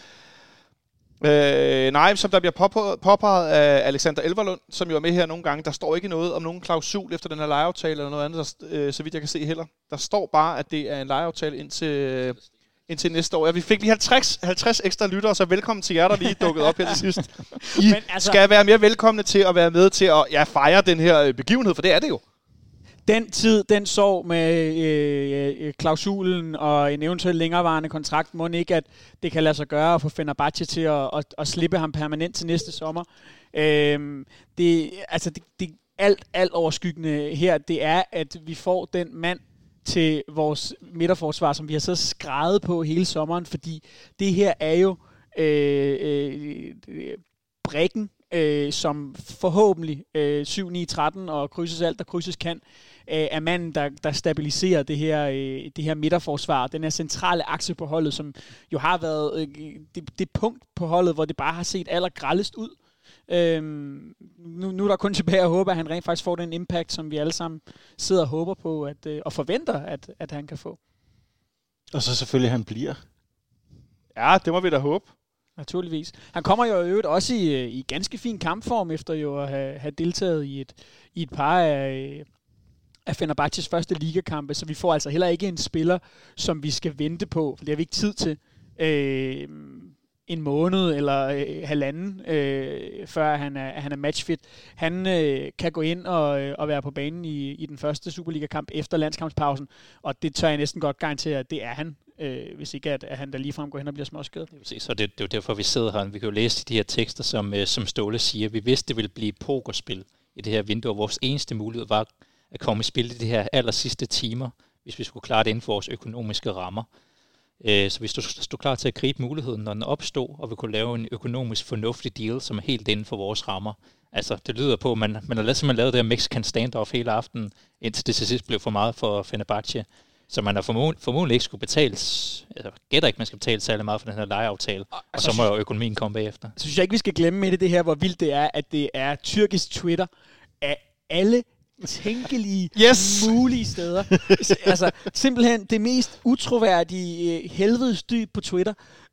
Speaker 2: Nej, som der bliver påpeget af Alexander Elverlund, som jo er med her nogle gange, der står ikke noget om nogen klausul efter den her lejeaftale eller noget andet, så vidt jeg kan se heller. Der står bare, at det er en lejeaftale indtil næste år. Ja, vi fik lige 50 ekstra lyttere, så velkommen til jer, der lige dukket op her til sidst. I skal være mere velkomne til at være med til at fejre den her begivenhed, for det er det jo.
Speaker 3: Den tid, den sorg med klausulen og en eventuelt længerevarende kontrakt, må ikke, at det kan lade sig gøre at få Fenerbahçe til at slippe ham permanent til næste sommer. Det alt overskyggende her, det er, at vi får den mand til vores midterforsvar, som vi har så skreget på hele sommeren, fordi det her er jo brikken som forhåbentlig 7-9-13 og krydses alt, der krydses kan, er manden, der stabiliserer det her midterforsvar, den her centrale akse på holdet, som jo har været det punkt på holdet, hvor det bare har set allergrellest ud. Nu er der kun tilbage at håbe, at han rent faktisk får den impact, som vi alle sammen sidder og håber på, og forventer, at han kan få. Og
Speaker 4: så selvfølgelig, han bliver.
Speaker 2: Ja, det må vi da håbe.
Speaker 3: Naturligvis. Han kommer jo i øvrigt også i ganske fin kampform, efter jo at have deltaget i et par af Fenerbahçes første ligakampe, så vi får altså heller ikke en spiller, som vi skal vente på, for det har vi ikke tid til en måned eller halvanden, før han er matchfit. Han kan gå ind og være på banen i den første Superliga-kamp efter landskampspausen, og det tør jeg næsten godt garantere, at det er han, hvis ikke at han der ligefrem går hen og bliver småskadet.
Speaker 5: Så det er jo derfor, vi sidder her. Vi kan jo læse de her tekster, som Ståle siger. Vi vidste, det ville blive pokerspil i det her vindue, og vores eneste mulighed var at komme i spil i de her aller sidste timer, hvis vi skulle klare det inden for vores økonomiske rammer. Så vi stod klar til at gribe muligheden, når den opstod, og vi kunne lave en økonomisk fornuftig deal, som er helt inden for vores rammer. Altså, det lyder på, at man har simpelthen lavet det her Mexican standoff hele aftenen, indtil det til sidst blev for meget for Fenerbahce. Så man har formodentlig ikke skulle betales, gætter ikke, man skal betale særlig meget for den her lejeaftale, og så må jo økonomien komme bagefter.
Speaker 3: Så synes jeg ikke, vi skal glemme med det her, hvor vildt det er, at det er tyrkisk Twitter af alle tænkelige mulige steder. Altså simpelthen det mest utroværdige helvedes dyb på Twitter,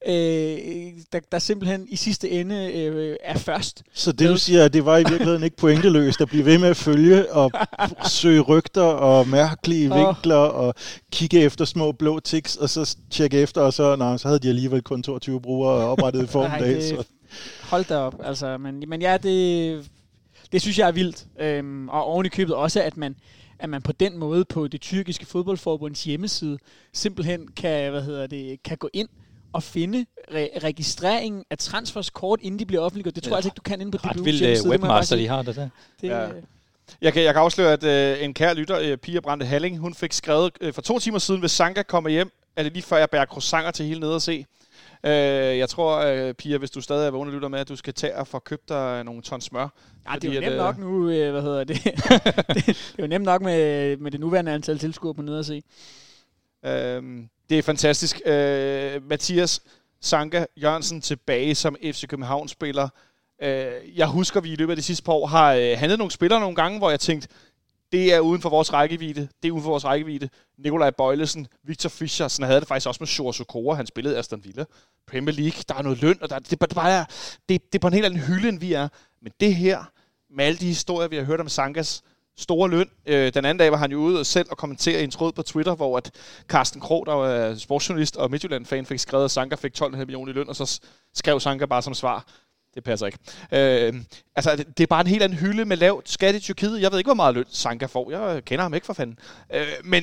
Speaker 3: der simpelthen i sidste ende er først.
Speaker 4: Så det du siger, at det var i virkeligheden ikke pointeløst at blive ved med at følge og søge rygter og mærkelige vinkler og kigge efter små blå tics og så tjekke efter, og så havde de alligevel kun 22 brugere oprettet i formiddag.
Speaker 3: Hold da op. Altså, men ja, det synes jeg er vildt. Og oven i købet også, at man på den måde på det tyrkiske fodboldforbunds hjemmeside simpelthen kan gå ind og finde registreringen af transfers kort, inden de bliver offentliggjort. Det tror jeg altså ikke, du kan inde på DBU's hjemmeside.
Speaker 5: Ret vildt webmaster, de har det der.
Speaker 2: Ja. Jeg kan afsløre, at en kær lytter, Pia Brande Halling, hun fik skrevet for 2 timer siden, hvis Sanka kommer hjem, er det lige før jeg bærer croissanter til hele nede og se. Jeg tror, Pia, hvis du stadig er vågen og lytter med, at du skal tage og få købt dig nogle ton smør.
Speaker 3: Ja, det er jo nemt nok nu, det er jo nemt nok med det nuværende antal tilskuere på nede at se.
Speaker 2: Det er fantastisk. Mathias Sanka Jørgensen tilbage som FC København-spiller. Jeg husker, vi i løbet af de sidste par år har handlet nogle spillere nogle gange, hvor jeg tænkte, det er uden for vores rækkevidde. Nikolaj Bøjlesen, Victor Fischer, sådan havde det faktisk også med Sjur Sokora. Han spillede Aston Villa. Premier League, der er noget løn, og det er på en helt anden hylde, end vi er. Men det her, med alle de historier, vi har hørt om Sankas store løn. Den anden dag var han jo ude selv og kommentere i en tråd på Twitter, hvor at Carsten Krog, der var sportsjournalist og Midtjylland-fan, fik skrevet, at Sanka fik 12,5 millioner i løn, og så skrev Sanka bare som svar: det passer ikke. Det er bare en helt anden hylde med lavt skat i Tyrkiet. Jeg ved ikke, hvor meget løn Sanka får. Jeg kender ham ikke for fanden. Men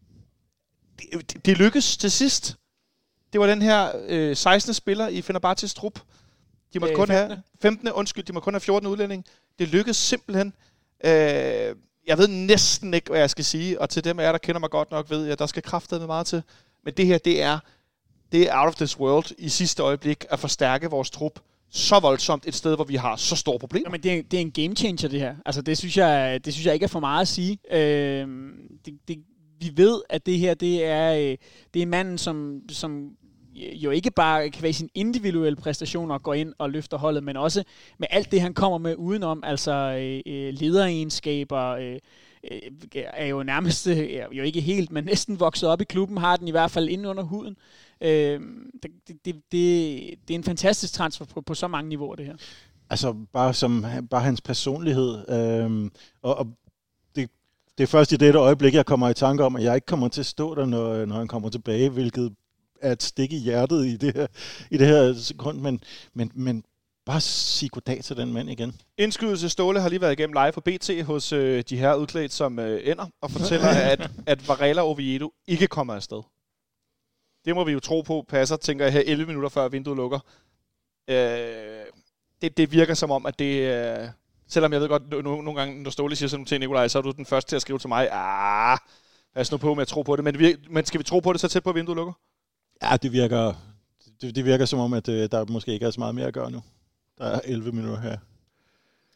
Speaker 2: det lykkedes til sidst. Det var den her 16. spiller i Fenerbahces trup. De måtte kun 15. De må kun have 14 udlænding. Det lykkedes simpelthen. Jeg ved næsten ikke, hvad jeg skal sige, og til dem af jer, der kender mig godt nok, ved jeg, der skal kraftedeme meget til. Men det her, det er out of this world i sidste øjeblik at forstærke vores trup så voldsomt et sted, hvor vi har så store problemer.
Speaker 3: Men det er en game changer, det her. Altså, det synes jeg ikke er for meget at sige. Vi ved, at det her, det er manden, som jo ikke bare kan være sin individuelle præstationer går ind og løfter holdet, men også med alt det, han kommer med udenom, altså lederegenskaber, er jo nærmest, jo ikke helt, men næsten vokset op i klubben, har den i hvert fald inde under huden. Det er en fantastisk transfer på så mange niveauer, det her.
Speaker 4: Altså bare hans personlighed, og det er først i dette øjeblik, jeg kommer i tanke om, at jeg ikke kommer til at stå der, når han kommer tilbage, hvilket er et stik i hjertet i det her sekund, men bare sig goddag til den mand igen.
Speaker 2: Indskydelse Ståle har lige været igennem live på BT hos de her udklædt som ender, og fortæller, at Varela Oviedo ikke kommer afsted. Det må vi jo tro på passer, tænker jeg her 11 minutter før vinduet lukker. Det virker som om, at det... selvom jeg ved godt, nogle gange, når Ståle siger sådan til Nikolaj, så er du den første til at skrive til mig, pas nu på med at tro på det. Men skal vi tro på det så tæt på, at vinduet lukker?
Speaker 4: Ja, det virker som om, at der måske ikke er så meget mere at gøre nu. Der er 11 minutter her.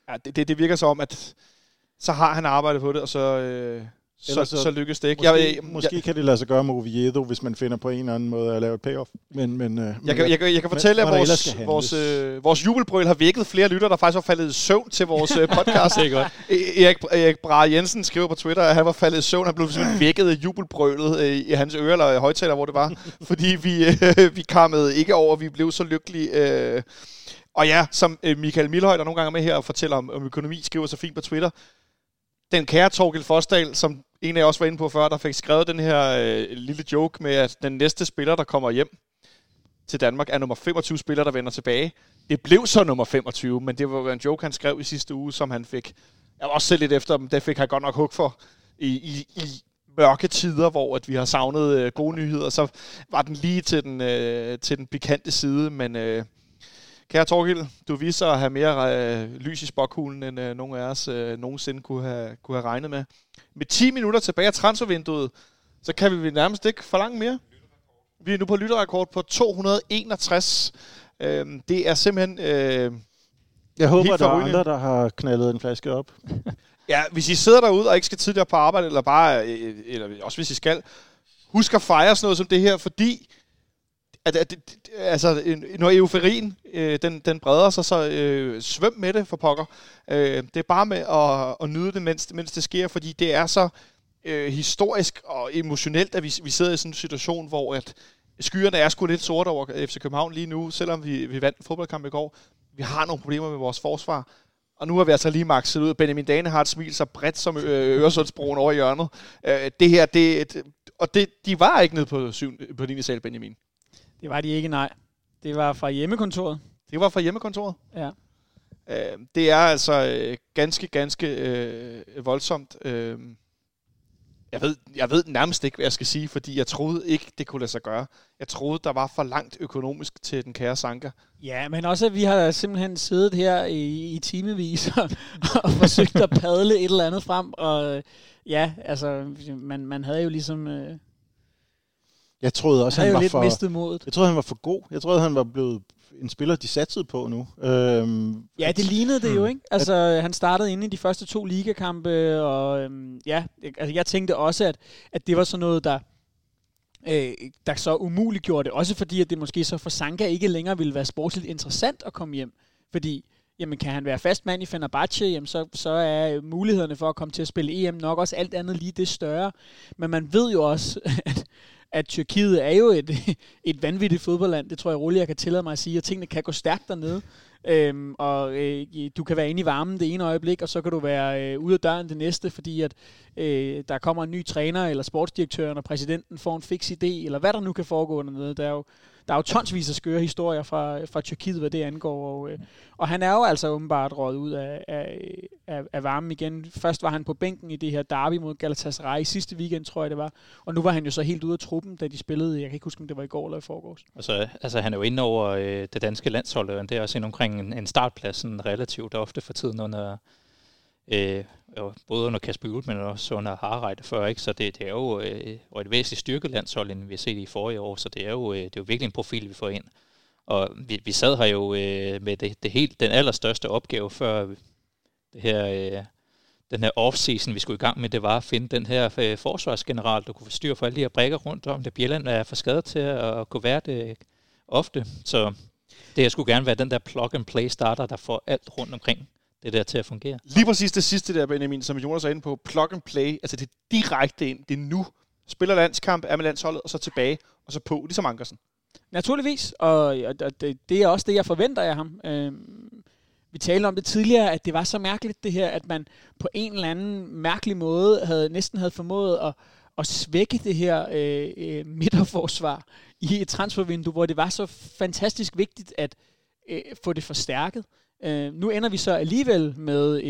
Speaker 2: Ja, det virker så om, at så har han arbejdet på det, og så lykkes det ikke.
Speaker 4: Måske kan det lade sig gøre med Oviedo, hvis man finder på en eller anden måde at lave et payoff.
Speaker 2: Jeg kan fortælle, at vores jubelbrøl har vækket flere lytter, der faktisk var faldet i søvn til vores podcast. Erik Brahe Jensen skriver på Twitter, at han var faldet i søvn. Han blev simpelthen vækket af jubelbrølet i hans ører eller højtaler, hvor det var. Fordi vi kammede ikke over, vi blev så lykkelige. Og ja, som Michael Milhøj, der nogle gange er med her og fortæller om økonomi, skriver så fint på Twitter. Den kære Torgild Forsdal, som en af os var inde på før, der fik skrevet den her lille joke med, at den næste spiller, der kommer hjem til Danmark, er nummer 25 spiller, der vender tilbage. Det blev så nummer 25, men det var en joke, han skrev i sidste uge, som han fik. Jeg var også selv lidt efter dem. Det fik han godt nok hug for i mørke tider, hvor at vi har savnet gode nyheder. Så var den lige til den pikante side, men... Kære Torgild, du viser at have mere lys i spokhulen, end nogen af os nogensinde kunne have regnet med. Med 10 minutter tilbage af transfervinduet, så kan vi nærmest ikke forlange mere. Vi er nu på lytterrekord på 261. Det er simpelthen
Speaker 4: jeg håber, der er andre, der har knaldet en flaske op.
Speaker 2: Ja, hvis I sidder derude og ikke skal tidligere på arbejde, eller også hvis I skal, husk at fejre sådan noget som det her, fordi... når euforien den breder sig, så svøm med det for pokker. Det er bare med at nyde det, mens det sker, fordi det er så historisk og emotionelt, at vi sidder i sådan en situation, hvor at skyerne er sgu lidt sorte over FC København lige nu, selvom vi vandt en fodboldkamp i går. Vi har nogle problemer med vores forsvar, og nu har vi altså lige makset ud. Benjamin Dane har et smil så bredt som Øresundsbroen over i hjørnet. Det her, de var ikke nede på din sal, Benjamin.
Speaker 3: Det var de ikke, nej. Det var fra hjemmekontoret.
Speaker 2: Det var fra hjemmekontoret?
Speaker 3: Ja.
Speaker 2: Det er altså ganske voldsomt. Jeg ved nærmest ikke, hvad jeg skal sige, fordi jeg troede ikke, det kunne lade sig gøre. Jeg troede, der var for langt økonomisk til den kære Sanka.
Speaker 3: Ja, men også, at vi har simpelthen siddet her i timevis og forsøgt at padle et eller andet frem. Og ja, altså, man havde jo ligesom...
Speaker 4: Jeg troede også, han var
Speaker 3: lidt mistet modet.
Speaker 4: Jeg troede, han var for god. Jeg troede, han var blevet en spiller, de satsede på nu.
Speaker 3: Ja, det lignede det jo, ikke? Altså, han startede inde i de første 2 ligakampe, og jeg tænkte også, at det var sådan noget, der så umuligt gjorde det. Også fordi, at det måske så for Sanka ikke længere ville være sportsligt interessant at komme hjem. Fordi, jamen, kan han være fast mand i Fenerbahce, jamen, så er mulighederne for at komme til at spille EM nok også alt andet lige det større. Men man ved jo også, at Tyrkiet er jo et vanvittigt fodboldland. Det tror jeg roligt, jeg kan tillade mig at sige, at tingene kan gå stærkt dernede. Du kan være inde i varmen det ene øjeblik, og så kan du være ude af døren det næste, fordi at der kommer en ny træner, eller sportsdirektøren og præsidenten får en fix idé, eller hvad der nu kan foregå dernede. Der er jo tonsvis af skøre historier fra Tyrkiet, hvad det angår, og han er jo altså åbenbart røget ud af varmen igen. Først var han på bænken i det her derby mod Galatasaray i sidste weekend, tror jeg det var, og nu var han jo så helt ude af truppen, da de spillede, jeg kan ikke huske, om det var i går eller i forgårs.
Speaker 5: Altså han er jo inde over det danske landshold, og det er også inde omkring en startplads, relativt ofte for tiden under... både under Kasper Hjult, men også under Harreide før, ikke? Så det er jo et væsentligt styrket landshold, end vi har set i forrige år, så det er jo virkelig en profil, vi får ind. Og vi sad her jo med den allerstørste opgave før det her, den her off-season, vi skulle i gang med, det var at finde den her forsvarsgeneral, der kunne få styr for alle de her brækker rundt om det. Bjelland er for skadet til at kunne være det ofte, så det her skulle gerne være den der plug-and-play starter, der får alt rundt omkring det der til at fungere.
Speaker 2: Lige præcis det sidste der, Benjamin, som Jonas er inde på, plug and play, altså det er direkte ind, det er nu. Spiller landskamp, er med landsholdet, og så tilbage, og så på, ligesom Ankersen.
Speaker 3: Naturligvis, og det er også det, jeg forventer af ham. Vi talte om det tidligere, at det var så mærkeligt det her, at man på en eller anden mærkelig måde næsten havde formået at svække det her midterforsvar i et transfervindue, hvor det var så fantastisk vigtigt at få det forstærket. Nu ender vi så alligevel med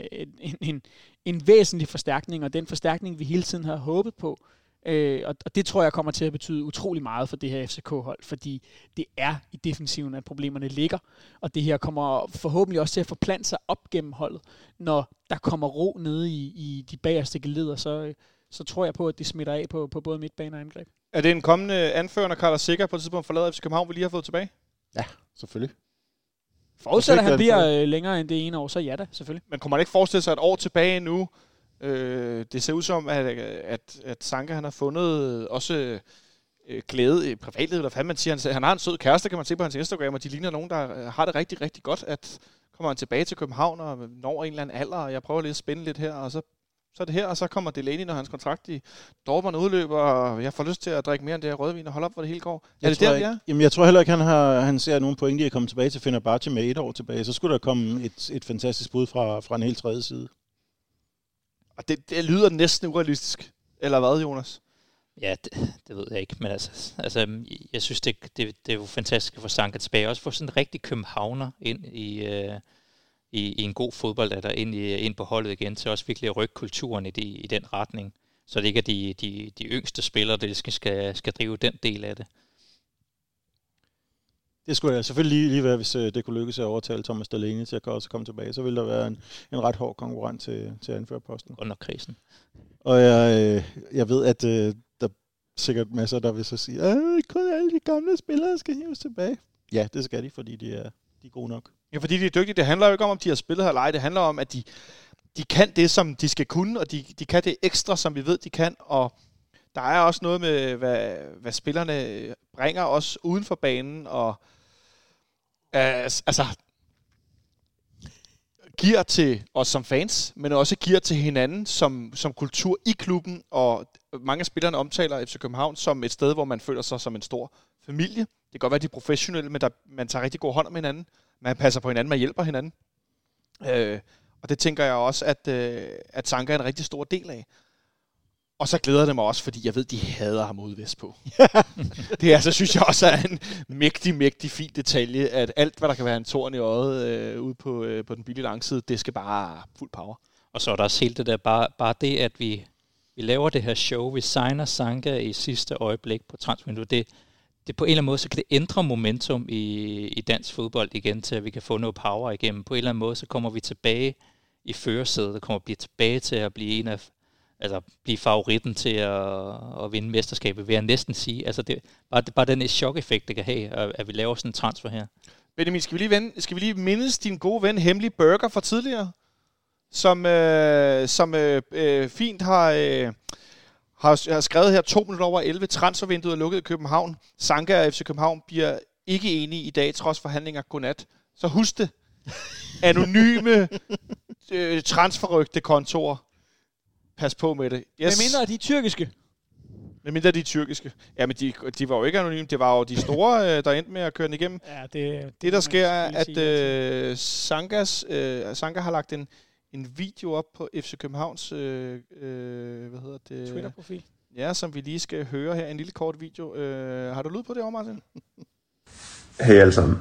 Speaker 3: en væsentlig forstærkning, og den forstærkning, vi hele tiden har håbet på. Og det tror jeg kommer til at betyde utrolig meget for det her FCK-hold, fordi det er i defensiven, at problemerne ligger, og det her kommer forhåbentlig også til at forplante sig op gennem holdet. Når der kommer ro nede i de bagerste geleder, så tror jeg på, at det smitter af på både midtbane og angreb. Er det en kommende anfører, når Carlos Sikker på et tidspunkt forlader FC København, vi lige har fået tilbage?
Speaker 4: Ja, selvfølgelig.
Speaker 3: Forudsætter, han bliver længere end det ene år, så ja da, selvfølgelig.
Speaker 2: Men kunne man ikke forestille sig et år tilbage nu? Det ser ud som, at Sanka han har fundet også glæde i privatlivet, eller hvad man siger. Han har en sød kæreste, kan man se på hans Instagram, og de ligner nogen, der har det rigtig, rigtig godt, at kommer han tilbage til København og når en eller anden alder, og jeg prøver lige at spænde lidt her, og så er det her, og så kommer Delaney, når hans kontrakt i Dortmund udløber, og jeg får lyst til at drikke mere end det her rødvin og holde op, hvor det hele går.
Speaker 4: Jeg tror heller ikke, han ser nogen pointe i at komme tilbage til Fenerbahce med 1 år tilbage. Så skulle der komme et fantastisk bud fra en helt tredje side.
Speaker 2: Og det lyder næsten urealistisk. Eller hvad, Jonas?
Speaker 5: Ja, det ved jeg ikke, men altså jeg synes, det er jo fantastisk at få Sanka tilbage. Også få sådan en rigtig københavner ind i en god fodbold, eller ind på holdet igen, til også virkelig at rykke kulturen i den retning. Så det ikke er de yngste spillere, der skal drive den del af det.
Speaker 4: Det skulle jeg selvfølgelig lige være, hvis det kunne lykkes at overtale Thomas Delaney til at også komme tilbage. Så ville der være en ret hård konkurrent til at anføre posten.
Speaker 5: Under krisen.
Speaker 4: Og jeg ved, at der er sikkert masser, der vil så sige, kun alle de gamle spillere skal hives tilbage. Ja, det skal de, fordi de er gode nok.
Speaker 2: Ja, fordi de er dygtige. Det handler jo ikke om de har spillet her eller ej. Det handler om, at de kan det, som de skal kunne, og de kan det ekstra, som vi ved, de kan. Og der er også noget med, hvad spillerne bringer os uden for banen, og giver til os som fans, men også giver til hinanden som kultur i klubben, og mange af spillerne omtaler FC København som et sted, hvor man føler sig som en stor familie. Det kan godt være, de er professionelle, men man tager rigtig god hånd om hinanden. Man passer på hinanden, man hjælper hinanden. Og det tænker jeg også, at Sanka er en rigtig stor del af. Og så glæder det mig også, fordi jeg ved, de hader ham ude vestpå. Det så synes jeg også er en mægtig fin detalje, at alt, hvad der kan være en torn i øjet ude på den billige langside, det skal bare fuld power.
Speaker 5: Og så er der også helt det der, bare det, at vi laver det her show, vi signer Sanka i sidste øjeblik på transfervinduet, det på en eller anden måde, så kan det ændre momentum i dansk fodbold igen, til at vi kan få noget power igennem. På en eller anden måde, så kommer vi tilbage i førersædet, og kommer tilbage til at blive blive favoritten til at vinde mesterskabet, vil jeg næsten sige. Altså det bare den chok-effekt, det kan have, at vi laver sådan en transfer her.
Speaker 2: Benjamin, skal vi lige mindes din gode ven, Hemmelig Burger fra tidligere, som fint har skrevet her 2 minutter over 11, transfervinduet er lukket i København. Sanka og FC København bliver ikke enige i dag, trods forhandlinger. Godnat. Så husk det. Anonyme transferrygtekontor. Pas på med det. Yes.
Speaker 3: Med mindre de tyrkiske.
Speaker 2: Med mindre de tyrkiske. Ja, men de var jo ikke anonyme. Det var jo de store, der endte med at køre den igennem.
Speaker 3: Ja,
Speaker 2: det der sker er, at Sanka har lagt en video op på FC Københavns
Speaker 3: Twitter-profil.
Speaker 2: Ja, som vi lige skal høre her. En lille kort video. Har du lyd på det over, Martin?
Speaker 9: Hej alle sammen.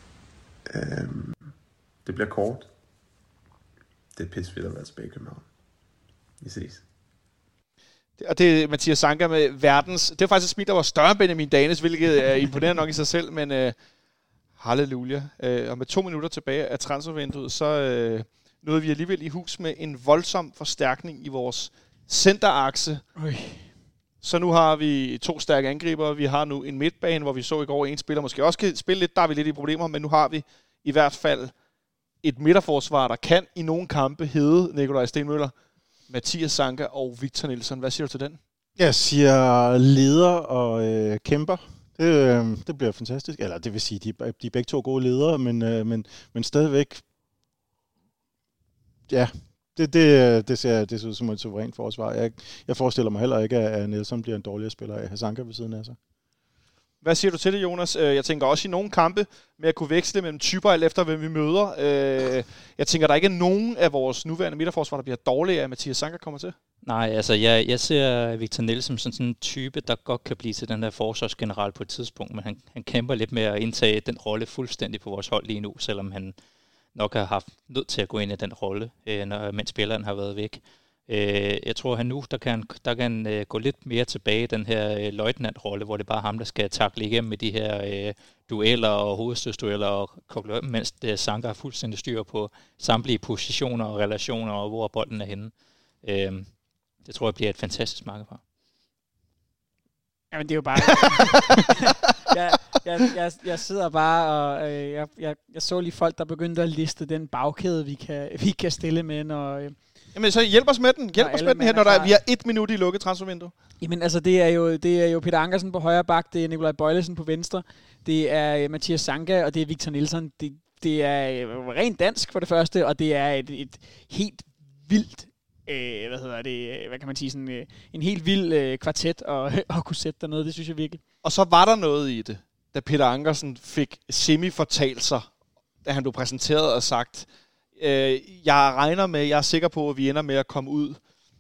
Speaker 9: Det bliver kort. Det er pissefedt at være tilbage i København. Vi ses.
Speaker 2: Og det er Mathias Sanka med verdens... Det er faktisk et smil, der var større end Benjamin Danes, hvilket er imponerende nok i sig selv, men halleluja. Og med 2 minutter tilbage af transfervinduet, så nåede vi alligevel i hus med en voldsom forstærkning i vores centerakse. Så nu har vi 2 stærke angriber. Vi har nu en midtbane, hvor vi så i går en spiller måske også kan spille lidt. Der er vi lidt i problemer, men nu har vi i hvert fald et midterforsvar, der kan i nogle kampe hedde Nikolaj Stenmøller, Mathias Sanka og Victor Nielsen. Hvad siger du til den?
Speaker 4: Jeg siger leder og kæmper. Det bliver fantastisk. Eller det vil sige, de er begge 2 gode ledere, men stadigvæk... Ja, det ser ud som et suverænt forsvar. Jeg forestiller mig heller ikke, at Nielsen bliver en dårligere spiller af at have Sanka ved siden af sig.
Speaker 2: Hvad siger du til det, Jonas? Jeg tænker også i nogle kampe med at kunne veksle mellem typer, alt efter hvem vi møder. Jeg tænker, der ikke er nogen af vores nuværende midterforsvar, der bliver dårligere, at Mathias Sanka kommer til.
Speaker 5: Nej, altså jeg ser Victor Nielsen som sådan en type, der godt kan blive til den der forsvarsgeneral på et tidspunkt, men han kæmper lidt med at indtage den rolle fuldstændig på vores hold lige nu, selvom han nok har haft nødt til at gå ind i den rolle, mens spilleren har været væk. Jeg tror, at han nu der kan gå lidt mere tilbage i den her løjtnant-rolle, hvor det bare er ham, der skal takle igennem med de her dueller og hovedstødsdueller og kokle, mens Sanka har fuldstændig styr på samtlige positioner og relationer og hvor bolden er henne. Det tror jeg bliver et fantastisk marked for.
Speaker 3: Jamen det er jo bare... Jeg sidder bare, og jeg så lige folk, der begyndte at liste den bagkæde, vi kan stille med, når...
Speaker 2: Jamen, så hjælp os med den. Hjælp os med den her, når vi har 1 minut i lukket transfervindue.
Speaker 3: Jamen, altså, det er jo Peter Ankersen på højre bak, det er Nikolaj Bøjlesen på venstre, det er Mathias Sanka, og det er Victor Nielsen. Det er rent dansk for det første, og det er et helt vildt, hvad kan man sige, sådan en helt vild kvartet at kunne sætte dernede, det synes jeg virkelig.
Speaker 2: Og så var der noget i det, da Peter Ankersen fik semi-fortalelser, da han blev præsenteret og sagt, jeg er sikker på, at vi ender med at komme ud.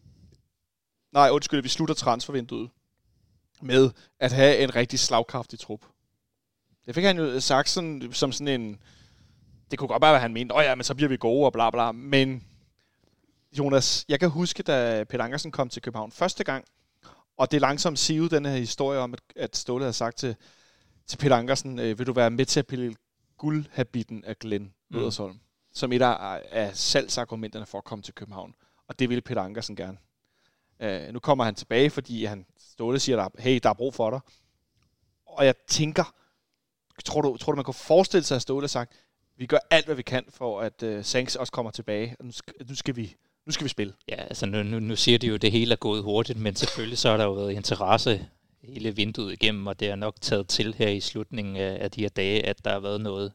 Speaker 2: Vi slutter transfervinduet med at have en rigtig slagkraftig trup. Det fik han jo sagt sådan, som sådan en... Det kunne godt være, hvad han mente. Men så bliver vi gode og bla bla. Men Jonas, jeg kan huske, da Peter Ankersen kom til København første gang, og det er langsomt sivet den her historie om, at Ståle havde sagt til Peter Ankersen, vil du være med til at pille guldhabitten af Glenn Edersholm, som et af salgsargumenterne for at komme til København. Og det ville Peter Ankersen gerne. Nu kommer han tilbage, fordi Ståle siger, hey, der er brug for dig. Og jeg tænker, tror du man kunne forestille sig, at Ståle har sagt, vi gør alt, hvad vi kan, for at Sanks også kommer tilbage, og nu skal vi spille.
Speaker 5: Ja, altså nu siger de jo, at det hele er gået hurtigt, men selvfølgelig så har der jo været interesse hele vinduet igennem, og det er nok taget til her i slutningen af de her dage, at der har været noget,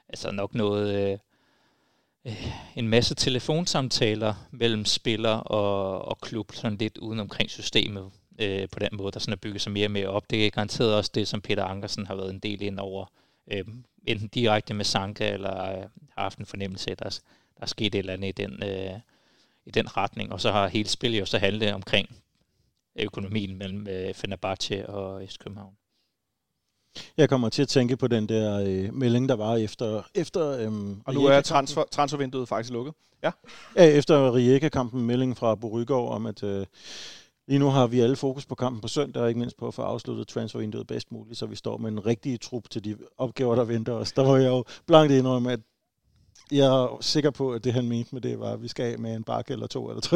Speaker 5: en masse telefonsamtaler mellem spiller og klub, sådan lidt uden omkring systemet på den måde, der sådan er bygget sig mere og mere op. Det er garanteret også det, som Peter Ankersen har været en del ind over, enten direkte med Sanka, eller har haft en fornemmelse af, at der er sket et eller andet i den retning, og så har hele spillet jo så handlet omkring økonomien mellem Fenerbahce og FC København.
Speaker 4: Jeg kommer til at tænke på den der melding, der var efter
Speaker 2: og nu er transfervinduet faktisk lukket. Ja,
Speaker 4: efter Rijeka-kampen, melding fra Bo Rygaard om, at lige nu har vi alle fokus på kampen på søndag, og ikke mindst på at få afsluttet transfervinduet bedst muligt, så vi står med en rigtig trup til de opgaver, der venter os. Der var jeg jo blankt indrømme, at jeg er sikker på, at det han mente med det var, at vi skal af med en bakke eller 2 eller 3.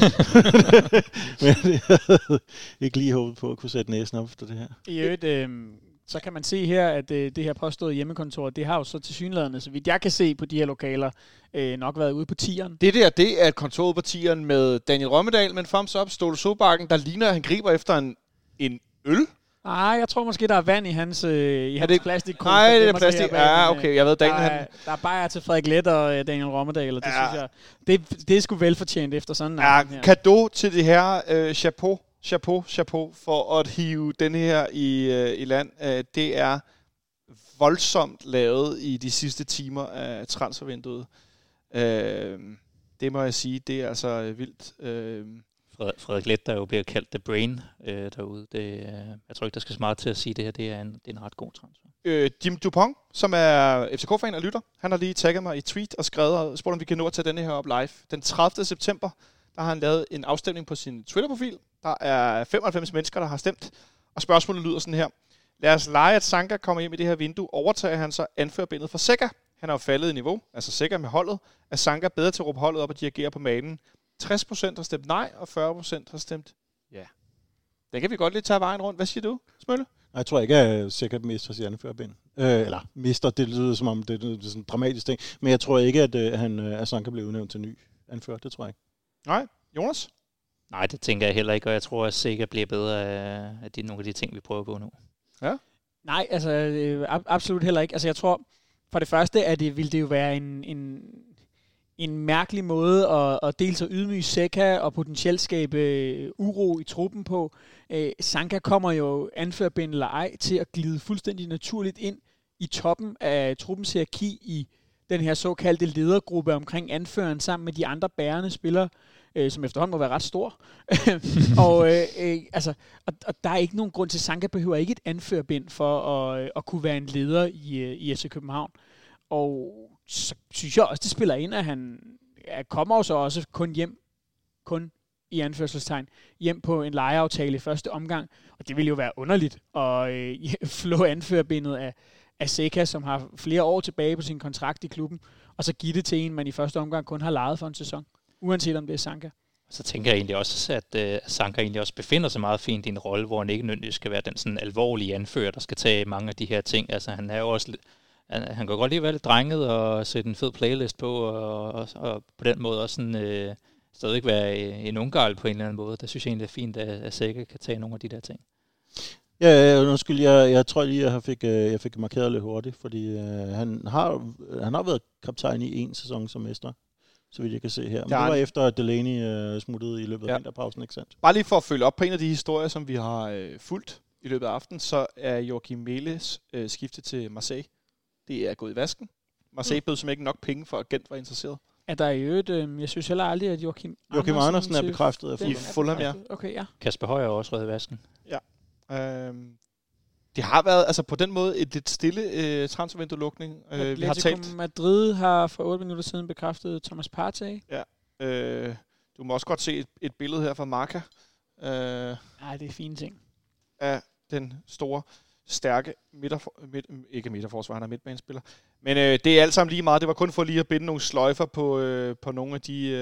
Speaker 4: Men jeg havde ikke lige håbet på at kunne sætte næsen op efter det her.
Speaker 3: I øvrigt, så kan man se her, at det her påståede hjemmekontor, det har jo så tilsyneladende, så vidt jeg kan se på de her lokaler, nok været ude på tieren.
Speaker 2: Det er et kontor ude på tieren med Daniel Rømmedal med en thumbs up, Ståle Sobakken, der ligner, at han griber efter en øl.
Speaker 3: Nej, jeg tror måske, der er vand i hans plastikkugle.
Speaker 2: Nej, det er plastik. Ja, okay, jeg ved, Daniel...
Speaker 3: Der er bajer til Frederik Leth og Daniel Rømmedal, og det synes jeg, det er sgu velfortjent efter sådan en
Speaker 2: her. Cadeau til det her chapeau for at hive den her i land. Det er voldsomt lavet i de sidste timer af transfervinduet. Det må jeg sige, det er altså vildt.
Speaker 5: Frederik Leth, der jo bliver kaldt The Brain derude. Jeg tror ikke, der skal så meget til at sige det her. Det er en ret god transfer.
Speaker 2: Jim Dupont, som er FCK-fan og lytter, han har lige tagget mig i tweet og skrevet og spurgt, om vi kan nå at tage denne her op live. Den 30. september, der har han lavet en afstemning på sin Twitter-profil. Der er 95 mennesker, der har stemt, og spørgsmålet lyder sådan her. Lad os lege, at Sanka kommer hjem i det her vindue. Overtager han så anførerbindet for Sækker? Han er jo faldet i niveau, altså Sækker med holdet. Er Sanka bedre til at råbe holdet op og dirigere på manen? 60% har stemt nej, og 40% har stemt ja. Den kan vi godt lige tage vejen rundt. Hvad siger du, Smølle?
Speaker 4: Jeg tror ikke, at Sækker mister sit anførerbind. Eller mister, det lyder som om det er sådan en dramatisk ting. Men jeg tror ikke, at Sanka bliver udnævnt til ny anfører. Det tror jeg ikke.
Speaker 2: Nej. Jonas?
Speaker 5: Nej, det tænker jeg heller ikke, og jeg tror, at Sækker bliver bedre af nogle af de ting, vi prøver på nu.
Speaker 2: Ja?
Speaker 3: Nej, altså absolut heller ikke. Altså jeg tror, for det første, vil det jo være en mærkelig måde at dels at ydmyge Sækker og potentielt skabe uro i truppen på. Sanka kommer jo, anførerbind eller ej, til at glide fuldstændig naturligt ind i toppen af truppens hierarki i den her såkaldte ledergruppe omkring anføreren sammen med de andre bærende spillere, som efterhånden må være ret stor. og der er ikke nogen grund til, at Sanka behøver ikke et anførerbind for at kunne være en leder i FC København. Og så synes jeg også, det spiller ind, at han kommer så også kun i anførselstegn, hjem på en lejeaftale i første omgang. Og det ville jo være underligt at flå anførerbindet af Sækker, som har flere år tilbage på sin kontrakt i klubben, og så give det til en, man i første omgang kun har lejet for en sæson, uanset om det er Sanka.
Speaker 5: Så tænker jeg egentlig også, at Sanka egentlig også befinder sig meget fint i en rolle, hvor han ikke nødvendigvis skal være den sådan alvorlige anfører, der skal tage mange af de her ting. Altså han er jo også han kan godt lige være lidt drenget og sætte en fed playlist på, og på den måde også sådan, stadig være en ungkarl på en eller anden måde. Der synes jeg egentlig, det er fint, at Sække kan tage nogle af de der ting.
Speaker 4: Ja, undskyld, jeg tror lige, jeg fik markeret lidt hurtigt, fordi han har været kaptajn i en sæson som mester, så vidt jeg kan se her. Men det var efter, at Delaney smuttede i løbet af vinterpausen, ikke sandt?
Speaker 2: Bare lige for at følge op på en af de historier, som vi har fulgt i løbet af aftenen, så er Joachim Meles skiftet til Marseille. Det er gået i vasken. Marseille bød som ikke nok penge for, at Gent var interesseret.
Speaker 3: Er der i øvrigt, jeg synes heller aldrig, at Joachim
Speaker 4: Andersen er bekræftet af
Speaker 2: Fulham, ja.
Speaker 3: Okay, ja.
Speaker 5: Kasper Højer er også rød i vasken.
Speaker 2: Ja. Det har været altså på den måde et lidt stille transfervindue-lukning. Vi har talt.
Speaker 3: Madrid har for 8 minutter siden bekræftet Thomas Partey.
Speaker 2: Ja. Du må også godt se et billede her fra Marca.
Speaker 3: Nej, det er fine ting.
Speaker 2: Af den store, stærke ikke midterforsvar, han er midtbanespiller. Men det er alt sammen lige meget. Det var kun for lige at binde nogle sløjfer på nogle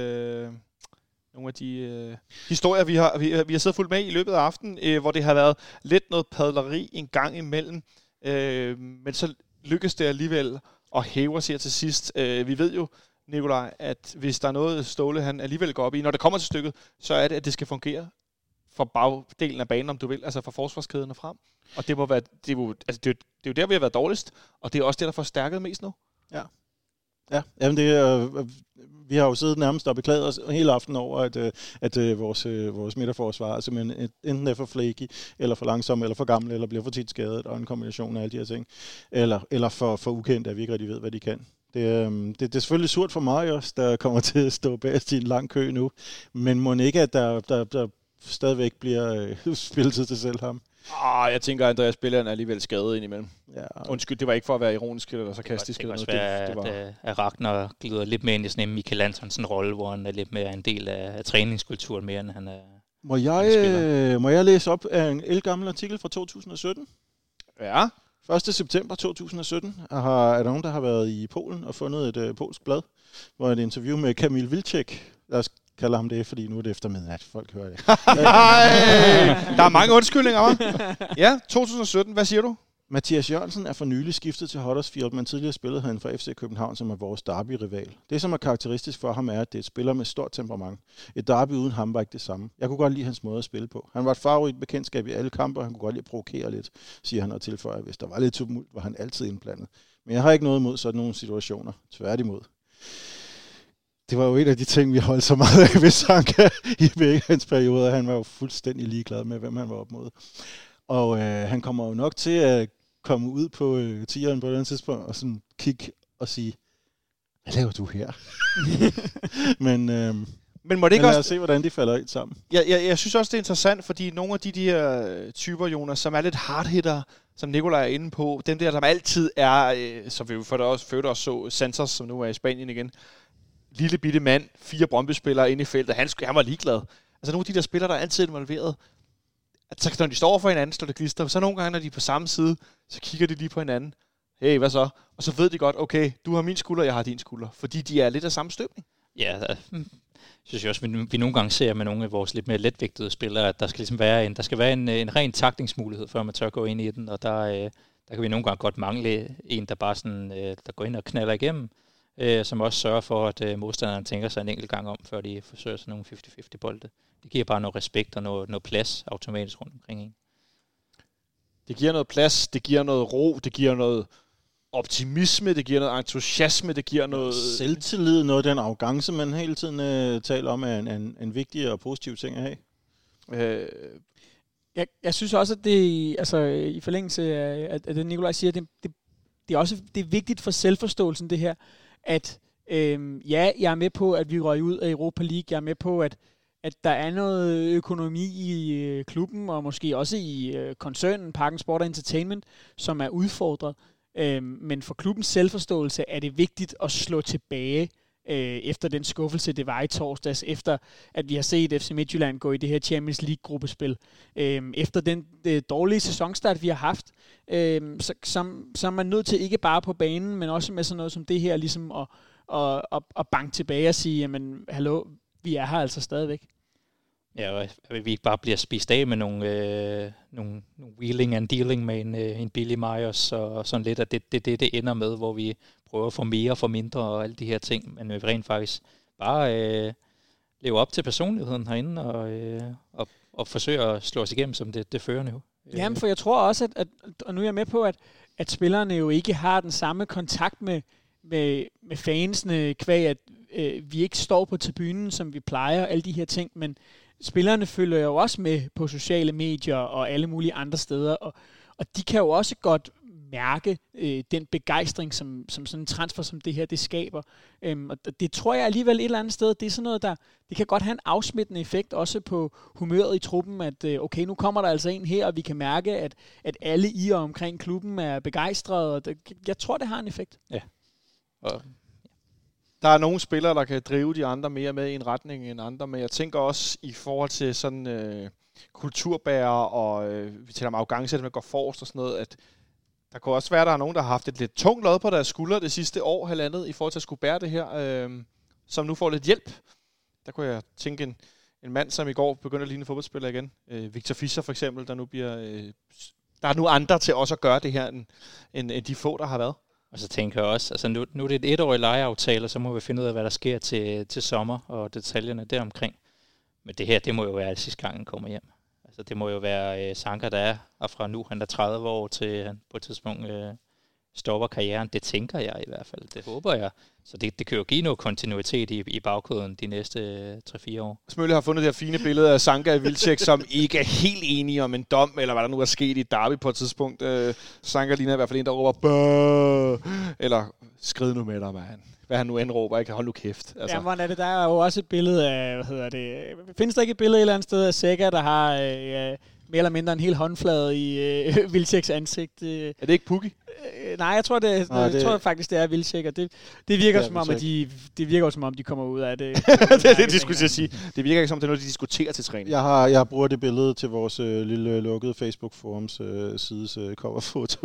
Speaker 2: af de historier, vi har siddet fuldt med i løbet af aftenen, hvor det har været lidt noget padleri en gang imellem. Men så lykkes det alligevel at hæve os her til sidst. Vi ved jo, Nikolaj, at hvis der er noget Ståle, han alligevel går op i, når det kommer til stykket, så er det, at det skal fungere for bagdelen af banen, om du vil, altså fra forsvarskæden og frem. Og det er jo der, vi har været dårligst, og det er også det, der får stærket mest nu.
Speaker 4: Ja, jamen vi har jo siddet nærmest og beklaget os hele aften over, at vores midterforsvar simpelthen enten er for flaky, eller for langsom, eller for gammel, eller bliver for tit skadet, og en kombination af alle de her ting. Eller for ukendt, at vi ikke rigtig ved, hvad de kan. Det er selvfølgelig surt for Marius, der kommer til at stå bagerst i en lang kø nu, men må ikke, at der stadigvæk bliver spilletid til selv ham.
Speaker 2: Jeg tænker, at Andreas Bjelland er alligevel skadet indimellem.
Speaker 4: Ja.
Speaker 2: Undskyld, det var ikke for at være ironisk eller sarkastisk.
Speaker 5: Det kan også være, at Ragnar glider lidt mere ind i sådan en Michael Antonsen-rolle, hvor han er lidt mere en del af træningskulturen, mere end han er.
Speaker 4: Må jeg læse op af en ældgammel artikel fra 2017?
Speaker 2: Ja.
Speaker 4: 1. september 2017 er der nogen, der har været i Polen og fundet et polsk blad, hvor et interview med Kamil Wilczek, der kalder ham det, fordi nu er det eftermiddag, at folk hører det.
Speaker 2: Der er mange undskyldninger, hva'? Ja, 2017. Hvad siger du?
Speaker 4: Mathias Jørgensen er for nylig skiftet til Huddersfield, men tidligere spillede han for FC København, som er vores derby-rival. Det, som er karakteristisk for ham, er, at det er et spiller med stort temperament. Et derby uden ham var ikke det samme. Jeg kunne godt lide hans måde at spille på. Han var et farverigt bekendtskab i alle kampe, og han kunne godt lide at provokere lidt, siger han og tilføjer. Hvis der var lidt tumult, var han altid indblandet. Men jeg har ikke noget imod sådan nogle situationer. Tværtimod. Det var jo en af de ting, vi holdt så meget af ved Sanka i begge hans perioder. Han var jo fuldstændig ligeglad med, hvem han var op mod. Og han kommer jo nok til at komme ud på tieren på den tidspunkt og sådan kigge og sige, hvad laver du her? Men må det ikke også se, hvordan de falder ind sammen.
Speaker 2: Jeg synes også, det er interessant, fordi nogle af de her typer, Jonas, som er lidt hardhitter, som Nikolaj er inde på, dem der, som altid er, som vi før også så, Santos, som nu er i Spanien igen, lille bitte mand, 4 Brøndby-spillere inde i feltet, han var ligeglad. Altså nogle af de der spillere, der er altid involveret, så når de står over for hinanden, står det glister, så nogle gange, når de er på samme side, så kigger de lige på hinanden. Hey, hvad så? Og så ved de godt, okay, du har min skulder, jeg har din skulder. Fordi de er lidt af samme støbning.
Speaker 5: Ja, synes jeg også, vi nogle gange ser med nogle af vores lidt mere letvægtede spillere, at der skal ligesom være en ren taktingsmulighed, før man tør gå ind i den, og der kan vi nogle gange godt mangle en, der bare sådan, der går ind og knaller igennem, som også sørger for, at modstanderen tænker sig en enkelt gang om, før de forsøger sådan nogle 50-50 bolde. Det giver bare noget respekt og noget plads automatisk rundt omkring en.
Speaker 2: Det giver noget plads, det giver noget ro, det giver noget optimisme, det giver noget entusiasme, det giver noget
Speaker 4: selvtillid, noget af den arrogance, man hele tiden taler om, er en vigtig og positiv ting at have.
Speaker 3: Jeg synes også, at det, altså i forlængelse af det, Nikolaj siger, det er vigtigt for selvforståelsen, det her, at jeg er med på, at vi røg ud af Europa League, jeg er med på, at der er noget økonomi i klubben, og måske også i koncernen Parken Sport & Entertainment, som er udfordret. Men for klubbens selvforståelse er det vigtigt at slå tilbage efter den skuffelse, det var i torsdags, efter at vi har set FC Midtjylland gå i det her Champions League-gruppespil. Efter den dårlige sæsonstart, vi har haft, så er man nødt til ikke bare på banen, men også med sådan noget som det her, ligesom at banke tilbage og sige, jamen, hallo, vi er her altså stadigvæk.
Speaker 5: Ja, og vi ikke bare bliver spist af med nogle wheeling and dealing med en Billy Myers og sådan lidt, at det ender med, hvor vi prøver at få mere for mindre og alle de her ting, men vi rent faktisk bare leve op til personligheden herinde og forsøge at slå os igennem som det førende.
Speaker 3: Jamen, for jeg tror også, at og nu er jeg med på, at spillerne jo ikke har den samme kontakt med fansene, kvæg at vi ikke står på tribunen, som vi plejer, alle de her ting, men spillerne følger jo også med på sociale medier og alle mulige andre steder, og de kan jo også godt mærke den begejstring, som sådan en transfer som det her, det skaber. Og det tror jeg alligevel et eller andet sted, det er sådan noget, det kan godt have en afsmittende effekt, også på humøret i truppen, at okay, nu kommer der altså en her, og vi kan mærke, at alle i og omkring klubben er begejstrede, og jeg tror, det har en effekt.
Speaker 5: Ja. Og
Speaker 2: der er nogle spillere, der kan drive de andre mere med i en retning end andre, men jeg tænker også i forhold til sådan kulturbærer, og vi taler om arrogance, at man går forrest og sådan noget, at der kan også være, at der er nogen, der har haft et lidt tungt lod på deres skuldre det sidste år, halvandet, i forhold til at skulle bære det her, som nu får lidt hjælp. Der kunne jeg tænke en mand, som i går begyndte at ligne fodboldspiller igen. Victor Fischer for eksempel, der nu bliver... der er nu andre til også at gøre det her, end de få, der har været.
Speaker 5: Og så tænker jeg også, altså nu er det et 1-årig lejeaftale, og så må vi finde ud af, hvad der sker til sommer, og detaljerne deromkring. Men det her, det må jo være sidste gang, han kommer hjem. Altså det må jo være Sanka, der er fra nu, han er 30 år, til han på et tidspunkt stopper karrieren. Det tænker jeg i hvert fald, det håber jeg. Så det kan jo give noget kontinuitet i bagkoden de næste 3-4 år.
Speaker 2: Smølle har fundet det her fine billede af Sanka i Wilczek, som ikke er helt enige om en dom, eller hvad der nu er sket i Derby på et tidspunkt. Sanka ligner i hvert fald en, der råber, bøh! Eller skrid nu med dig, hvad han nu end råber, ikke? Hold nu kæft. Altså.
Speaker 3: Ja, hvordan er det? Der er jo også et billede af, findes der ikke et billede et eller andet sted af Sækker, der har mere eller mindre en hel håndflade i Wilczeks ansigt?
Speaker 2: Er det ikke Pukki?
Speaker 3: Nej, jeg tror faktisk, det er Wilczek, og det virker som om, at det virker som om, de kommer ud af det.
Speaker 2: Det er det, de skulle sige. Det virker ikke som, det er noget, de diskuterer til træning.
Speaker 4: Jeg bruger det billede til vores lille lukkede Facebook-forums sides coverfoto.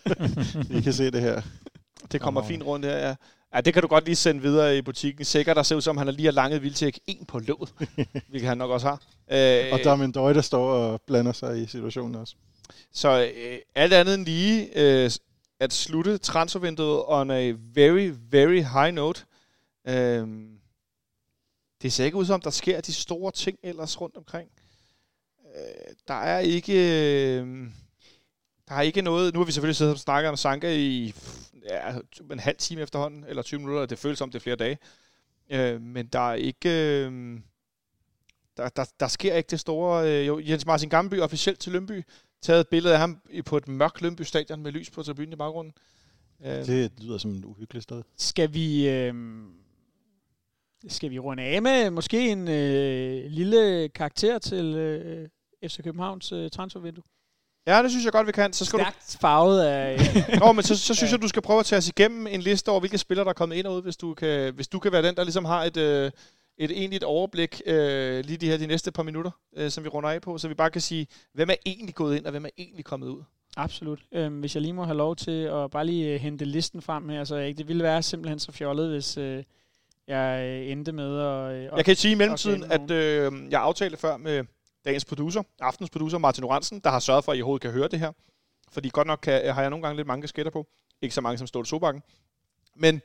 Speaker 4: I kan se det her.
Speaker 2: Det kommer fint rundt her, ja. Ja, det kan du godt lige sende videre i butikken. Sikkert, der ser ud som, han lige har langet Wilczek en på låget, hvilket han nok også har.
Speaker 4: Og der er en døj, der står og blander sig i situationen også.
Speaker 2: Så alt andet end lige at slutte transfervinduet on a very, very high note. Det ser ikke ud som, der sker de store ting ellers rundt omkring. Der er ikke noget... Nu har vi selvfølgelig siddet og snakket om Sanka i en halv time efterhånden, eller 20 minutter. Det føles som, det er flere dage. Men der er ikke... Der sker ikke det store... Jens Martin Gammelby officielt til Lyngby. Taget et billede af ham på et mørkt Lyngby stadion med lys på tribunen i baggrunden.
Speaker 4: Det lyder som et uhyggeligt sted.
Speaker 3: Skal vi runde af med måske en lille karakter til FC Københavns transfervindue?
Speaker 2: Ja, det synes jeg godt, vi kan. Så skal
Speaker 3: stærkt farvet af...
Speaker 2: Nå, men så synes jeg, du skal prøve at tage os igennem en liste over, hvilke spillere, der er kommet ind og ud, hvis du kan være den, der ligesom har et egentligt overblik lige de næste par minutter, som vi runder af på, så vi bare kan sige, hvem er egentlig gået ind, og hvem er egentlig kommet ud.
Speaker 3: Absolut. Hvis jeg lige må have lov til at bare lige hente listen frem her, så det ville være simpelthen så fjollet, hvis jeg endte med at...
Speaker 2: Jeg kan sige i mellemtiden, at jeg aftalte før med dagens producer, aftens producer Martin Oransen, der har sørget for, at I overhovedet kan høre det her. Fordi godt nok har jeg nogle gange lidt mange kasketter på. Ikke så mange som Ståle Sobakken. Men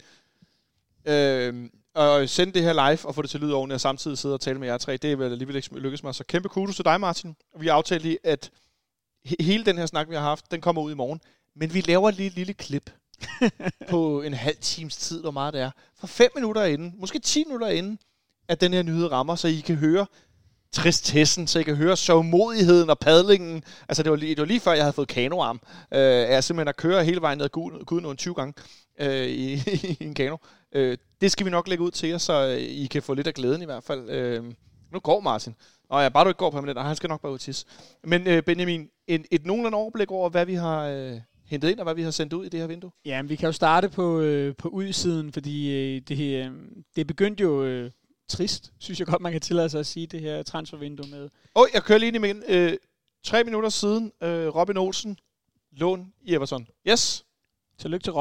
Speaker 2: at sende det her live og få det til at lyde ordentligt, og samtidig sidde og tale med jer tre, det vil alligevel ikke lykkes mig. Så kæmpe kudos til dig, Martin. Vi har aftalt lige, at hele den her snak, vi har haft, den kommer ud i morgen. Men vi laver lige et lille klip på en halv times tid, hvor meget det er. For 5 minutter inden, måske 10 minutter inden, at den her nyhed rammer, så I kan høre tristessen, så I kan høre sørgmodigheden og padlingen. Altså, det var lige før, jeg havde fået kanoarm. Jeg simpelthen at køre hele vejen ned ad Gudenåen 20 gange i en kano. Det skal vi nok lægge ud til jer, så I kan få lidt af glæden i hvert fald. Nu går Martin. Og bare du ikke går permanent, og han skal nok bare ud til. Men Benjamin, et nogenlunde overblik over, hvad vi har hentet ind, og hvad vi har sendt ud i det her vindue?
Speaker 3: Ja, vi kan jo starte på udsiden, fordi det begyndte jo trist, synes jeg godt, man kan tillade sig at sige, det her transfervindue med.
Speaker 2: Jeg kører lige ind i 3 minutter siden, Robin Olsen, lån i Everton. Yes.
Speaker 3: Tillykke til Robin.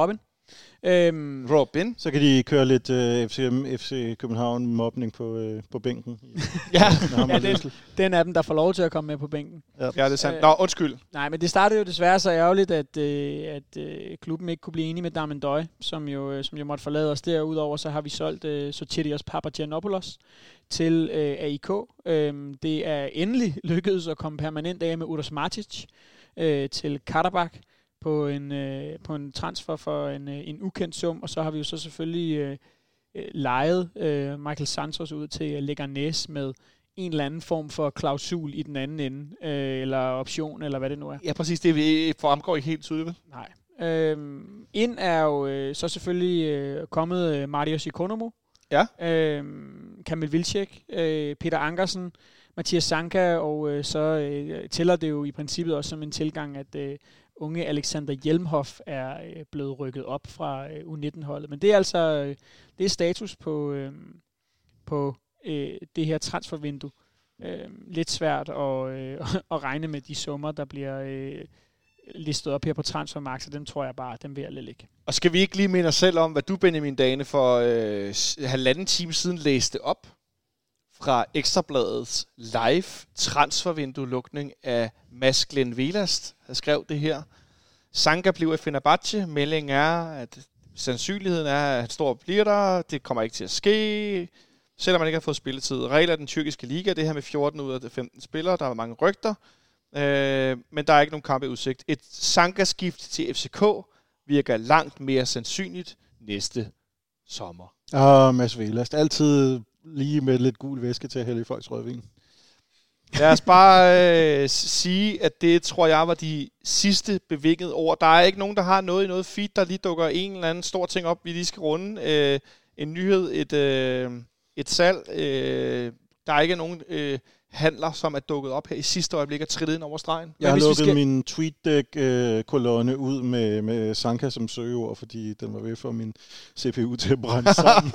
Speaker 2: Robin.
Speaker 4: Så kan de køre lidt FC København-mobning på bænken.
Speaker 3: Den af dem, der får lov til at komme med på bænken.
Speaker 2: Ja, det er sandt. Nå, undskyld.
Speaker 3: Nej, men det startede jo desværre så ærgerligt, at klubben ikke kunne blive enige med Darmendøj, som jo måtte forlade os. Derudover så har vi solgt Sotirios Papagiannopoulos til AIK. Det er endelig lykkedes at komme permanent af med Uros Matic til Karabakh på en transfer for en ukendt sum, og så har vi jo så selvfølgelig lejet Michael Santos ud til Leganés med en eller anden form for klausul i den anden ende, eller option, eller hvad det nu er.
Speaker 2: Ja, præcis. Det fremgår ikke helt tydeligt.
Speaker 3: Nej. Ind er jo så selvfølgelig kommet Marius Ikonomo, Kamil Vilcek, Peter Ankersen, Mathias Sanka, og så tæller det jo i princippet også som en tilgang, at unge Alexander Hjelmhoff er blevet rykket op fra U19-holdet. Men det er altså det er status på det her transfervindue. Lidt svært at regne med de summer, der bliver listet op her på Transfermarkt, så dem tror jeg bare, dem vil jeg ligge.
Speaker 2: Og skal vi ikke lige minde os selv om, hvad du, Benjamin Dane, for halvanden time siden læste op fra Ekstrabladets live transfervindue-lukning af Mads Glenn Velast, der skrev det her. Sanka bliver i Fenerbahce. Meldingen er, at sandsynligheden er, at han står og bliver der. Det kommer ikke til at ske, selvom man ikke har fået spilletid. Regler af den tyrkiske liga, det her med 14 ud af 15 spillere. Der er mange rygter, men der er ikke nogen kamp i udsigt. Et Sanka-skift til FCK virker langt mere sandsynligt næste sommer.
Speaker 4: Mads Velast. Altid lige med lidt gul væske til at hælde i folks rødvin.
Speaker 2: Lad os bare sige, at det tror jeg var de sidste bevingede ord. Der er ikke nogen, der har noget i noget feed, der lige dukker en eller anden stor ting op, vi lige skal runde. En nyhed, et salg. Der er ikke nogen handler, som er dukket op her i sidste øjeblik og trillet ind over stregen.
Speaker 4: Jeg har lukket min TweetDeck-kolonne ud med Sanka som søgeord, fordi den var ved for min CPU til at brænde sammen.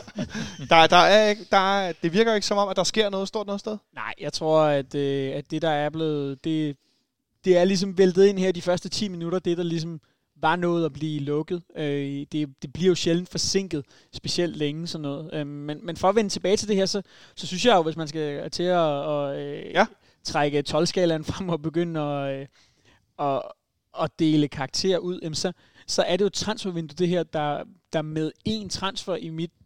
Speaker 2: Det virker ikke som om, at der sker noget stort noget sted.
Speaker 3: Nej, jeg tror, at det, der er blevet... Det er ligesom væltet ind her de første 10 minutter, det der ligesom var nået at blive lukket. Det bliver jo sjældent forsinket, specielt længe sådan noget. Men for at vende tilbage til det her, så synes jeg jo, hvis man skal til at trække 12-skalaen frem og begynde at dele karakterer ud, så er det jo et transfervindue, det her, der med én transfer i mit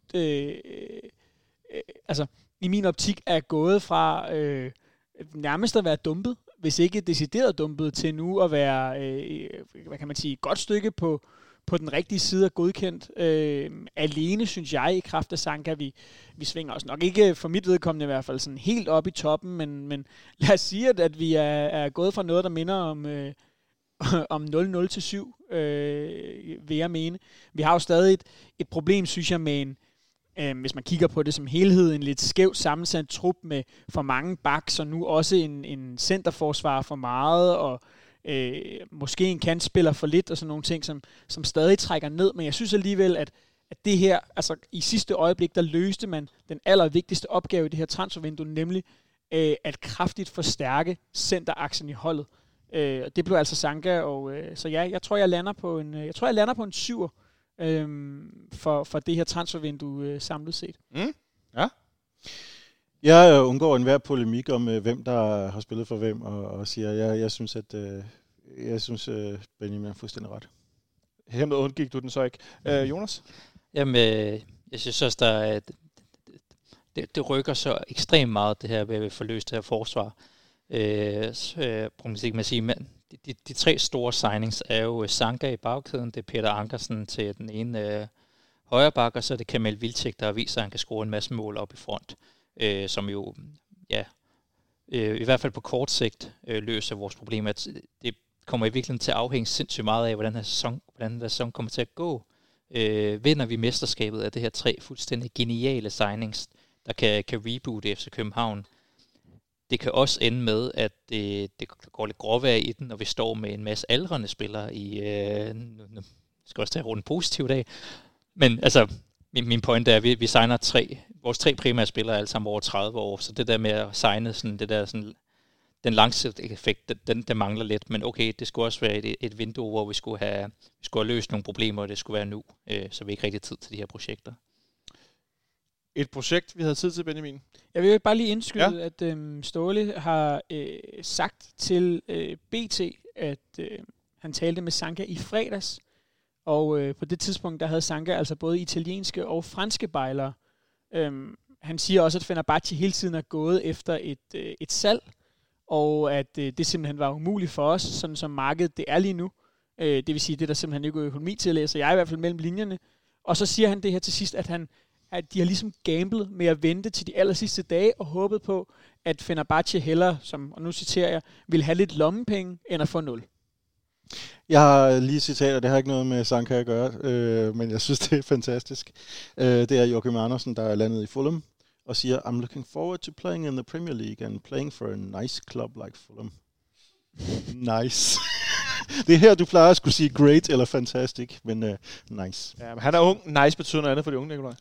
Speaker 3: i min optik er gået fra nærmest at være dumpet, hvis ikke decideret dumpet, til nu at være, hvad kan man sige, et godt stykke på den rigtige side af godkendt. Alene, synes jeg, i kraft af Sanka, vi svinger os nok ikke, for mit vedkommende i hvert fald, sådan helt op i toppen, men lad os sige, at vi er gået fra noget, der minder om 0-0 til 7, vil jeg mene. Vi har jo stadig et problem, synes jeg, med hvis man kigger på det som helhed, en lidt skævt sammensat trup med for mange backs, og nu også en centerforsvar for meget, og måske en kantspiller for lidt, og sådan nogle ting, som stadig trækker ned. Men jeg synes alligevel, at det her, altså i sidste øjeblik, der løste man den allervigtigste opgave i det her transfervindue, nemlig at kraftigt forstærke centeraksen i holdet. Det blev altså Sanka, og så ja, jeg tror, jeg lander på en 7'er. For det her transfervindue samlet set.
Speaker 2: Ja.
Speaker 4: Jeg undgår enhver polemik om, hvem der har spillet for hvem, og siger, jeg synes, Benjamin er fuldstændig ret.
Speaker 2: Hermed undgik du den så ikke. Jonas?
Speaker 5: Jamen, jeg synes også, det rykker så ekstremt meget, det her ved at få løst det her forsvar. Problematik med at sige, men de tre store signings er jo Sanka i bagkæden, det er Peter Ankersen til den ene højre bak, og så er det Kamil Vilcek, der har vist sig, at han kan score en masse mål op i front, som jo, i hvert fald på kort sigt, løser vores problemer. Det kommer i virkeligheden til at afhænge sindssygt meget af, hvordan den sæson kommer til at gå. Vinder vi mesterskabet af det her tre fuldstændig geniale signings, der kan reboote FC København. Det kan også ende med, at det går lidt gråvejr i den, når vi står med en masse aldrende spillere i... Nu skal også tage rundt en positiv dag. Men altså, min point er, at vi signer vores tre primære spillere alle sammen over 30 år. Så det der med at signe sådan, det der sådan den langsigtede effekt, den mangler lidt, men okay, det skulle også være et vindue, hvor vi skulle have løst nogle problemer, og det skulle være nu, så vi ikke rigtig tid til de her projekter.
Speaker 2: Et projekt, vi havde tid til, Benjamin?
Speaker 3: Jeg vil bare lige indskyde, at Ståle har sagt til BT, at han talte med Sanka i fredags, og på det tidspunkt, der havde Sanka altså både italienske og franske bejlere. Han siger også, at Fenerbahce hele tiden er gået efter et salg, og at det simpelthen var umuligt for os, sådan som markedet det er lige nu. Det vil sige, det er der simpelthen ikke økonomi til at læse, jeg er i hvert fald mellem linjerne. Og så siger han det her til sidst, at de har ligesom gamblet med at vente til de aller sidste dage, og håbet på, at Fenerbahce hellere, og nu citerer jeg, vil have lidt lommepenge, end at få 0.
Speaker 4: Jeg har lige citater, det har ikke noget med Sanka at gøre, men jeg synes, det er fantastisk. Det er Joachim Andersen, der er landet i Fulham, og siger, I'm looking forward to playing in the Premier League and playing for a nice club like Fulham. Nice. Det er her, du plejer at skulle sige great eller fantastic, men nice.
Speaker 2: Ja, men han er ung. Nice betyder noget andet for de unge, Nikolaj.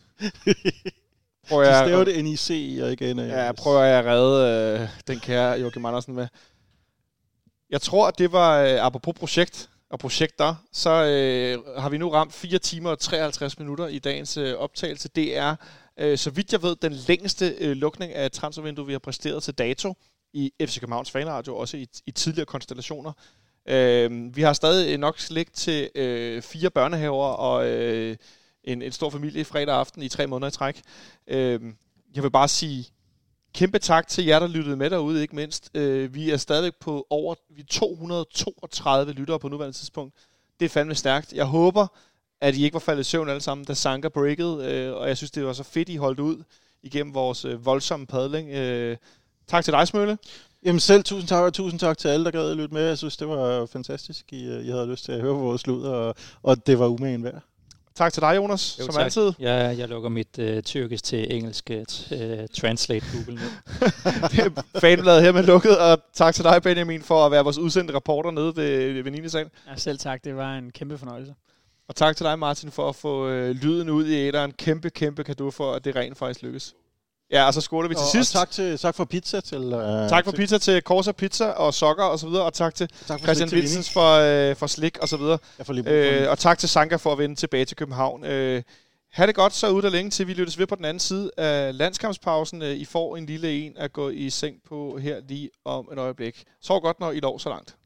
Speaker 4: Du staver det NIC og ikke NAS.
Speaker 2: Ja, prøver jeg at redde den kære Joachim Andersen med. Jeg tror, at det var, apropos projekt og projekter, så har vi nu ramt 4 timer og 53 minutter i dagens optagelse. Det er, så vidt jeg ved, den længste lukning af transfervindue, vi har præsteret til dato i FC Københavns Fanradio, også i tidligere konstellationer. Vi har stadig nok slik til 4 børnehaver og en stor familie fredag aften i 3 måneder i træk. Jeg vil bare sige kæmpe tak til jer, der lyttede med derude, ikke mindst. Vi er stadigvæk på over 232 lyttere på nuværende tidspunkt. Det er fandme stærkt. Jeg håber, at I ikke var faldet i søvn alle sammen, da Sanka breakede, og jeg synes, det var så fedt, I holdt ud igennem vores voldsomme padling. Tak til dig, Smølle.
Speaker 4: Jamen selv tusind tak til alle, der gad at lytte med. Jeg synes, det var fantastisk. I havde lyst til at høre vores sludder, og det var umagen værd.
Speaker 2: Tak til dig, Jonas, som altid.
Speaker 5: Jeg lukker mit tyrkisk til engelsk translate Google nu.
Speaker 2: Fanbladet her med lukket, og tak til dig, Benjamin, for at være vores udsendte reporter nede ved Ninesal.
Speaker 3: Ja, selv tak. Det var en kæmpe fornøjelse.
Speaker 2: Og tak til dig, Martin, for at få lyden ud i æteren. Kæmpe cadeau for, at det rent faktisk lykkes. Ja, og så skåler vi til sidst.
Speaker 4: Og tak for pizza til...
Speaker 2: tak for pizza til Corsa Pizza og sokker og så videre, og tak til Christian Wilsens for slik og så videre. Og tak til Sanka for at vende tilbage til København. Ha' det godt så ud der længe til vi lyttes ved på den anden side af landskampspausen. I får en lille en at gå i seng på her lige om et øjeblik. Sov godt, når I lov så langt.